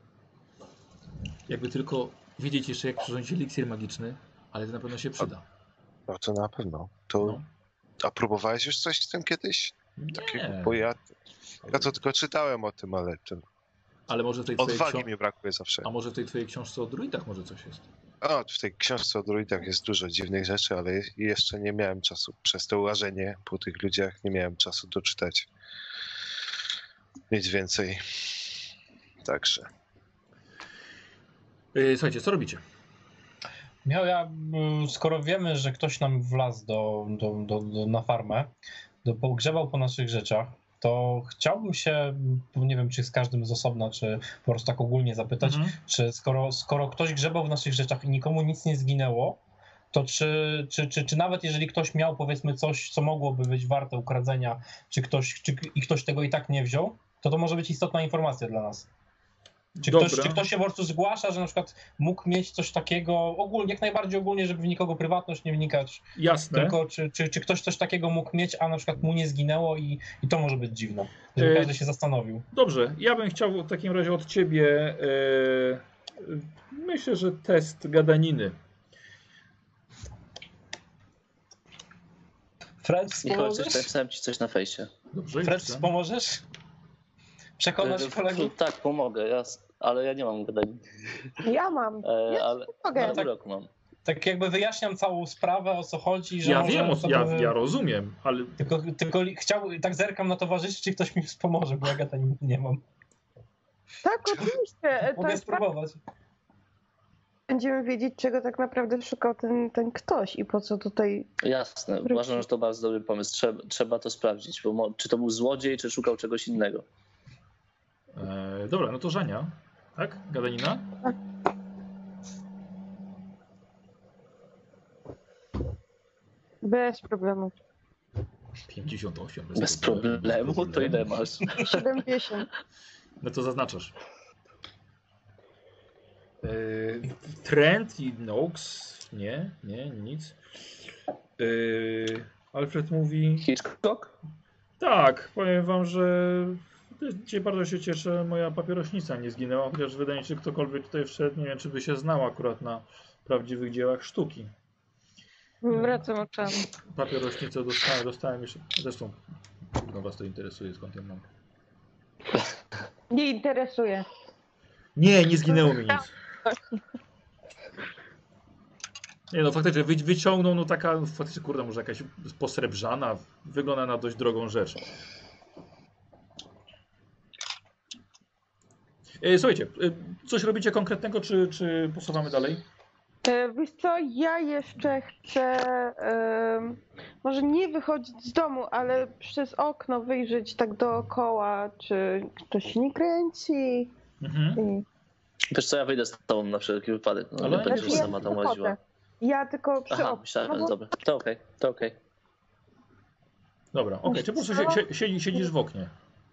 Jakby tylko wiedzieć jeszcze, jak przyrządzić eliksir magiczny, ale to na pewno się przyda. No to na pewno. To... No. A próbowałeś już coś z tym kiedyś? Takiego, bo ja to tylko czytałem o tym, ale Ale może w tej twojej odwagi mi brakuje zawsze. A może w tej twojej książce o druidach może coś jest? O, w tej książce o druidach jest dużo dziwnych rzeczy, ale jeszcze nie miałem czasu. Przez to łażenie po tych ludziach nie miałem czasu doczytać nic więcej. Także. Słuchajcie, co robicie? Skoro wiemy, że ktoś nam wlazł na farmę, pogrzebał po naszych rzeczach, to chciałbym się, nie wiem czy z każdym z osobna, czy po prostu tak ogólnie zapytać, czy skoro ktoś grzebał w naszych rzeczach i nikomu nic nie zginęło, to czy nawet jeżeli ktoś miał powiedzmy coś, co mogłoby być warte ukradzenia, i ktoś tego i tak nie wziął, to może być istotna informacja dla nas. Czy ktoś się po prostu zgłasza, że na przykład mógł mieć coś takiego ogólnie, jak najbardziej ogólnie, żeby w nikogo prywatność nie wnikać. Jasne. Tylko czy ktoś coś takiego mógł mieć, a na przykład mu nie zginęło i to może być dziwne, żeby każdy się zastanowił. Dobrze, ja bym chciał w takim razie od ciebie, myślę, że test gadaniny. Fred, Michał, wspomożesz? napisałem ci coś na fejsie. Dobrze, Fred, chcę. wspomożesz? Przekonasz kolegów? Tak, pomogę, ale ja nie mam gadaniny. Ja mam. Ale Mogę. na urok mam. Tak jakby wyjaśniam całą sprawę, o co chodzi, że Ja może wiem, sobie... ja rozumiem, ale Tylko tak zerkam na towarzyszy, czy ktoś mi wspomoże, bo ja gadaniny nie mam. Tak, oczywiście. To Mogę jest tak, spróbować. będziemy wiedzieć, czego tak naprawdę szukał ten ktoś i po co tutaj. Jasne, uważam, że to bardzo dobry pomysł. Trzeba to sprawdzić, bo czy to był złodziej, czy szukał czegoś innego. dobra, no to Żania, tak? Gadanina? Bez problemu. 58. Bez problemu, to ile masz? 70. No to zaznaczasz. Trent i Nox. Nie, nic. Alfred mówi... Hitchcock? Tak, powiem wam, że dzisiaj bardzo się cieszę, moja papierośnica nie zginęła, chociaż wydaje mi się, że ktokolwiek tutaj wszedł, nie wiem, czy by się znał akurat na prawdziwych dziełach sztuki. Wracam oczami. Papierośnicę dostałem jeszcze, zresztą no was to interesuje, skąd ja mam. Nie interesuje. Nie zginęło mi nic. Nie no, faktycznie wyciągnął, no taka, faktycznie kurde, może jakaś posrebrzana, wygląda na dość drogą rzecz. Słuchajcie, coś robicie konkretnego, czy posuwamy dalej? Wiesz co, ja jeszcze chcę może nie wychodzić z domu, ale przez okno wyjrzeć tak dookoła, czy ktoś się nie kręci. Wiesz co, ja wyjdę z tobą na wszelki wypadek. No, Ale nie będziesz ja sama tam łaziła. Ja tylko przy Aha, oknie. myślałem, bo- dobra. To okej. Dobra, okej. Czy po prostu siedzisz w oknie?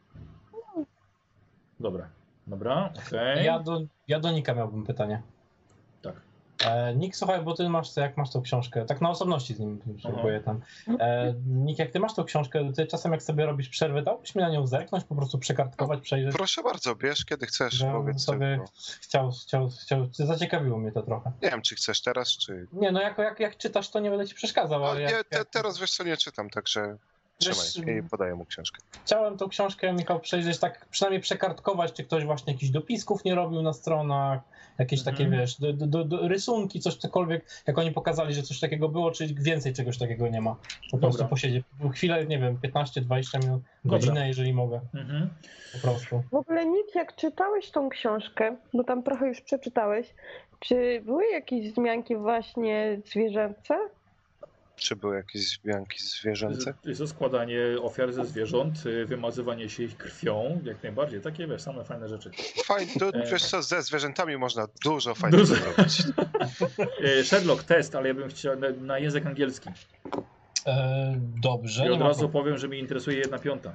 Dobra, okej. Ja do Nika miałbym pytanie. Tak. Nik, słuchaj, bo ty jak masz tą książkę, tak na osobności z nim spróbuję tam. Nik, jak ty masz tą książkę, ty czasem jak sobie robisz przerwę, dałbyś mi na nią zerknąć, po prostu przekartkować, przejrzeć? Proszę bardzo, bierz kiedy chcesz, Żebym powiedz sobie tylko. chciał, zaciekawiło mnie to trochę. Nie wiem, czy chcesz teraz, czy... Nie, no jak czytasz, to nie będę ci przeszkadzał, A, ale nie, teraz wiesz co, nie czytam, także trzymaj. I podaję mu książkę. Chciałem tą książkę, Michał, przejrzeć, tak przynajmniej przekartkować, czy ktoś właśnie jakichś dopisków nie robił na stronach, jakieś takie, wiesz, rysunki, cokolwiek, jak oni pokazali, że coś takiego było, czy więcej czegoś takiego nie ma. Po prostu posiedzieć. Chwilę, nie wiem, 15-20 minut, godzinę, jeżeli mogę. Po prostu. W ogóle Nick, jak czytałeś tą książkę, bo tam trochę już przeczytałeś, czy były jakieś wzmianki właśnie zwierzęce? Czy były jakieś wzmianki zwierzęce? Jest to składanie ofiar ze zwierząt, wymazywanie się ich krwią, jak najbardziej. Takie, wiesz, same fajne rzeczy. Fajnie, to wiesz co, ze zwierzętami można dużo fajnego zrobić. Sherlock, test, ale ja bym chciał na język angielski. Dobrze. I od razu powiem, że mnie interesuje 1/5.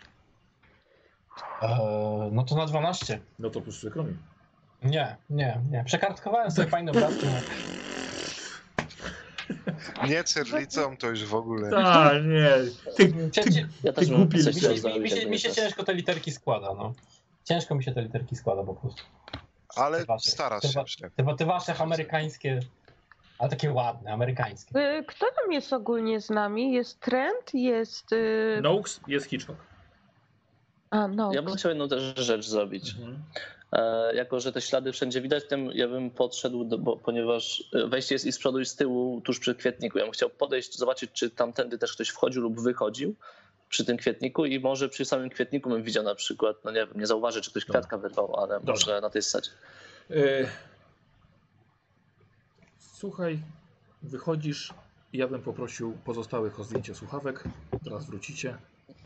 No to na 12. No to plus przykro mi. Nie. Przekartkowałem sobie fajne obrazki. Nie cerlicą, to już w ogóle. Tak, nie. Ja też głupi. Mi się ciężko te literki składa, no. Ciężko mi się te literki składa po prostu. Ale starasz się. Te wasze amerykańskie, ale takie ładne, amerykańskie. Kto tam jest ogólnie z nami? Jest Trent, jest... Noakes, jest Hitchcock. No. Ja bym chciał jedną też rzecz zrobić. Jako że te ślady wszędzie widać, tym ja bym podszedł, ponieważ wejście jest i z przodu i z tyłu, tuż przy kwietniku. Ja bym chciał podejść, zobaczyć, czy tamtędy też ktoś wchodził lub wychodził przy tym kwietniku i może przy samym kwietniku bym widział na przykład, no nie wiem, nie zauważy, czy ktoś kwiatka wyrwał, ale może na tej zasadzie. Słuchaj, wychodzisz i ja bym poprosił pozostałych o zdjęcie słuchawek. Teraz wrócicie.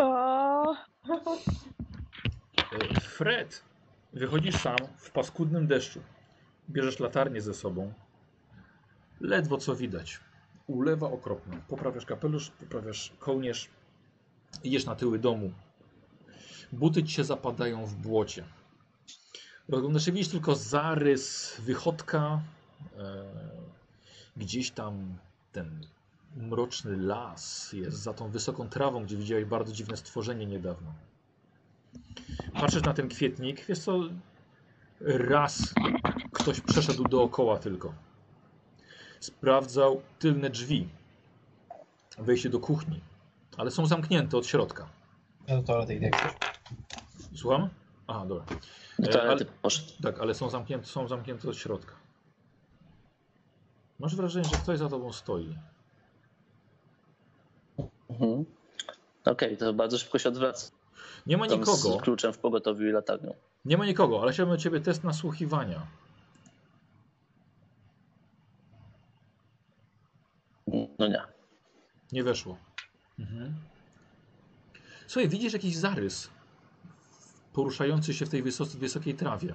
Fred, wychodzisz sam w paskudnym deszczu. Bierzesz latarnię ze sobą. Ledwo co widać. Ulewa okropna. Poprawiasz kapelusz, poprawiasz kołnierz. Idziesz na tyły domu. Buty ci się zapadają w błocie. Rozglądasz się, widzisz tylko zarys wychodka. Gdzieś tam ten mroczny las jest za tą wysoką trawą, gdzie widziałeś bardzo dziwne stworzenie niedawno. Patrzysz na ten kwietnik, wiesz co, raz ktoś przeszedł dookoła tylko. Sprawdzał tylne drzwi, wejście do kuchni, ale są zamknięte od środka. Ja do toalety idę. Słucham? Aha, dobra. Tak, ale są zamknięte od środka. Masz wrażenie, że ktoś za tobą stoi. Okej, to bardzo szybko się odwraca. Nie ma nikogo. Z kluczem w pogotowiu i latarnią. Nie ma nikogo, ale chciałbym od ciebie test nasłuchiwania. No nie. Nie weszło. Słuchaj, widzisz jakiś zarys poruszający się w tej wysokiej trawie.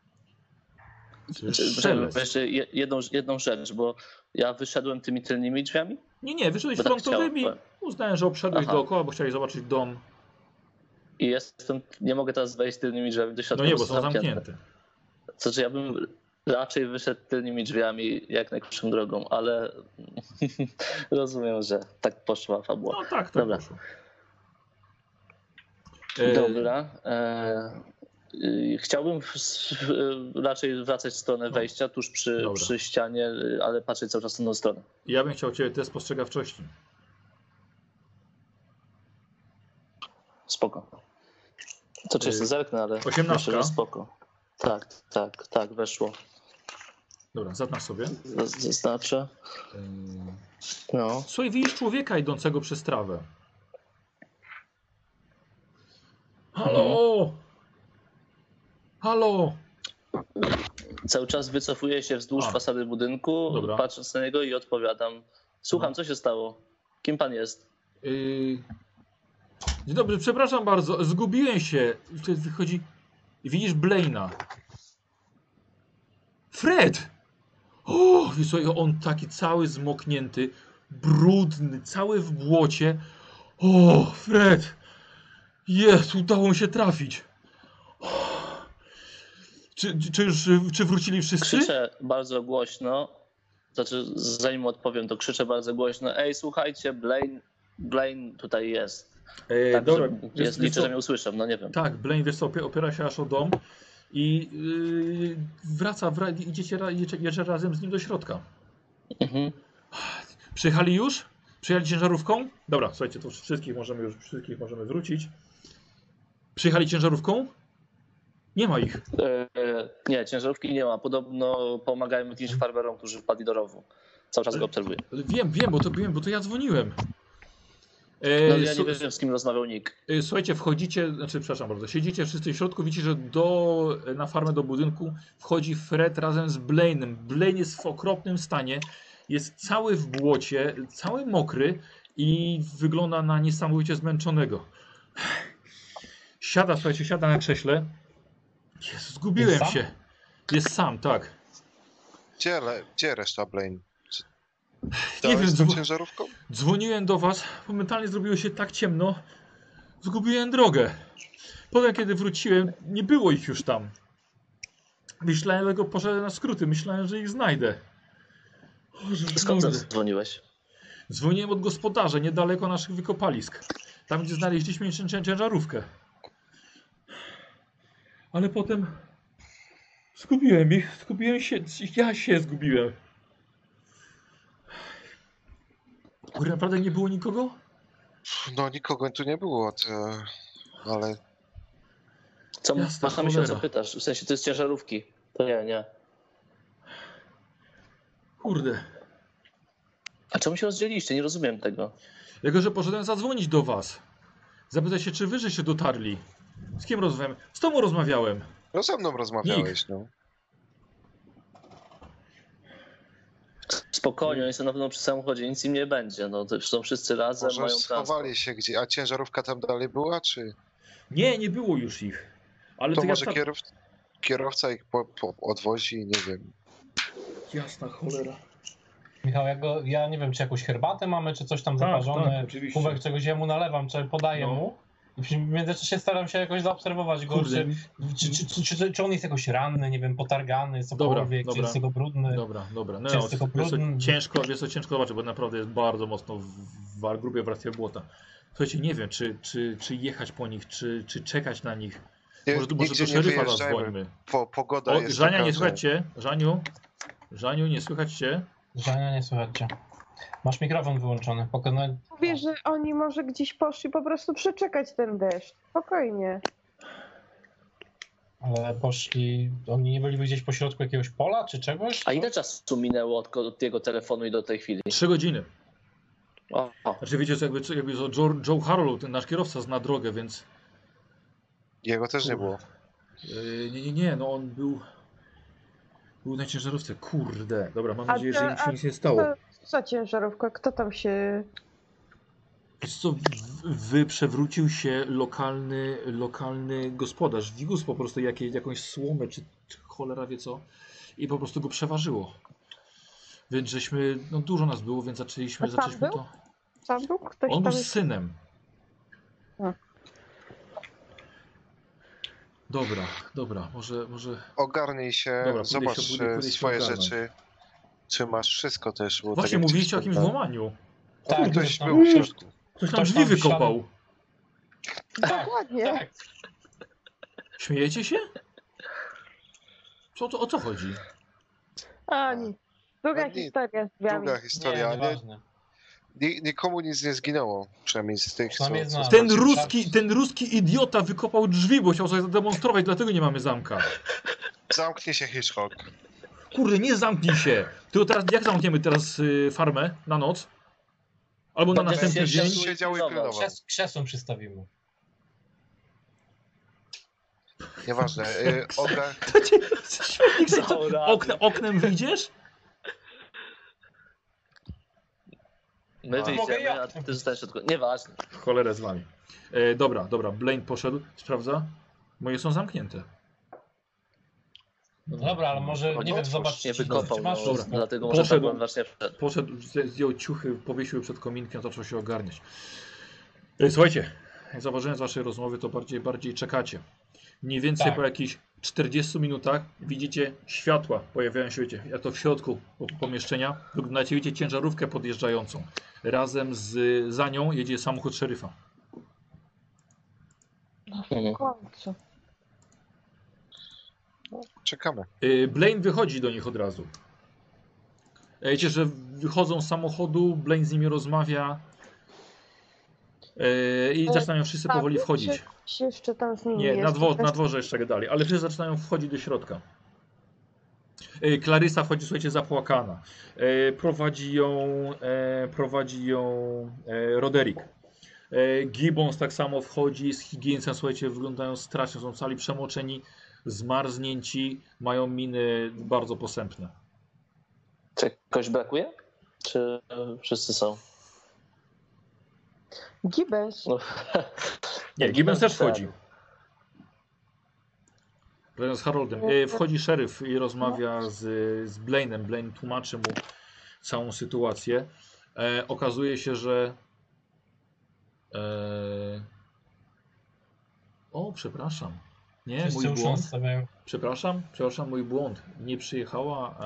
Jeszcze jedną rzecz, bo ja wyszedłem tymi tylnymi drzwiami? Nie, wyszedłeś frontowymi. Uznałem, że obszedłeś dookoła, bo chciałeś zobaczyć dom. I nie mogę teraz wejść tylnymi drzwiami do środka. No nie, bo są zamknięte. Znaczy ja bym raczej wyszedł tylnymi drzwiami jak najkrótszą drogą, ale rozumiem, że tak poszła fabuła. No tak, dobra. Poszło. Dobra. Chciałbym raczej wracać w stronę wejścia, tuż przy ścianie, ale patrzeć cały czas w tą stronę. Ja bym chciał ciebie test spostrzegawczości. Spoko. To czy jeszcze zerknę, ale 18. myślę, że spoko. Tak, weszło. Dobra, zaznacz sobie. Zaznaczę. No. Słuchaj, widzisz człowieka idącego przez trawę. Halo! Halo! Cały czas wycofuję się wzdłuż fasady budynku, patrząc na niego i odpowiadam. Słucham, co się stało? Kim pan jest? Dzień dobry, przepraszam bardzo, zgubiłem się. Wychodzi... Widzisz Blaina. Fred! O, słuchaj, on taki cały zmoknięty, brudny, cały w błocie. O, Fred! Jest, udało mi się trafić. Czy wrócili wszyscy? Krzyczę bardzo głośno. Znaczy, zanim odpowiem, to krzyczę bardzo głośno. Ej, słuchajcie, Blaine tutaj jest. Tak, dobra, liczę, że mnie usłyszą, no nie wiem. Tak, Blaine, wiesz co, opiera się aż o dom i wraca, idziecie razem z nim do środka. Mhm. Przyjechali już? Przyjechali ciężarówką? Dobra, słuchajcie, to wszystkich możemy wrócić. Przyjechali ciężarówką? Nie ma ich. Nie, ciężarówki nie ma. Podobno pomagają jakimś farmerom, którzy wpadli do rowu. Cały czas go obserwuję. Wiem, bo to ja dzwoniłem. No ja nie wiem, z kim rozmawiał nikt. Słuchajcie, wchodzicie, przepraszam bardzo, siedzicie wszyscy w środku, widzicie, że na farmę do budynku wchodzi Fred razem z Blaine'em. Blaine jest w okropnym stanie, jest cały w błocie, cały mokry i wygląda na niesamowicie zmęczonego. Siada na krześle. Jezu, zgubiłem się. Jest sam, tak. Gdzie reszta Blaine? Nie wiem, z tą ciężarówką? Dzwoniłem do was, momentalnie zrobiło się tak ciemno, zgubiłem drogę. Potem kiedy wróciłem, nie było ich już tam. Myślałem, że poszedłem na skróty, myślałem, że ich znajdę. Skąd dzwoniłeś? Dzwoniłem od gospodarza, niedaleko naszych wykopalisk. Tam, gdzie znaleźliśmy ciężarówkę. Ale potem zgubiłem ich, ja się zgubiłem. Kurde, naprawdę nie było nikogo? No nikogo tu nie było, ale... Co masz na myśli, o co pytasz? W sensie to jest ciężarówki. To nie. Kurde. A czemu się rozdzieliliście? Nie rozumiem tego. Jako, że poszedłem zadzwonić do was. Zapytać się, czy wy żeście dotarli. Z kim rozmawiałem? Z tobą rozmawiałem. No ze mną rozmawiałeś, no. Spokojnie, oni są na pewno przy samochodzie, nic im nie będzie. No, to są wszyscy razem, Może mają schowali transport. się gdzie, a ciężarówka tam dalej była, czy... Nie było już ich. Ale To ja może kierowca ich odwozi, nie wiem. Jasna cholera. Michał, ja nie wiem, czy jakąś herbatę mamy, czy coś tam zaparzone, oczywiście. kubek czegoś ja mu nalewam, czy podaję mu. I w międzyczasie staram się jakoś zaobserwować go, czy on jest jakoś ranny, nie wiem, potargany, cokolwiek, czy jest tylko brudny. Dobra. No, ciężko zobaczyć, bo naprawdę jest bardzo mocno w grupie wracania błota. Słuchajcie, nie wiem, czy jechać po nich, czy czekać na nich. Może do szeryfa zadzwońmy. Pogoda jest Żania, taka, nie słychać cię? Żaniu, nie słychać cię? Żania, nie słychać cię. Masz mikrofon wyłączony. Mówię, że oni może gdzieś poszli po prostu przeczekać ten deszcz. Spokojnie. Ale poszli... Oni nie byliby gdzieś po środku jakiegoś pola, czy czegoś? A ile czasu minęło od jego telefonu i do tej chwili? 3 godziny. O. Znaczy wiecie, jakby Joe Harlow, ten nasz kierowca, zna drogę, więc... Jego też nie było. Nie, no on był na ciężarówce. Kurde. Dobra, mam nadzieję, że im się nic nie stało. Co ciężarówka? Kto tam się... Wiesz co, przewrócił się lokalny gospodarz. Wiózł po prostu jakąś słomę, czy cholera wie co. I po prostu go przeważyło. Więc żeśmy, no dużo nas było, więc zaczęliśmy to... Tam był? Ktoś On był tam... z synem. A. Dobra, może... Ogarnij się, Dobra, zobacz swoje ogarnąć. rzeczy. Czy masz wszystko też? Bo Właśnie tak jak mówiliście o jakimś włamaniu. Tak, ktoś był w środku. Ktoś tam drzwi wykopał. Dokładnie. Tak. Śmiejecie się? O co chodzi? Ani. Długa historia z drzwiami. Długa historia. Nieważne. Nikomu nic nie zginęło, przynajmniej z tych, Przynajmniej co... znam. Ten ruski idiota wykopał drzwi, bo chciał sobie zademonstrować, dlatego nie mamy zamka. Zamknij się, Hitchcock. Kurde, nie zamknij się. Tylko teraz, jak zamkniemy teraz farmę na noc? Albo na następny dzień? Siedział i pilnował. Krzesłem przystawimy. Nieważne. Oknem wyjdziesz? My wyjdziemy, a ty zostajesz tylko. Nieważne. Cholerę z wami. Dobra, Blaine poszedł, sprawdza. Moje są zamknięte. No dobra, ale może, nie wiem, zobacz, nie wykopał, czy masz no, wszystko. dlatego może tak on właśnie wszedł. Poszedł, zdjął ciuchy, powiesił przed kominkiem, zaczął się ogarniać. Słuchajcie, jak zauważyłem z waszej rozmowy, to bardziej czekacie. Mniej więcej po jakichś 40 minutach widzicie światła, pojawiają się, wiecie, jak to w środku pomieszczenia. Wyglądacie, widzicie ciężarówkę podjeżdżającą. Razem za nią jedzie samochód szeryfa. W końcu. Czekamy. Blaine wychodzi do nich od razu. Wiecie, że wychodzą z samochodu, Blaine z nimi rozmawia i zaczynają wszyscy powoli wchodzić. Czy jeszcze tam z nimi Nie, jest? na dworze jeszcze dalej, ale wszyscy zaczynają wchodzić do środka. Klarysa wchodzi, słuchajcie, zapłakana. Prowadzi ją Roderick. Gibbons tak samo wchodzi z Higginsem, słuchajcie, wyglądają strasznie, są cali przemoczeni, zmarznięci, mają miny bardzo posępne. Czy kogoś brakuje? Czy wszyscy są? Gibbons. No. Nie, Gibbons też wchodzi. Razem z Haroldem. Wchodzi szeryf i rozmawia z Blaine'em. Blaine tłumaczy mu całą sytuację. Okazuje się, że... O, przepraszam. Nie, Wszyscy mój już błąd. nastawiają. Przepraszam, mój błąd. Nie przyjechała...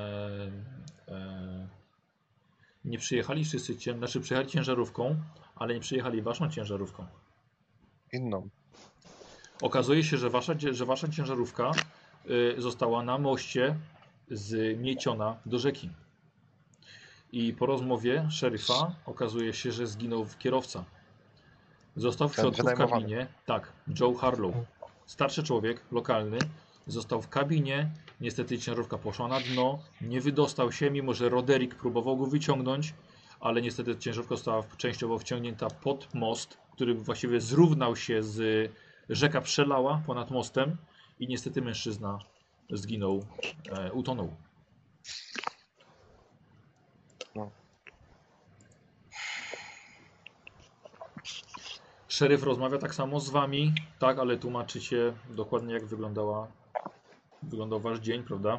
nie przyjechali wszyscy, znaczy przyjechali ciężarówką, ale nie przyjechali waszą ciężarówką. Inną. Okazuje się, że wasza ciężarówka została na moście zmieciona do rzeki. I po rozmowie szeryfa okazuje się, że zginął kierowca. Został w środku w kabinie. Tak, Joe Harlow. Starszy człowiek, lokalny. Został w kabinie. Niestety ciężarówka poszła na dno. Nie wydostał się, mimo że Roderick próbował go wyciągnąć. Ale niestety ciężarówka została częściowo wciągnięta pod most, który właściwie zrównał się z... Rzeka przelała ponad mostem i niestety mężczyzna zginął, utonął. No. Szeryf rozmawia tak samo z wami, tak, ale tłumaczycie dokładnie, jak wyglądał wasz dzień, prawda?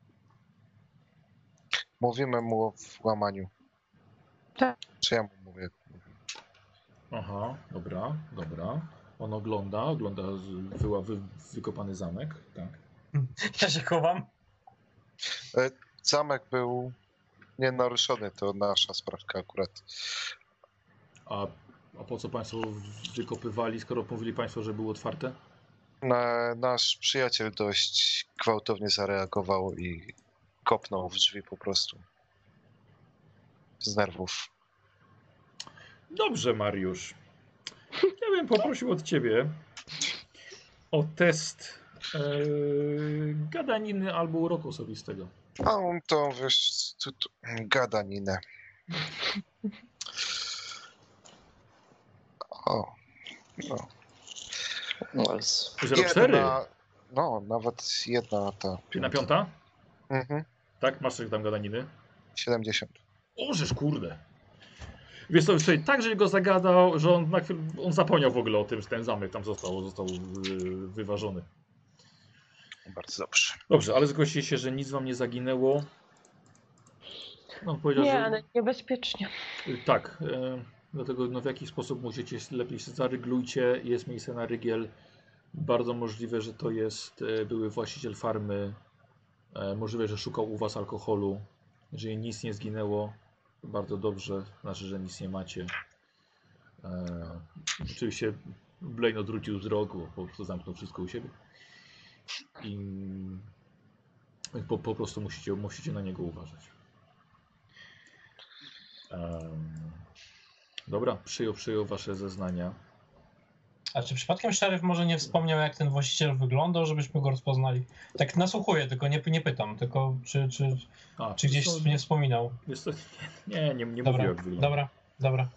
Mówimy mu o włamaniu. Tak. Czy ja mu mówię? Aha, dobra. On ogląda wykopany zamek, tak. Ja się chowam. Zamek był nienaruszony, to nasza sprawka akurat. A po co państwo wykopywali, skoro mówili państwo, że było otwarte? Nasz przyjaciel dość gwałtownie zareagował i kopnął w drzwi po prostu. Z nerwów. Dobrze, Mariusz. Ja bym poprosił od ciebie o test gadaniny albo uroku osobistego. A to wiesz, gadaninę. O, no. Nice. 0,4. No, nawet jedna ta. Czyli na piąta? Mhm. Tak? Masz coś tam gadaniny? 70. O, żeż kurde. Wiesz co, wczoraj tak, że go zagadał, że on zapomniał w ogóle o tym, że ten zamek tam został wyważony. Bardzo dobrze. Dobrze, ale zgłosili się, że nic wam nie zaginęło. No, powiedział, Nie, że... ale niebezpiecznie. Tak, dlatego no, w jakiś sposób musicie lepiej się zaryglujcie. Jest miejsce na rygiel. Bardzo możliwe, że to jest były właściciel farmy. Możliwe, że szukał u was alkoholu. Jeżeli nic nie zginęło, to bardzo dobrze. Znaczy, że nic nie macie. Oczywiście Blaine odwrócił wzrok, bo po prostu zamknął wszystko u siebie. I po prostu musicie na niego uważać. Dobra, przyjął wasze zeznania. A czy przypadkiem szeryf może nie wspomniał, jak ten właściciel wyglądał, żebyśmy go rozpoznali? Tak nasłuchuję, tylko nie pytam, tylko czy gdzieś nie wspominał. Wiesz co, nie mówię, jak wygląda. Dobra.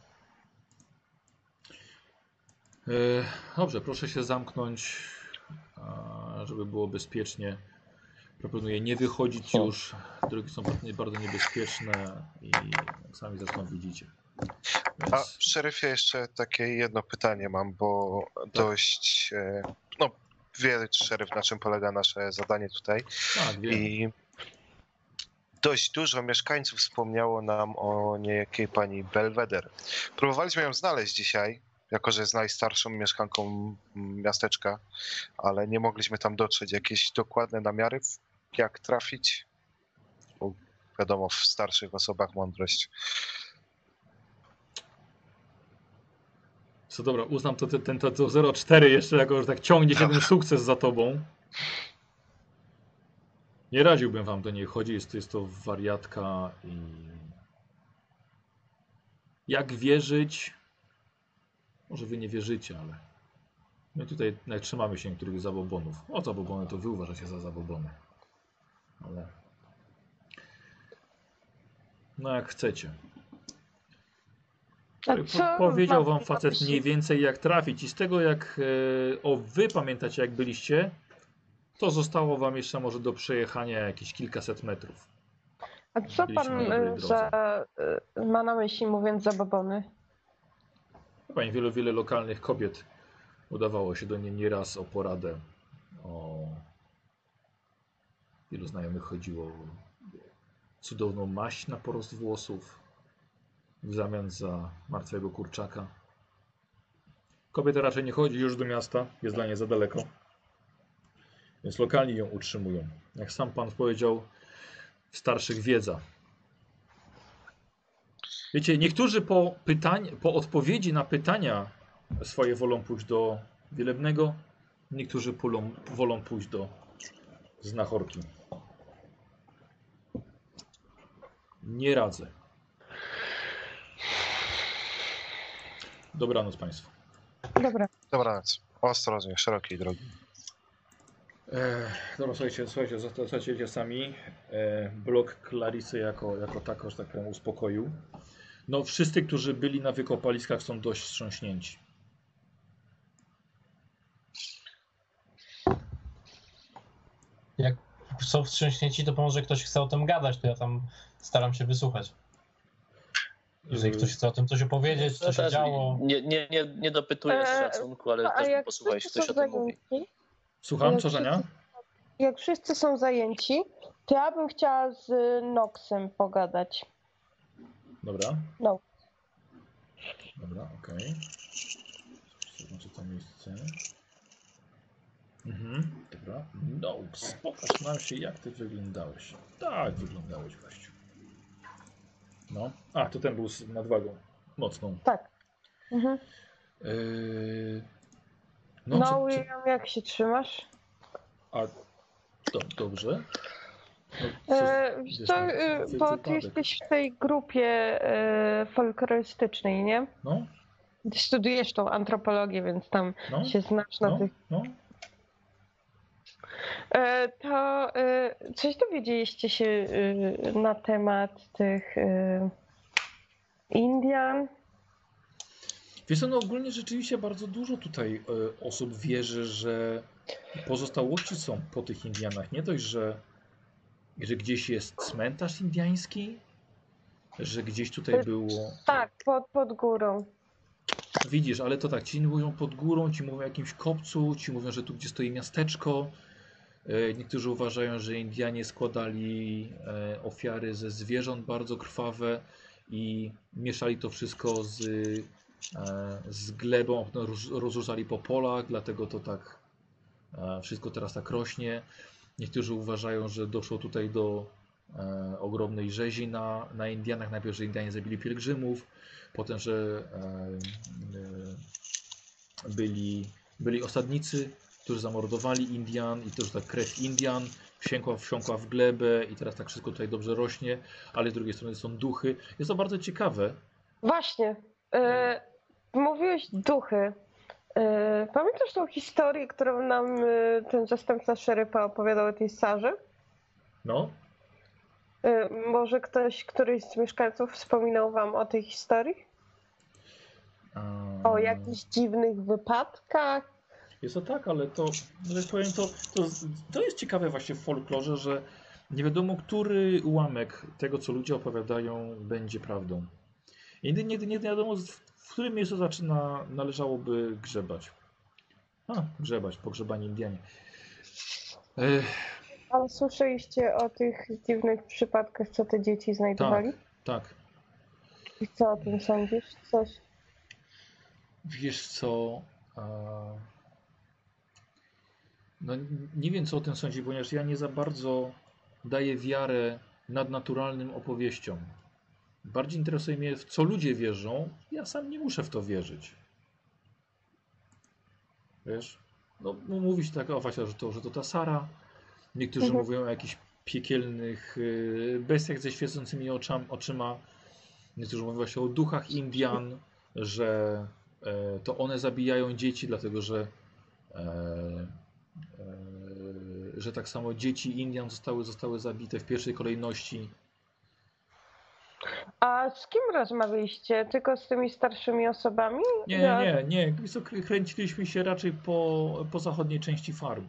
Dobrze, proszę się zamknąć, żeby było bezpiecznie. Proponuję nie wychodzić już. Drogi są bardzo niebezpieczne i jak sami zresztą widzicie. Więc... A szeryfie, jeszcze takie jedno pytanie mam, bo dość, no wie szeryf, na czym polega nasze zadanie tutaj. Tak, wiem. I dość dużo mieszkańców wspomniało nam o niejakiej pani Belweder. Próbowaliśmy ją znaleźć dzisiaj, jako że jest najstarszą mieszkanką miasteczka, ale nie mogliśmy tam dotrzeć. Jakieś dokładne namiary, jak trafić? Bo wiadomo, w starszych osobach mądrość. Co dobra, uznam to 0,4 jeszcze, jako że tak ciągnie się ten sukces za tobą. Nie radziłbym wam do niej chodzić, jest to wariatka i... Jak wierzyć? Może wy nie wierzycie, ale... My tutaj nawet trzymamy się niektórych zabobonów. O, zabobony to wy uważacie za zabobony. Ale... No jak chcecie. Powiedział wam facet mniej więcej jak trafić i z tego jak wy pamiętacie jak byliście, to zostało wam jeszcze może do przejechania jakieś kilkaset metrów. A co pan ma na myśli mówiąc zabobony? Pani, wiele lokalnych kobiet udawało się do niej nieraz o poradę. Wielu znajomych chodziło o cudowną maść na porost włosów w zamian za martwego kurczaka. Kobieta raczej nie chodzi już do miasta, jest dla niej za daleko. Więc lokalni ją utrzymują. Jak sam pan powiedział, w starszych wiedza. Wiecie, niektórzy po odpowiedzi na pytania swoje wolą pójść do wielebnego, niektórzy wolą pójść do znachorki. Nie radzę. Dobranoc państwu. Dobra. Dobranoc. Ostrożnie, szerokiej drogi. Dobra, słuchajcie, zostajecie sami. Blok Clarisy jako tako, że tak powiem, uspokoił. No, wszyscy, którzy byli na wykopaliskach, są dość wstrząśnięci. Jak są wstrząśnięci, to może ktoś chce o tym gadać, to ja tam staram się wysłuchać. Jeżeli ktoś chce o tym coś opowiedzieć, co się działo. Nie dopytuję z szacunku, ale też posłuchaj, ktoś o tym mówi. Słucham, co Żenia? Jak wszyscy są zajęci, to ja bym chciała z Noxem pogadać. Dobra. No. Dobra, okej. Zobaczę to miejsce. Dobra. Nox, pokaż nam się, jak ty wyglądałeś. Tak, wyglądałeś, gościu. No. A, to ten był z nadwagą mocną. Tak. No, William, jak się trzymasz? A, dobrze. Bo ty jesteś w tej grupie folklorystycznej, nie? No. Studiujesz tą antropologię, więc tam się znasz na tych... To coś dowiedzieliście się na temat tych Indian? Wiesz co, no ogólnie rzeczywiście bardzo dużo tutaj osób wierzy, że pozostałości są po tych Indianach. Nie dość, że gdzieś jest cmentarz indiański, że gdzieś tutaj było... Tak, pod górą. Widzisz, ale to tak, ci mówią pod górą, ci mówią o jakimś kopcu, ci mówią, że tu gdzie stoi miasteczko. Niektórzy uważają, że Indianie składali ofiary ze zwierząt bardzo krwawe i mieszali to wszystko z glebą, rozrzucali po polach, dlatego to tak wszystko teraz tak rośnie. Niektórzy uważają, że doszło tutaj do ogromnej rzezi na Indianach. Najpierw, że Indianie zabili pielgrzymów, potem, że byli osadnicy, którzy zamordowali Indian i to, że ta krew Indian wsiąkła w glebę i teraz tak wszystko tutaj dobrze rośnie, ale z drugiej strony są duchy. Jest to bardzo ciekawe. Właśnie. Mówiłeś duchy. Pamiętasz tą historię, którą nam ten zastępca szeryfa opowiadał o tej Sarze? No. Może któryś z mieszkańców wspominał wam o tej historii? O jakichś dziwnych wypadkach? Jest to tak, ale to, że powiem, to jest ciekawe właśnie w folklorze, że nie wiadomo, który ułamek tego, co ludzie opowiadają, będzie prawdą. I nie wiadomo, w którym miejscu należałoby grzebać. Pogrzebani Indianie. Ale słyszeliście o tych dziwnych przypadkach, co te dzieci znajdowali? Tak. I co o tym sądzisz? Coś? Wiesz co... No nie wiem, co o tym sądzi, ponieważ ja nie za bardzo daję wiarę nadnaturalnym opowieściom. Bardziej interesuje mnie, w co ludzie wierzą. Ja sam nie muszę w to wierzyć. Wiesz? No mówi się tak, o właśnie, że to ta Sara. Niektórzy mówią o jakichś piekielnych bestiach ze świecącymi oczyma. Niektórzy mówią właśnie o duchach Indian, że to one zabijają dzieci, dlatego że tak samo dzieci Indian zostały zabite w pierwszej kolejności. A z kim rozmawialiście? Tylko z tymi starszymi osobami? Nie. Kręciliśmy się raczej po zachodniej części farm.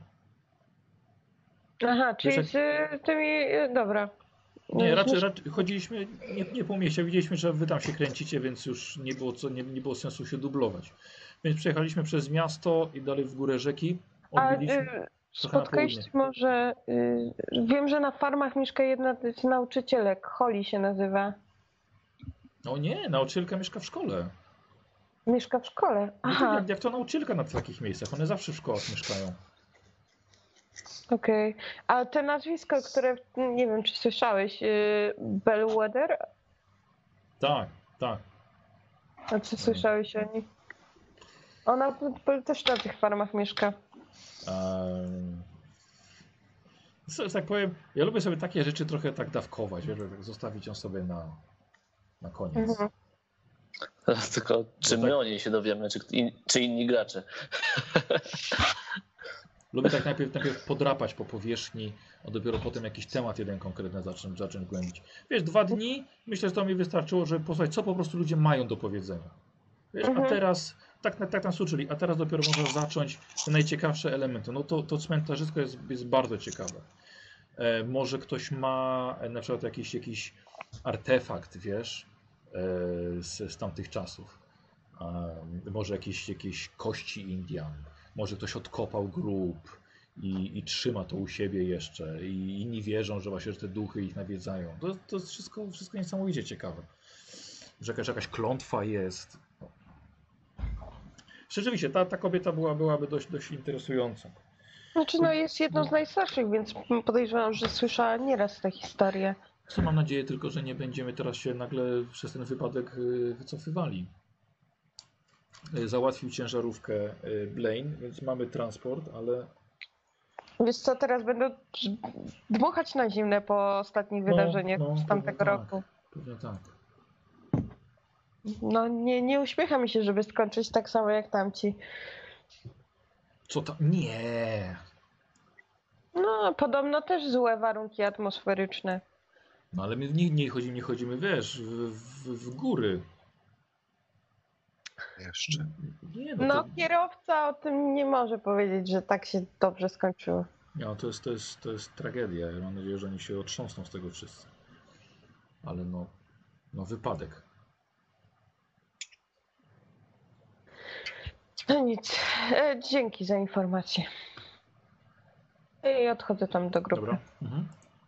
Aha, czyli z tymi... Dobra. Nie, raczej chodziliśmy nie po mieście. Widzieliśmy, że wy tam się kręcicie, więc już nie było sensu się dublować. Więc przejechaliśmy przez miasto i dalej w górę rzeki. Spotkaliście może... wiem, że na farmach mieszka jedna z nauczycielek. Holly się nazywa. O nie, nauczycielka mieszka w szkole. Mieszka w szkole? Aha. No jak to nauczycielka na takich miejscach? One zawsze w szkołach mieszkają. Okej. A te nazwisko, które, nie wiem, czy słyszałeś, Bellwether? Tak. A czy słyszałeś o niej? Ona też na tych farmach mieszka. Tak powiem, ja lubię sobie takie rzeczy trochę tak dawkować, zostawić ją sobie na koniec. Mhm. Tylko czy my o niej się dowiemy, czy inni gracze? Lubię tak najpierw podrapać po powierzchni, a dopiero potem jakiś temat jeden konkretny zacząć głębić. Wiesz, 2 dni, myślę, że to mi wystarczyło, żeby posłuchać, co po prostu ludzie mają do powiedzenia. Wiesz, a teraz, tak nas uczyli, a teraz dopiero można zacząć te najciekawsze elementy. No to cmentarzysko jest bardzo ciekawe. Może ktoś ma na przykład jakiś artefakt, wiesz, z tamtych czasów. Może jakieś kości Indian. Może ktoś odkopał grób i trzyma to u siebie jeszcze. I inni wierzą, że właśnie że te duchy ich nawiedzają. To jest wszystko niesamowicie ciekawe. Że jakaś klątwa jest. Rzeczywiście, ta kobieta byłaby dość interesująca. Znaczy, jest jedną z najstarszych, więc podejrzewam, że słyszała nieraz tę historię. Mam nadzieję tylko, że nie będziemy teraz się nagle przez ten wypadek wycofywali. Załatwił ciężarówkę Blaine, więc mamy transport, ale... Wiesz co, teraz będą dmuchać na zimne po ostatnich wydarzeniach z tamtego roku. Pewnie tak. No nie uśmiecha mi się, żeby skończyć tak samo jak tamci. Co tam? Nie! No, podobno też złe warunki atmosferyczne. No ale my nie chodzimy, wiesz, w góry. Jeszcze. Nie, no kierowca o tym nie może powiedzieć, że tak się dobrze skończyło. No to jest tragedia. Ja mam nadzieję, że oni się otrząsną z tego wszyscy. Ale no wypadek. No nic. Dzięki za informację. I odchodzę tam do grupy. Dobra. Mhm.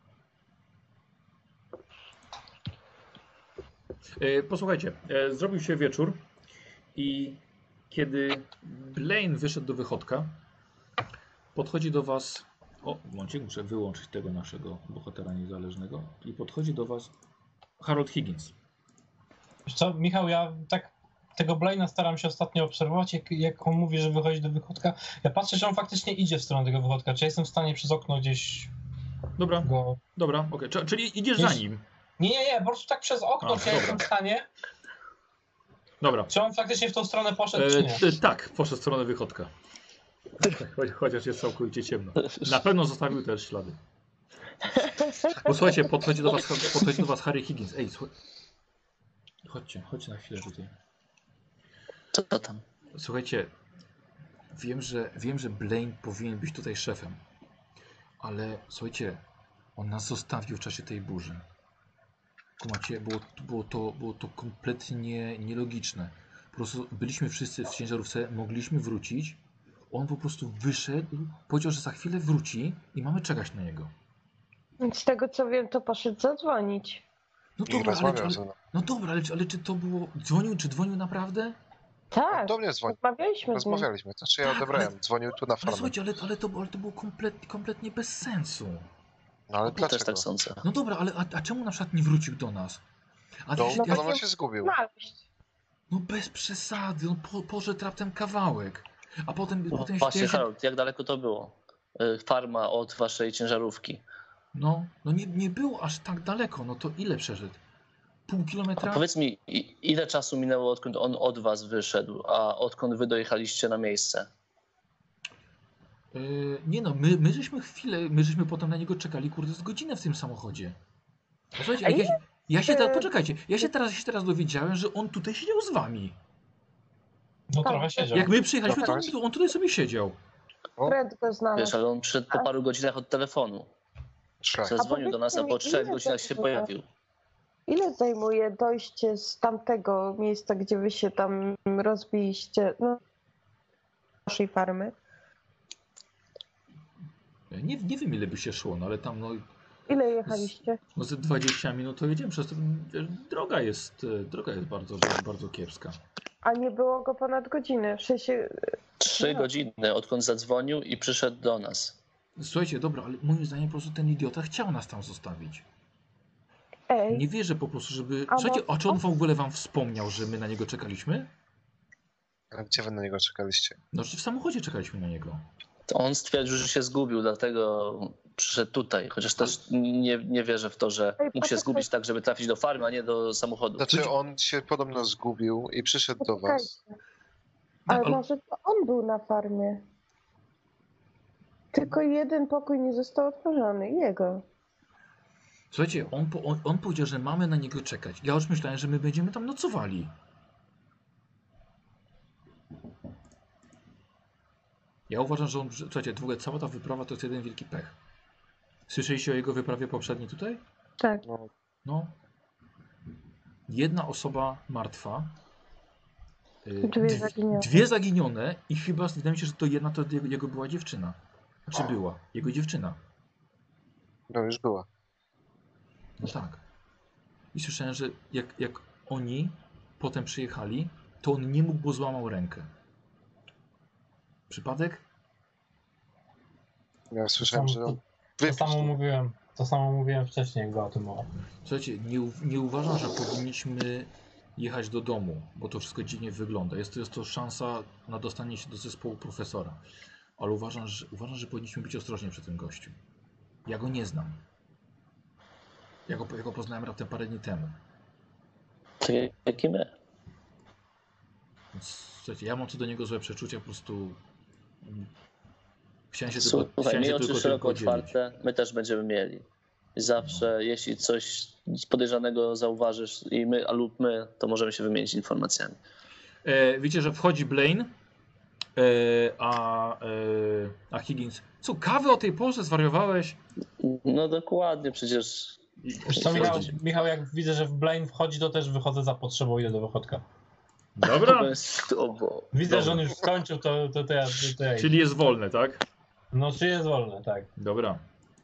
Posłuchajcie, zrobił się wieczór i kiedy Blaine wyszedł do wychodka, podchodzi do was... O, momencik, muszę wyłączyć tego naszego bohatera niezależnego. I podchodzi do was Harold Higgins. Wiesz co, Michał, ja tak tego Blaina staram się ostatnio obserwować, jak on mówi, że wychodzi do wychodka. Ja patrzę, że on faktycznie idzie w stronę tego wychodka. Czy jestem w stanie przez okno gdzieś go... Dobra, okej. Czyli idziesz za nim? Nie, po prostu tak przez okno, czy ja jestem w stanie. Dobra. Czy on faktycznie w tą stronę poszedł, czy nie? Tak, poszedł w stronę wychodka. Chociaż jest całkowicie ciemno. Na pewno zostawił też ślady. Posłuchajcie, podchodzi do was Harry Higgins. Ej, słuchaj. Chodźcie na chwilę tutaj. Co to tam? Słuchajcie, wiem, że Blaine powinien być tutaj szefem. Ale słuchajcie, on nas zostawił w czasie tej burzy. Kumacie, było to kompletnie nielogiczne. Po prostu byliśmy wszyscy w ciężarówce, mogliśmy wrócić. On po prostu wyszedł, powiedział, że za chwilę wróci i mamy czekać na niego. Z tego co wiem, to poszedł zadzwonić. No dobra, ale czy to było... Dzwonił naprawdę? Tak, do mnie dzwonił. Rozmawialiśmy. Znaczy ja odebrałem. Dzwonił tu na farmę. Słuchajcie, ale to było kompletnie bez sensu. No ale dlaczego? Też tak sądzę. No dobra, ale a czemu na przykład nie wrócił do nas? On się zgubił. No bez przesady, on poszedł raptem kawałek. A potem Właśnie, Harold, jak daleko to było? Farma od waszej ciężarówki. No nie było aż tak daleko, no to ile przeszedł? Pół kilometra? Powiedz mi, ile czasu minęło, odkąd on od was wyszedł, a odkąd wy dojechaliście na miejsce? Nie no, my żeśmy potem na niego czekali, kurde, z godzinę w tym samochodzie. Słuchajcie, poczekajcie, ja się teraz dowiedziałem, że on tutaj siedział z wami. No trochę siedział. Jak my przyjechaliśmy, to on tutaj sobie siedział. Fred go znalazł. Wiesz, ale on przyszedł po paru godzinach od telefonu. 3. Zadzwonił do nas, a po 3 godzinach się pojawił. Ile zajmuje dojście z tamtego miejsca, gdzie wy się tam rozbiliście, no, naszej farmy? Nie wiem ile by się szło, no ale tam no... Ile jechaliście? No ze 20 minut to jedziemy, przez to droga jest bardzo, bardzo kiepska. A nie było go ponad godzinę. 3 godziny, odkąd zadzwonił i przyszedł do nas. Słuchajcie, dobra, ale moim zdaniem po prostu ten idiota chciał nas tam zostawić. Ej, Nie wierzę po prostu, żeby... A Słuchajcie, bo- a czy on w ogóle wam wspomniał, że my na niego czekaliśmy? A gdzie wy na niego czekaliście? No, że w samochodzie czekaliśmy na niego. To on stwierdził, że się zgubił, dlatego przyszedł tutaj. Chociaż też nie wierzę w to, że mógł się zgubić tak, żeby trafić do farmy, a nie do samochodu. Znaczy on się podobno zgubił i przyszedł do was. ale ale- może to on był na farmie. Tylko jeden pokój nie został otworzony. Jego. Słuchajcie, on powiedział, że mamy na niego czekać. Ja już myślałem, że my będziemy tam nocowali. Ja uważam, że słuchajcie, w ogóle cała ta wyprawa to jest jeden wielki pech. Słyszeliście o jego wyprawie poprzedniej tutaj? Tak. No. Jedna osoba martwa. Dwie zaginione. Dwie zaginione i chyba wydaje mi się, że to jedna to jego była dziewczyna. Znaczy była. Jego dziewczyna. No już była. No tak. I słyszałem, że jak oni potem przyjechali, to on nie mógł, bo złamał rękę. Przypadek? Ja słyszałem, że on To samo mówiłem wcześniej, jak była o tym mowa. Słuchajcie, nie uważam, że powinniśmy jechać do domu, bo to wszystko dziwnie wygląda. Jest to szansa na dostanie się do zespołu profesora. Ale uważam, że powinniśmy być ostrożni przy tym gościu. Ja go nie znam. Ja go poznałem raptem parę dni temu. Tak jak i my. Więc, słuchajcie, ja mam co do niego złe przeczucia, po prostu chciałem się Słuchaj, miej oczy tylko szeroko podzielić. otwarte, my też będziemy mieli. I zawsze, jeśli coś podejrzanego zauważysz i my, lub my, to możemy się wymienić informacjami. Widzicie, że wchodzi Blaine, a Higgins... Co, kawy o tej porze? Zwariowałeś? No dokładnie, przecież... Wiesz co, Michał, jak widzę, że w Blaine wchodzi, to też wychodzę za potrzebą, idę do wychodka. Dobra. Widzę, Dobra. że on już skończył, to ja idę. Czyli jest wolne, tak? No, czy jest wolne, tak. Dobra.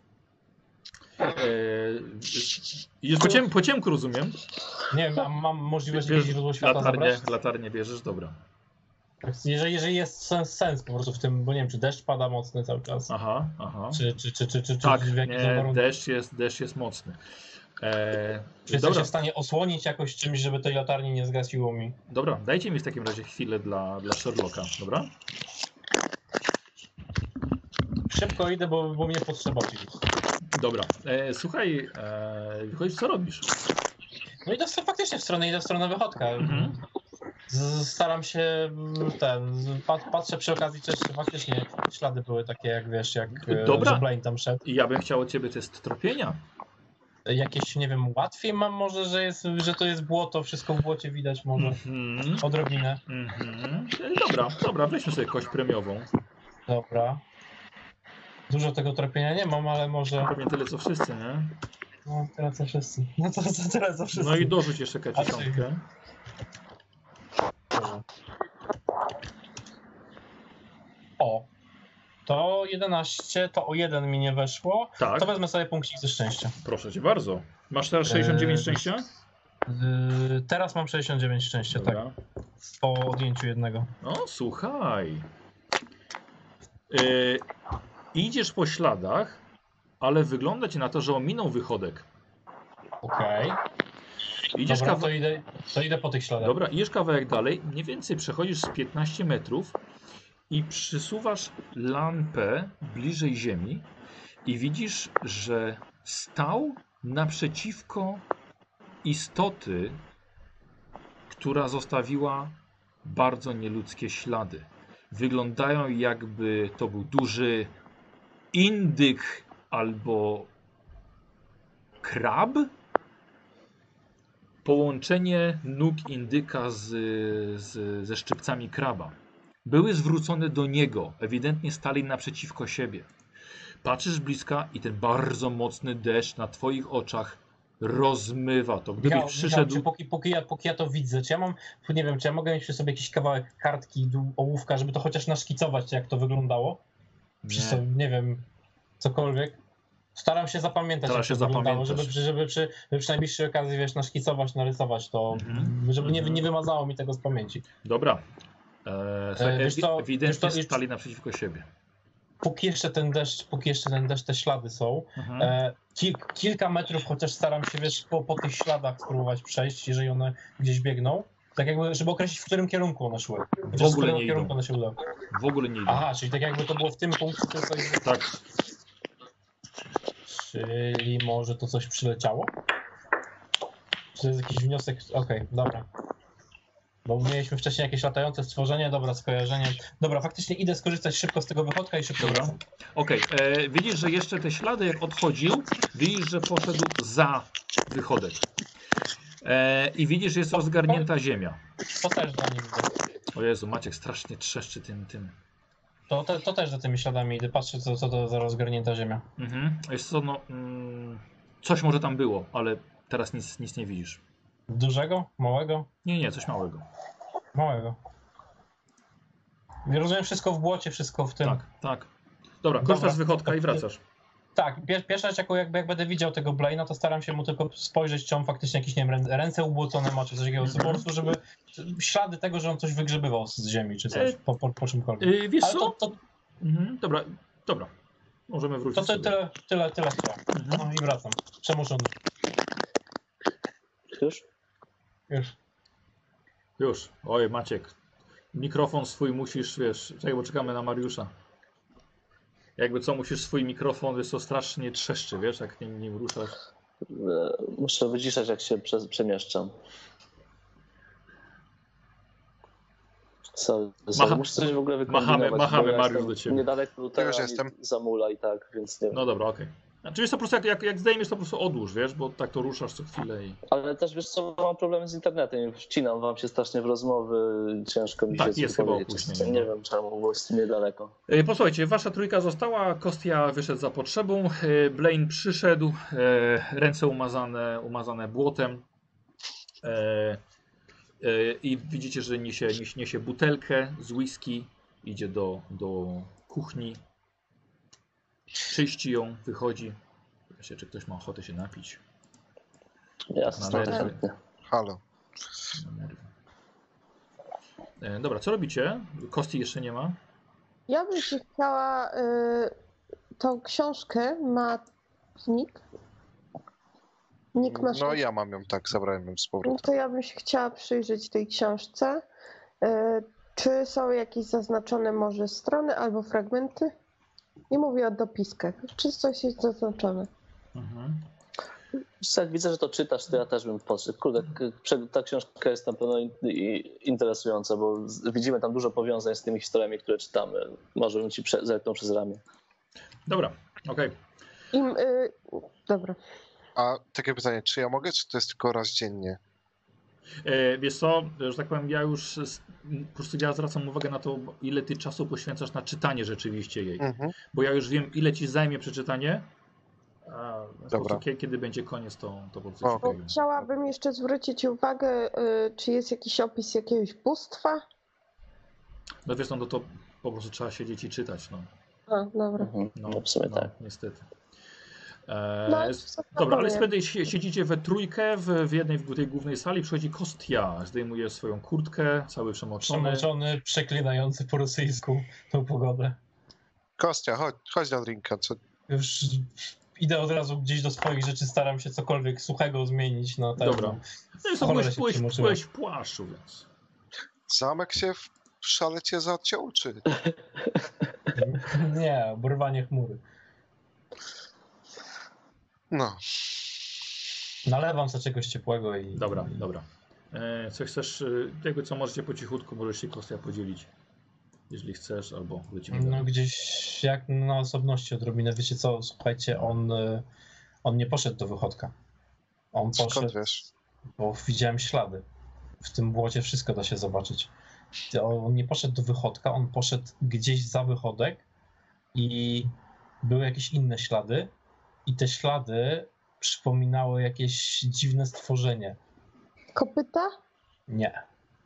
Po ciemku rozumiem? Nie wiem, mam możliwość jakieś źródło światła zabrać? Latarnię bierzesz, dobra. Jeżeli jest sens po prostu w tym, bo nie wiem, czy deszcz pada mocny cały czas. Aha. Czy Tak, w jakichś nie, warunkach. deszcz jest mocny. Czy jesteście w stanie osłonić jakoś czymś, żeby tej latarni nie zgasiło mi? Dobra, dajcie mi w takim razie chwilę dla Sherlocka, dobra? Szybko idę, bo mnie potrzeba oczywiście. Dobra, słuchaj, wychodzisz, co robisz? No idę faktycznie idę w stronę wychodka. Mhm. Staram się patrzę przy okazji, czy faktycznie ślady były takie, jak wiesz, Dobra. że Blaine tam szedł. I ja bym chciał od ciebie test tropienia. Jakieś, nie wiem, łatwiej mam może, że to jest błoto, wszystko w błocie widać może. Mhm. Odrobinę. Dobra, weźmy sobie kość premiową. Dobra. Dużo tego tropienia nie mam, ale może... Pewnie tyle co wszyscy, nie? No, teraz co wszyscy. No to teraz co wszyscy. No i dorzuć jeszcze K10. O. To 11, to o 1 mi nie weszło. Tak. To wezmę sobie punkcik ze szczęścia. Proszę cię bardzo. Masz teraz 69 szczęścia? Teraz mam 69 szczęścia, Dobra. tak. Po odjęciu jednego. No słuchaj. Idziesz po śladach, ale wygląda ci na to, że ominął wychodek. Okej. Idziesz Dobra, to idę po tych śladach. Dobra, idziesz kawałek dalej, mniej więcej przechodzisz z 15 metrów i przysuwasz lampę bliżej ziemi i widzisz, że stał naprzeciwko istoty, która zostawiła bardzo nieludzkie ślady. Wyglądają, jakby to był duży indyk albo krab. Połączenie nóg indyka ze szczypcami kraba. Były zwrócone do niego. Ewidentnie stali naprzeciwko siebie. Patrzysz z bliska i ten bardzo mocny deszcz na twoich oczach rozmywa to. Gdybyś przyszedł... Michał, póki ja to widzę, czy ja mam, nie wiem, czy ja mogę mieć przy sobie jakiś kawałek kartki, ołówka, żeby to chociaż naszkicować, jak to wyglądało? Nie wiem, cokolwiek. Staram się zapamiętać, jak to wyglądało, żeby przy najbliższej okazji, wiesz, naszkicować, narysować to, żeby nie wymazało mi tego z pamięci. Dobra. Ewidentnie stali naprzeciwko siebie. Póki jeszcze ten deszcz, te ślady są, kilka metrów chociaż staram się, wiesz, po tych śladach spróbować przejść, jeżeli one gdzieś biegną, tak jakby, żeby określić, w którym kierunku one szły. W ogóle nie idą. One się udały. W ogóle nie idą. Aha, czyli tak jakby to było w tym punkcie, tylko... Tak. Czyli może to coś przyleciało? Czy to jest jakiś wniosek? Okej, dobra. Bo mieliśmy wcześniej jakieś latające stworzenie, dobra, skojarzenie. Dobra, faktycznie idę skorzystać szybko z tego wychodka i szybko. Dobra. Okej, widzisz, że jeszcze te ślady, jak odchodził, widzisz, że poszedł za wychodek. I widzisz, że jest rozgarnięta ziemia. To też za nim idę. O Jezu, Maciek strasznie trzeszczy tym. To też za tymi śladami idę, patrzę, co to za rozgarnięta ziemia. Jest co, no, coś może tam było, ale teraz nic nie widzisz. Dużego? Małego? Nie, coś małego. Małego. Rozumiem, wszystko w błocie, wszystko w tym. Tak. Dobra, korzystasz z wychodka i wracasz. Tak, pierwsza rzecz, jak będę widział tego Blaina, to staram się mu tylko spojrzeć, czy on faktycznie jakieś, nie wiem, ręce ubłocone ma, czy coś takiego, po prostu, żeby ślady tego, że on coś wygrzebywał z ziemi, czy coś, po czymkolwiek. Wiesz co? Dobra. Możemy wrócić. To tyle. No i wracam. Przemuszony. Już. Oj, Maciek. Mikrofon swój musisz, wiesz, czekaj, bo czekamy na Mariusza. Jakby co, musisz swój mikrofon, jest to strasznie trzeszczy, wiesz, jak nim ruszasz. Muszę wyciszać, jak się przemieszczam. Muszę coś w ogóle wykombinować. Machamy Mariusz do ciebie. Niedaleko Lutera Zamula i tak, więc nie wiem. No dobra, okej. Znaczy wiesz, to po prostu jak zdejmiesz, to po prostu odłóż, wiesz, bo tak to ruszasz co chwilę i... Ale też wiesz co, mam problemy z internetem, wcinam wam się strasznie w rozmowy, ciężko mi się jest chyba opóźnienie. Nie wiem czemu, bo jest niedaleko. Posłuchajcie, wasza trójka została, Kostia wyszedł za potrzebą, Blaine przyszedł, ręce umazane błotem i widzicie, że niesie butelkę z whisky, idzie do kuchni. Czyści ją, wychodzi. Wiecie, czy ktoś ma ochotę się napić. Jasne, chętnie. Halo. Dobra, co robicie? Kosti jeszcze nie ma. Ja bym się chciała tą książkę ma Nick? Nick masz? No ja mam ją, tak, zabrałem ją z powrotem. No to ja bym się chciała przyjrzeć tej książce. Czy są jakieś zaznaczone może strony albo fragmenty? Nie mówię o dopiskach. Czy coś jest zaznaczone? Jak widzę, że to czytasz, to ja też bym podszedł. Kurde, ta książka jest na pewno interesująca, bo widzimy tam dużo powiązań z tymi historiami, które czytamy. Może bym ci zerknął przez ramię. Dobra, okej. Dobra. A takie pytanie, czy ja mogę, czy to jest tylko raz dziennie? Wiesz co, że tak powiem, ja już po prostu ja zwracam uwagę na to, ile ty czasu poświęcasz na czytanie rzeczywiście jej. Bo ja już wiem, ile ci zajmie przeczytanie. A Dobra. Kiedy będzie koniec, to po prostu. Chciałabym jeszcze zwrócić uwagę, czy jest jakiś opis jakiegoś bóstwa? No wiesz, no to po prostu trzeba siedzieć i czytać. No. A, dobra. No w sumie tak. Niestety. Dobra, ale wtedy siedzicie we trójkę w tej głównej sali, przychodzi Kostia, zdejmuje swoją kurtkę, cały przemoczony. Przeklinający po rosyjsku tą pogodę. Kostia, chodź na drinka. Już idę od razu gdzieś do swoich rzeczy, staram się cokolwiek suchego zmienić na ten. Dobra. No byłeś w płaszczu, więc... Zamek się w szalecie zaciął, czy? Nie, oberwanie chmury. No. Nalewam sobie czegoś ciepłego i... Dobra. Co chcesz, tego co możecie po cichutku, możesz się Kostia podzielić. Jeżeli chcesz, albo lecimy No dalej. gdzieś jak na osobności odrobinę. Wiecie co, słuchajcie, on nie poszedł do wychodka. On Skąd poszedł, wiesz? bo widziałem ślady. W tym błocie wszystko da się zobaczyć. On nie poszedł do wychodka, on poszedł gdzieś za wychodek i były jakieś inne ślady i te ślady przypominały jakieś dziwne stworzenie. Kopyta? Nie.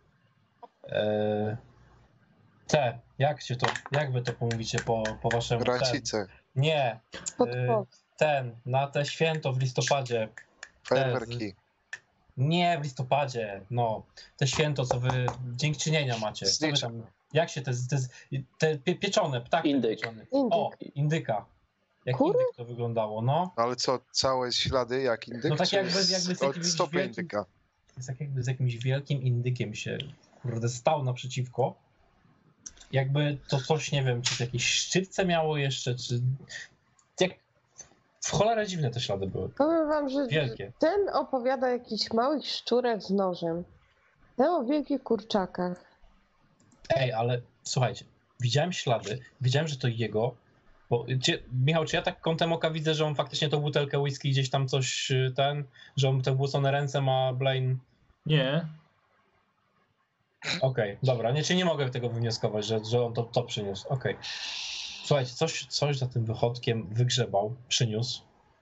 Jak wy to pomówicie po waszemu? Racice, Nie. Podpowiedź. Na te święto w listopadzie. fajerwerki. Nie w listopadzie, no. Te święto, co wy dziękczynienia macie. Co wy tam, jak się te pieczone, ptaki Indyk. pieczone. Indyk. O, indyka. Jak Kury? indyk to wyglądało, no. Ale co, całe ślady jak indyk? No tak czy jakby z od jakimś stopy wielkim- indyka. Jest tak jakby z jakimś wielkim indykiem się, kurde, stał naprzeciwko. Jakby to coś, nie wiem, czy jakieś szczytce miało jeszcze, czy... Jak... W cholerę dziwne te ślady były. Powiem wam, że Wielkie. ten opowiada o jakichś małych szczurach z nożem. Ten o wielkich kurczakach. Ej, ale słuchajcie, widziałem ślady, wiedziałem, że to jego, bo Michał, czy ja tak kątem oka widzę, że on faktycznie tą butelkę whisky gdzieś tam coś że on te włosone ręce ma, Blaine? Nie. Okej, dobra, czyli nie mogę tego wywnioskować, że on to przyniósł, okej. Słuchajcie, coś za tym wychodkiem wygrzebał, przyniósł.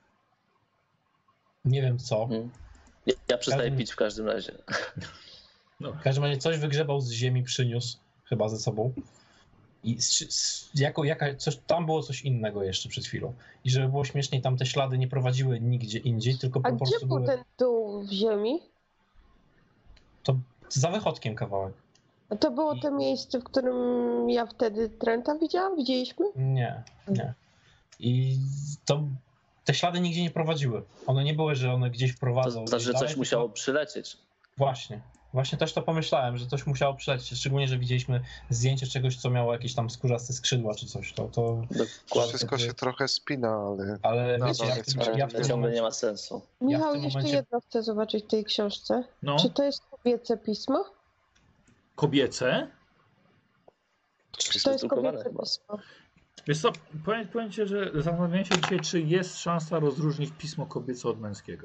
Nie wiem co. Ja przestaję pić w każdym razie. W każdym razie coś wygrzebał z ziemi, przyniósł chyba ze sobą. I tam było coś innego jeszcze przed chwilą. I żeby było śmieszniej, tam te ślady nie prowadziły nigdzie indziej, tylko A po gdzie prostu był były ten dół w ziemi? to za wychodkiem kawałek. A to było to miejsce, w którym ja wtedy Trenta widziałam? Widzieliśmy? Nie. I te ślady nigdzie nie prowadziły. One nie były, że one gdzieś prowadzą. To znaczy, że gdzieś coś dalej, musiało tylko... przylecieć. Właśnie też to pomyślałem, że coś musiało przylecieć. Szczególnie, że widzieliśmy zdjęcie czegoś, co miało jakieś tam skórzaste skrzydła czy coś. To Dokładnie. Wszystko się trochę spina, ale Ale wiecie, ja w tym Ciągle momencie... nie ma sensu. Michał, tym jeszcze momencie- jedno chcę zobaczyć w tej książce. No. Czy to jest kobiece pismo? Kobiece? Czy to jest Drukowane kobiece chyba. pismo? Wiesz co, powiem ci, że zastanawiałem się dzisiaj, czy jest szansa rozróżnić pismo kobiece od męskiego.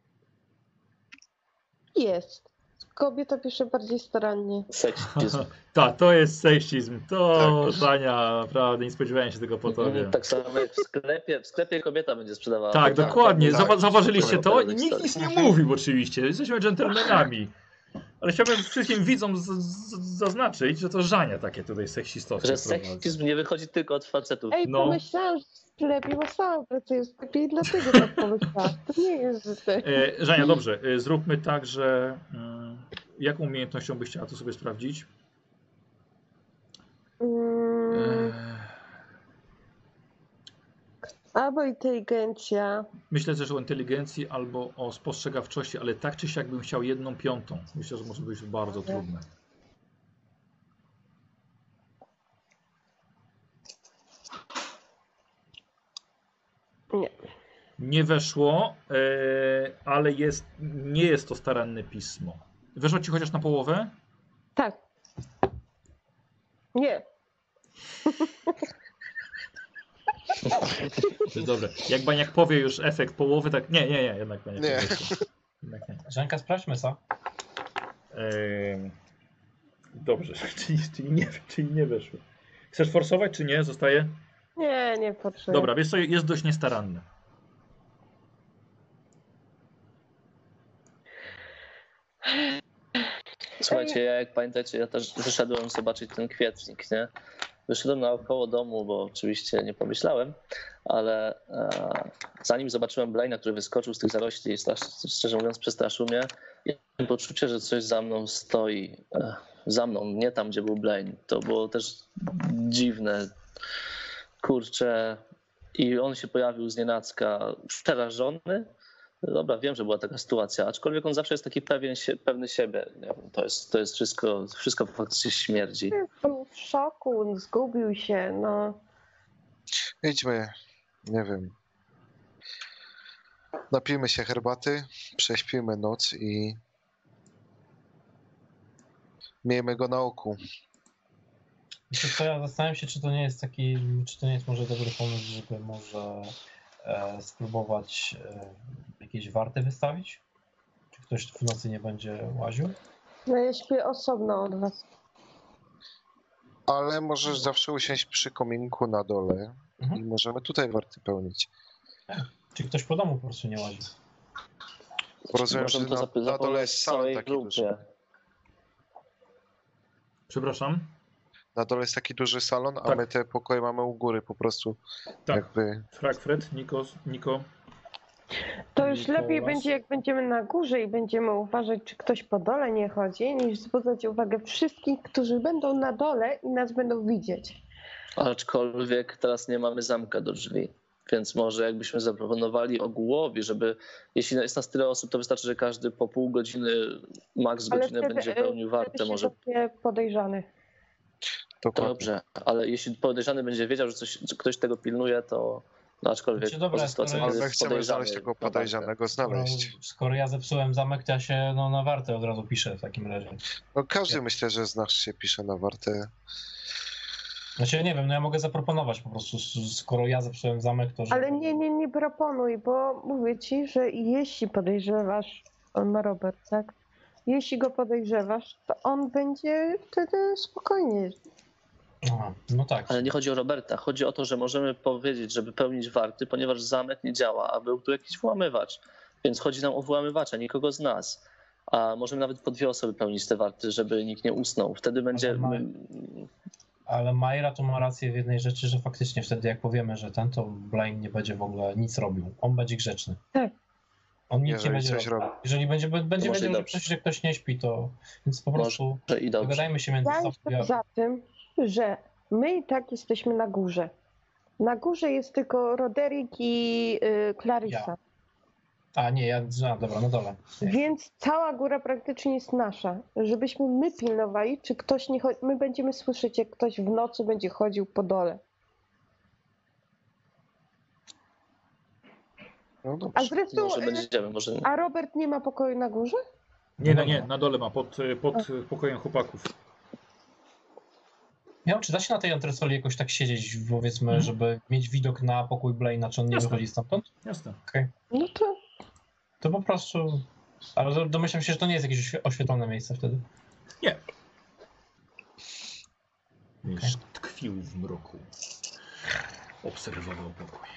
Jest. Kobieta pisze bardziej starannie. Seksizm. Tak, to jest seksizm. To, Tak. Żania, naprawdę nie spodziewałem się tego po tobie. Tak samo jak w sklepie kobieta będzie sprzedawała. Tak, dokładnie. tak. Zauważyliście to? Dokładnie. I nikt nic nie mówił oczywiście. Jesteśmy dżentelmenami. Ale chciałbym wszystkim widzom zaznaczyć, że to Żania takie tutaj seksistowskie Że prowadzi. seksizm nie wychodzi tylko od facetów. Ej, No. pomyślałam, że w sklepie ma sama pracuje w sklepie i dlatego tak pomyślałam. To nie jest, że te... Żania, dobrze. Zróbmy tak, że jaką umiejętnością byś chciała to sobie sprawdzić? Albo inteligencja. Myślę też o inteligencji albo o spostrzegawczości, ale tak czy siak bym chciał 1/5. Myślę, że może być bardzo trudne. Nie. Nie weszło, ale nie jest to staranne pismo. Weszło ci chociaż na połowę? Tak. Nie. Dobra. Jak Baniak powie już efekt połowy, tak. Nie, jednak Baniak Nie. weszło. Jednak nie. Żanka, sprawdźmy co? Dobrze, czyli nie weszło. Chcesz forsować, czy nie? Zostaje? Nie potrzebuję. Dobra, wiesz co, jest dość niestaranne. Słuchajcie, jak pamiętacie, ja też wyszedłem zobaczyć ten kwietnik, nie? Wyszedłem naokoło domu, bo oczywiście nie pomyślałem, ale zanim zobaczyłem Blaina, który wyskoczył z tych zarośli i szczerze mówiąc przestraszył mnie, miałem poczucie, że coś za mną stoi. Za mną, nie tam, gdzie był Blaine. To było też dziwne. Kurczę. I on się pojawił znienacka przerażony. Dobra, wiem, że była taka sytuacja, aczkolwiek on zawsze jest taki pewny siebie. Nie wiem, to jest wszystko faktycznie śmierdzi. Był w szoku, zgubił się, no. idźmy, nie wiem. Napijmy się herbaty, prześpimy noc i miejmy go na oku. Wiecie co, ja zastanawiam się, czy to nie jest może dobry pomysł, żeby może spróbować jakieś warty wystawić? Czy ktoś w nocy nie będzie łaził? No ja śpię osobno od was. Ale możesz zawsze usiąść przy kominku na dole i możemy tutaj warty pełnić. Czy ktoś po domu po prostu nie łazi? Rozumiem, że na dole jest salon taki duży. Przepraszam? Na dole jest taki duży salon, a Tak. my te pokoje mamy u góry po prostu. Tak. Jakby... Fred, Niko. To już Nikolas. lepiej będzie, jak będziemy na górze i będziemy uważać, czy ktoś po dole nie chodzi, niż zwracać uwagę wszystkich, którzy będą na dole i nas będą widzieć. Aczkolwiek teraz nie mamy zamka do drzwi. Więc może jakbyśmy zaproponowali ogółowi, żeby jeśli jest nas tyle osób, to wystarczy, że każdy po pół godziny, maks godzinę będzie pełnił wartę. Może podejrzany. Dobrze, ale jeśli podejrzany będzie wiedział, że ktoś tego pilnuje, to no aczkolwiek Dobra, sytuacja Ale jest my chcemy znaleźć tego podejrzanego, znaleźć. Skoro ja zepsułem zamek, to ja się na wartę od razu piszę w takim razie. No każdy myślę, że z nas się pisze na wartę. Znaczy nie wiem, no ja mogę zaproponować po prostu, skoro ja zepsułem zamek, to... Ale nie proponuj, bo mówię ci, że jeśli podejrzewasz, on ma Robert, tak? Jeśli go podejrzewasz, to on będzie wtedy spokojnie. Aha, no tak. Ale nie chodzi o Roberta, chodzi o to, że możemy powiedzieć, żeby pełnić warty, ponieważ zamek nie działa, a był tu jakiś włamywacz. Więc chodzi nam o włamywacza, nikogo z nas. A możemy nawet po 2 osoby pełnić te warty, żeby nikt nie usnął. Wtedy będzie... Ale Majra tu ma rację w jednej rzeczy, że faktycznie wtedy jak powiemy, że to Blaine nie będzie w ogóle nic robił. On będzie grzeczny. Tak. On nic nie będzie robił. Jeżeli będzie wiedział, że ktoś nie śpi, to więc po prostu dogadajmy się między sobą. Ja jestem za tym, że my i tak jesteśmy na górze. Na górze jest tylko Roderick i Clarissa. Ja. A nie, dobra, no dole. Więc cała góra praktycznie jest nasza. Żebyśmy my pilnowali, czy ktoś nie chodzi. My będziemy słyszeć, jak ktoś w nocy będzie chodził po dole. No dobrze. A zresztą. Może... A Robert nie ma pokoju na górze? Nie, na dole ma, pod pokojem chłopaków. Ja, czy da się na tej antresoli jakoś tak siedzieć, powiedzmy, żeby mieć widok na pokój Blaina, czy on nie wychodzi stamtąd? Jasne. Okay. No to po prostu... Ale domyślam się, że to nie jest jakieś oświetlone miejsce wtedy. Nie. Już tkwił w mroku. Obserwował pokój.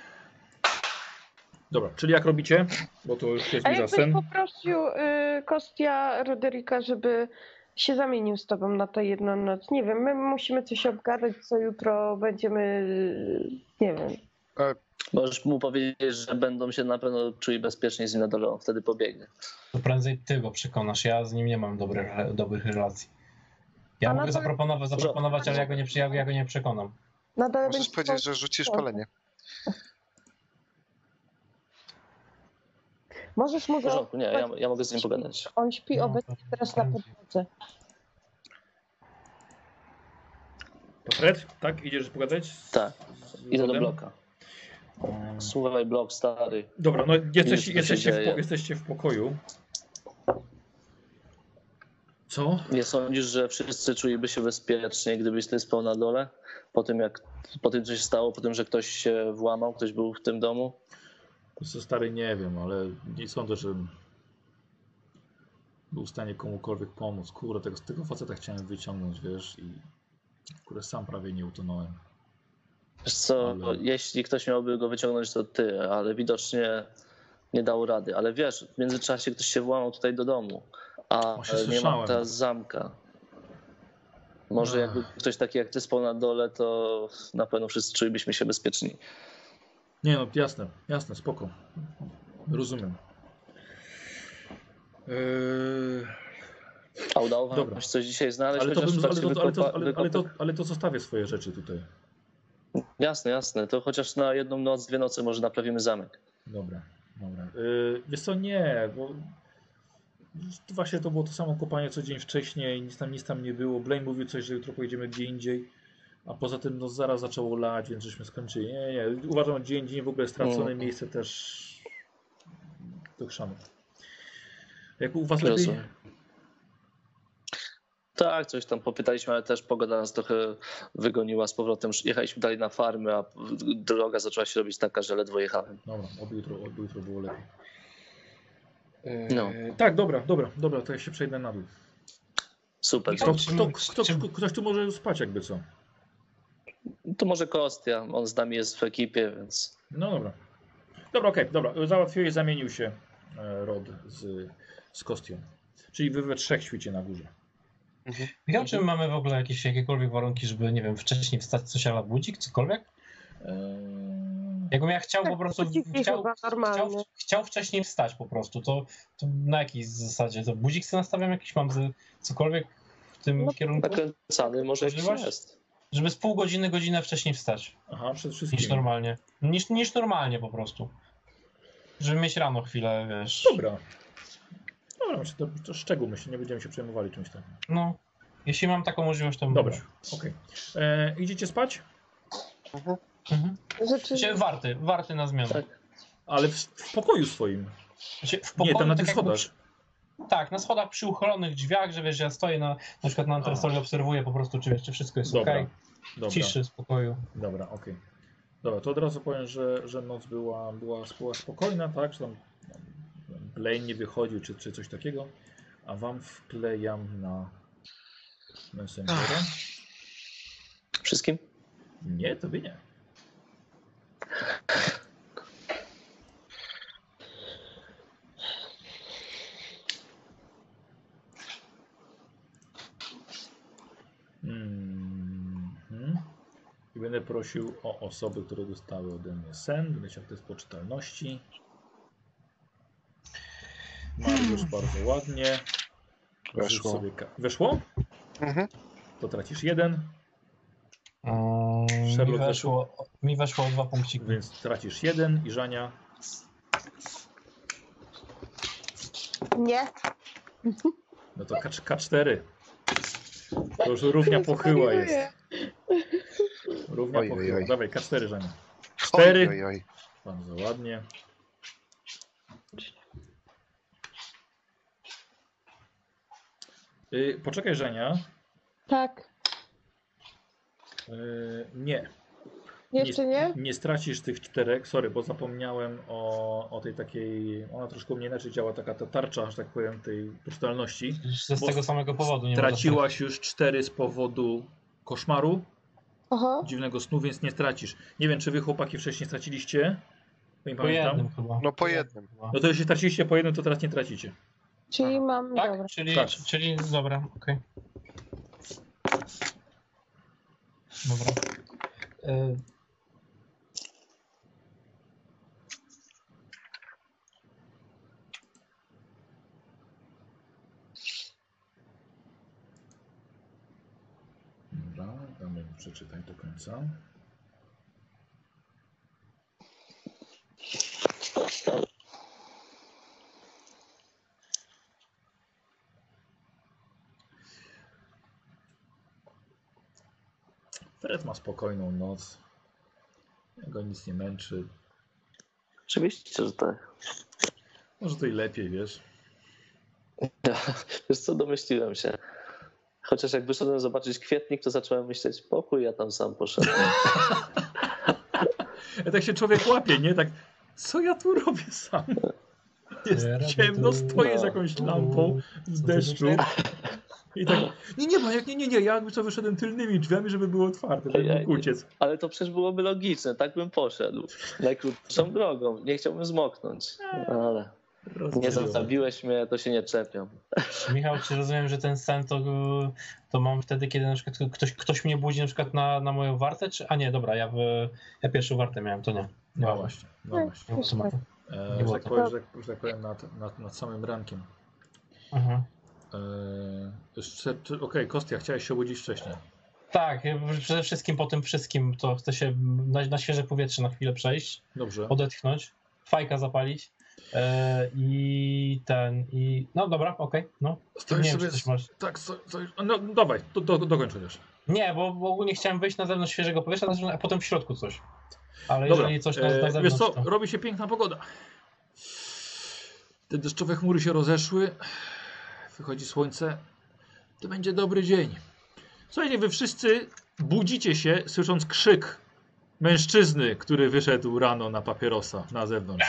Dobra, czyli jak robicie? Bo to już jest mi za sen. Poprosił Kostia Roderika, żeby się zamienił z tobą na tę jedną noc. Nie wiem, my musimy coś obgadać, co jutro będziemy, nie wiem. Możesz mu powiedzieć, że będą się na pewno czuli bezpiecznie z nim na dole, on wtedy pobiegnie. To prędzej ty go przekonasz, ja z nim nie mam dobrych relacji. Ja mogę zaproponować, ale ja go nie przekonam. Możesz powiedzieć, że rzucisz palenie. Możesz mu w porządku, nie, ja mogę z nim pogadać. On śpi obecnie teraz na podłodze. To Fred, tak? Idziesz pogadać? Tak, idę do bloka. Słuchaj, blok stary. Dobra, no jesteście w pokoju. Co? Nie sądzisz, że wszyscy czuliby się bezpiecznie, gdybyś ty spał na dole? Po tym, co się stało, po tym, że ktoś się włamał, ktoś był w tym domu? To stary nie wiem, ale nie sądzę, że był w stanie komukolwiek pomóc. Kurde, tego faceta chciałem wyciągnąć, wiesz, i kurde, sam prawie nie utonąłem. Wiesz co, jeśli ktoś miałby go wyciągnąć, to ty, ale widocznie nie dał rady. Ale wiesz, w międzyczasie ktoś się włamał tutaj do domu, a nie ma teraz zamka. Może jakby ktoś taki jak ty spał na dole, to na pewno wszyscy czulibyśmy się bezpieczni. Nie no, jasne, spoko. Rozumiem. A udało wam się coś dzisiaj znaleźć? Ale to zostawię swoje rzeczy tutaj. Jasne. To chociaż na jedną noc, 2 noce może naprawimy zamek. Dobra. Wiesz co, nie, bo właśnie to było to samo kopanie co dzień wcześniej, nic tam nie było. Blaine mówił coś, że jutro pojedziemy gdzie indziej, a poza tym no zaraz zaczęło lać, więc żeśmy skończyli. Nie. Uważam, że dzień w ogóle stracone miejsce też do chrzanu. Jak u was lepiej? Tak, coś tam popytaliśmy, ale też pogoda nas trochę wygoniła z powrotem. Jechaliśmy dalej na farmy, a droga zaczęła się robić taka, że ledwo jechałem. Dobra, oby jutro było lepiej. No. Tak, dobra, to ja się przejdę na dół. Super. Ktoś tu może spać jakby co. To może Kostia, on z nami jest w ekipie, więc... No dobra. Dobra, okej, dobra. Załatwiłeś, zamienił się Rod z Kostią. Czyli wy we trzech śpicie na górze. Michał, czy mamy w ogóle jakiekolwiek warunki, żeby, nie wiem, wcześniej wstać, coś ala budzik, cokolwiek? Jakbym ja chciał po prostu, chciał wcześniej wstać po prostu, to na jakiej zasadzie? To budzik sobie nastawiam jakiś, mam cokolwiek w tym kierunku? Nakręcany może jakiś jest. Żeby z pół godziny, godzinę wcześniej wstać. Aha, przed wszystkim. Niż normalnie. Niż normalnie po prostu. Żeby mieć rano chwilę, wiesz. Dobra, myślę, to szczegół, myślę, nie będziemy się przejmowali czymś takim. No, jeśli mam taką możliwość, to... Dobra, okej. Idziecie spać? Warty na zmianę. Tak. Ale w pokoju swoim. W pokoju, nie, tam na tych tak schodach. Tak, na schodach przy uchylonych drzwiach, że wiesz, ja stoję na przykład na antresoli, obserwuję po prostu, czy wszystko jest okej. Dobra. Ciszy, spokoju. Dobra, okej. Dobra, to od razu powiem, że noc była spokojna, tak? Że tam Blaine nie wychodził, czy coś takiego. A wam wklejam na Messengera. Wszystkim? Nie, tobie nie. I będę prosił o osoby, które dostały ode mnie sen. Będę chciał test poczytalności. Mariusz bardzo ładnie. Weszło. Weszło? Mhm. To tracisz 1. Mi weszło 2 punkciki. Więc tracisz 1 i Żania. Nie. No to K4. To już równia pochyła jest. Równia pochyła. Dawaj, K4 Żania. 4. Oj. Bardzo ładnie. Poczekaj Żania. Tak. Nie. Jeszcze nie? Nie stracisz tych 4, sorry, bo zapomniałem o tej takiej, ona troszkę mnie inaczej działa, taka ta tarcza, że tak powiem, tej poczytalności. Z tego samego powodu nie straciłaś już 4 z powodu koszmaru, dziwnego snu, więc nie stracisz. Nie wiem, czy wy chłopaki wcześniej straciliście? Po jednym chyba. No po jednym. No to jeśli straciliście po jednym, to teraz nie tracicie. Czyli mam... Tak? Dobra. Czyli dobra, okej. Dobra. Dobra, damy przeczytaj do końca. Fred ma spokojną noc. Go nic nie męczy. Oczywiście, że tak. Może to i lepiej, wiesz. Wiesz co, domyśliłem się. Chociaż jak wyszedłem zobaczyć kwietnik, to zacząłem myśleć, pokój, ja tam sam poszedłem. Ja tak się człowiek łapie, nie? Tak, co ja tu robię sam? Jest ciemno, stoję z jakąś lampą z deszczu. I tak, nie, ja jakby co wyszedłem tylnymi drzwiami, żeby było otwarte, żeby mógł uciec. Ale to przecież byłoby logiczne, tak bym poszedł. Najkrótszą drogą, nie chciałbym zmoknąć, ale nie zostawiłeś mnie, to się nie czepiam. Michał, czy rozumiem, że ten sen to mam wtedy, kiedy na przykład ktoś mnie budzi na przykład na moją wartę, czy... A nie, dobra, ja pierwszą wartę miałem, to nie. No właśnie. Że tak powiem nad samym rankiem. Aha. Okej, Kostia, chciałeś się obudzić wcześniej. Tak, przede wszystkim po tym wszystkim to chcę się na świeże powietrze na chwilę przejść. Dobrze. Odetchnąć, fajka zapalić no dobra, okej. No. Nie sobie, coś masz. Tak, no dawaj, dokończ chociaż. Nie, bo ogólnie chciałem wyjść na zewnątrz świeżego powietrza, a potem w środku coś. Ale dobra, jeżeli coś na zewnątrz... Wiesz co, to... robi się piękna pogoda. Te deszczowe chmury się rozeszły. Wychodzi słońce. To będzie dobry dzień. Słuchajcie, wy wszyscy budzicie się, słysząc krzyk mężczyzny, który wyszedł rano na papierosa na zewnątrz.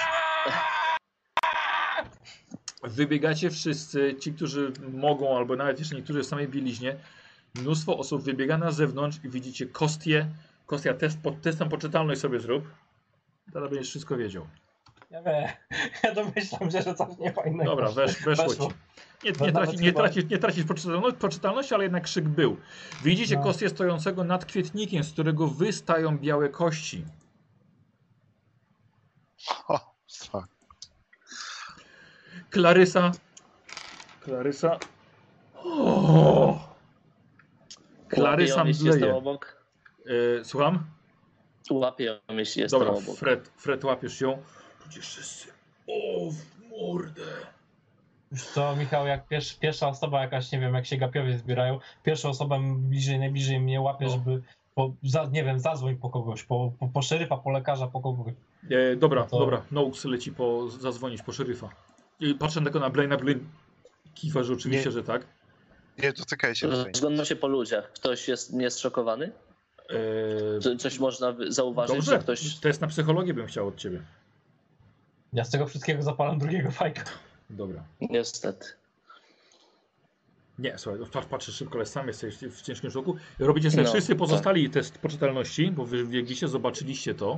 Wybiegacie wszyscy, ci, którzy mogą, albo nawet jeszcze niektórzy w samej bieliźnie. Mnóstwo osób wybiega na zewnątrz i widzicie Kostię. Kostia, testem poczytalność sobie zrób. Teraz będziesz wszystko wiedział. Ja wiem, ja domyślam się, że coś niefajnego. Dobra, weszło ci. Nie tracisz poczytalności, ale jednak krzyk był. Widzicie Kostię stojącego nad kwietnikiem, z którego wystają białe kości. O, fuck. Klarysa. Klarysa mdleje. Obok. Słucham? Łapie ją, jeśli jest Dobra, obok. Fred, łapiesz ją. Ludzie wszyscy. O, w mordę. Już co, Michał, jak pierwsza osoba jakaś, nie wiem, jak się gapiowie zbierają, pierwszą osobę najbliżej mnie łapie, żeby, zadzwoń po kogoś, po szeryfa, po lekarza, po kogoś. Dobra. Noakes leci zadzwonić po szeryfa. I patrzę tylko na Blaine kiwa, że oczywiście, że tak. Nie dotykaj się. Rozglądam się po ludziach. Ktoś jest zszokowany? Coś można zauważyć, Dobrze, że ktoś... test na psychologię bym chciał od ciebie. Ja z tego wszystkiego zapalam drugiego fajka. Dobra. Niestety. Nie, słuchaj, patrzę szybko, ale sam jesteś w ciężkim szoku. Robicie sobie wszyscy pozostali test poczytalności, bo wy biegliście, zobaczyliście to.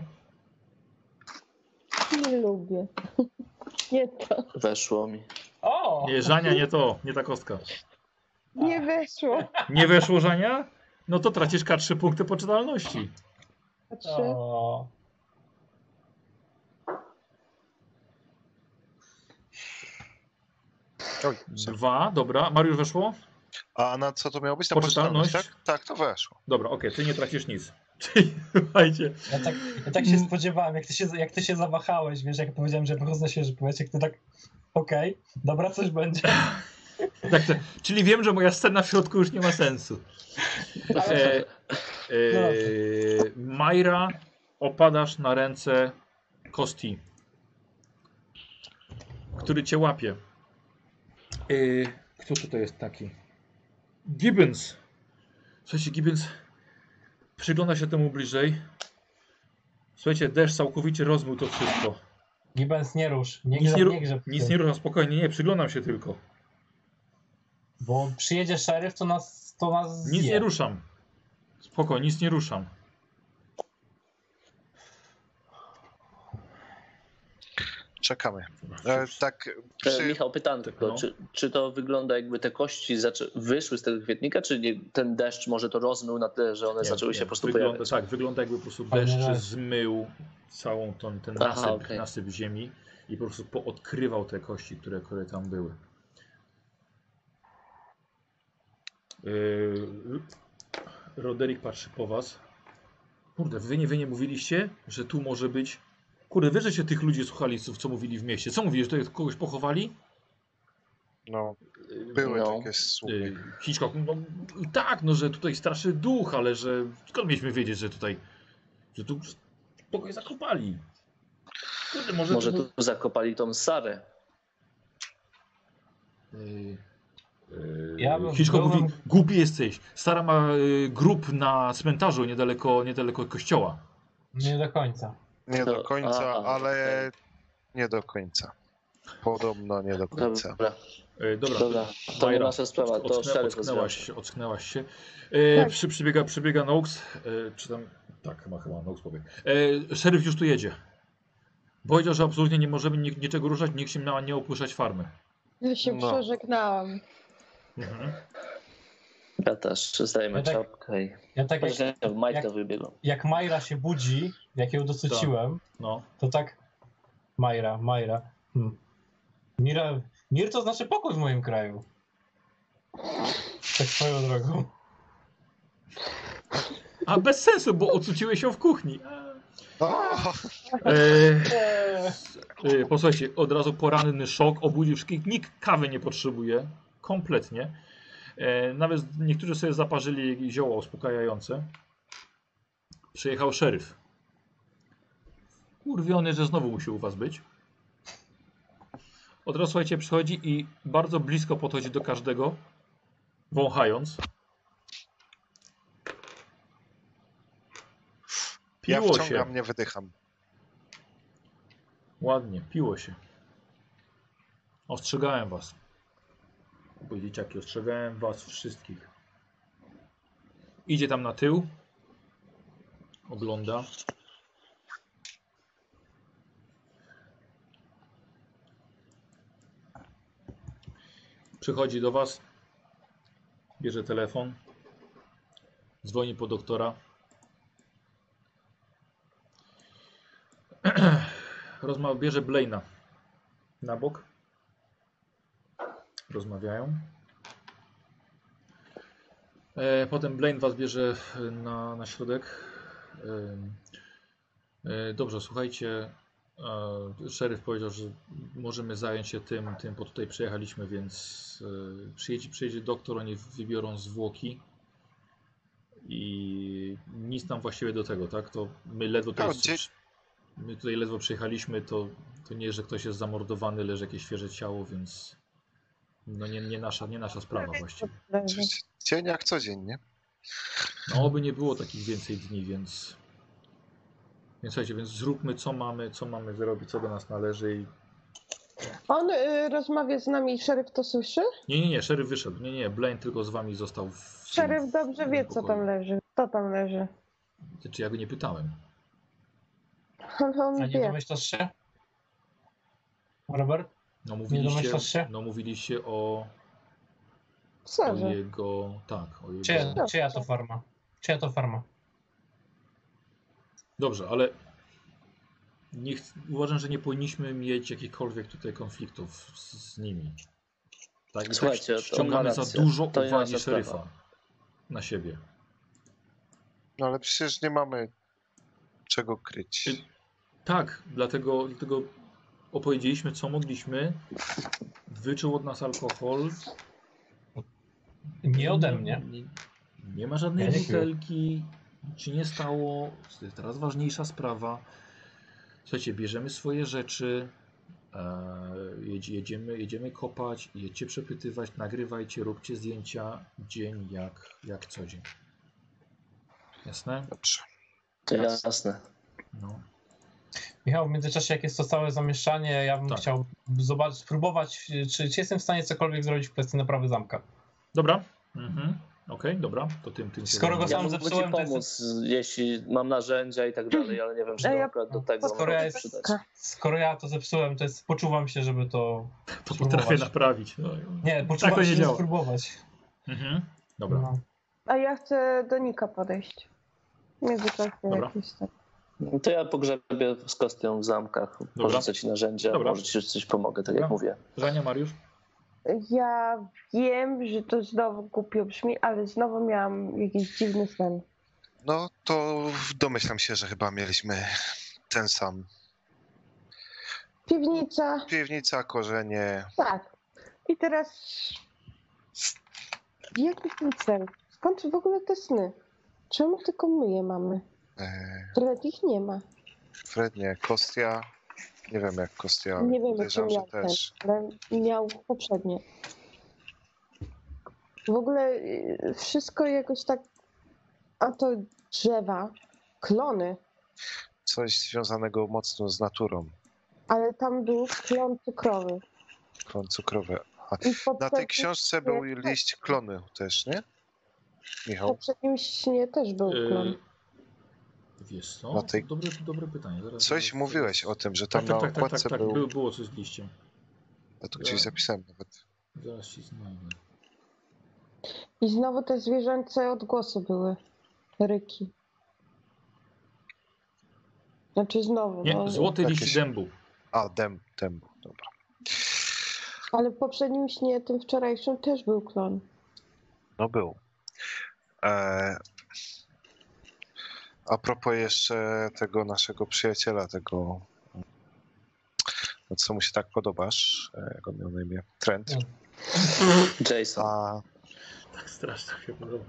Nie lubię. Nie to. Weszło mi. O! Nie, Żania, nie to, nie ta kostka. Nie weszło. Nie weszło, Żania? No to tracisz K3 punkty poczytalności. Patrzę. O. Oj, 2, dobra. Mariusz weszło? a na co to miało być? Na Poczytalność? poczytalność, tak? Tak, to weszło. Dobra, okej, ty nie tracisz nic. Czyli, słuchajcie. Ja tak się spodziewałem, jak ty się zawahałeś, wiesz, jak powiedziałem, że wychodzę świeży powietrze, jak ty tak, okej, dobra, coś będzie. Tak, czyli wiem, że moja scena w środku już nie ma sensu. Majra, opadasz na ręce Kosti, który cię łapie. Kto tutaj jest taki? Gibbons. Słuchajcie, Gibbons przygląda się temu bliżej. Słuchajcie, deszcz całkowicie rozmył to wszystko. Gibbons, nie rusz. Nic nie rusza, spokojnie, nie, przyglądam się tylko. Bo przyjedzie szeryf, to nas zje. Nic nie ruszam. Spokojnie, nic nie ruszam. Czekamy. Michał, pytam tylko, No. czy to wygląda jakby te kości wyszły z tego kwietnika, czy ten deszcz może to rozmył na tyle, że one zaczęły się po prostu pojawiać? Tak, wygląda jakby po prostu deszcz zmył całą ten nasyp ziemi i po prostu poodkrywał te kości, które tam były. Roderick patrzy po was. Kurde, wy nie mówiliście, że tu może być... Kurde, wy, że się tych ludzi słuchali, co mówili w mieście. Co mówili, że tutaj kogoś pochowali? No, były takie słupy. Hitchcock, no tak, no, że tutaj straszy duch, ale że skąd mieliśmy wiedzieć, że tutaj, że tu kogoś zakopali? Kurde, może tu zakopali tą Sarę. Hitchcock mówi, głupi jesteś. Sara ma grób na cmentarzu niedaleko kościoła. Nie do końca. Nie do końca, ale nie do końca. Podobno nie do końca. Dobra. To nie nasza sprawa, to szeryf ocknęłaś się. Tak. Przybiega Noakes, czy tam, tak, chyba Noakes powie. Szeryf już tu jedzie. Powiedział, że absolutnie nie możemy niczego ruszać, nikt się ma nie opuszczać farmy. Ja się przeżegnałam. Ja też zdajemy czapkę i... Ja tak jak Majra się budzi, jak ją dosyciłem, to tak... Majra. Mir to znaczy pokój w moim kraju. Tak swoją drogą. A bez sensu, bo ocuciłeś się w kuchni. Posłuchajcie, od razu poranny szok, obudził wszystkich. Nikt kawy nie potrzebuje. Kompletnie. Nawet niektórzy sobie zaparzyli zioła uspokajające. Przyjechał szeryf. Kurwiony, że znowu musi u was być. Od razu, słuchajcie, przychodzi i bardzo blisko podchodzi do każdego, wąchając. Ja Piło wciągam, się. nie wydycham. Ładnie, piło się. Ostrzegałem was. Bo dzieciaki, ostrzegałem was wszystkich. Idzie tam na tył. Ogląda. Przychodzi do was. Bierze telefon. Dzwoni po doktora. Bierze Blaina na bok. Rozmawiają. Potem Blaine was bierze na środek. Dobrze, słuchajcie. Szeryf powiedział, że możemy zająć się tym, bo tutaj przyjechaliśmy, więc przyjedzie doktor, oni wybiorą zwłoki. I nic nam właściwie do tego, tak? To my ledwo tutaj ledwo przyjechaliśmy, to nie, że ktoś jest zamordowany, leży jakieś świeże ciało, więc no nie nasza sprawa właściwie. Dzień jak co dzień, nie? No oby nie było takich więcej dni, więc słuchajcie, więc zróbmy co mamy zrobić, co do nas należy i... On rozmawia z nami, szeryf to słyszy? Nie, szeryf wyszedł. Nie, Blaine tylko z wami został Szeryf dobrze wie, co tam leży. Kto tam leży? Znaczy ja go nie pytałem. On A nie wie. domyślasz się? Robert? No Nie domyślasz się? mówiliście o Serze. jego... Tak, o jego... Czyja to farma? Czyja to farma? Dobrze, ale uważam, że nie powinniśmy mieć jakichkolwiek tutaj konfliktów z nimi. Tak? I Słuchajcie, tak ściągamy za dużo to uwagi nasza szeryfa sprawa. na siebie. No ale przecież nie mamy czego kryć. Tak, dlatego opowiedzieliśmy, co mogliśmy. Wyczuł od nas alkohol. Nie ode mnie. Nie ma żadnej Ja nie piję. butelki. Nic się nie stało. To jest teraz ważniejsza sprawa. Słuchajcie, bierzemy swoje rzeczy. Jedziemy kopać, jedźcie przepytywać, nagrywajcie, róbcie zdjęcia. Dzień jak co dzień. Jasne? Dobrze. To jasne. No. Michał, w międzyczasie jak jest to całe zamieszanie, ja bym Tak. chciał spróbować, czy jestem w stanie cokolwiek zrobić w kwestii naprawy zamka. Dobra. Okej, dobra. To tym się Skoro go zajmujemy. sam Ja mógłbym ci zepsułem, to pomóc, jeśli mam narzędzia i tak dalej, ale nie wiem, czy to akurat do tego Skoro ja mogę jest- przydać. skoro ja to zepsułem, to jest, poczuwam się, żeby to To spróbować. potrafię naprawić. No. Nie, poczuwam to nie się, żeby działa. spróbować. Dobra. No. A ja chcę do Nika podejść. W międzyczasie Dobra. jakiś tak. To ja pogrzebię z kostią w zamkach, porzucę ci narzędzia, Dobra. może ci coś pomogę, tak Dobra. jak mówię. Żania, Mariusz? Ja wiem, że to znowu głupio brzmi, ale znowu miałam jakiś dziwny sen. No to domyślam się, że chyba mieliśmy ten sam. Piwnica, Piwnica, korzenie. tak. I teraz... Jaki ten cel? Skąd w ogóle te sny? Czemu tylko my je mamy? Fred ich nie ma. Fred nie, Kostia. Nie wiem jak Kostia. Nie wiem, jaki Podejrzewam, że miał ten, też. ale miał poprzednie. W ogóle wszystko jakoś tak... A to drzewa, klony, Coś związanego mocno z naturą. ale tam był klon cukrowy. Klon cukrowy. A I na tej poprzednim książce był liść klony też, nie? W Michał? poprzednim śnie też był klon. Wiesz co? Na tej- Dobre pytanie. Coś mówiłeś o tym, że tam Tak, na okładce tak. był... Było coś z liściem. Ja tu gdzieś zapisałem nawet. Zaraz ci znajdę. I znowu te zwierzęce odgłosy były. Ryki. Znaczy znowu, Nie, no, złoty jakieś- liść dębu. A, dębu, dobra. ale w poprzednim śnie, tym wczorajszym też był klon. No był. A propos jeszcze tego naszego przyjaciela, tego, no co mu się tak podobasz, jak on miał na imię, Trent. Jason. A Tak strasznie się podoba.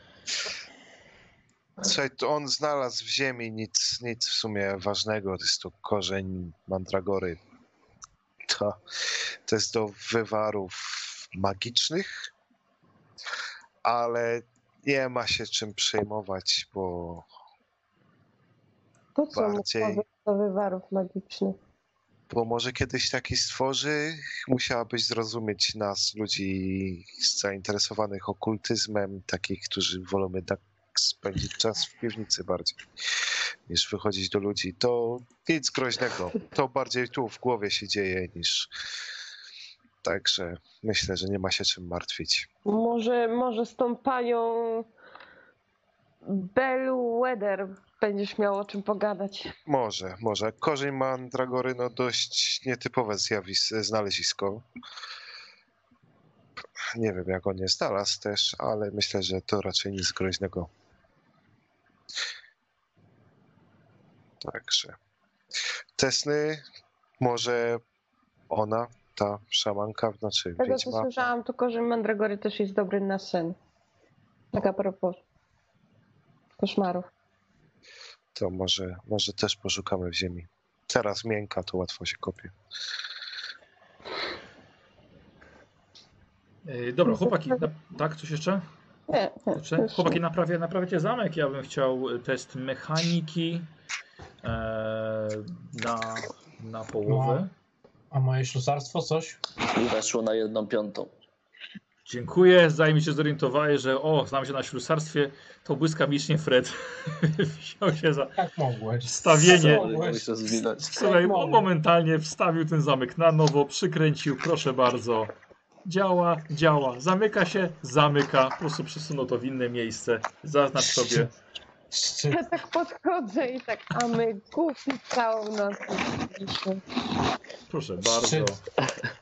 słuchaj, to on znalazł w ziemi nic w sumie ważnego, to jest to korzeń mandragory. to jest do wywarów magicznych, ale nie ma się czym przejmować, bo Po co bardziej- mógł do wywarów magicznych? bo może kiedyś taki stworzy, musiałabyś zrozumieć nas, ludzi zainteresowanych okultyzmem, takich, którzy wolą jednak spędzić czas w piwnicy bardziej, niż wychodzić do ludzi. To nic groźnego. To bardziej tu w głowie się dzieje niż... Także myślę, że nie ma się czym martwić. Może z tą panią Bellwether będziesz miał o czym pogadać. Może. Korzeń mandragory, no dość nietypowe znalezisko. Nie wiem, jak on je znalazł też, ale myślę, że to raczej nic groźnego. Także. Tesny, może ona, ta szamanka, znaczy Z tego co wiedźma. słyszałam, to korzeń mandragory też jest dobry na sen. Tak a propos koszmarów. To może też poszukamy w ziemi. Teraz miękka, to łatwo się kopie. Dobra, chłopaki, tak, coś jeszcze? Nie. już Chłopaki, nie. naprawiacie zamek. Ja bym chciał test mechaniki na połowę. A moje ślusarstwo coś? Weszło na 1/5. Dziękuję, zanim się zorientowałeś, że znam się na ślusarstwie, to błyskawicznie Fred wziął się za Jak mogłeś? wstawienie. Mogłeś. Muszę zwinąć. Słuchaj, Tak on mogę. momentalnie wstawił ten zamek na nowo, przykręcił, proszę bardzo. Działa, zamyka się, zamyka, po prostu przesunął to w inne miejsce. Zaznacz sobie. Szczyt. Ja tak podchodzę i tak, a my głupi całą noc. Proszę bardzo. Szczyt.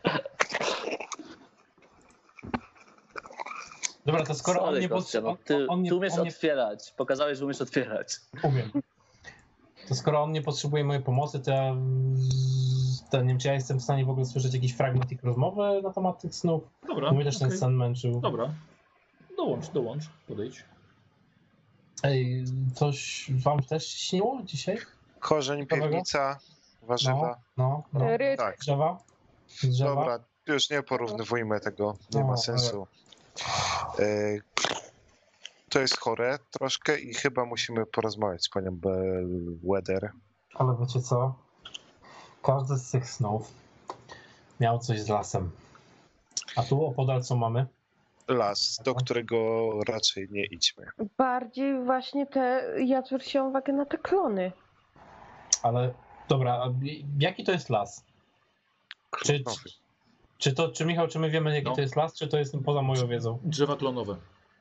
Dobra, to skoro on Sorry, nie gościa, no, potrzebuje... ty umiesz otwierać. Pokazałeś, że umiesz otwierać. Umiem. To skoro on nie potrzebuje mojej pomocy, to ja... To nie wiem, czy ja jestem w stanie w ogóle słyszeć jakiś fragment ich rozmowy na temat tych snów. Dobra, Mnie też ten okej. sen męczył. Dobra. Dołącz, podejdź. Ej, coś wam też śniło dzisiaj? Korzeń, piwnica, warzywa. No. Tak, Drzewa? Drzewa? dobra, już nie porównywujmy tego, nie ma No, sensu. To jest chore troszkę i chyba musimy porozmawiać z panią Bellwether. Ale wiecie co? Każdy z tych snów miał coś z lasem. A tu opodal co mamy? Las, do którego raczej nie idźmy. Bardziej właśnie ja zwróciłam uwagę na te klony. Ale dobra, a jaki to jest las? Klonowy. Czy Michał, czy my wiemy jaki No. to jest las, czy to jest poza moją wiedzą? Drzewa klonowe.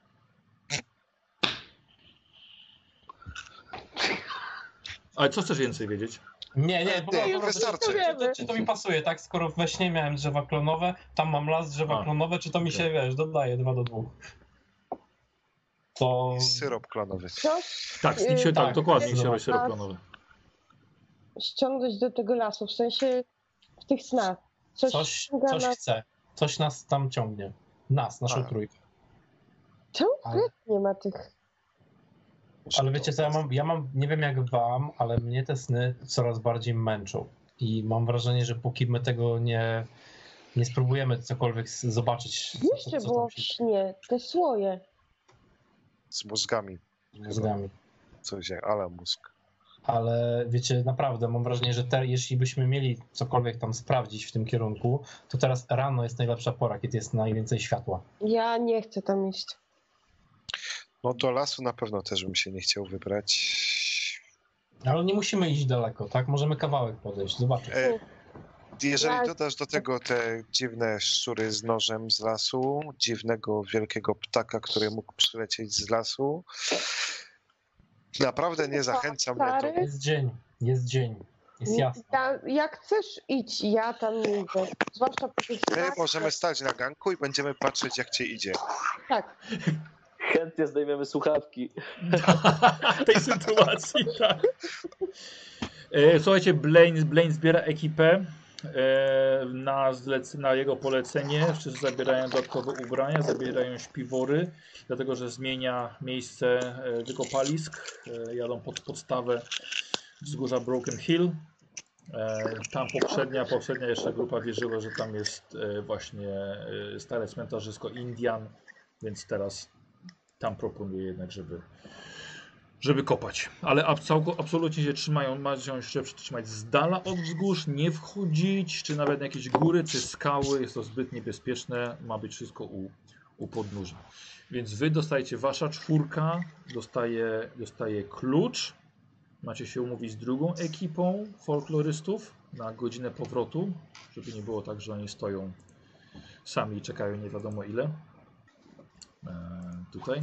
Ale co chcesz więcej wiedzieć? Nie, po prostu wystarczy. czy to mi pasuje, tak? Skoro we śnie miałem drzewa klonowe, tam mam las, drzewa A, klonowe, czy to mi się, okej. wiesz, dodaje 2 do 2? To... Syrop klonowy. Coś Tak, tak, tak, dokładnie, zobacz. chciałeś syrop klonowy. ściągnąć do tego lasu, w sensie w tych snach. Coś ściąga nas- chce, coś nas tam ciągnie. Nas, naszą A. trójkę. Czemu Ale- nie ma tych? Ale wiecie co, ja mam, nie wiem jak wam, ale mnie te sny coraz bardziej męczą. I mam wrażenie, że póki my tego nie spróbujemy cokolwiek zobaczyć, Jeszcze co było tam w się śnie, te słoje. Z mózgami. z mózgami. Coś, ale mózg. Ale wiecie, naprawdę mam wrażenie, że jeśli byśmy mieli cokolwiek tam sprawdzić w tym kierunku, to teraz rano jest najlepsza pora, kiedy jest najwięcej światła. Ja nie chcę tam iść. No do lasu na pewno też bym się nie chciał wybrać. Ale nie musimy iść daleko, tak? Możemy kawałek podejść, zobaczyć. Jeżeli Ja- dodasz do tego te dziwne szczury z nożem z lasu, dziwnego wielkiego ptaka, który mógł przylecieć z lasu, naprawdę nie zachęca mnie to. Stary? Jest dzień, jest jasno. Jak chcesz idź, ja tam nie idę. Zwłaszcza po tych My snach. możemy stać na ganku i będziemy patrzeć, jak cię idzie. Tak. Chętnie zdejmiemy słuchawki. W tej sytuacji, tak. Słuchajcie, Blaine zbiera ekipę na jego polecenie. Wszyscy zabierają dodatkowe ubrania, zabierają śpiwory, dlatego że zmienia miejsce wykopalisk. Jadą pod podstawę wzgórza Broken Hill. Tam poprzednia jeszcze grupa wierzyła, że tam jest właśnie stare cmentarzysko Indian, więc teraz tam proponuję jednak, żeby kopać. Ale absolutnie się mają się trzymać z dala od wzgórz, nie wchodzić, czy nawet na jakieś góry, czy skały. Jest to zbyt niebezpieczne, ma być wszystko u podnóża. Więc wy dostajecie, wasza czwórka dostaje klucz. Macie się umówić z drugą ekipą folklorystów na godzinę powrotu, żeby nie było tak, że oni stoją sami i czekają nie wiadomo ile. Tutaj.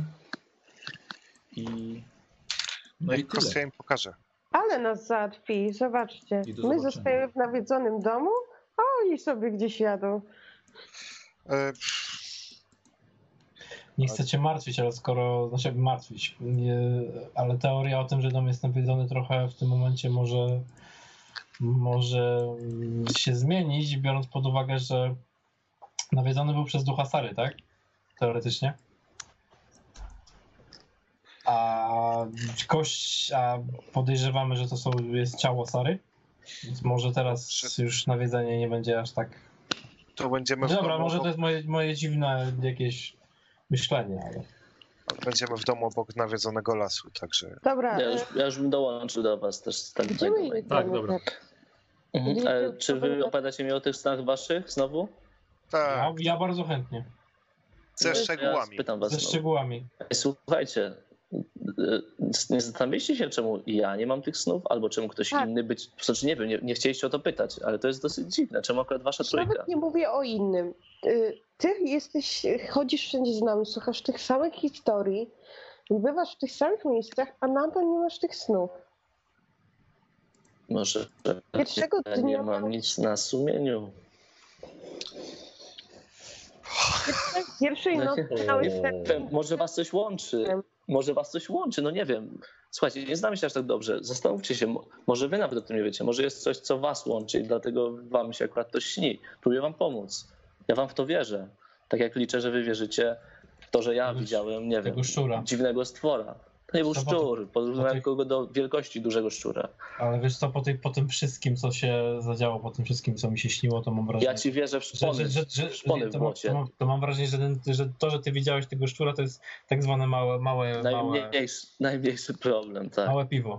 No i tyle. Ja im pokażę. Ale nas załatwi, zobaczcie. My zostajemy w nawiedzonym domu, a oni sobie gdzieś jadą. Nie chcę cię martwić, ale ale teoria o tym, że dom jest nawiedzony trochę w tym momencie może się zmienić, biorąc pod uwagę, że nawiedzony był przez ducha Sary, tak? Teoretycznie. A podejrzewamy, że jest ciało Sary, więc może teraz już nawiedzenie nie będzie aż tak... To będziemy Dobra, może to jest moje dziwne jakieś myślenie, ale... Będziemy w domu obok nawiedzonego lasu, także... Dobra. Ja już bym dołączył do was też z tego. Tak, dobra. Czy wy opowiadacie mi o tych snach waszych znowu? Tak. Ja bardzo chętnie. Ze szczegółami. Ze szczegółami. Słuchajcie, nie zastanawialiście się, czemu ja nie mam tych snów, albo czemu ktoś inny znaczy nie wiem, nie chcieliście o to pytać, ale to jest dosyć dziwne. Czemu akurat wasza trójka? Nawet nie mówię o innym. Ty chodzisz wszędzie z nami, słuchasz tych samych historii, bywasz w tych samych miejscach, a nadal nie masz tych snów. Może Pierwszego ja dnia nie mam nic na sumieniu. Pierwszej nocy miałeś ten... Może was coś łączy. No nie wiem. Słuchajcie, nie znamy się aż tak dobrze. Zastanówcie się, może wy nawet o tym nie wiecie. Może jest coś, co was łączy i dlatego wam się akurat to śni. Próbuję wam pomóc. Ja wam w to wierzę. Tak jak liczę, że wy wierzycie w to, że ja widziałem, nie wiem, dziwnego stwora. To nie był szczur. Porównałem go do wielkości dużego szczura. Ale wiesz co, po tym wszystkim, co się zadziało, po tym wszystkim, co mi się śniło, to mam wrażenie... Ja ci wierzę w szpony w błocie. To mam wrażenie, że to, że ty widziałeś tego szczura, to jest tak zwane małe... Najmniejszy problem, tak. Małe piwo.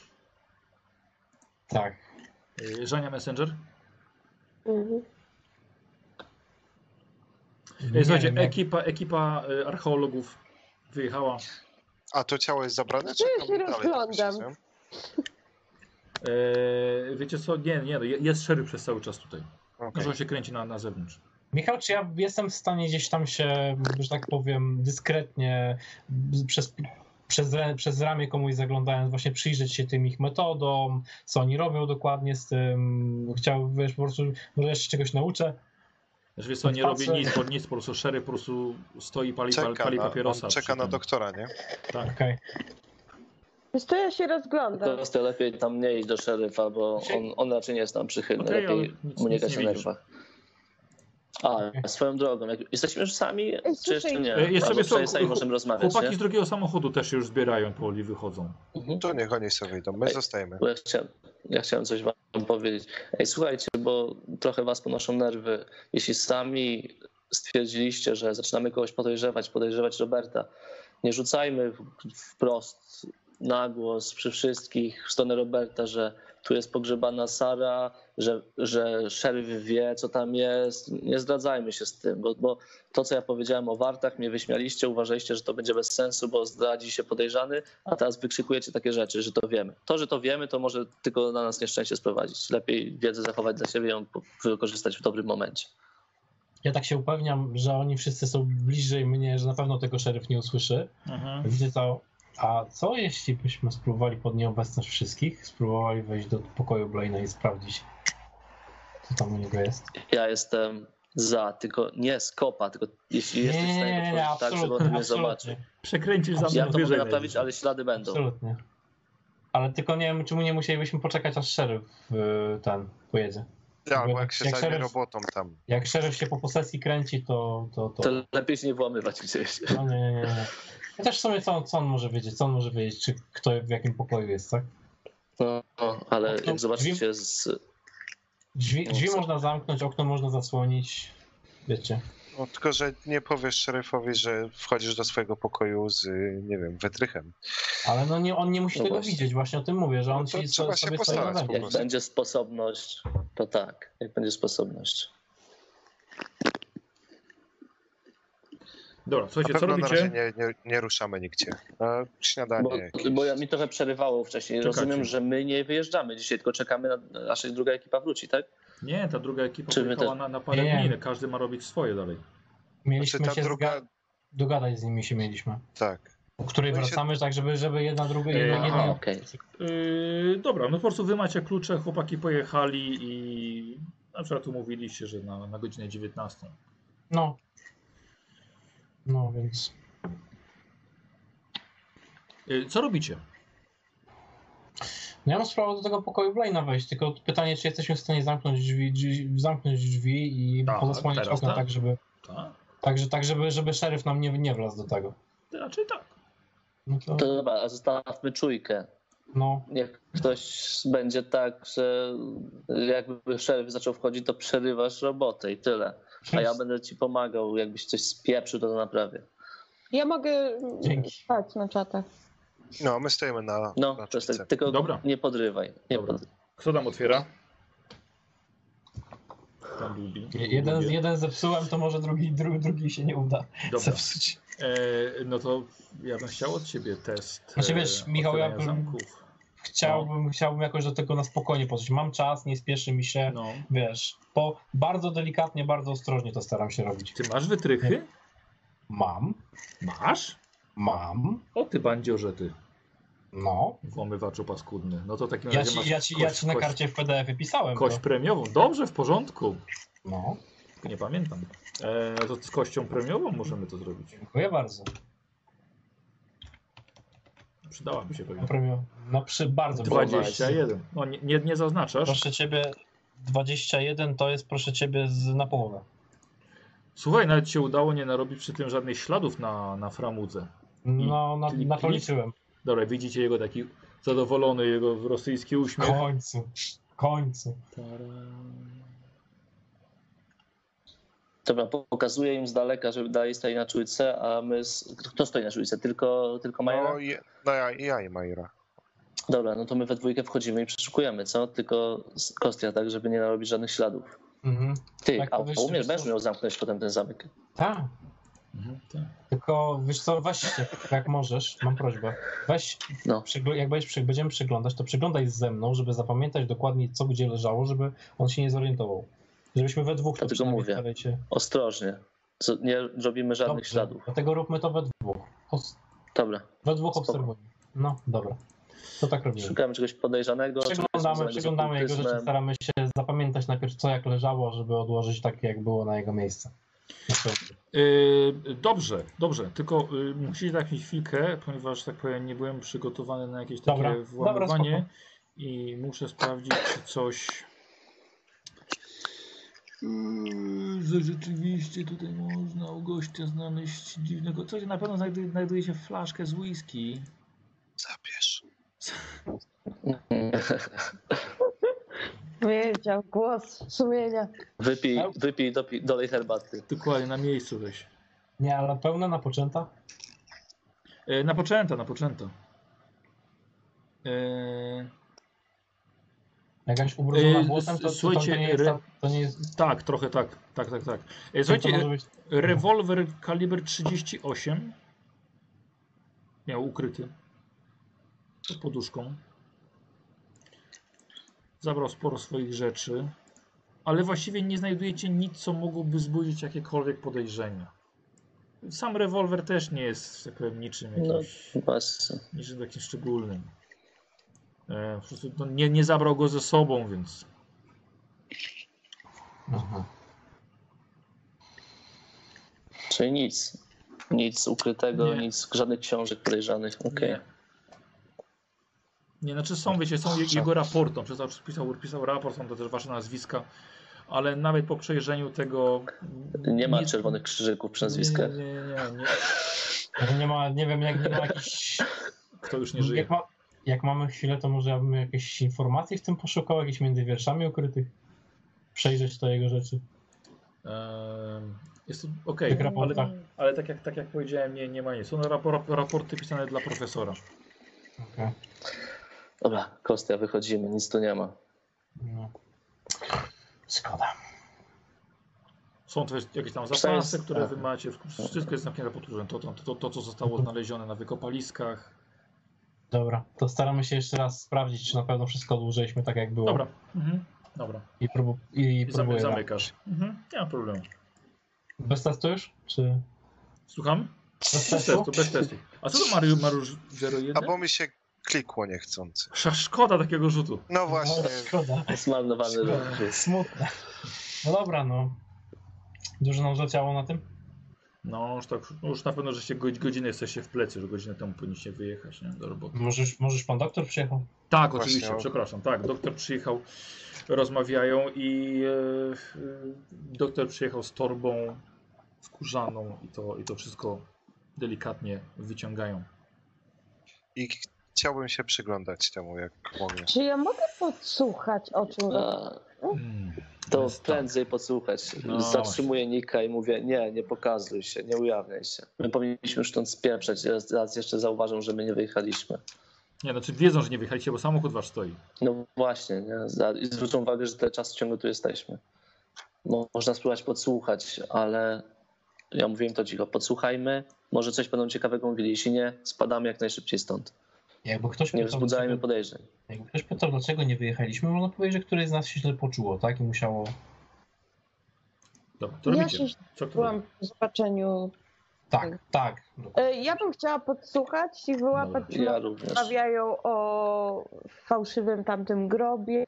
Tak. Żania Messenger? Mhm. Słuchajcie, ekipa archeologów wyjechała. A to ciało jest zabrane? Czy ja się rozglądam. Wiecie co? Nie, jest szeryf przez cały czas tutaj. Okay. Może on się kręci na zewnątrz. Michał, czy ja jestem w stanie gdzieś tam się, że tak powiem, dyskretnie przez ramię komuś zaglądając, właśnie przyjrzeć się tym ich metodom, co oni robią dokładnie z tym. Wiesz, po prostu może jeszcze czegoś nauczę. Wiesz co, nie robi nic, po prostu szeryf po prostu stoi, pali papierosa. On czeka na doktora, nie? Tak. Okay. Więc to ja się rozglądam. To lepiej tam nie iść do szeryfa, bo on raczej nie jest nam przychylny. Lepiej mu nie grać na nerwach. Swoją drogą, jesteśmy już sami, czy jeszcze nie? Sami możemy rozmawiać. Chłopaki nie? z drugiego samochodu też się już zbierają, powoli wychodzą. To niech oni sobie wyjdą, my zostajemy. Ja chciałem coś wam powiedzieć. Słuchajcie, bo trochę was ponoszą nerwy. Jeśli sami stwierdziliście, że zaczynamy kogoś podejrzewać Roberta, nie rzucajmy wprost na głos przy wszystkich w stronę Roberta, że tu jest pogrzebana Sara, że szeryf wie, co tam jest. Nie zdradzajmy się z tym, bo to, co ja powiedziałem o wartach, mnie wyśmialiście, uważaliście, że to będzie bez sensu, bo zdradzi się podejrzany, a teraz wykrzykujecie takie rzeczy, że to wiemy. To, że to wiemy, to może tylko na nas nieszczęście sprowadzić. Lepiej wiedzę zachować dla siebie i ją wykorzystać w dobrym momencie. Ja tak się upewniam, że oni wszyscy są bliżej mnie, że na pewno tego szeryf nie usłyszy. Widzę to. A co jeśli byśmy spróbowali pod nieobecność wszystkich, spróbowali wejść do pokoju Blaina i sprawdzić, co tam u niego jest? Ja jestem za, tylko nie z kopa, tylko jeśli jesteś w stanie to tak, żeby on mnie zobaczył. Przekręcisz za mną. Ja to mogę naprawić, ale ślady będą. Absolutnie. Ale tylko nie wiem, czemu nie musielibyśmy poczekać, aż szeryf pojedzie. Tak, bo jak się zajmie robotą tam. Jak szeryf się po posesji kręci, to lepiej się nie włamywać gdzieś. No nie. Ja też w sumie co on może wiedzieć, czy kto w jakim pokoju jest, tak? No, ale jak zobaczycie Drzwi można zamknąć, okno można zasłonić, wiecie. No, tylko, że nie powiesz szeryfowi, że wchodzisz do swojego pokoju z, nie wiem, wytrychem. Ale no nie, on nie musi No tego właśnie. widzieć, właśnie o tym mówię, że No on to się trzeba się sobie stoi postarać na po węglu. Jak prostu. będzie sposobność, to tak. Jak będzie sposobność. Dobra, Na słuchajcie, co pewno na razie robicie? nie ruszamy nigdzie. Śniadanie jakieś. Bo mi trochę przerywało wcześniej. Czekajcie. Rozumiem, że my nie wyjeżdżamy dzisiaj, tylko czekamy, aż druga ekipa wróci, tak? Nie, ta druga ekipa Czy my pojechała też? na parę Nie. dni, każdy ma robić swoje dalej. Mieliśmy Znaczy, ta się druga- dogadać z nimi się mieliśmy. Tak. O której No i się- wracamy, tak żeby jedna druga... Aha, jedna... Okej. Dobra, no po prostu wy macie klucze, chłopaki pojechali i na przykład umówiliście, że na godzinę 19. No. No, więc... Co robicie? No ja mam sprawę do tego pokoju Blaina wejść, tylko pytanie, czy jesteśmy w stanie zamknąć drzwi i Tak, pozasłaniać teraz okna tak. tak, żeby szeryf nam nie wlazł do tego. Raczej tak. No to, To dobra, a zostawmy czujkę. no, Niech ktoś będzie tak, że jakby szeryf zaczął wchodzić, to przerywasz robotę i tyle. A ja będę ci pomagał, jakbyś coś spieprzył, to naprawię. Ja mogę Dzięki. spać na czatach. No, my stoimy na No, na to jest czujce. tak, tylko Dobra. nie podrywaj. Nie Dobra. podrywaj. Kto tam otwiera? Tam długi. jeden zepsułem, to może drugi się nie uda Dobra. zepsuć. No to ja bym chciał od ciebie test. Znaczy, wiesz, Michał, ja otwierania bym- zamków. Chciałbym jakoś do tego na spokojnie podejść. Mam czas, nie spieszy mi się, No. wiesz, bardzo delikatnie, bardzo ostrożnie to staram się robić. Ty masz wytrychy? Mam, Mam? O ty bandziorze ty. no. Włamywaczu paskudny. No to w takim Ja razie masz ci na karcie w PDF-ie pisałem. kość premiową. Dobrze, w porządku. No, Tylko nie pamiętam. To z kością premiową możemy to zrobić. dziękuję bardzo. Przydałaby się pewnie. No bardzo 21. No nie zaznaczasz. Proszę ciebie, 21 to jest, proszę ciebie, na połowę. Słuchaj, nawet się udało nie narobić przy tym żadnych śladów na framudze. No, czyli na to klip- liczyłem. Dobra, widzicie jego taki zadowolony, jego rosyjski W uśmiech. końcu. Dobra, pokazuję im z daleka, żeby dalej stali na czujce, a my... Kto stoi na czujce? Tylko Majera? No, ja i Majra. Dobra, no to my we dwójkę wchodzimy i przeszukujemy, co? Tylko Kostia, tak, żeby nie narobić żadnych śladów. Mhm. Ty, Tak, a to wiesz, umiesz, co? będziesz miał zamknąć potem ten zamek. Tak, Tak. tylko wiesz co, weź się, jak możesz, mam prośbę. Weź, No. jak będziemy przyglądać, to przyglądaj ze mną, żeby zapamiętać dokładnie, co gdzie leżało, żeby on się nie zorientował. Żebyśmy we dwóch to Dlatego przynajmniej mówię. starali się. Ostrożnie. Nie robimy żadnych Dobrze, śladów. Dlatego róbmy to we dwóch. Dobra. We dwóch Spoko. obserwujemy. No, dobra. To tak robimy. Szukamy czegoś podejrzanego. Przeglądamy jego rzeczy, staramy się zapamiętać najpierw, co jak leżało, żeby odłożyć takie, jak było na jego miejsce. Dobrze, tylko musicie dać mi chwilkę, ponieważ tak powiem, nie byłem przygotowany na jakieś takie Dobra, włamywanie spoko. i muszę sprawdzić, czy coś. Że rzeczywiście tutaj można u gościa znaleźć dziwnego. Coś na pewno znajduje się flaszkę z whisky. Zabierz. Wiedział, głos sumienia. Wypij, dolej herbaty. Dokładnie, na miejscu weź. Nie, ale pełna napoczęta? Na poczęta. Jakaś ubrudzona błotem, to słuchajcie, to nie jest... Tak, trochę tak. To Słuchajcie, może być... rewolwer kaliber 38 miał ukryty pod poduszką. Zabrał sporo swoich rzeczy, ale właściwie nie znajdujecie nic, co mogłoby wzbudzić jakiekolwiek podejrzenia. Sam rewolwer też nie jest, tak powiem, niczym takim szczególnym. Po prostu nie zabrał go ze sobą, więc... Aha. Czyli nic ukrytego, Nie. żadnych książek podejrzanych. Okay. Nie, znaczy są jego raporty. On pisał raport, są to też wasze nazwiska, ale nawet po przejrzeniu tego... Nie ma czerwonych krzyżyków przy nazwiskach. Nie wiem, jak nie ma jakiś... Kto już nie żyje. Jak mamy chwilę, to może ja bym jakieś informacje w tym poszukał, jakieś między wierszami ukrytych? przejrzeć to jego rzeczy. Jest to okej, Jak raporta. ale tak jak powiedziałem, nie ma nic. Są raporty pisane dla profesora. Okay. Dobra, Kostia, wychodzimy, nic tu nie ma. No. Szkoda. Są też jakieś tam zapasy, które wy macie. Wszystko jest zamknięte pod urzędem. To, co zostało znalezione na wykopaliskach. Dobra, to staramy się jeszcze raz sprawdzić, czy na pewno wszystko odłożyliśmy tak, jak było. Dobra. Dobra. I próbuję. Zamykasz. Nie ma problemu. Bez testu już? Czy... Słucham? Bez testu. A co to Mariusz 01? A bo mi się klikło niechcący. Szkoda takiego rzutu. No właśnie. Szkoda. Zmarnowany rzut. Smutne. No dobra, no. Dużo nam zleciało na tym? No, już na pewno, żeście godzinę jesteście w plecy, że godzinę temu powinniście wyjechać, nie? Do roboty. Możesz pan doktor przyjechał? Tak, Właśnie, oczywiście, przepraszam. Tak, doktor przyjechał, rozmawiają i doktor przyjechał z torbą skórzaną i to wszystko delikatnie wyciągają. I chciałbym się przyglądać temu, jak mogę. Czy ja mogę podsłuchać, o czym To Więc prędzej podsłuchać. No Zatrzymuję Nika i mówię, nie pokazuj się, nie ujawniaj się. My powinniśmy już stąd spieprzeć. Raz jeszcze zauważą, że my nie wyjechaliśmy. Nie, znaczy wiedzą, że nie wyjechaliście, bo samochód wasz stoi. No właśnie, nie? I zwrócą uwagę, że tyle czasu ciągle tu jesteśmy. Można spróbować podsłuchać, ale ja mówiłem to cicho. Podsłuchajmy, może coś będą ciekawego mówili. Jeśli nie, spadamy jak najszybciej stąd. Jakby ktoś Nie pytał, wzbudzajmy podejrzeń. Jakby ktoś pytał, dlaczego nie wyjechaliśmy, można powiedzieć, że któreś z nas się źle poczuło, tak? I musiało... Dobra, to Ja robicie. się Co to byłam w zobaczeniu. Tak. Ja bym chciała podsłuchać i wyłapać, czy Ja również. rozmawiają o fałszywym tamtym grobie.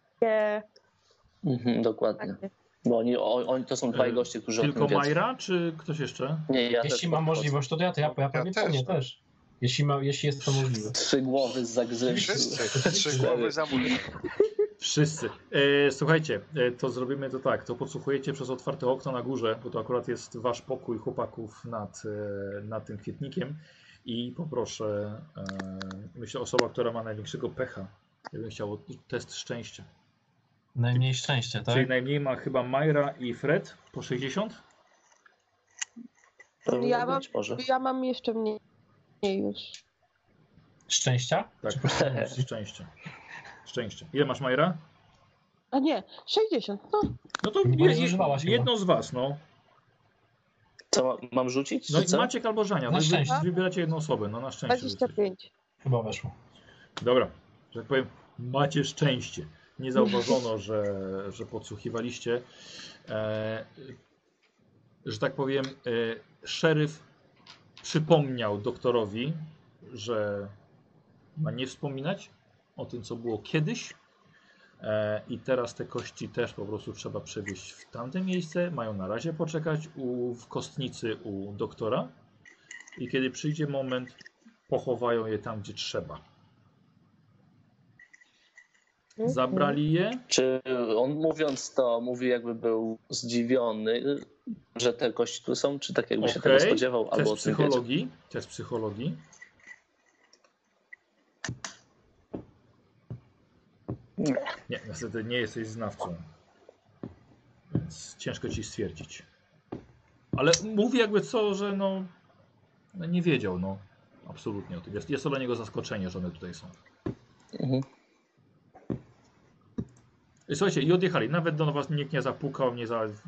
Dokładnie. Bo oni to są dwaj goście, którzy o tym Tylko wiedzą. Majra, czy ktoś jeszcze? Nie, ja Jeśli też mam podchodzę. możliwość, to ja pewnie też. Jeśli jest to możliwe. 3 głowy z zagryzią. Wszyscy. 3 głowy za mur. Wszyscy. Słuchajcie, to zrobimy to tak. To podsłuchujecie przez otwarte okno na górze, bo to akurat jest wasz pokój chłopaków nad tym kwietnikiem. I poproszę, myślę, osoba, która ma największego pecha. Ja bym chciał test szczęścia. Najmniej szczęścia, tak? Czyli najmniej ma chyba Majra i Fred po 60? Ja mam jeszcze mniej już. Szczęścia? Tak, szczęście. Ile masz, Majra? A nie, 60. No to Nie zużywałaś jedno z was, no. Co, mam rzucić? No czy i co? Maciek albo Żania. Na No szczęście. wybieracie jedną osobę, no na szczęście. 25. Chyba weszło. Dobra, że tak powiem, macie szczęście. Nie zauważono, że podsłuchiwaliście. Że tak powiem, szeryf przypomniał doktorowi, że ma nie wspominać o tym, co było kiedyś. I teraz te kości też po prostu trzeba przewieźć w tamte miejsce. Mają na razie poczekać w kostnicy u doktora. I kiedy przyjdzie moment, pochowają je tam, gdzie trzeba. Zabrali je. Czy on mówiąc to, mówi jakby był zdziwiony, że te kości tu są, czy tak jakby się tego spodziewał, albo o tym wiedział? Test psychologii. Nie, niestety nie jesteś znawcą. Więc ciężko ci stwierdzić. Ale mówi jakby co, że no nie wiedział, no. Absolutnie o tym. Jest to dla niego zaskoczenie, że one tutaj są. Słuchajcie, i odjechali. Nawet do was nikt nie zapukał,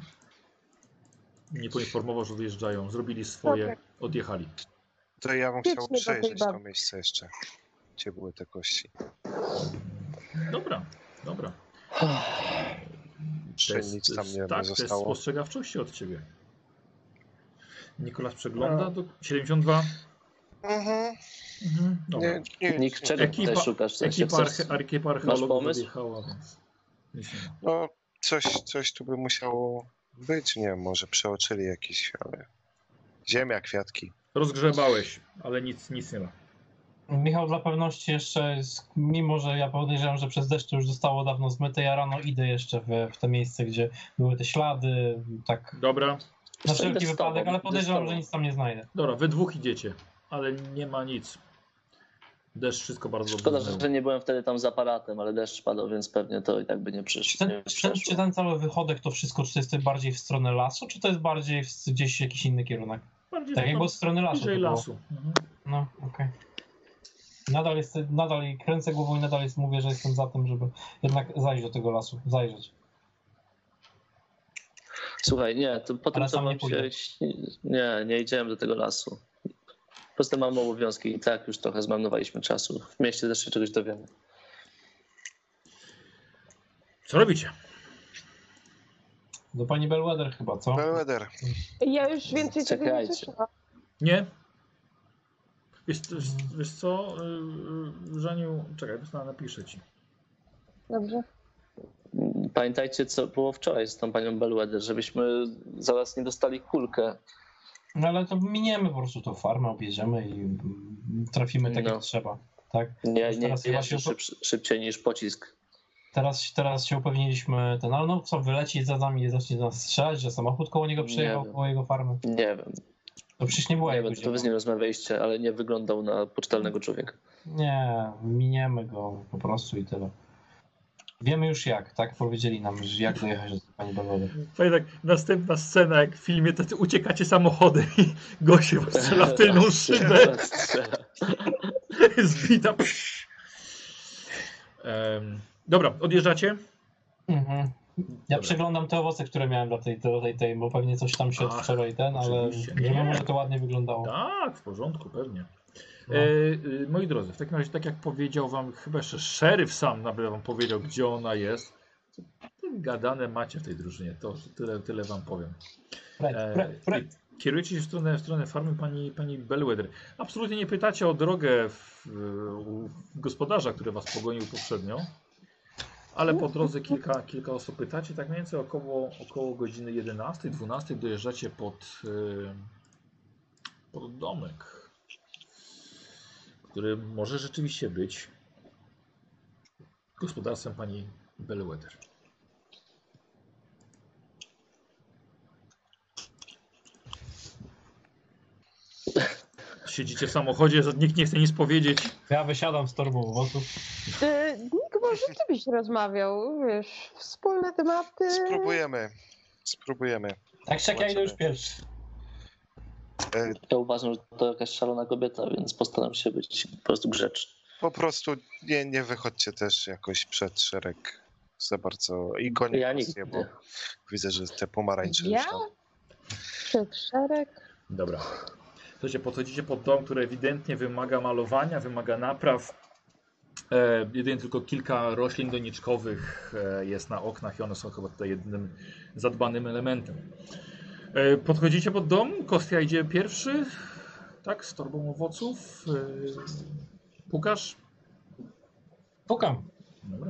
nie poinformował, że wyjeżdżają. Zrobili swoje, odjechali. To ja bym chciał przejrzeć to miejsce jeszcze, gdzie były te kości. Dobra. Nic tam nie tak, zostało. Test spostrzegawczości od ciebie. Nikolas przegląda do 72. Dobra. Nikt, czego tutaj szukasz? Ekipa archeologów odjechała, więc nic nie ma. No, coś tu by musiało być, nie wiem, może przeoczyli jakieś, ale... Ziemia, kwiatki. Rozgrzebałeś, ale nic nie ma. Michał, dla pewności jeszcze, mimo że ja podejrzewam, że przez deszcz to już zostało dawno zmyte, ja rano idę jeszcze w te miejsce, gdzie były te ślady, tak Dobra. na wszelki wypadek, ale podejrzewam, że nic tam nie znajdę. Dobra, wy dwóch idziecie, ale nie ma nic. Deszcz wszystko bardzo dobrze Szkoda, znał. że nie byłem wtedy tam z aparatem, ale deszcz padał, więc pewnie to i tak by nie przyszło. Czy ten cały wychodek to wszystko, czy to jest bardziej w stronę lasu, czy to jest bardziej gdzieś jakiś inny kierunek? Bardziej Tak jakby od strony lasu. bliżej to było. lasu. Mhm. No, okej. Nadal kręcę głową i nadal mówię, że jestem za tym, żeby jednak zajrzeć do tego lasu, zajrzeć. Słuchaj, nie, to po tym Ale co sam nie mam pójdę. nie idziemy do tego lasu. Po prostu mam obowiązki i tak już trochę zmarnowaliśmy czasu. W mieście też się czegoś dowiemy. Co robicie? Do pani Bellwether chyba, co? Belweder. Ja już więcej tego nie Czekajcie. słyszałam. Nie? Wiesz co, Żaniu, czekaj, napiszę ci. Dobrze. Pamiętajcie, co było wczoraj z tą panią Bellwether, żebyśmy zaraz nie dostali kulkę. No ale to miniemy po prostu tą farmę, objedziemy i trafimy tak No. jak trzeba. Tak? Nie Teraz chyba jeszcze szybciej niż pocisk. Teraz się upewniliśmy, ale no co, wyleci za nami i zacznie nas strzelać, że samochód koło niego przejechał, wiem. koło jego farmy. Nie wiem, To przecież nie była nie jego wiem, to wy dzieła. z nim rozmawialiście, ale nie wyglądał na poczytalnego człowieka. Nie, miniemy go po prostu i tyle. Wiemy już jak, tak? Powiedzieli nam, że jak dojechać do pani Bellwether. Fajnie, tak, następna scena, jak w filmie, to uciekacie samochodem i gość się strzela w tylną szybę. Zbita. Dobra, odjeżdżacie? Mhm. Ja Dobra. przeglądam te owoce, które miałem dla tej, bo pewnie coś tam się od Ach, wczoraj ale oczywiście. żeby Nie. może to ładnie wyglądało. Tak, w porządku, pewnie. No. Moi drodzy, w takim razie, tak jak powiedział wam, chyba jeszcze szeryf sam nawet wam powiedział, gdzie ona jest. Gadane macie w tej drużynie, to tyle wam powiem. Fred. Kierujecie się w stronę farmy pani Bellwether. Absolutnie nie pytacie o drogę u gospodarza, który was pogonił poprzednio. Ale po drodze kilka osób pytacie, tak mniej więcej około godziny 11-12 dojeżdżacie pod domek, który może rzeczywiście być gospodarstwem pani Bellwether. Siedzicie w samochodzie, nikt nie chce nic powiedzieć. Ja wysiadam z torbą owoców. Nick, może ty byś rozmawiał, wiesz, wspólne tematy. Spróbujemy. Tak jak ja idę już pierwszy. Ja uważam, że to jakaś szalona kobieta, więc postaram się być po prostu grzeczny. Po prostu nie wychodźcie też jakoś przed szereg za bardzo i gonię Ja was, nigdy. nie, bo widzę, że te pomarańcze Ja? już tam. Przed szereg. Dobra. Słuchajcie, podchodzicie pod dom, który ewidentnie wymaga malowania, wymaga napraw. Jedynie tylko kilka roślin doniczkowych jest na oknach i one są chyba tutaj jedynym zadbanym elementem. Podchodzicie pod dom, Kostia idzie pierwszy, tak, z torbą owoców. Pukasz? Pukam. Dobra.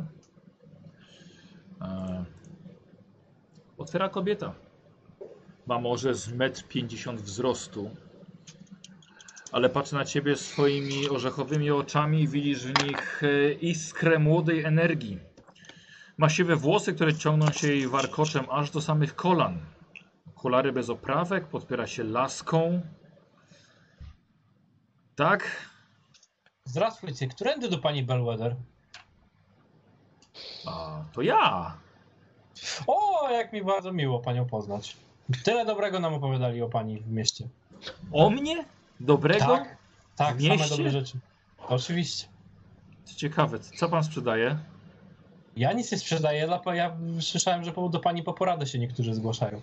Otwiera kobieta. Ma może z 1,50 m wzrostu, ale patrzy na ciebie swoimi orzechowymi oczami i widzisz w nich iskrę młodej energii. Ma siwe włosy, które ciągną się jej warkoczem aż do samych kolan. Okulary bez oprawek, podpiera się laską. Tak? Zdrawствуйте, którędy do pani Bellwether? A, to ja. O, jak mi bardzo miło panią poznać. Tyle dobrego nam opowiadali o pani w mieście. O mnie? Dobrego? Tak, W same mieście? dobre rzeczy. Oczywiście. Ciekawe, co pan sprzedaje? Ja nic nie sprzedaję, ja słyszałem, że do pani po poradę się niektórzy zgłaszają.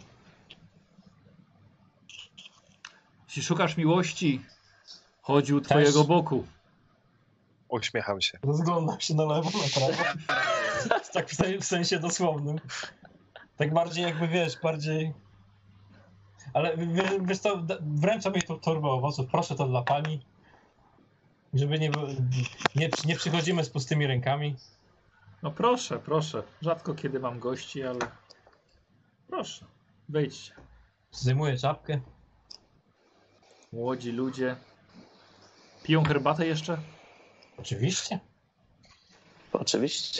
Jeśli szukasz miłości, chodź u twojego boku. Uśmiecham się. Rozglądam się na lewo, na prawo. Tak w sensie dosłownym. Tak bardziej jakby, wiesz, bardziej... Ale wiesz co, wręczam jej tą torbę owoców. Proszę, to dla pani. Żeby nie przychodzimy z pustymi rękami. No proszę, proszę. Rzadko kiedy mam gości, ale proszę, wejdźcie. Zdejmuję czapkę. Młodzi ludzie. Piją herbatę jeszcze? Oczywiście. Oczywiście.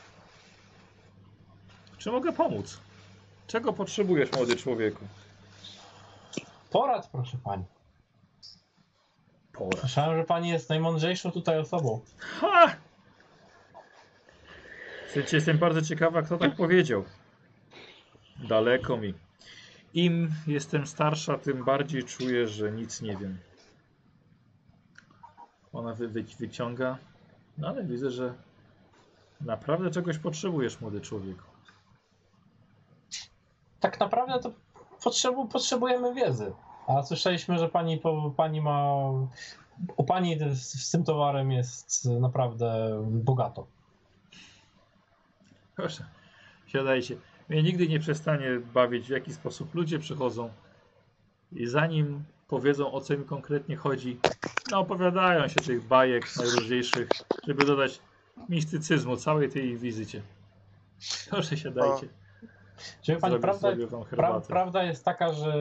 Czy mogę pomóc? Czego potrzebujesz, młody człowieku? Porad, proszę pani. pora. Słyszałem, że pani jest najmądrzejszą tutaj osobą. Ha! Słuchajcie, jestem bardzo ciekawa, kto tak powiedział. Daleko mi. Im jestem starsza, tym bardziej czuję, że nic nie wiem. Ona wyciąga. No ale widzę, że naprawdę czegoś potrzebujesz, młody człowieku. Tak naprawdę to potrzebujemy wiedzy. A słyszeliśmy, że pani ma... U pani z tym towarem jest naprawdę bogato. Proszę, siadajcie. Mnie nigdy nie przestanie bawić, w jaki sposób ludzie przychodzą i zanim powiedzą, o co im konkretnie chodzi, no opowiadają się tych bajek najróżniejszych, żeby dodać mistycyzmu całej tej wizycie. Proszę, siadajcie. Czyli pani, Zrobię wam herbatę. prawda jest taka, że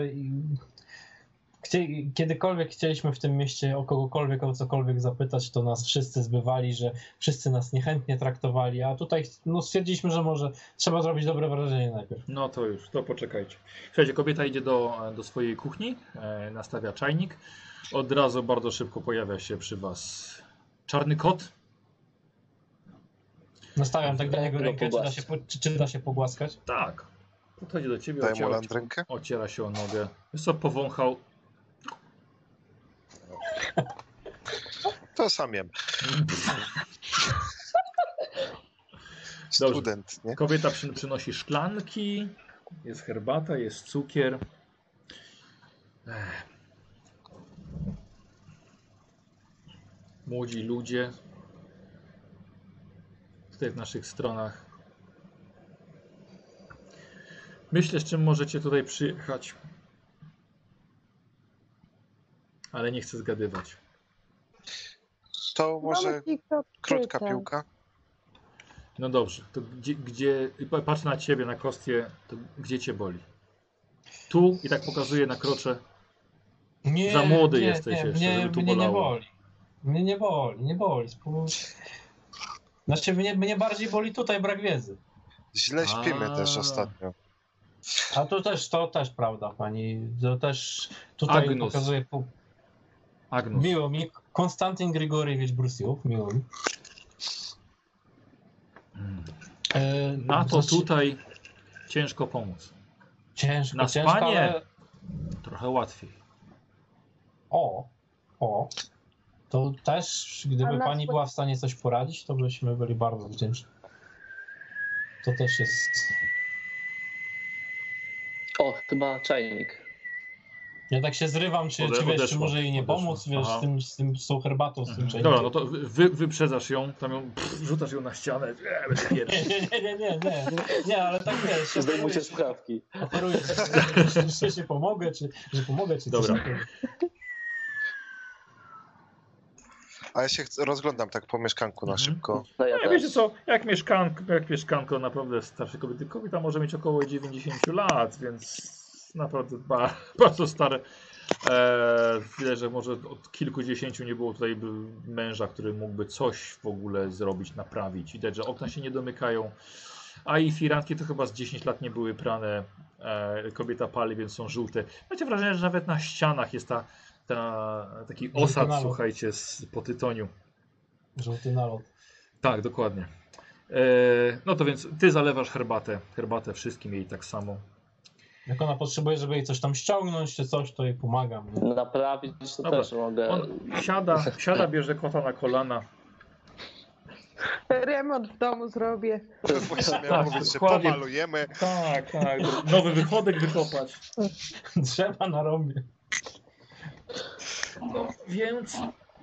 kiedykolwiek chcieliśmy w tym mieście o kogokolwiek, o cokolwiek zapytać, to nas wszyscy zbywali, że wszyscy nas niechętnie traktowali, a tutaj no, stwierdziliśmy, że może trzeba zrobić dobre wrażenie najpierw. No to już, to poczekajcie. Słuchajcie, kobieta idzie do swojej kuchni, nastawia czajnik. Od razu bardzo szybko pojawia się przy was czarny kot. Nastawiam tak do niego rękę, czy da się pogłaskać? Tak. Podchodzi do ciebie, Daj mu landrynkę. ociera się o nogę. Wiesz co, powąchał. To sam jem. Dobrze. Student, nie? Kobieta przynosi szklanki, jest herbata, jest cukier. Młodzi ludzie tutaj w naszych stronach. Myślę, z czym możecie tutaj przyjechać, ale nie chcę zgadywać. To może Mamy kilka krótka pytań. piłka. No dobrze, to gdzie patrz na ciebie, na kostię, to gdzie cię boli? Tu i tak pokazuję na krocze. Nie, Za młody jesteś jeszcze, żeby tu mnie nie bolało. boli. Mnie nie boli. Znaczy mnie bardziej boli tutaj brak wiedzy. Źle śpimy A. też ostatnio. A to też prawda, pani. To też tutaj Agnus. pokazuje. Agnus. Miło mi. Konstantyn Grigoriewicz Brusjów, miło mi. Na to tutaj ciężko pomóc. Ciężko, Na ciężko, spanie ale... trochę łatwiej. O. To też, gdyby na pani swój- była w stanie coś poradzić, to byśmy byli bardzo wdzięczni. To też jest... O, chyba czajnik. Ja tak się zrywam, czy wiesz, czy Odeszło, może jej nie odeszło. pomóc, wiesz, Aha. z tą herbatą, z tym czajnikiem. Dobra, no to wyprzedzasz ją, tam ją rzucasz ją na ścianę. Będę pierwszy. Nie, ale tak wiesz, Zdejmujcie słuchawki. oferuję, czy się pomogę, czy pomogę, czy coś Dobra. takiego. A ja się rozglądam tak po mieszkanku na szybko. No ja Nie, też. wiecie co, jak mieszkanko naprawdę starszej kobiety. Kobieta może mieć około 90 lat, więc naprawdę bardzo stare. Widać, że może od kilkudziesięciu nie było tutaj męża, który mógłby coś w ogóle zrobić, naprawić. Widać, że okna się nie domykają. A i firanki to chyba z 10 lat nie były prane. Kobieta pali, więc są żółte. Macie wrażenie, że nawet na ścianach jest taki osad, nalot. słuchajcie, po tytoniu. Żółty nalot. Tak, dokładnie. No to więc ty zalewasz herbatę wszystkim jej tak samo. Jak ona potrzebuje, żeby jej coś tam ściągnąć, czy coś, to jej pomagam. Nie? Naprawić to Dobra. też mogę. On siada, bierze kota na kolana. Remont w domu zrobię. Właśnie Tak, miałem mówić, że dokładnie. pomalujemy. Tak. Nowy wychodek wykopać. Drzewa na rąbie. No więc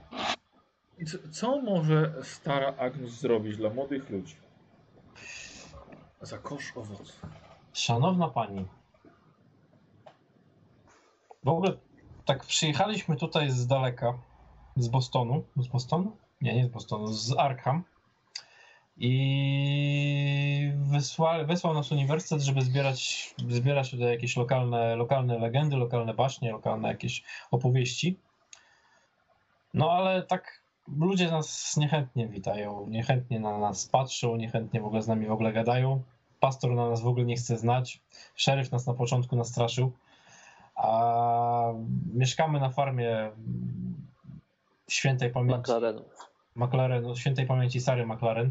co może stara Agnus zrobić dla młodych ludzi? Za kosz owoców. Szanowna pani, w ogóle tak przyjechaliśmy tutaj z daleka, z Bostonu. Z Bostonu? Nie z Bostonu, z Arkham. I wysłał nas uniwersytet, żeby zbierać tutaj jakieś lokalne legendy, lokalne baśnie, lokalne jakieś opowieści. No ale tak ludzie nas niechętnie witają, niechętnie na nas patrzą, niechętnie w ogóle z nami gadają. Pastor na nas w ogóle nie chce znać. Szeryf nas na początku nastraszył. A mieszkamy na farmie świętej pamięci świętej pamięci Sary McLaren.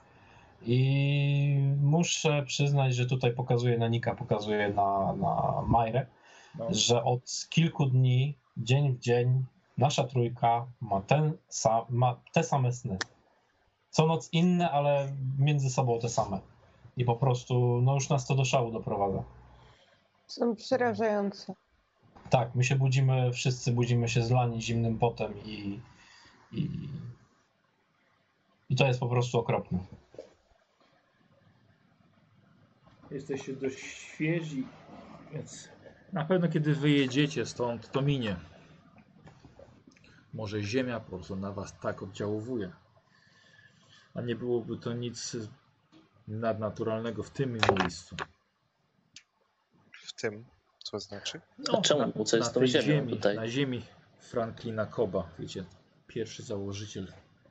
I muszę przyznać, że tutaj pokazuję na Nika, pokazuję na Majrę, że od kilku dni, dzień w dzień, nasza trójka ma te same sny. Co noc inne, ale między sobą te same. I po prostu, no już nas to do szału doprowadza. Są przerażające. Tak, my się budzimy, wszyscy budzimy się zlani zimnym potem i to jest po prostu okropne. Jesteście dość świeżi, więc na pewno kiedy wyjedziecie stąd, to minie. Może ziemia po prostu na was tak oddziałuje. A nie byłoby to nic nadnaturalnego w tym miejscu. W tym, co znaczy? A czemu? Co jest z tą ziemią tutaj? Na ziemi Franklina Cobba, wiecie, pierwszy założyciel.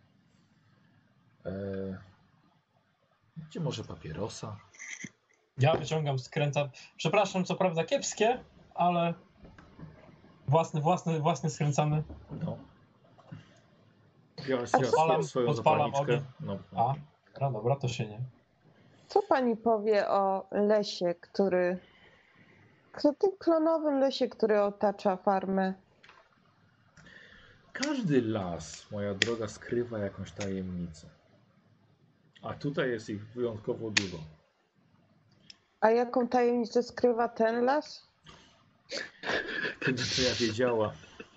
Gdzie może papierosa? Ja wyciągam, skręcam. Przepraszam, co prawda kiepskie, ale własny skręcamy. No. Ja swoją odpalam zapalniczkę. ogień. No. Dobra, to się nie. Co pani powie o lesie, tym klonowym lesie, który otacza farmę? Każdy las, moja droga, skrywa jakąś tajemnicę. A tutaj jest ich wyjątkowo dużo. A jaką tajemnicę skrywa ten las? Gdybym to ja wiedziała.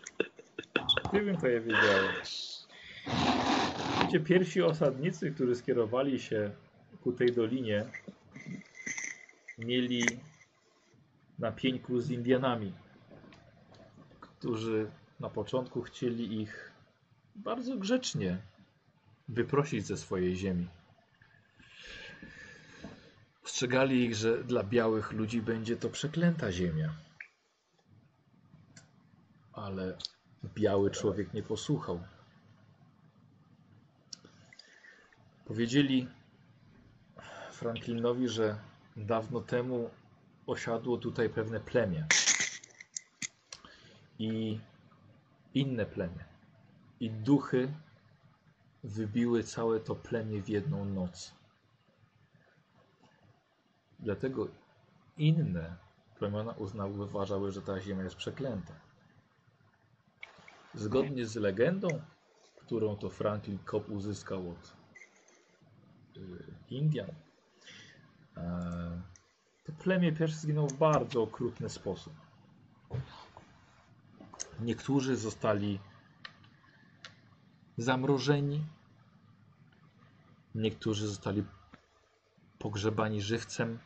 Wiecie, pierwsi osadnicy, którzy skierowali się ku tej dolinie, mieli na pieńku z Indianami, którzy na początku chcieli ich bardzo grzecznie wyprosić ze swojej ziemi. Ostrzegali ich, że dla białych ludzi będzie to przeklęta ziemia. Ale biały człowiek nie posłuchał. Powiedzieli Franklinowi, że dawno temu osiadło tutaj pewne plemię. I inne plemię. I duchy wybiły całe to plemię w jedną noc. Dlatego inne plemiona uważały, że ta ziemia jest przeklęta. Zgodnie z legendą, którą to Franklin Cobb uzyskał od Indian, to plemię pierwsze zginęło w bardzo okrutny sposób. Niektórzy zostali zamrożeni, niektórzy zostali pogrzebani żywcem,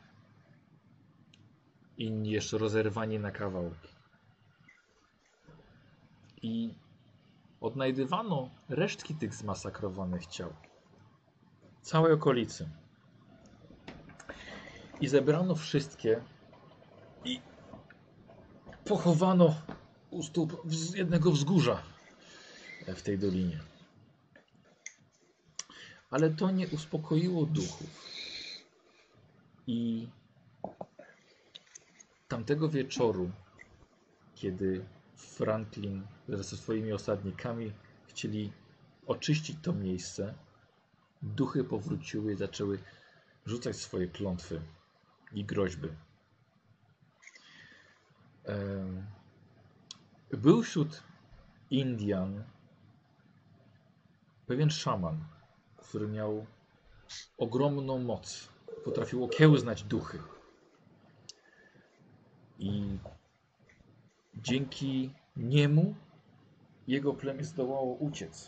inni jeszcze rozerwani na kawałki. I odnajdywano resztki tych zmasakrowanych ciał w całej okolicy. I zebrano wszystkie i pochowano u stóp jednego wzgórza w tej dolinie. Ale to nie uspokoiło duchów. I tamtego wieczoru, kiedy Franklin wraz ze swoimi osadnikami chcieli oczyścić to miejsce, duchy powróciły i zaczęły rzucać swoje klątwy i groźby. Był wśród Indian pewien szaman, który miał ogromną moc. Potrafił okiełznać duchy. I dzięki niemu jego plemię zdołało uciec.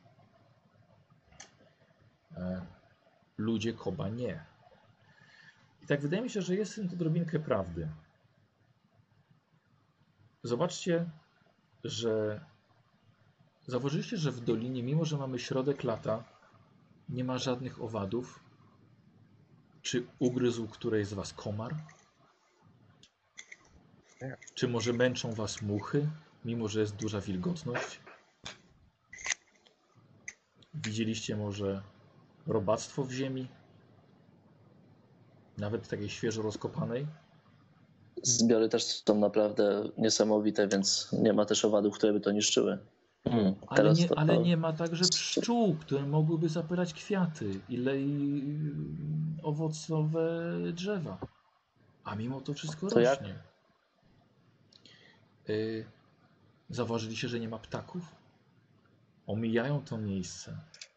Ludzie Cobba nie. I tak wydaje mi się, że jest w tym odrobinkę prawdy. Zobaczcie, że zauważyliście, że w dolinie, mimo że mamy środek lata, nie ma żadnych owadów. Czy ugryzł któreś z was komar? Nie. Czy może męczą was muchy, mimo że jest duża wilgotność? Widzieliście może robactwo w ziemi? Nawet takiej świeżo rozkopanej? Zbiory też są naprawdę niesamowite, więc nie ma też owadów, które by to niszczyły. Ale nie ma także pszczół, które mogłyby zapylać kwiaty i owocowe drzewa. A mimo to wszystko To rośnie. Zauważyliście, że nie ma ptaków? Omijają to miejsce.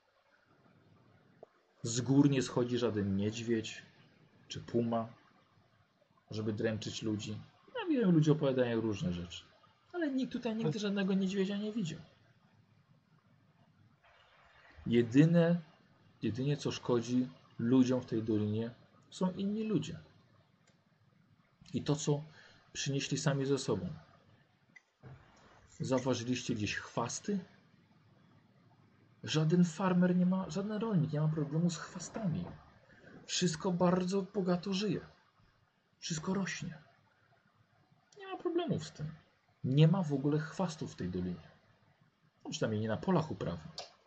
Z gór nie schodzi żaden niedźwiedź czy puma, żeby dręczyć ludzi. Ja wiem, ludzie opowiadają różne rzeczy. Ale nikt tutaj nigdy żadnego niedźwiedzia nie widział. Jedynie co szkodzi ludziom w tej dolinie są inni ludzie. I to, co przynieśli sami ze sobą. Zauważyliście gdzieś chwasty? Żaden farmer nie ma, żaden rolnik nie ma problemu z chwastami. Wszystko bardzo bogato żyje. Wszystko rośnie. Nie ma problemów z tym. Nie ma w ogóle chwastów w tej dolinie. No, przynajmniej nie na polach uprawy.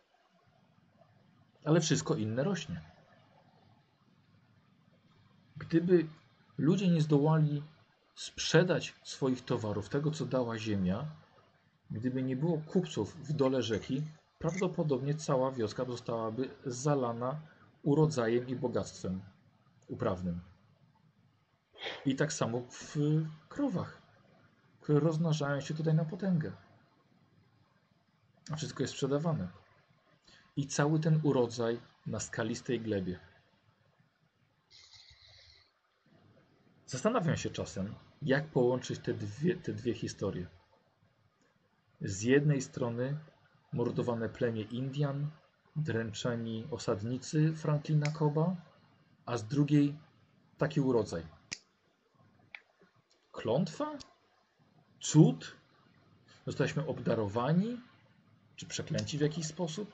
Ale wszystko inne rośnie. Gdyby ludzie nie zdołali sprzedać swoich towarów, tego co dała ziemia, gdyby nie było kupców w dole rzeki, prawdopodobnie cała wioska zostałaby zalana urodzajem i bogactwem uprawnym. I tak samo w krowach, które rozmnażają się tutaj na potęgę. A wszystko jest sprzedawane. I cały ten urodzaj na skalistej glebie. Zastanawiam się czasem, jak połączyć te dwie historie. Z jednej strony mordowane plemię Indian, dręczeni osadnicy Franklina Cobba, a z drugiej taki urodzaj. Klątwa? Cud? Zostaliśmy obdarowani? Czy przeklęci w jakiś sposób?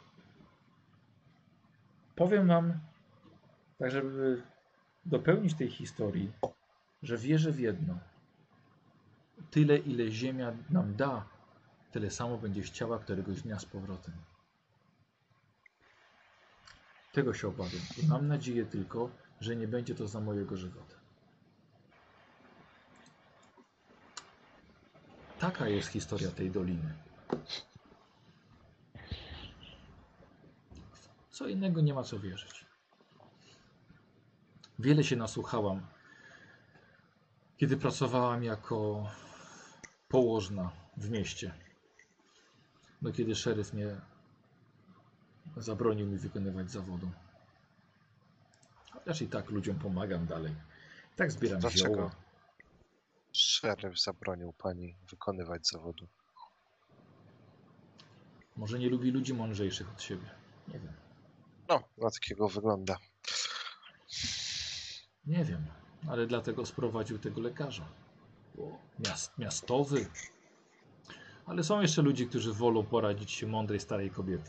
Powiem wam, tak żeby dopełnić tej historii, że wierzę w jedno. Tyle, ile ziemia nam da, tyle samo będzie chciała któregoś dnia z powrotem. Tego się obawiam. I mam nadzieję tylko, że nie będzie to za mojego żywota. Taka jest historia tej doliny. Co innego nie ma co wierzyć. Wiele się nasłuchałam, kiedy pracowałam jako położna w mieście. No kiedy szeryf mnie zabronił mi wykonywać zawodu. Chociaż i tak ludziom pomagam dalej. I tak zbieram Dlaczego zioła. szeryf zabronił pani wykonywać zawodu? Może nie lubi ludzi mądrzejszych od siebie. Nie wiem. No, na takiego wygląda. Nie wiem, ale dlatego sprowadził tego lekarza. Miastowy. Ale są jeszcze ludzie, którzy wolą poradzić się mądrej starej kobiety.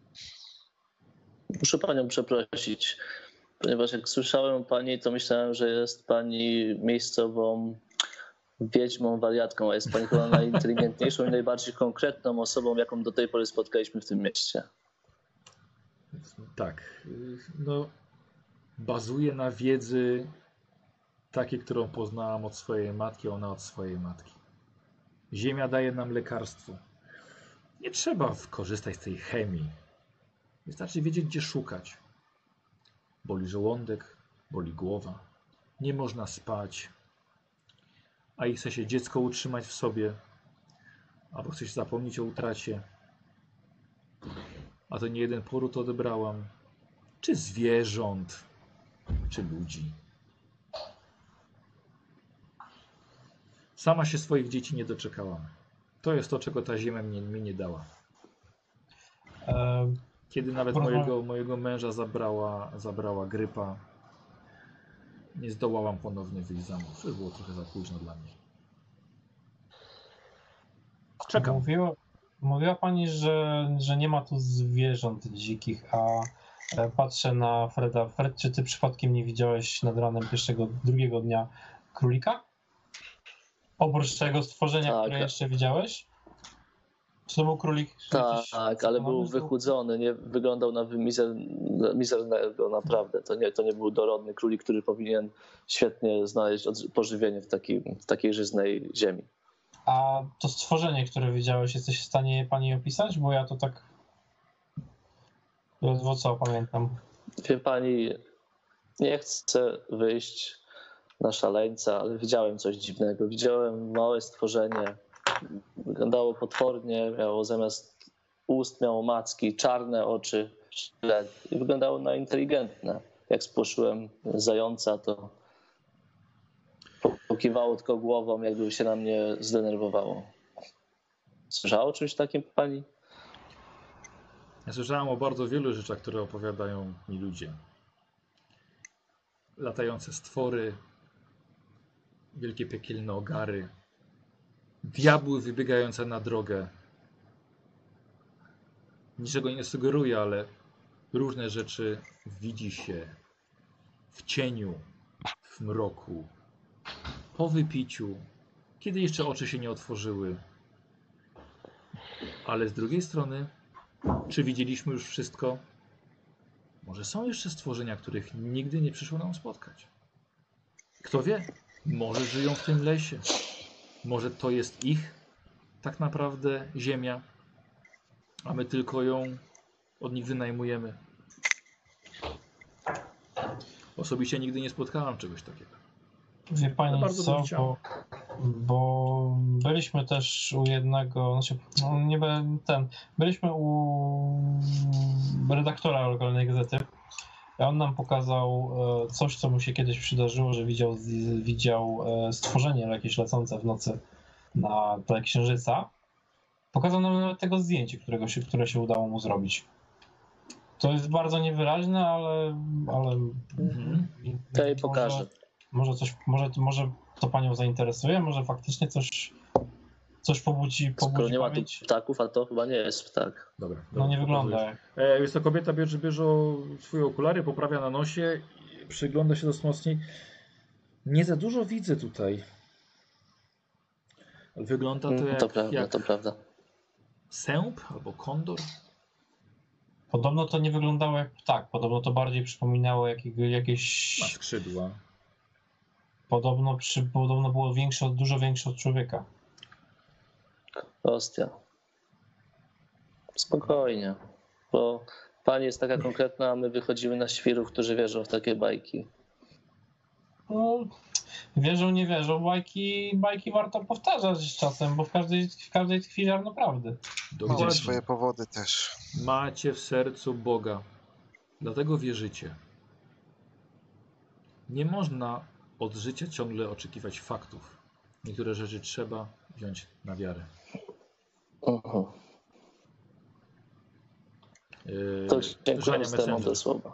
Muszę panią przeprosić, ponieważ jak słyszałem o pani, to myślałem, że jest pani miejscową wiedźmą, wariatką, a jest pani chyba najinteligentniejszą i najbardziej konkretną osobą, jaką do tej pory spotkaliśmy w tym mieście. Tak, no bazuje na wiedzy takiej, którą poznałam od swojej matki, ona od swojej matki. Ziemia daje nam lekarstwo. Nie trzeba korzystać z tej chemii. Wystarczy wiedzieć, gdzie szukać. Boli żołądek, boli głowa. Nie można spać. A i chce się dziecko utrzymać w sobie. Albo chce się zapomnieć o utracie. A to nie jeden poród odebrałam. Czy zwierząt, czy ludzi. Sama się swoich dzieci nie doczekałam. To jest to, czego ta ziemia mi nie dała. Kiedy nawet mojego męża zabrała grypa, nie zdołałam ponownie wyjść za mąż. To było trochę za późno dla mnie. Czekam. Mówiła pani, że nie ma tu zwierząt dzikich, a patrzę na Freda. Fred, czy ty przypadkiem nie widziałeś nad ranem drugiego dnia królika? Oprócz tego stworzenia, Tak, które jeszcze widziałeś? Czy to był królik? Tak, ale był wychudzony, nie wyglądał na mizernego, naprawdę. To nie był dorodny królik, który powinien świetnie znaleźć pożywienie w takiej żyznej ziemi. A to stworzenie, które widziałeś, jesteś w stanie je pani opisać? Bo ja to tak ledwo co pamiętam. Wie pani, nie chcę wyjść na szaleńca, ale widziałem coś dziwnego. Widziałem małe stworzenie. Wyglądało potwornie, miało zamiast ust miało macki, czarne oczy, sztylet i wyglądało na inteligentne. Jak spłoszyłem zająca, to pokiwało tylko głową, jakby się na mnie zdenerwowało. Słyszała o czymś takim pani? Ja słyszałem o bardzo wielu rzeczach, które opowiadają mi ludzie. Latające stwory, wielkie piekielne ogary, diabły wybiegające na drogę. Niczego nie sugeruję, ale różne rzeczy widzi się w cieniu, w mroku, po wypiciu, kiedy jeszcze oczy się nie otworzyły. Ale z drugiej strony, czy widzieliśmy już wszystko? Może są jeszcze stworzenia, których nigdy nie przyszło nam spotkać. Kto wie? Może żyją w tym lesie. Może to jest ich tak naprawdę ziemia, a my tylko ją od nich wynajmujemy. Osobiście nigdy nie spotkałem czegoś takiego. Wie pani bardzo co, bym chciał. bo byliśmy też u jednego, znaczy nie byliśmy u redaktora lokalnej gazety. On nam pokazał coś, co mu się kiedyś przydarzyło, że widział stworzenie jakieś lecące w nocy na tle księżyca. Pokazał nam nawet tego zdjęcie, które się udało mu zrobić. To jest bardzo niewyraźne, ale To jej pokażę. Może to panią zainteresuje, może faktycznie coś pobudzi Skoro nie ma tu pamięć. ptaków, a to chyba nie jest ptak. Dobra. No nie wygląda jak. Jest to kobieta, bierze swoje okulary, poprawia na nosie, przygląda się dość mocniej. Nie za dużo widzę tutaj. Ale wygląda to jak, To prawda, jak to prawda. sęp albo kondor. Podobno to nie wyglądało jak ptak, podobno to bardziej przypominało Ma jakieś... skrzydła. Podobno było dużo większe od człowieka. Ostia. Spokojnie, bo pani jest taka konkretna, a my wychodzimy na świrów, którzy wierzą w takie bajki. No, wierzą, nie wierzą, bajki warto powtarzać z czasem, bo w każdej tkwi ziarno prawdy. Widzisz swoje powody też. Macie w sercu Boga. Dlatego wierzycie. Nie można od życia ciągle oczekiwać faktów. Niektóre rzeczy trzeba wziąć na wiarę. To dziękuję Żania za te Messenger. mądre słowa.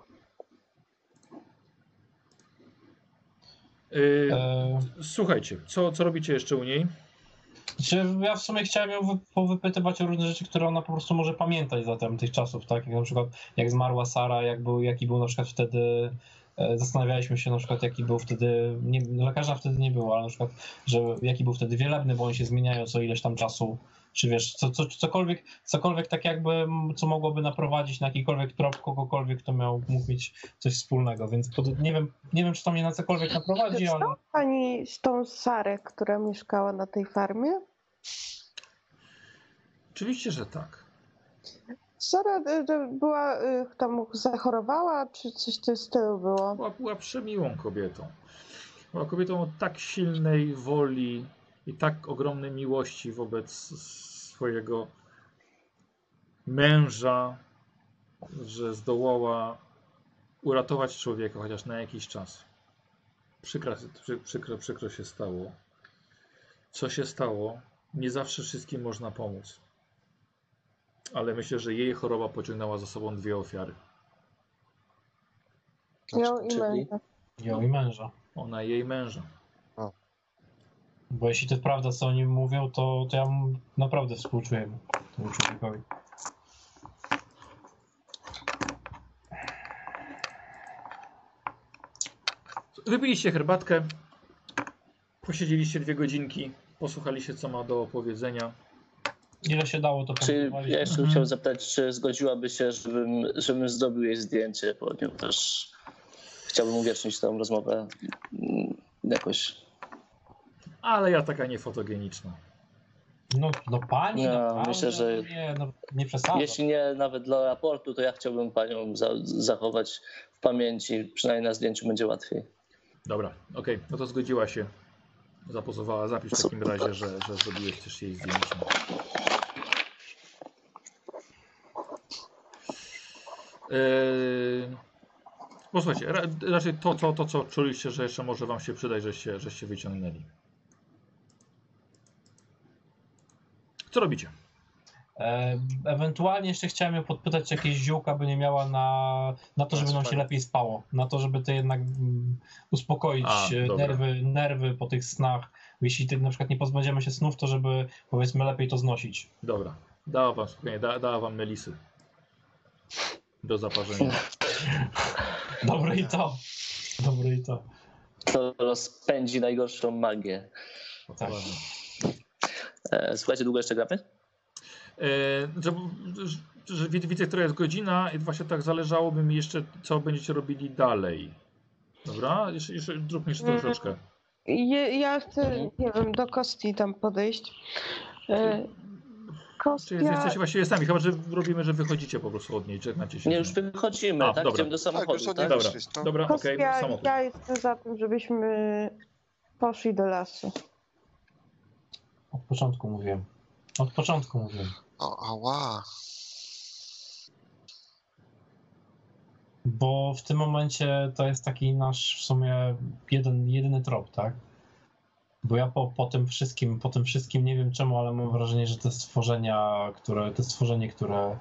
Słuchajcie, co robicie jeszcze u niej? Ja w sumie chciałem ją powypytywać o różne rzeczy, które ona po prostu może pamiętać zatem tych czasów, tak? Jak na przykład jak zmarła Sara, jaki był na przykład wtedy, zastanawialiśmy się na przykład jaki był wtedy, lekarza wtedy nie było, ale na przykład, że jaki był wtedy wielebny, bo oni się zmieniają co ileś tam czasu, czy wiesz, cokolwiek tak jakby, co mogłoby naprowadzić na jakikolwiek trop kogokolwiek, kto mógł mieć coś wspólnego, więc nie wiem, czy to mnie na cokolwiek naprowadzi, ale... Znała pani z tą Sarę, która mieszkała na tej farmie? Oczywiście, że tak. Sara była, tam zachorowała, czy coś w tym stylu było? Była przemiłą kobietą. Była kobietą o tak silnej woli i tak ogromnej miłości wobec swojego męża, że zdołała uratować człowieka chociaż na jakiś czas. Przykro się stało. Co się stało? Nie zawsze wszystkim można pomóc. Ale myślę, że jej choroba pociągnęła za sobą 2 ofiary. Ją i Czyli? męża. Ją i męża. Ona i jej męża. Bo jeśli to prawda, co oni mówią, to ja naprawdę współczuję temu człowiekowi. Wypiliście herbatkę, posiedzieliście 2 godzinki, posłuchaliście, co ma do opowiedzenia. Ile się dało, to Czy ja jeszcze Mhm. chciałem zapytać, czy zgodziłaby się, żebym zrobił jej zdjęcie, bo nią też chciałbym uwiecznić tę rozmowę jakoś. Ale ja taka niefotogeniczna. No pani, No, naprawdę, myślę, że nie przesadzam. jeśli nie nawet dla raportu, to ja chciałbym panią zachować w pamięci. Przynajmniej na zdjęciu będzie łatwiej. Dobra, okej, no to zgodziła się. Zapozowała, zapisz w takim razie, że zrobiłeś też jej zdjęcie. Posłuchajcie, raczej to, co czuliście, że jeszcze może wam się przydać, żeście wyciągnęli. Co robicie? Ewentualnie jeszcze chciałem ją podpytać, czy jakieś ziółka by nie miała na to, żeby nam się lepiej spało. Na to, żeby to jednak uspokoić nerwy po tych snach. Jeśli na przykład nie pozbędziemy się snów, to żeby, powiedzmy, lepiej to znosić. Dobra, dała wam melisy do zaparzenia. Dobre i to. To rozpędzi najgorszą magię. Tak. Słuchajcie, długo jeszcze gramy? Że widzę, która jest godzina i właśnie tak zależałoby mi jeszcze, co będziecie robili dalej. Dobra? Jeszcze zróbmy jeszcze troszeczkę. Ja chcę, nie wiem, do Kosti tam podejść. Czy jesteście właściwie sami, chyba że robimy, że wychodzicie po prostu od niej, żegnacie się. Nie, już wychodzimy, tak? Idziemy do samochodu, tak? Dobra, okej, samochód. Ja jestem za tym, żebyśmy poszli do lasu. Od początku mówiłem. Ała. Bo w tym momencie to jest taki nasz w sumie jedyny trop, tak? Bo ja po tym wszystkim nie wiem czemu, ale mam wrażenie, że te stworzenie, które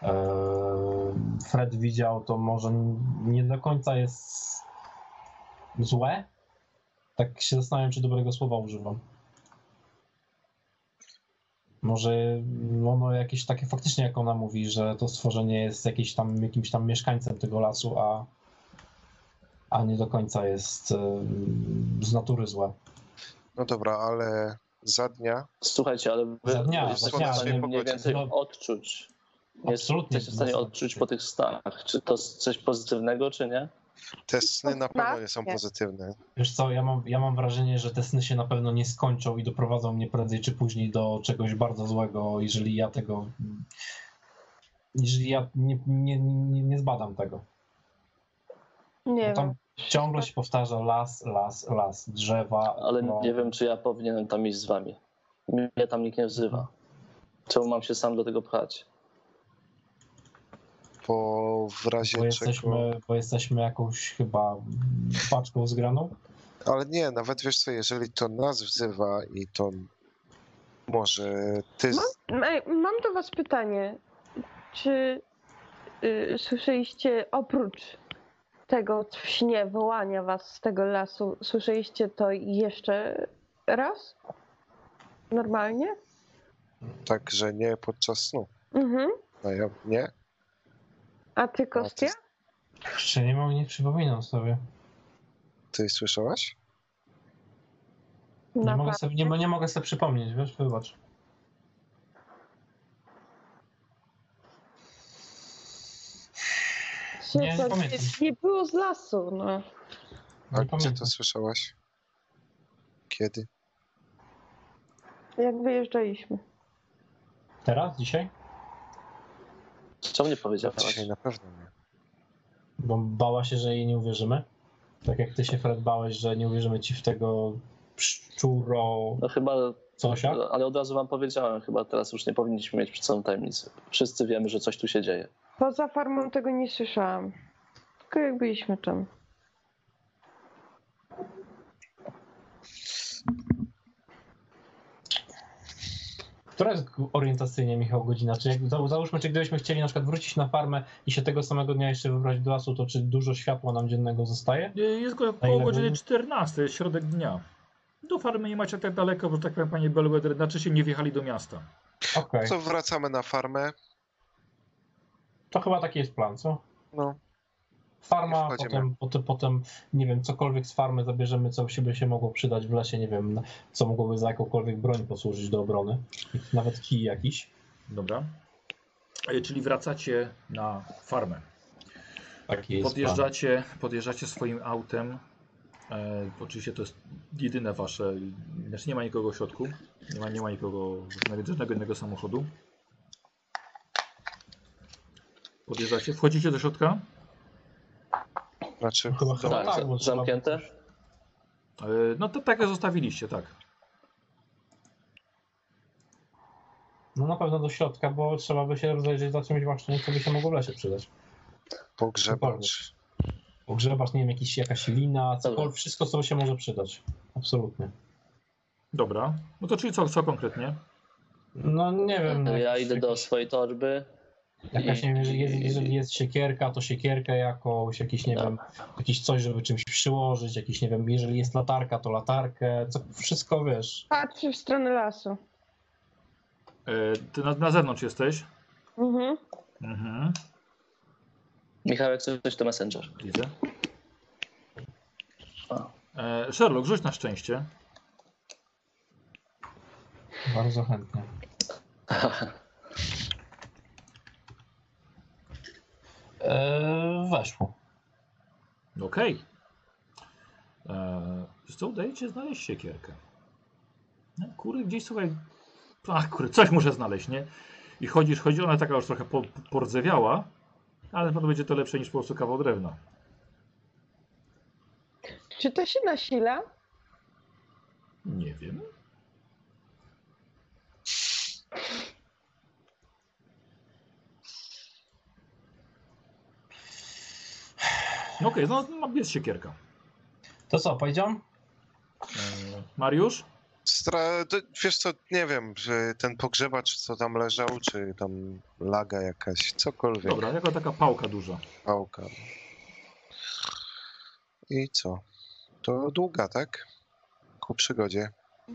Fred widział, to może nie do końca jest złe. Tak się zastanawiam, czy dobrego słowa używam. Może ono jakieś takie faktycznie, jak ona mówi, że to stworzenie jest jakimś tam mieszkańcem tego lasu, a nie do końca jest z natury złe. No dobra, ale za dnia? Słuchajcie, ale wy jesteście w stanie mniej więcej odczuć. Absolutnie. Jesteście w stanie odczuć po tych stanach, czy to coś pozytywnego, czy nie? Te sny na pewno nie są pozytywne. Wiesz co, ja mam wrażenie, że te sny się na pewno nie skończą i doprowadzą mnie prędzej czy później do czegoś bardzo złego, jeżeli ja nie zbadam tego. Nie tam wiem. ciągle się powtarza las, drzewa. Ale nie wiem, czy ja powinienem tam iść z wami. Mnie tam nikt nie wzywa. Czemu mam się sam do tego pchać? Bo w razie Bo jesteśmy jakąś chyba paczką zgraną? Ale nie, nawet wiesz co, jeżeli to nas wzywa i to może ty... Mam do was pytanie. Czy słyszeliście oprócz tego w śnie wołania was z tego lasu, słyszeliście to jeszcze raz? Normalnie? Tak, że nie podczas snu. Mhm. A ja nie. A ty, Kostia? Jeszcze nie przypominam sobie. Ty słyszałaś? Nie mogę sobie przypomnieć, wiesz, wybacz. Nie pamiętam. Nie było z lasu, no. A gdzie to słyszałaś? Kiedy? Jak wyjeżdżaliśmy. Teraz? Dzisiaj? Czemu nie powiedziałaś? Dzisiaj na pewno nie. Bo bała się, że jej nie uwierzymy? Tak jak ty się, Fred, bałeś, że nie uwierzymy ci w tego pszczuro... No chyba... Cosia? Ale od razu wam powiedziałem, chyba teraz już nie powinniśmy mieć przed sobą tajemnicy. Wszyscy wiemy, że coś tu się dzieje. Poza farmą tego nie słyszałam. Tylko jak byliśmy tam. Która jest orientacyjnie, Michał, godzina? Czy załóżmy, czy gdybyśmy chcieli na przykład wrócić na farmę i się tego samego dnia jeszcze wybrać do lasu, to czy dużo światła nam dziennego zostaje? Jest około godziny 14, jest środek dnia. Do farmy nie macie tak daleko, bo tak powiem, panie Belweder, znaczy się nie wjechali do miasta. Okej. Co, wracamy na farmę? To chyba taki jest plan, co? No. Farma, potem, nie wiem, cokolwiek z farmy zabierzemy, co by się mogło przydać w lesie, nie wiem, co mogłoby za jakąkolwiek broń posłużyć do obrony. Nawet kij jakiś. Dobra. Czyli wracacie na farmę. Taki jest podjeżdżacie swoim autem. Oczywiście to jest jedyne wasze, znaczy nie ma nikogo w środku. Nie ma nikogo, żadnego innego samochodu. Podjeżdżacie, wchodzicie do środka? Znaczy, Chyba Tak, bo trzeba zamknięte? No to tak jak zostawiliście, tak. No na pewno do środka, bo trzeba by się rozejrzeć za czymś właśnie, co by się mogło w lesie przydać. pogrzebacz. Pogrzebacz, nie wiem, jakaś lina, cokolwiek, wszystko co się może przydać. Absolutnie. Dobra, no to czyli co konkretnie? No nie wiem. No, Ja idę do swojej torby. Jakaś, nie wiem, jeżeli jest siekierka, to siekierkę jakąś, jakiś, nie wiem, jakiś coś, żeby czymś przyłożyć, jakiś, nie wiem, jeżeli jest latarka, to latarkę, wszystko, wiesz. Patrzę w stronę lasu. Ty na zewnątrz jesteś? Mhm. Mhm. Michał, jak coś to Messenger. Widzę. A. Sherlock, rzuć na szczęście. Bardzo chętnie. Weszło. Okej. Co, udaje ci się znaleźć siekierkę. No, kurde, gdzieś słuchaj... Ach, kurde, coś muszę znaleźć, nie? I chodzisz, ona taka już trochę pordzewiała, ale na pewno będzie to lepsze niż po prostu kawał drewna. Czy to się nasila? Nie wiem. Okej, no jest siekierka. To co, powiedziałem? Mariusz? Wiesz co, nie wiem, że ten pogrzebacz, co tam leżał, czy tam laga jakaś, cokolwiek. Dobra, jako taka pałka duża. Pałka. I co? To długa, tak? Ku przygodzie.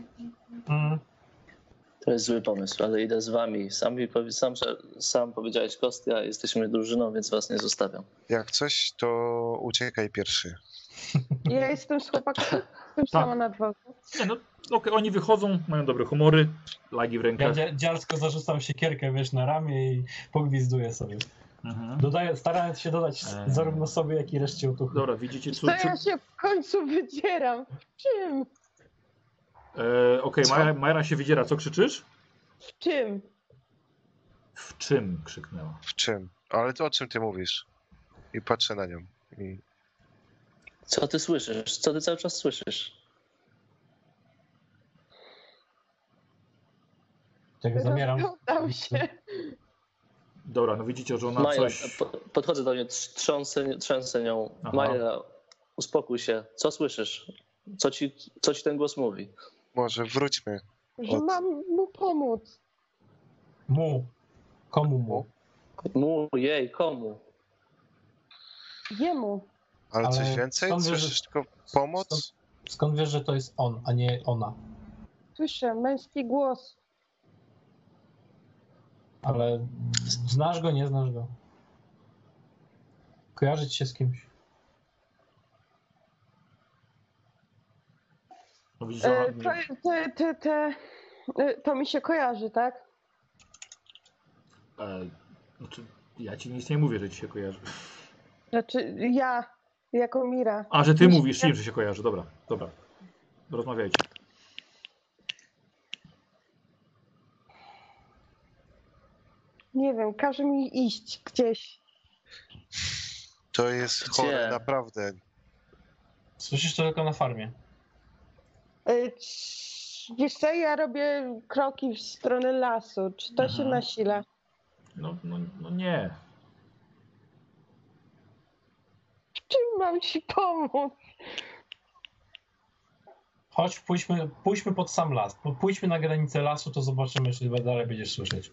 To jest zły pomysł, ale idę z wami. Sam powiedziałeś Kostia, jesteśmy drużyną, więc was nie zostawiam. Jak coś, to uciekaj pierwszy. Ja jestem z chłopakiem już sama na dworze. Nie no, okej, oni wychodzą, mają dobre humory, lagi w rękach. Ja dziarsko zarzucam siekierkę, wiesz, na ramię i pogwizduję sobie. Starając się dodać zarówno sobie, jak i reszcie otuchy. Dobra, widzicie Co ja się w końcu wydzieram? W czym? Okej, Majra się wydziera. Co krzyczysz? W czym? W czym? Krzyknęła. W czym? Ale to o czym ty mówisz? I patrzę na nią. Co ty słyszysz? Co ty cały czas słyszysz? Tak zamieram. Rozglądam się. Dobra, no widzicie, że ona Maja, coś... podchodzę do niej, trzęsę nią. Aha. Maja, uspokój się. Co słyszysz? Co ci ten głos mówi? Może wróćmy. Że mam mu pomóc. Komu mu? Jej, komu? Jemu. Ale coś Ale więcej? skąd wiesz, Słyszysz tylko pomoc? Skąd wiesz, że to jest on, a nie ona? Słyszę męski głos. Ale znasz go, nie znasz go? Kojarzyć się z kimś? No widzisz, że ona... To mi się kojarzy, tak? Znaczy, ja ci nic nie mówię, że ci się kojarzy. Znaczy ja, jako Mira. A, że ty mówisz im, że się kojarzy. Dobra. Rozmawiajcie. Nie wiem, każe mi iść gdzieś. To jest chore, naprawdę. Słyszysz to tylko na farmie. Wiesz co, ja robię kroki w stronę lasu. Czy to się nasila? No nie. W czym mam ci pomóc? Chodź, pójdźmy pod sam las. Pójdźmy na granicę lasu, to zobaczymy, czy dalej będziesz słyszeć.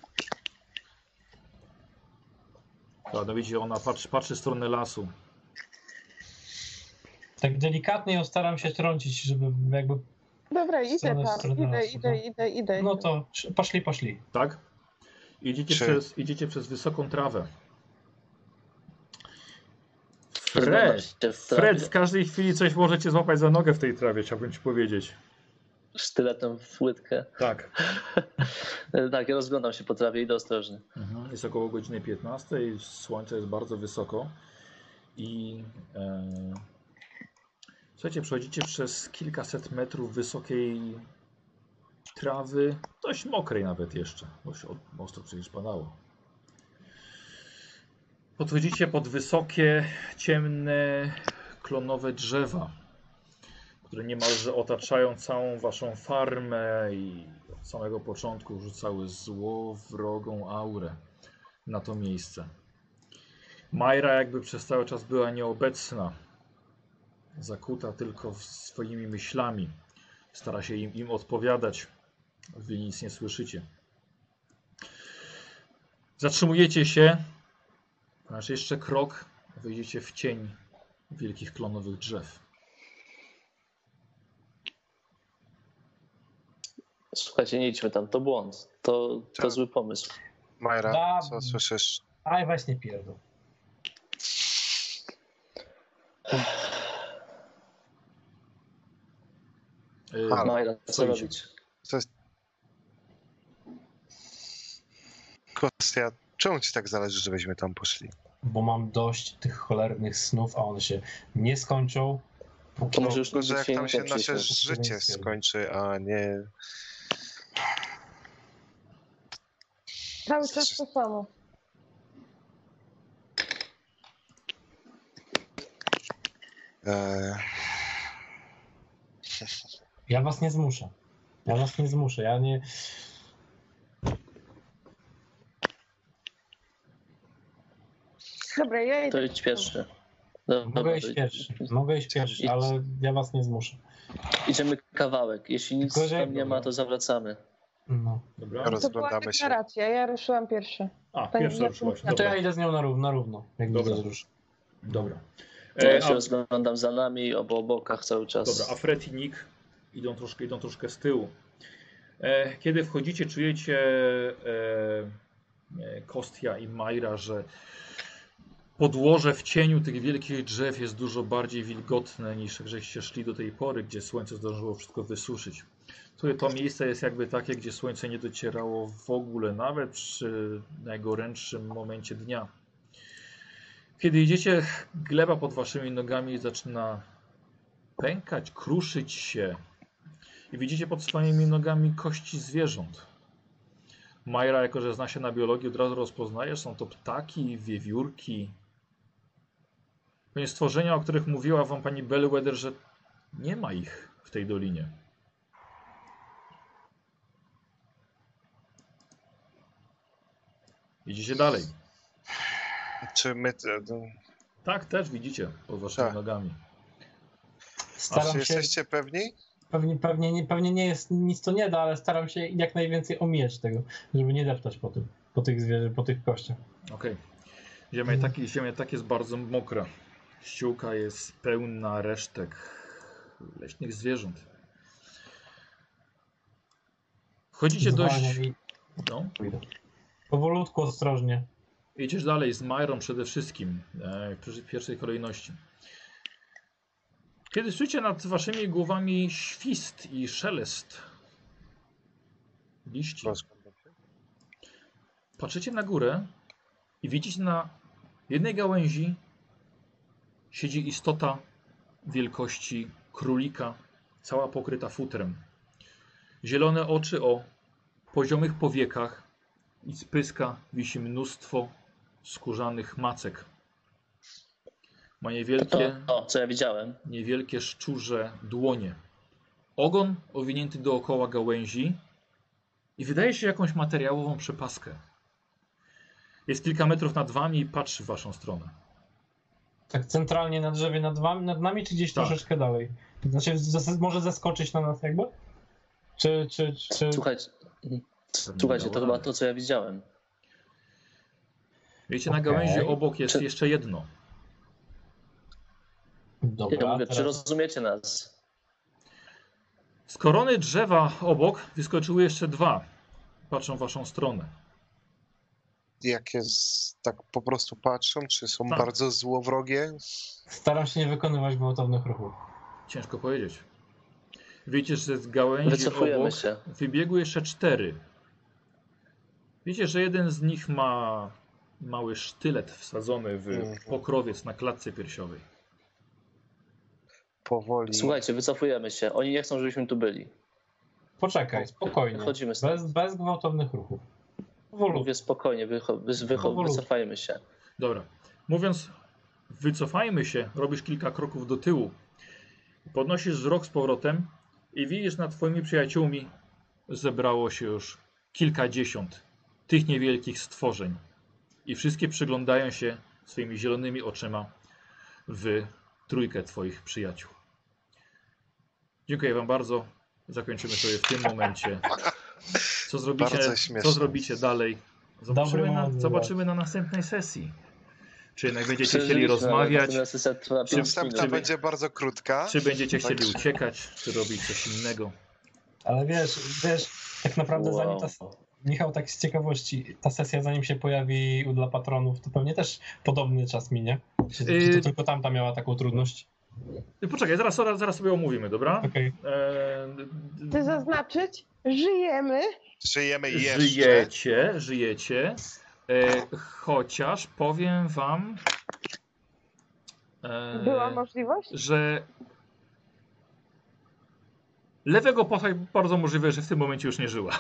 No widzicie, ona patrzy w stronę lasu. Tak delikatnie ją staram się trącić, żeby jakby... Dobra, idę tam. Idę. No to poszli. Tak? Idziecie przez wysoką trawę. Fred, w każdej chwili coś możecie złapać za nogę w tej trawie, chciałbym ci powiedzieć. Sztyletem w łydkę. Tak. Tak, ja rozglądam się po trawie, idę ostrożnie. Jest około godziny 15, słońce jest bardzo wysoko i słuchajcie, przechodzicie przez kilkaset metrów wysokiej trawy, dość mokrej nawet jeszcze, bo się ostro przecież padało. Podchodzicie pod wysokie, ciemne, klonowe drzewa, które niemalże otaczają całą waszą farmę i od samego początku rzucały złowrogą aurę na to miejsce. Majra jakby przez cały czas była nieobecna, zakuta tylko swoimi myślami. Stara się im odpowiadać, wy nic nie słyszycie. Zatrzymujecie się, znaczy jeszcze krok, wejdziecie w cień wielkich klonowych drzew. Słuchajcie, nie idźmy tam, to błąd. To zły pomysł. Majra, co słyszysz? Aj, właśnie pierdol. Majra, co robić? To jest... Kostia, czemu ci tak zależy, żebyśmy tam poszli? Bo mam dość tych cholernych snów, a one się nie skończą. To może już Tylko, że jak się tam nie się kończy, nasze się. życie skończy, a nie... Cały czas to samo. Ja was nie zmuszę. Ja nie... Dobra, ja idę. To idź pierwszy. Mogę iść pierwszy, ale ja was nie zmuszę. Idziemy kawałek. Jeśli nic Gorzej, tam nie ma, to zawracamy. No. Dobra. To była Rozglądamy się. deklaracja, ja ruszyłam pierwszy. A, Tak, pierwsza ja ruszyłaś. No to ja Dobra. idę z nią na równo, jak Dobra. widzę, że ruszę. Dobra. Ja się rozglądam za nami, o bokach cały czas. Dobra, a Fred i Nick idą troszkę z tyłu. Kiedy wchodzicie, czujecie Kostia i Majra, że podłoże w cieniu tych wielkich drzew jest dużo bardziej wilgotne niż żeście szli do tej pory, gdzie słońce zdążyło wszystko wysuszyć. To miejsce jest jakby takie, gdzie słońce nie docierało w ogóle, nawet przy najgorętszym momencie dnia. Kiedy idziecie, gleba pod waszymi nogami zaczyna pękać, kruszyć się i widzicie pod swoimi nogami kości zwierząt. Majra, jako że zna się na biologii, od razu rozpoznaje, są to ptaki, wiewiórki. To jest stworzenia, o których mówiła wam pani Bellwether, że nie ma ich w tej dolinie. Idziecie dalej. Czy my... Tak, też widzicie pod waszymi Tak. nogami. A Staram czy się, jesteście pewni? pewnie nie jest, nic to nie da, ale staram się jak najwięcej omijać tego, żeby nie deptać po tych kościach. Okej. Ziemia tak jest bardzo mokra. Ściółka jest pełna resztek leśnych zwierząt. Wchodzicie dość... Zwalniam i No. powolutku, ostrożnie. Idziesz dalej z Majrą przede wszystkim, w pierwszej kolejności. Kiedy słyszycie nad waszymi głowami świst i szelest liści, patrzycie na górę i widzicie na jednej gałęzi siedzi istota wielkości królika, cała pokryta futrem. Zielone oczy o poziomych powiekach i z pyska wisi mnóstwo skórzanych macek. Ma Co ja widziałem? niewielkie szczurze dłonie. Ogon owinięty dookoła gałęzi i wydaje się jakąś materiałową przepaskę. Jest kilka metrów nad wami i patrzy w waszą stronę. Tak centralnie na drzewie nad nami, czy gdzieś Tak. troszeczkę dalej? Znaczy, może zaskoczyć na nas jakby? Czy... Słuchajcie, to chyba to, co ja widziałem. Wiecie, na Okej. gałęzi obok jest Czy- jeszcze jedno. Dobra, Ja mówię, czy teraz... rozumiecie nas? Z korony drzewa obok wyskoczyły jeszcze dwa. Patrzą w waszą stronę. Jak jest, tak po prostu patrzą, czy są Tak. bardzo złowrogie? Staram się nie wykonywać gwałtownych ruchów. Ciężko powiedzieć. Wiecie, że z gałęzi Wycofujemy obok się. wybiegły jeszcze 4. Wiecie, że jeden z nich ma mały sztylet wsadzony w pokrowiec na klatce piersiowej. Powoli. Słuchajcie, wycofujemy się. Oni nie chcą, żebyśmy tu byli. Poczekaj, spokojnie. Wychodzimy stąd. Bez gwałtownych ruchów. Mówię spokojnie, wycofajmy się. Dobra. Mówiąc, wycofajmy się, robisz kilka kroków do tyłu. Podnosisz wzrok z powrotem i widzisz, nad twoimi przyjaciółmi zebrało się już kilkadziesiąt tych niewielkich stworzeń. I wszystkie przyglądają się swoimi zielonymi oczyma w trójkę twoich przyjaciół. Dziękuję wam bardzo. Zakończymy sobie w tym momencie. Co zrobicie dalej? Zobaczymy na następnej sesji. Czy jednak będziecie chcieli rozmawiać? Następna będzie bardzo krótka. Czy będziecie chcieli uciekać, czy robić coś innego? Ale wiesz, tak naprawdę zanim Michał, tak z ciekawości, ta sesja zanim się pojawi dla patronów, to pewnie też podobny czas minie? Czy to tylko tamta miała taką trudność? Poczekaj, zaraz sobie omówimy, dobra? Okay. Chcę zaznaczyć, żyjemy. Żyjemy jeszcze. Żyjecie. Chociaż powiem wam, Była możliwość? że lewego posła bardzo możliwe, że w tym momencie już nie żyła.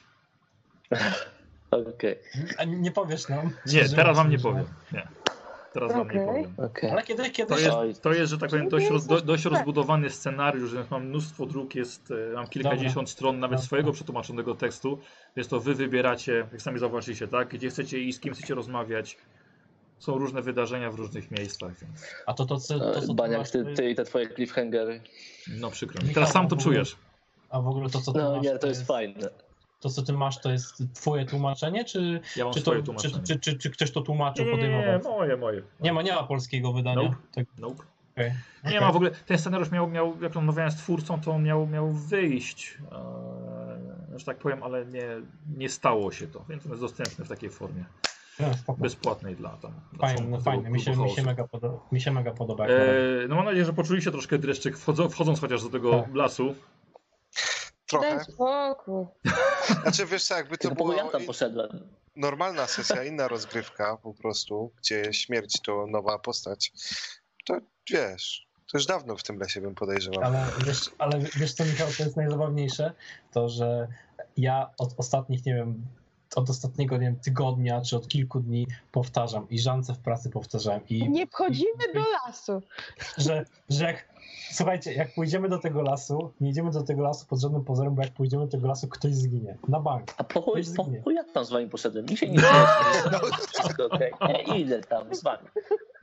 Okej. A nie powiesz nam? Nie, teraz wam nie powiem. Nie. Teraz wam nie powiem. Okay. Ale kiedy? To jest, że tak powiem, dość rozbudowany scenariusz, że mam mnóstwo dróg, mam kilkadziesiąt stron nawet swojego przetłumaczonego tekstu, więc to wy wybieracie, jak sami zauważyliście, tak? Gdzie chcecie iść, z kim chcecie rozmawiać. Są różne wydarzenia w różnych miejscach. Więc... A to Baniak, ty i te twoje cliffhangery. No przykro mi. Teraz sam to czujesz. A w ogóle to, co ty masz, nie, to jest fajne. To, co ty masz, to jest twoje tłumaczenie, czy, ja mam swoje tłumaczenie. Czy ktoś to tłumaczył, podejmował? Nie, moje. Nie ma polskiego wydania? Nope. Okay. Nie ma w ogóle. Ten scenariusz miał, jak rozmawiałem z twórcą, to on miał wyjść, że tak powiem, ale nie stało się to, więc on jest dostępny w takiej formie. Bezpłatnej dla tam. Fajne. Mi się mega podoba. No mam nadzieję, że poczuliście troszkę dreszczyk wchodząc chociaż do tego lasu. Trochę. Daj spokój. Znaczy wiesz co, jakby to była ja tam poszedłem. Normalna sesja, inna rozgrywka po prostu, gdzie śmierć to nowa postać, to wiesz, to już dawno w tym lesie bym podejrzewał. Ale wiesz co, Michał, to jest najzabawniejsze? To, że ja od ostatniego tygodnia, czy od kilku dni powtarzam i Żance w pracy powtarzałem. Nie wchodzimy do lasu. Słuchajcie, jak pójdziemy do tego lasu, nie idziemy do tego lasu pod żadnym pozorem, bo jak pójdziemy do tego lasu, ktoś zginie. Na bank. A po ja tam z wami poszedłem. Mi się nie dzieje. Wszystko okej. Nie, idę tam z wami.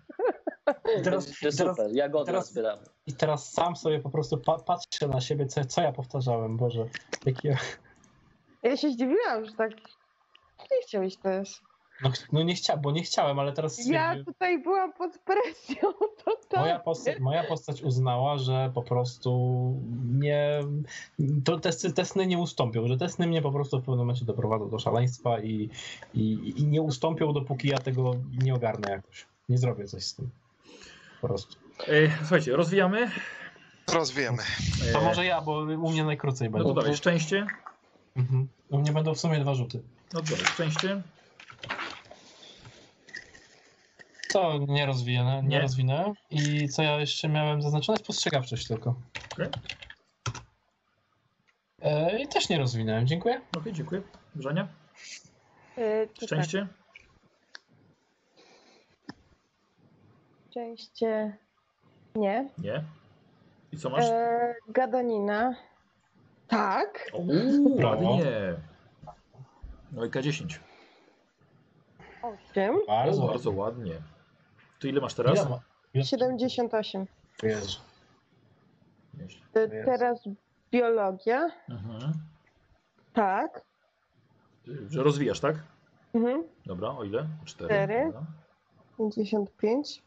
Super, jagody zbieramy. I teraz sam sobie po prostu patrzę na siebie, co ja powtarzałem, Boże. Ja się zdziwiłam, że tak nie chciałeś też. No nie chciałem, ale teraz... Ja tutaj byłam pod presją totalnie. Moja postać uznała, że po prostu te sny nie ustąpią, że te sny mnie po prostu w pewnym momencie doprowadzą do szaleństwa i nie ustąpią, dopóki ja tego nie ogarnę jakoś. Nie zrobię coś z tym. Po prostu. Słuchajcie, rozwijamy? Rozwijamy. To może ja, bo u mnie najkrócej będzie. No to dalej, szczęście. U mnie będą w sumie 2 rzuty. No dobra, szczęście. To nie rozwinę. I co ja jeszcze miałem zaznaczone? Spostrzegawczość tylko. Okay. I też nie rozwinąłem. Dziękuję. Okej, dziękuję. Żania? Szczęście? Szczęście nie. Nie. I co masz? Gadanina. Tak. Ładnie. No i K10. 8. Bardzo ładnie. To ile masz teraz? 78. Jezu. Teraz biologia. Tak. Że rozwijasz, tak? Dobra, o ile? 4. 55.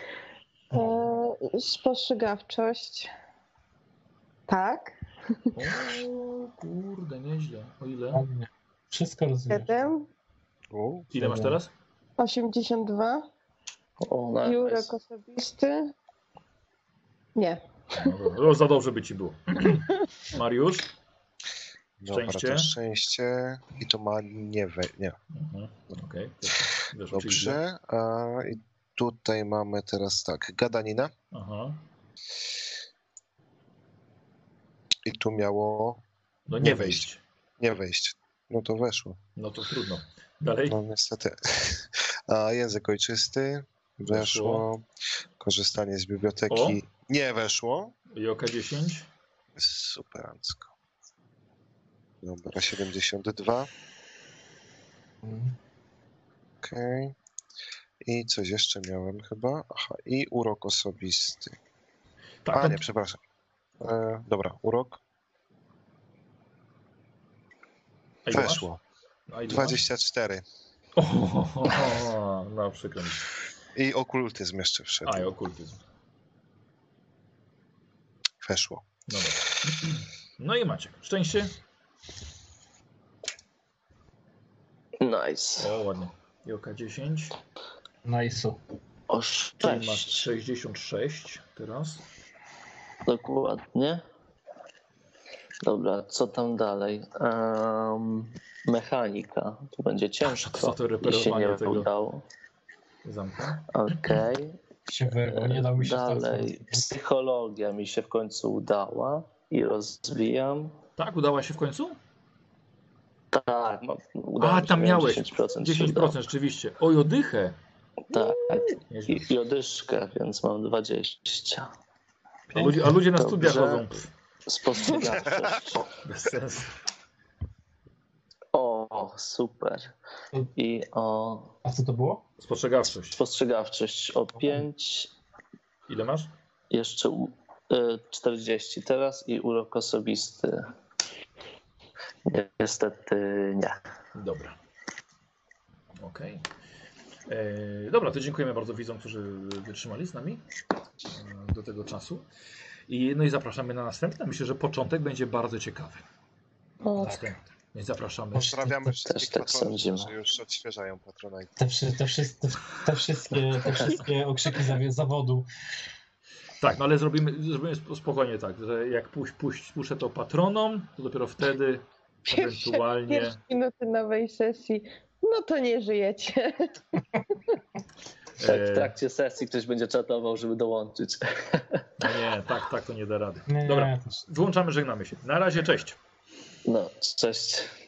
Spostrzegawczość. Tak. O kurde, nieźle. O ile? Ładnie. Wszystko rozwijasz. 7. Ile masz teraz? 82. Biurek osobisty. Nie. No, za dobrze by ci było. Mariusz? Szczęście. Dobra, to szczęście i to ma nie. Okej. Dobrze. I tutaj mamy teraz tak, gadanina. Aha. I tu miało No nie wejść. Nie wejść. No to weszło. No to trudno. Dalej? No niestety. A język ojczysty weszło. Korzystanie z biblioteki nie weszło. I oka 10? Superancko. Dobra, 72. Okej. I coś jeszcze miałem chyba. Aha, i urok osobisty. Tak, Nie, przepraszam. Dobra, urok. Weszło. 24. No przykro mi. I okultyzm jeszcze wszedł. I okultyzm. Weszło. Dobra. No i Maciek. Szczęście? Nice. O, ładnie. I oka 10. Nice. O Czyli masz 6. 66 teraz. Dokładnie. Dobra, co tam dalej? Mechanika. Tu będzie ciężko. Co to jeśli się nie tego udało. Zamka. Okej. Się wyrwał, nie dał mi się Dalej. Psychologia mi się w końcu udała i rozwijam. Tak, udała się w końcu? Tak, udało mi tam się, miałeś 10%. 10% rzeczywiście. Oj, odychę. Tak. Nieźle. I odyszkę, więc mam 20. A ludzie na studia Dobrze. chodzą. Spostrzegawczość. Bez sensu. O, super. I A co to było? Spostrzegawczość. spostrzegawczość o 5. Ile masz? Jeszcze 40 teraz i urok osobisty. Niestety nie. Dobra. Okej. Dobra, to dziękujemy bardzo widzom, którzy wytrzymali z nami do tego czasu. No i zapraszamy na następne. Myślę, że początek będzie bardzo ciekawy. Następny. Więc zapraszamy. Pozdrawiamy wszystkich tak patronów, sądzimy. którzy już odświeżają Patronite. Te wszystkie okrzyki zawodu. Tak, no ale zrobimy spokojnie tak, że jak puszczę to patronom, to dopiero wtedy ewentualnie... Pierwsze minuty nowej sesji, no to nie żyjecie. Tak, w trakcie sesji ktoś będzie czatował, żeby dołączyć. Nie, tak to nie da rady. Nie, Dobra, wyłączamy, żegnamy się. Na razie, cześć. No, cześć.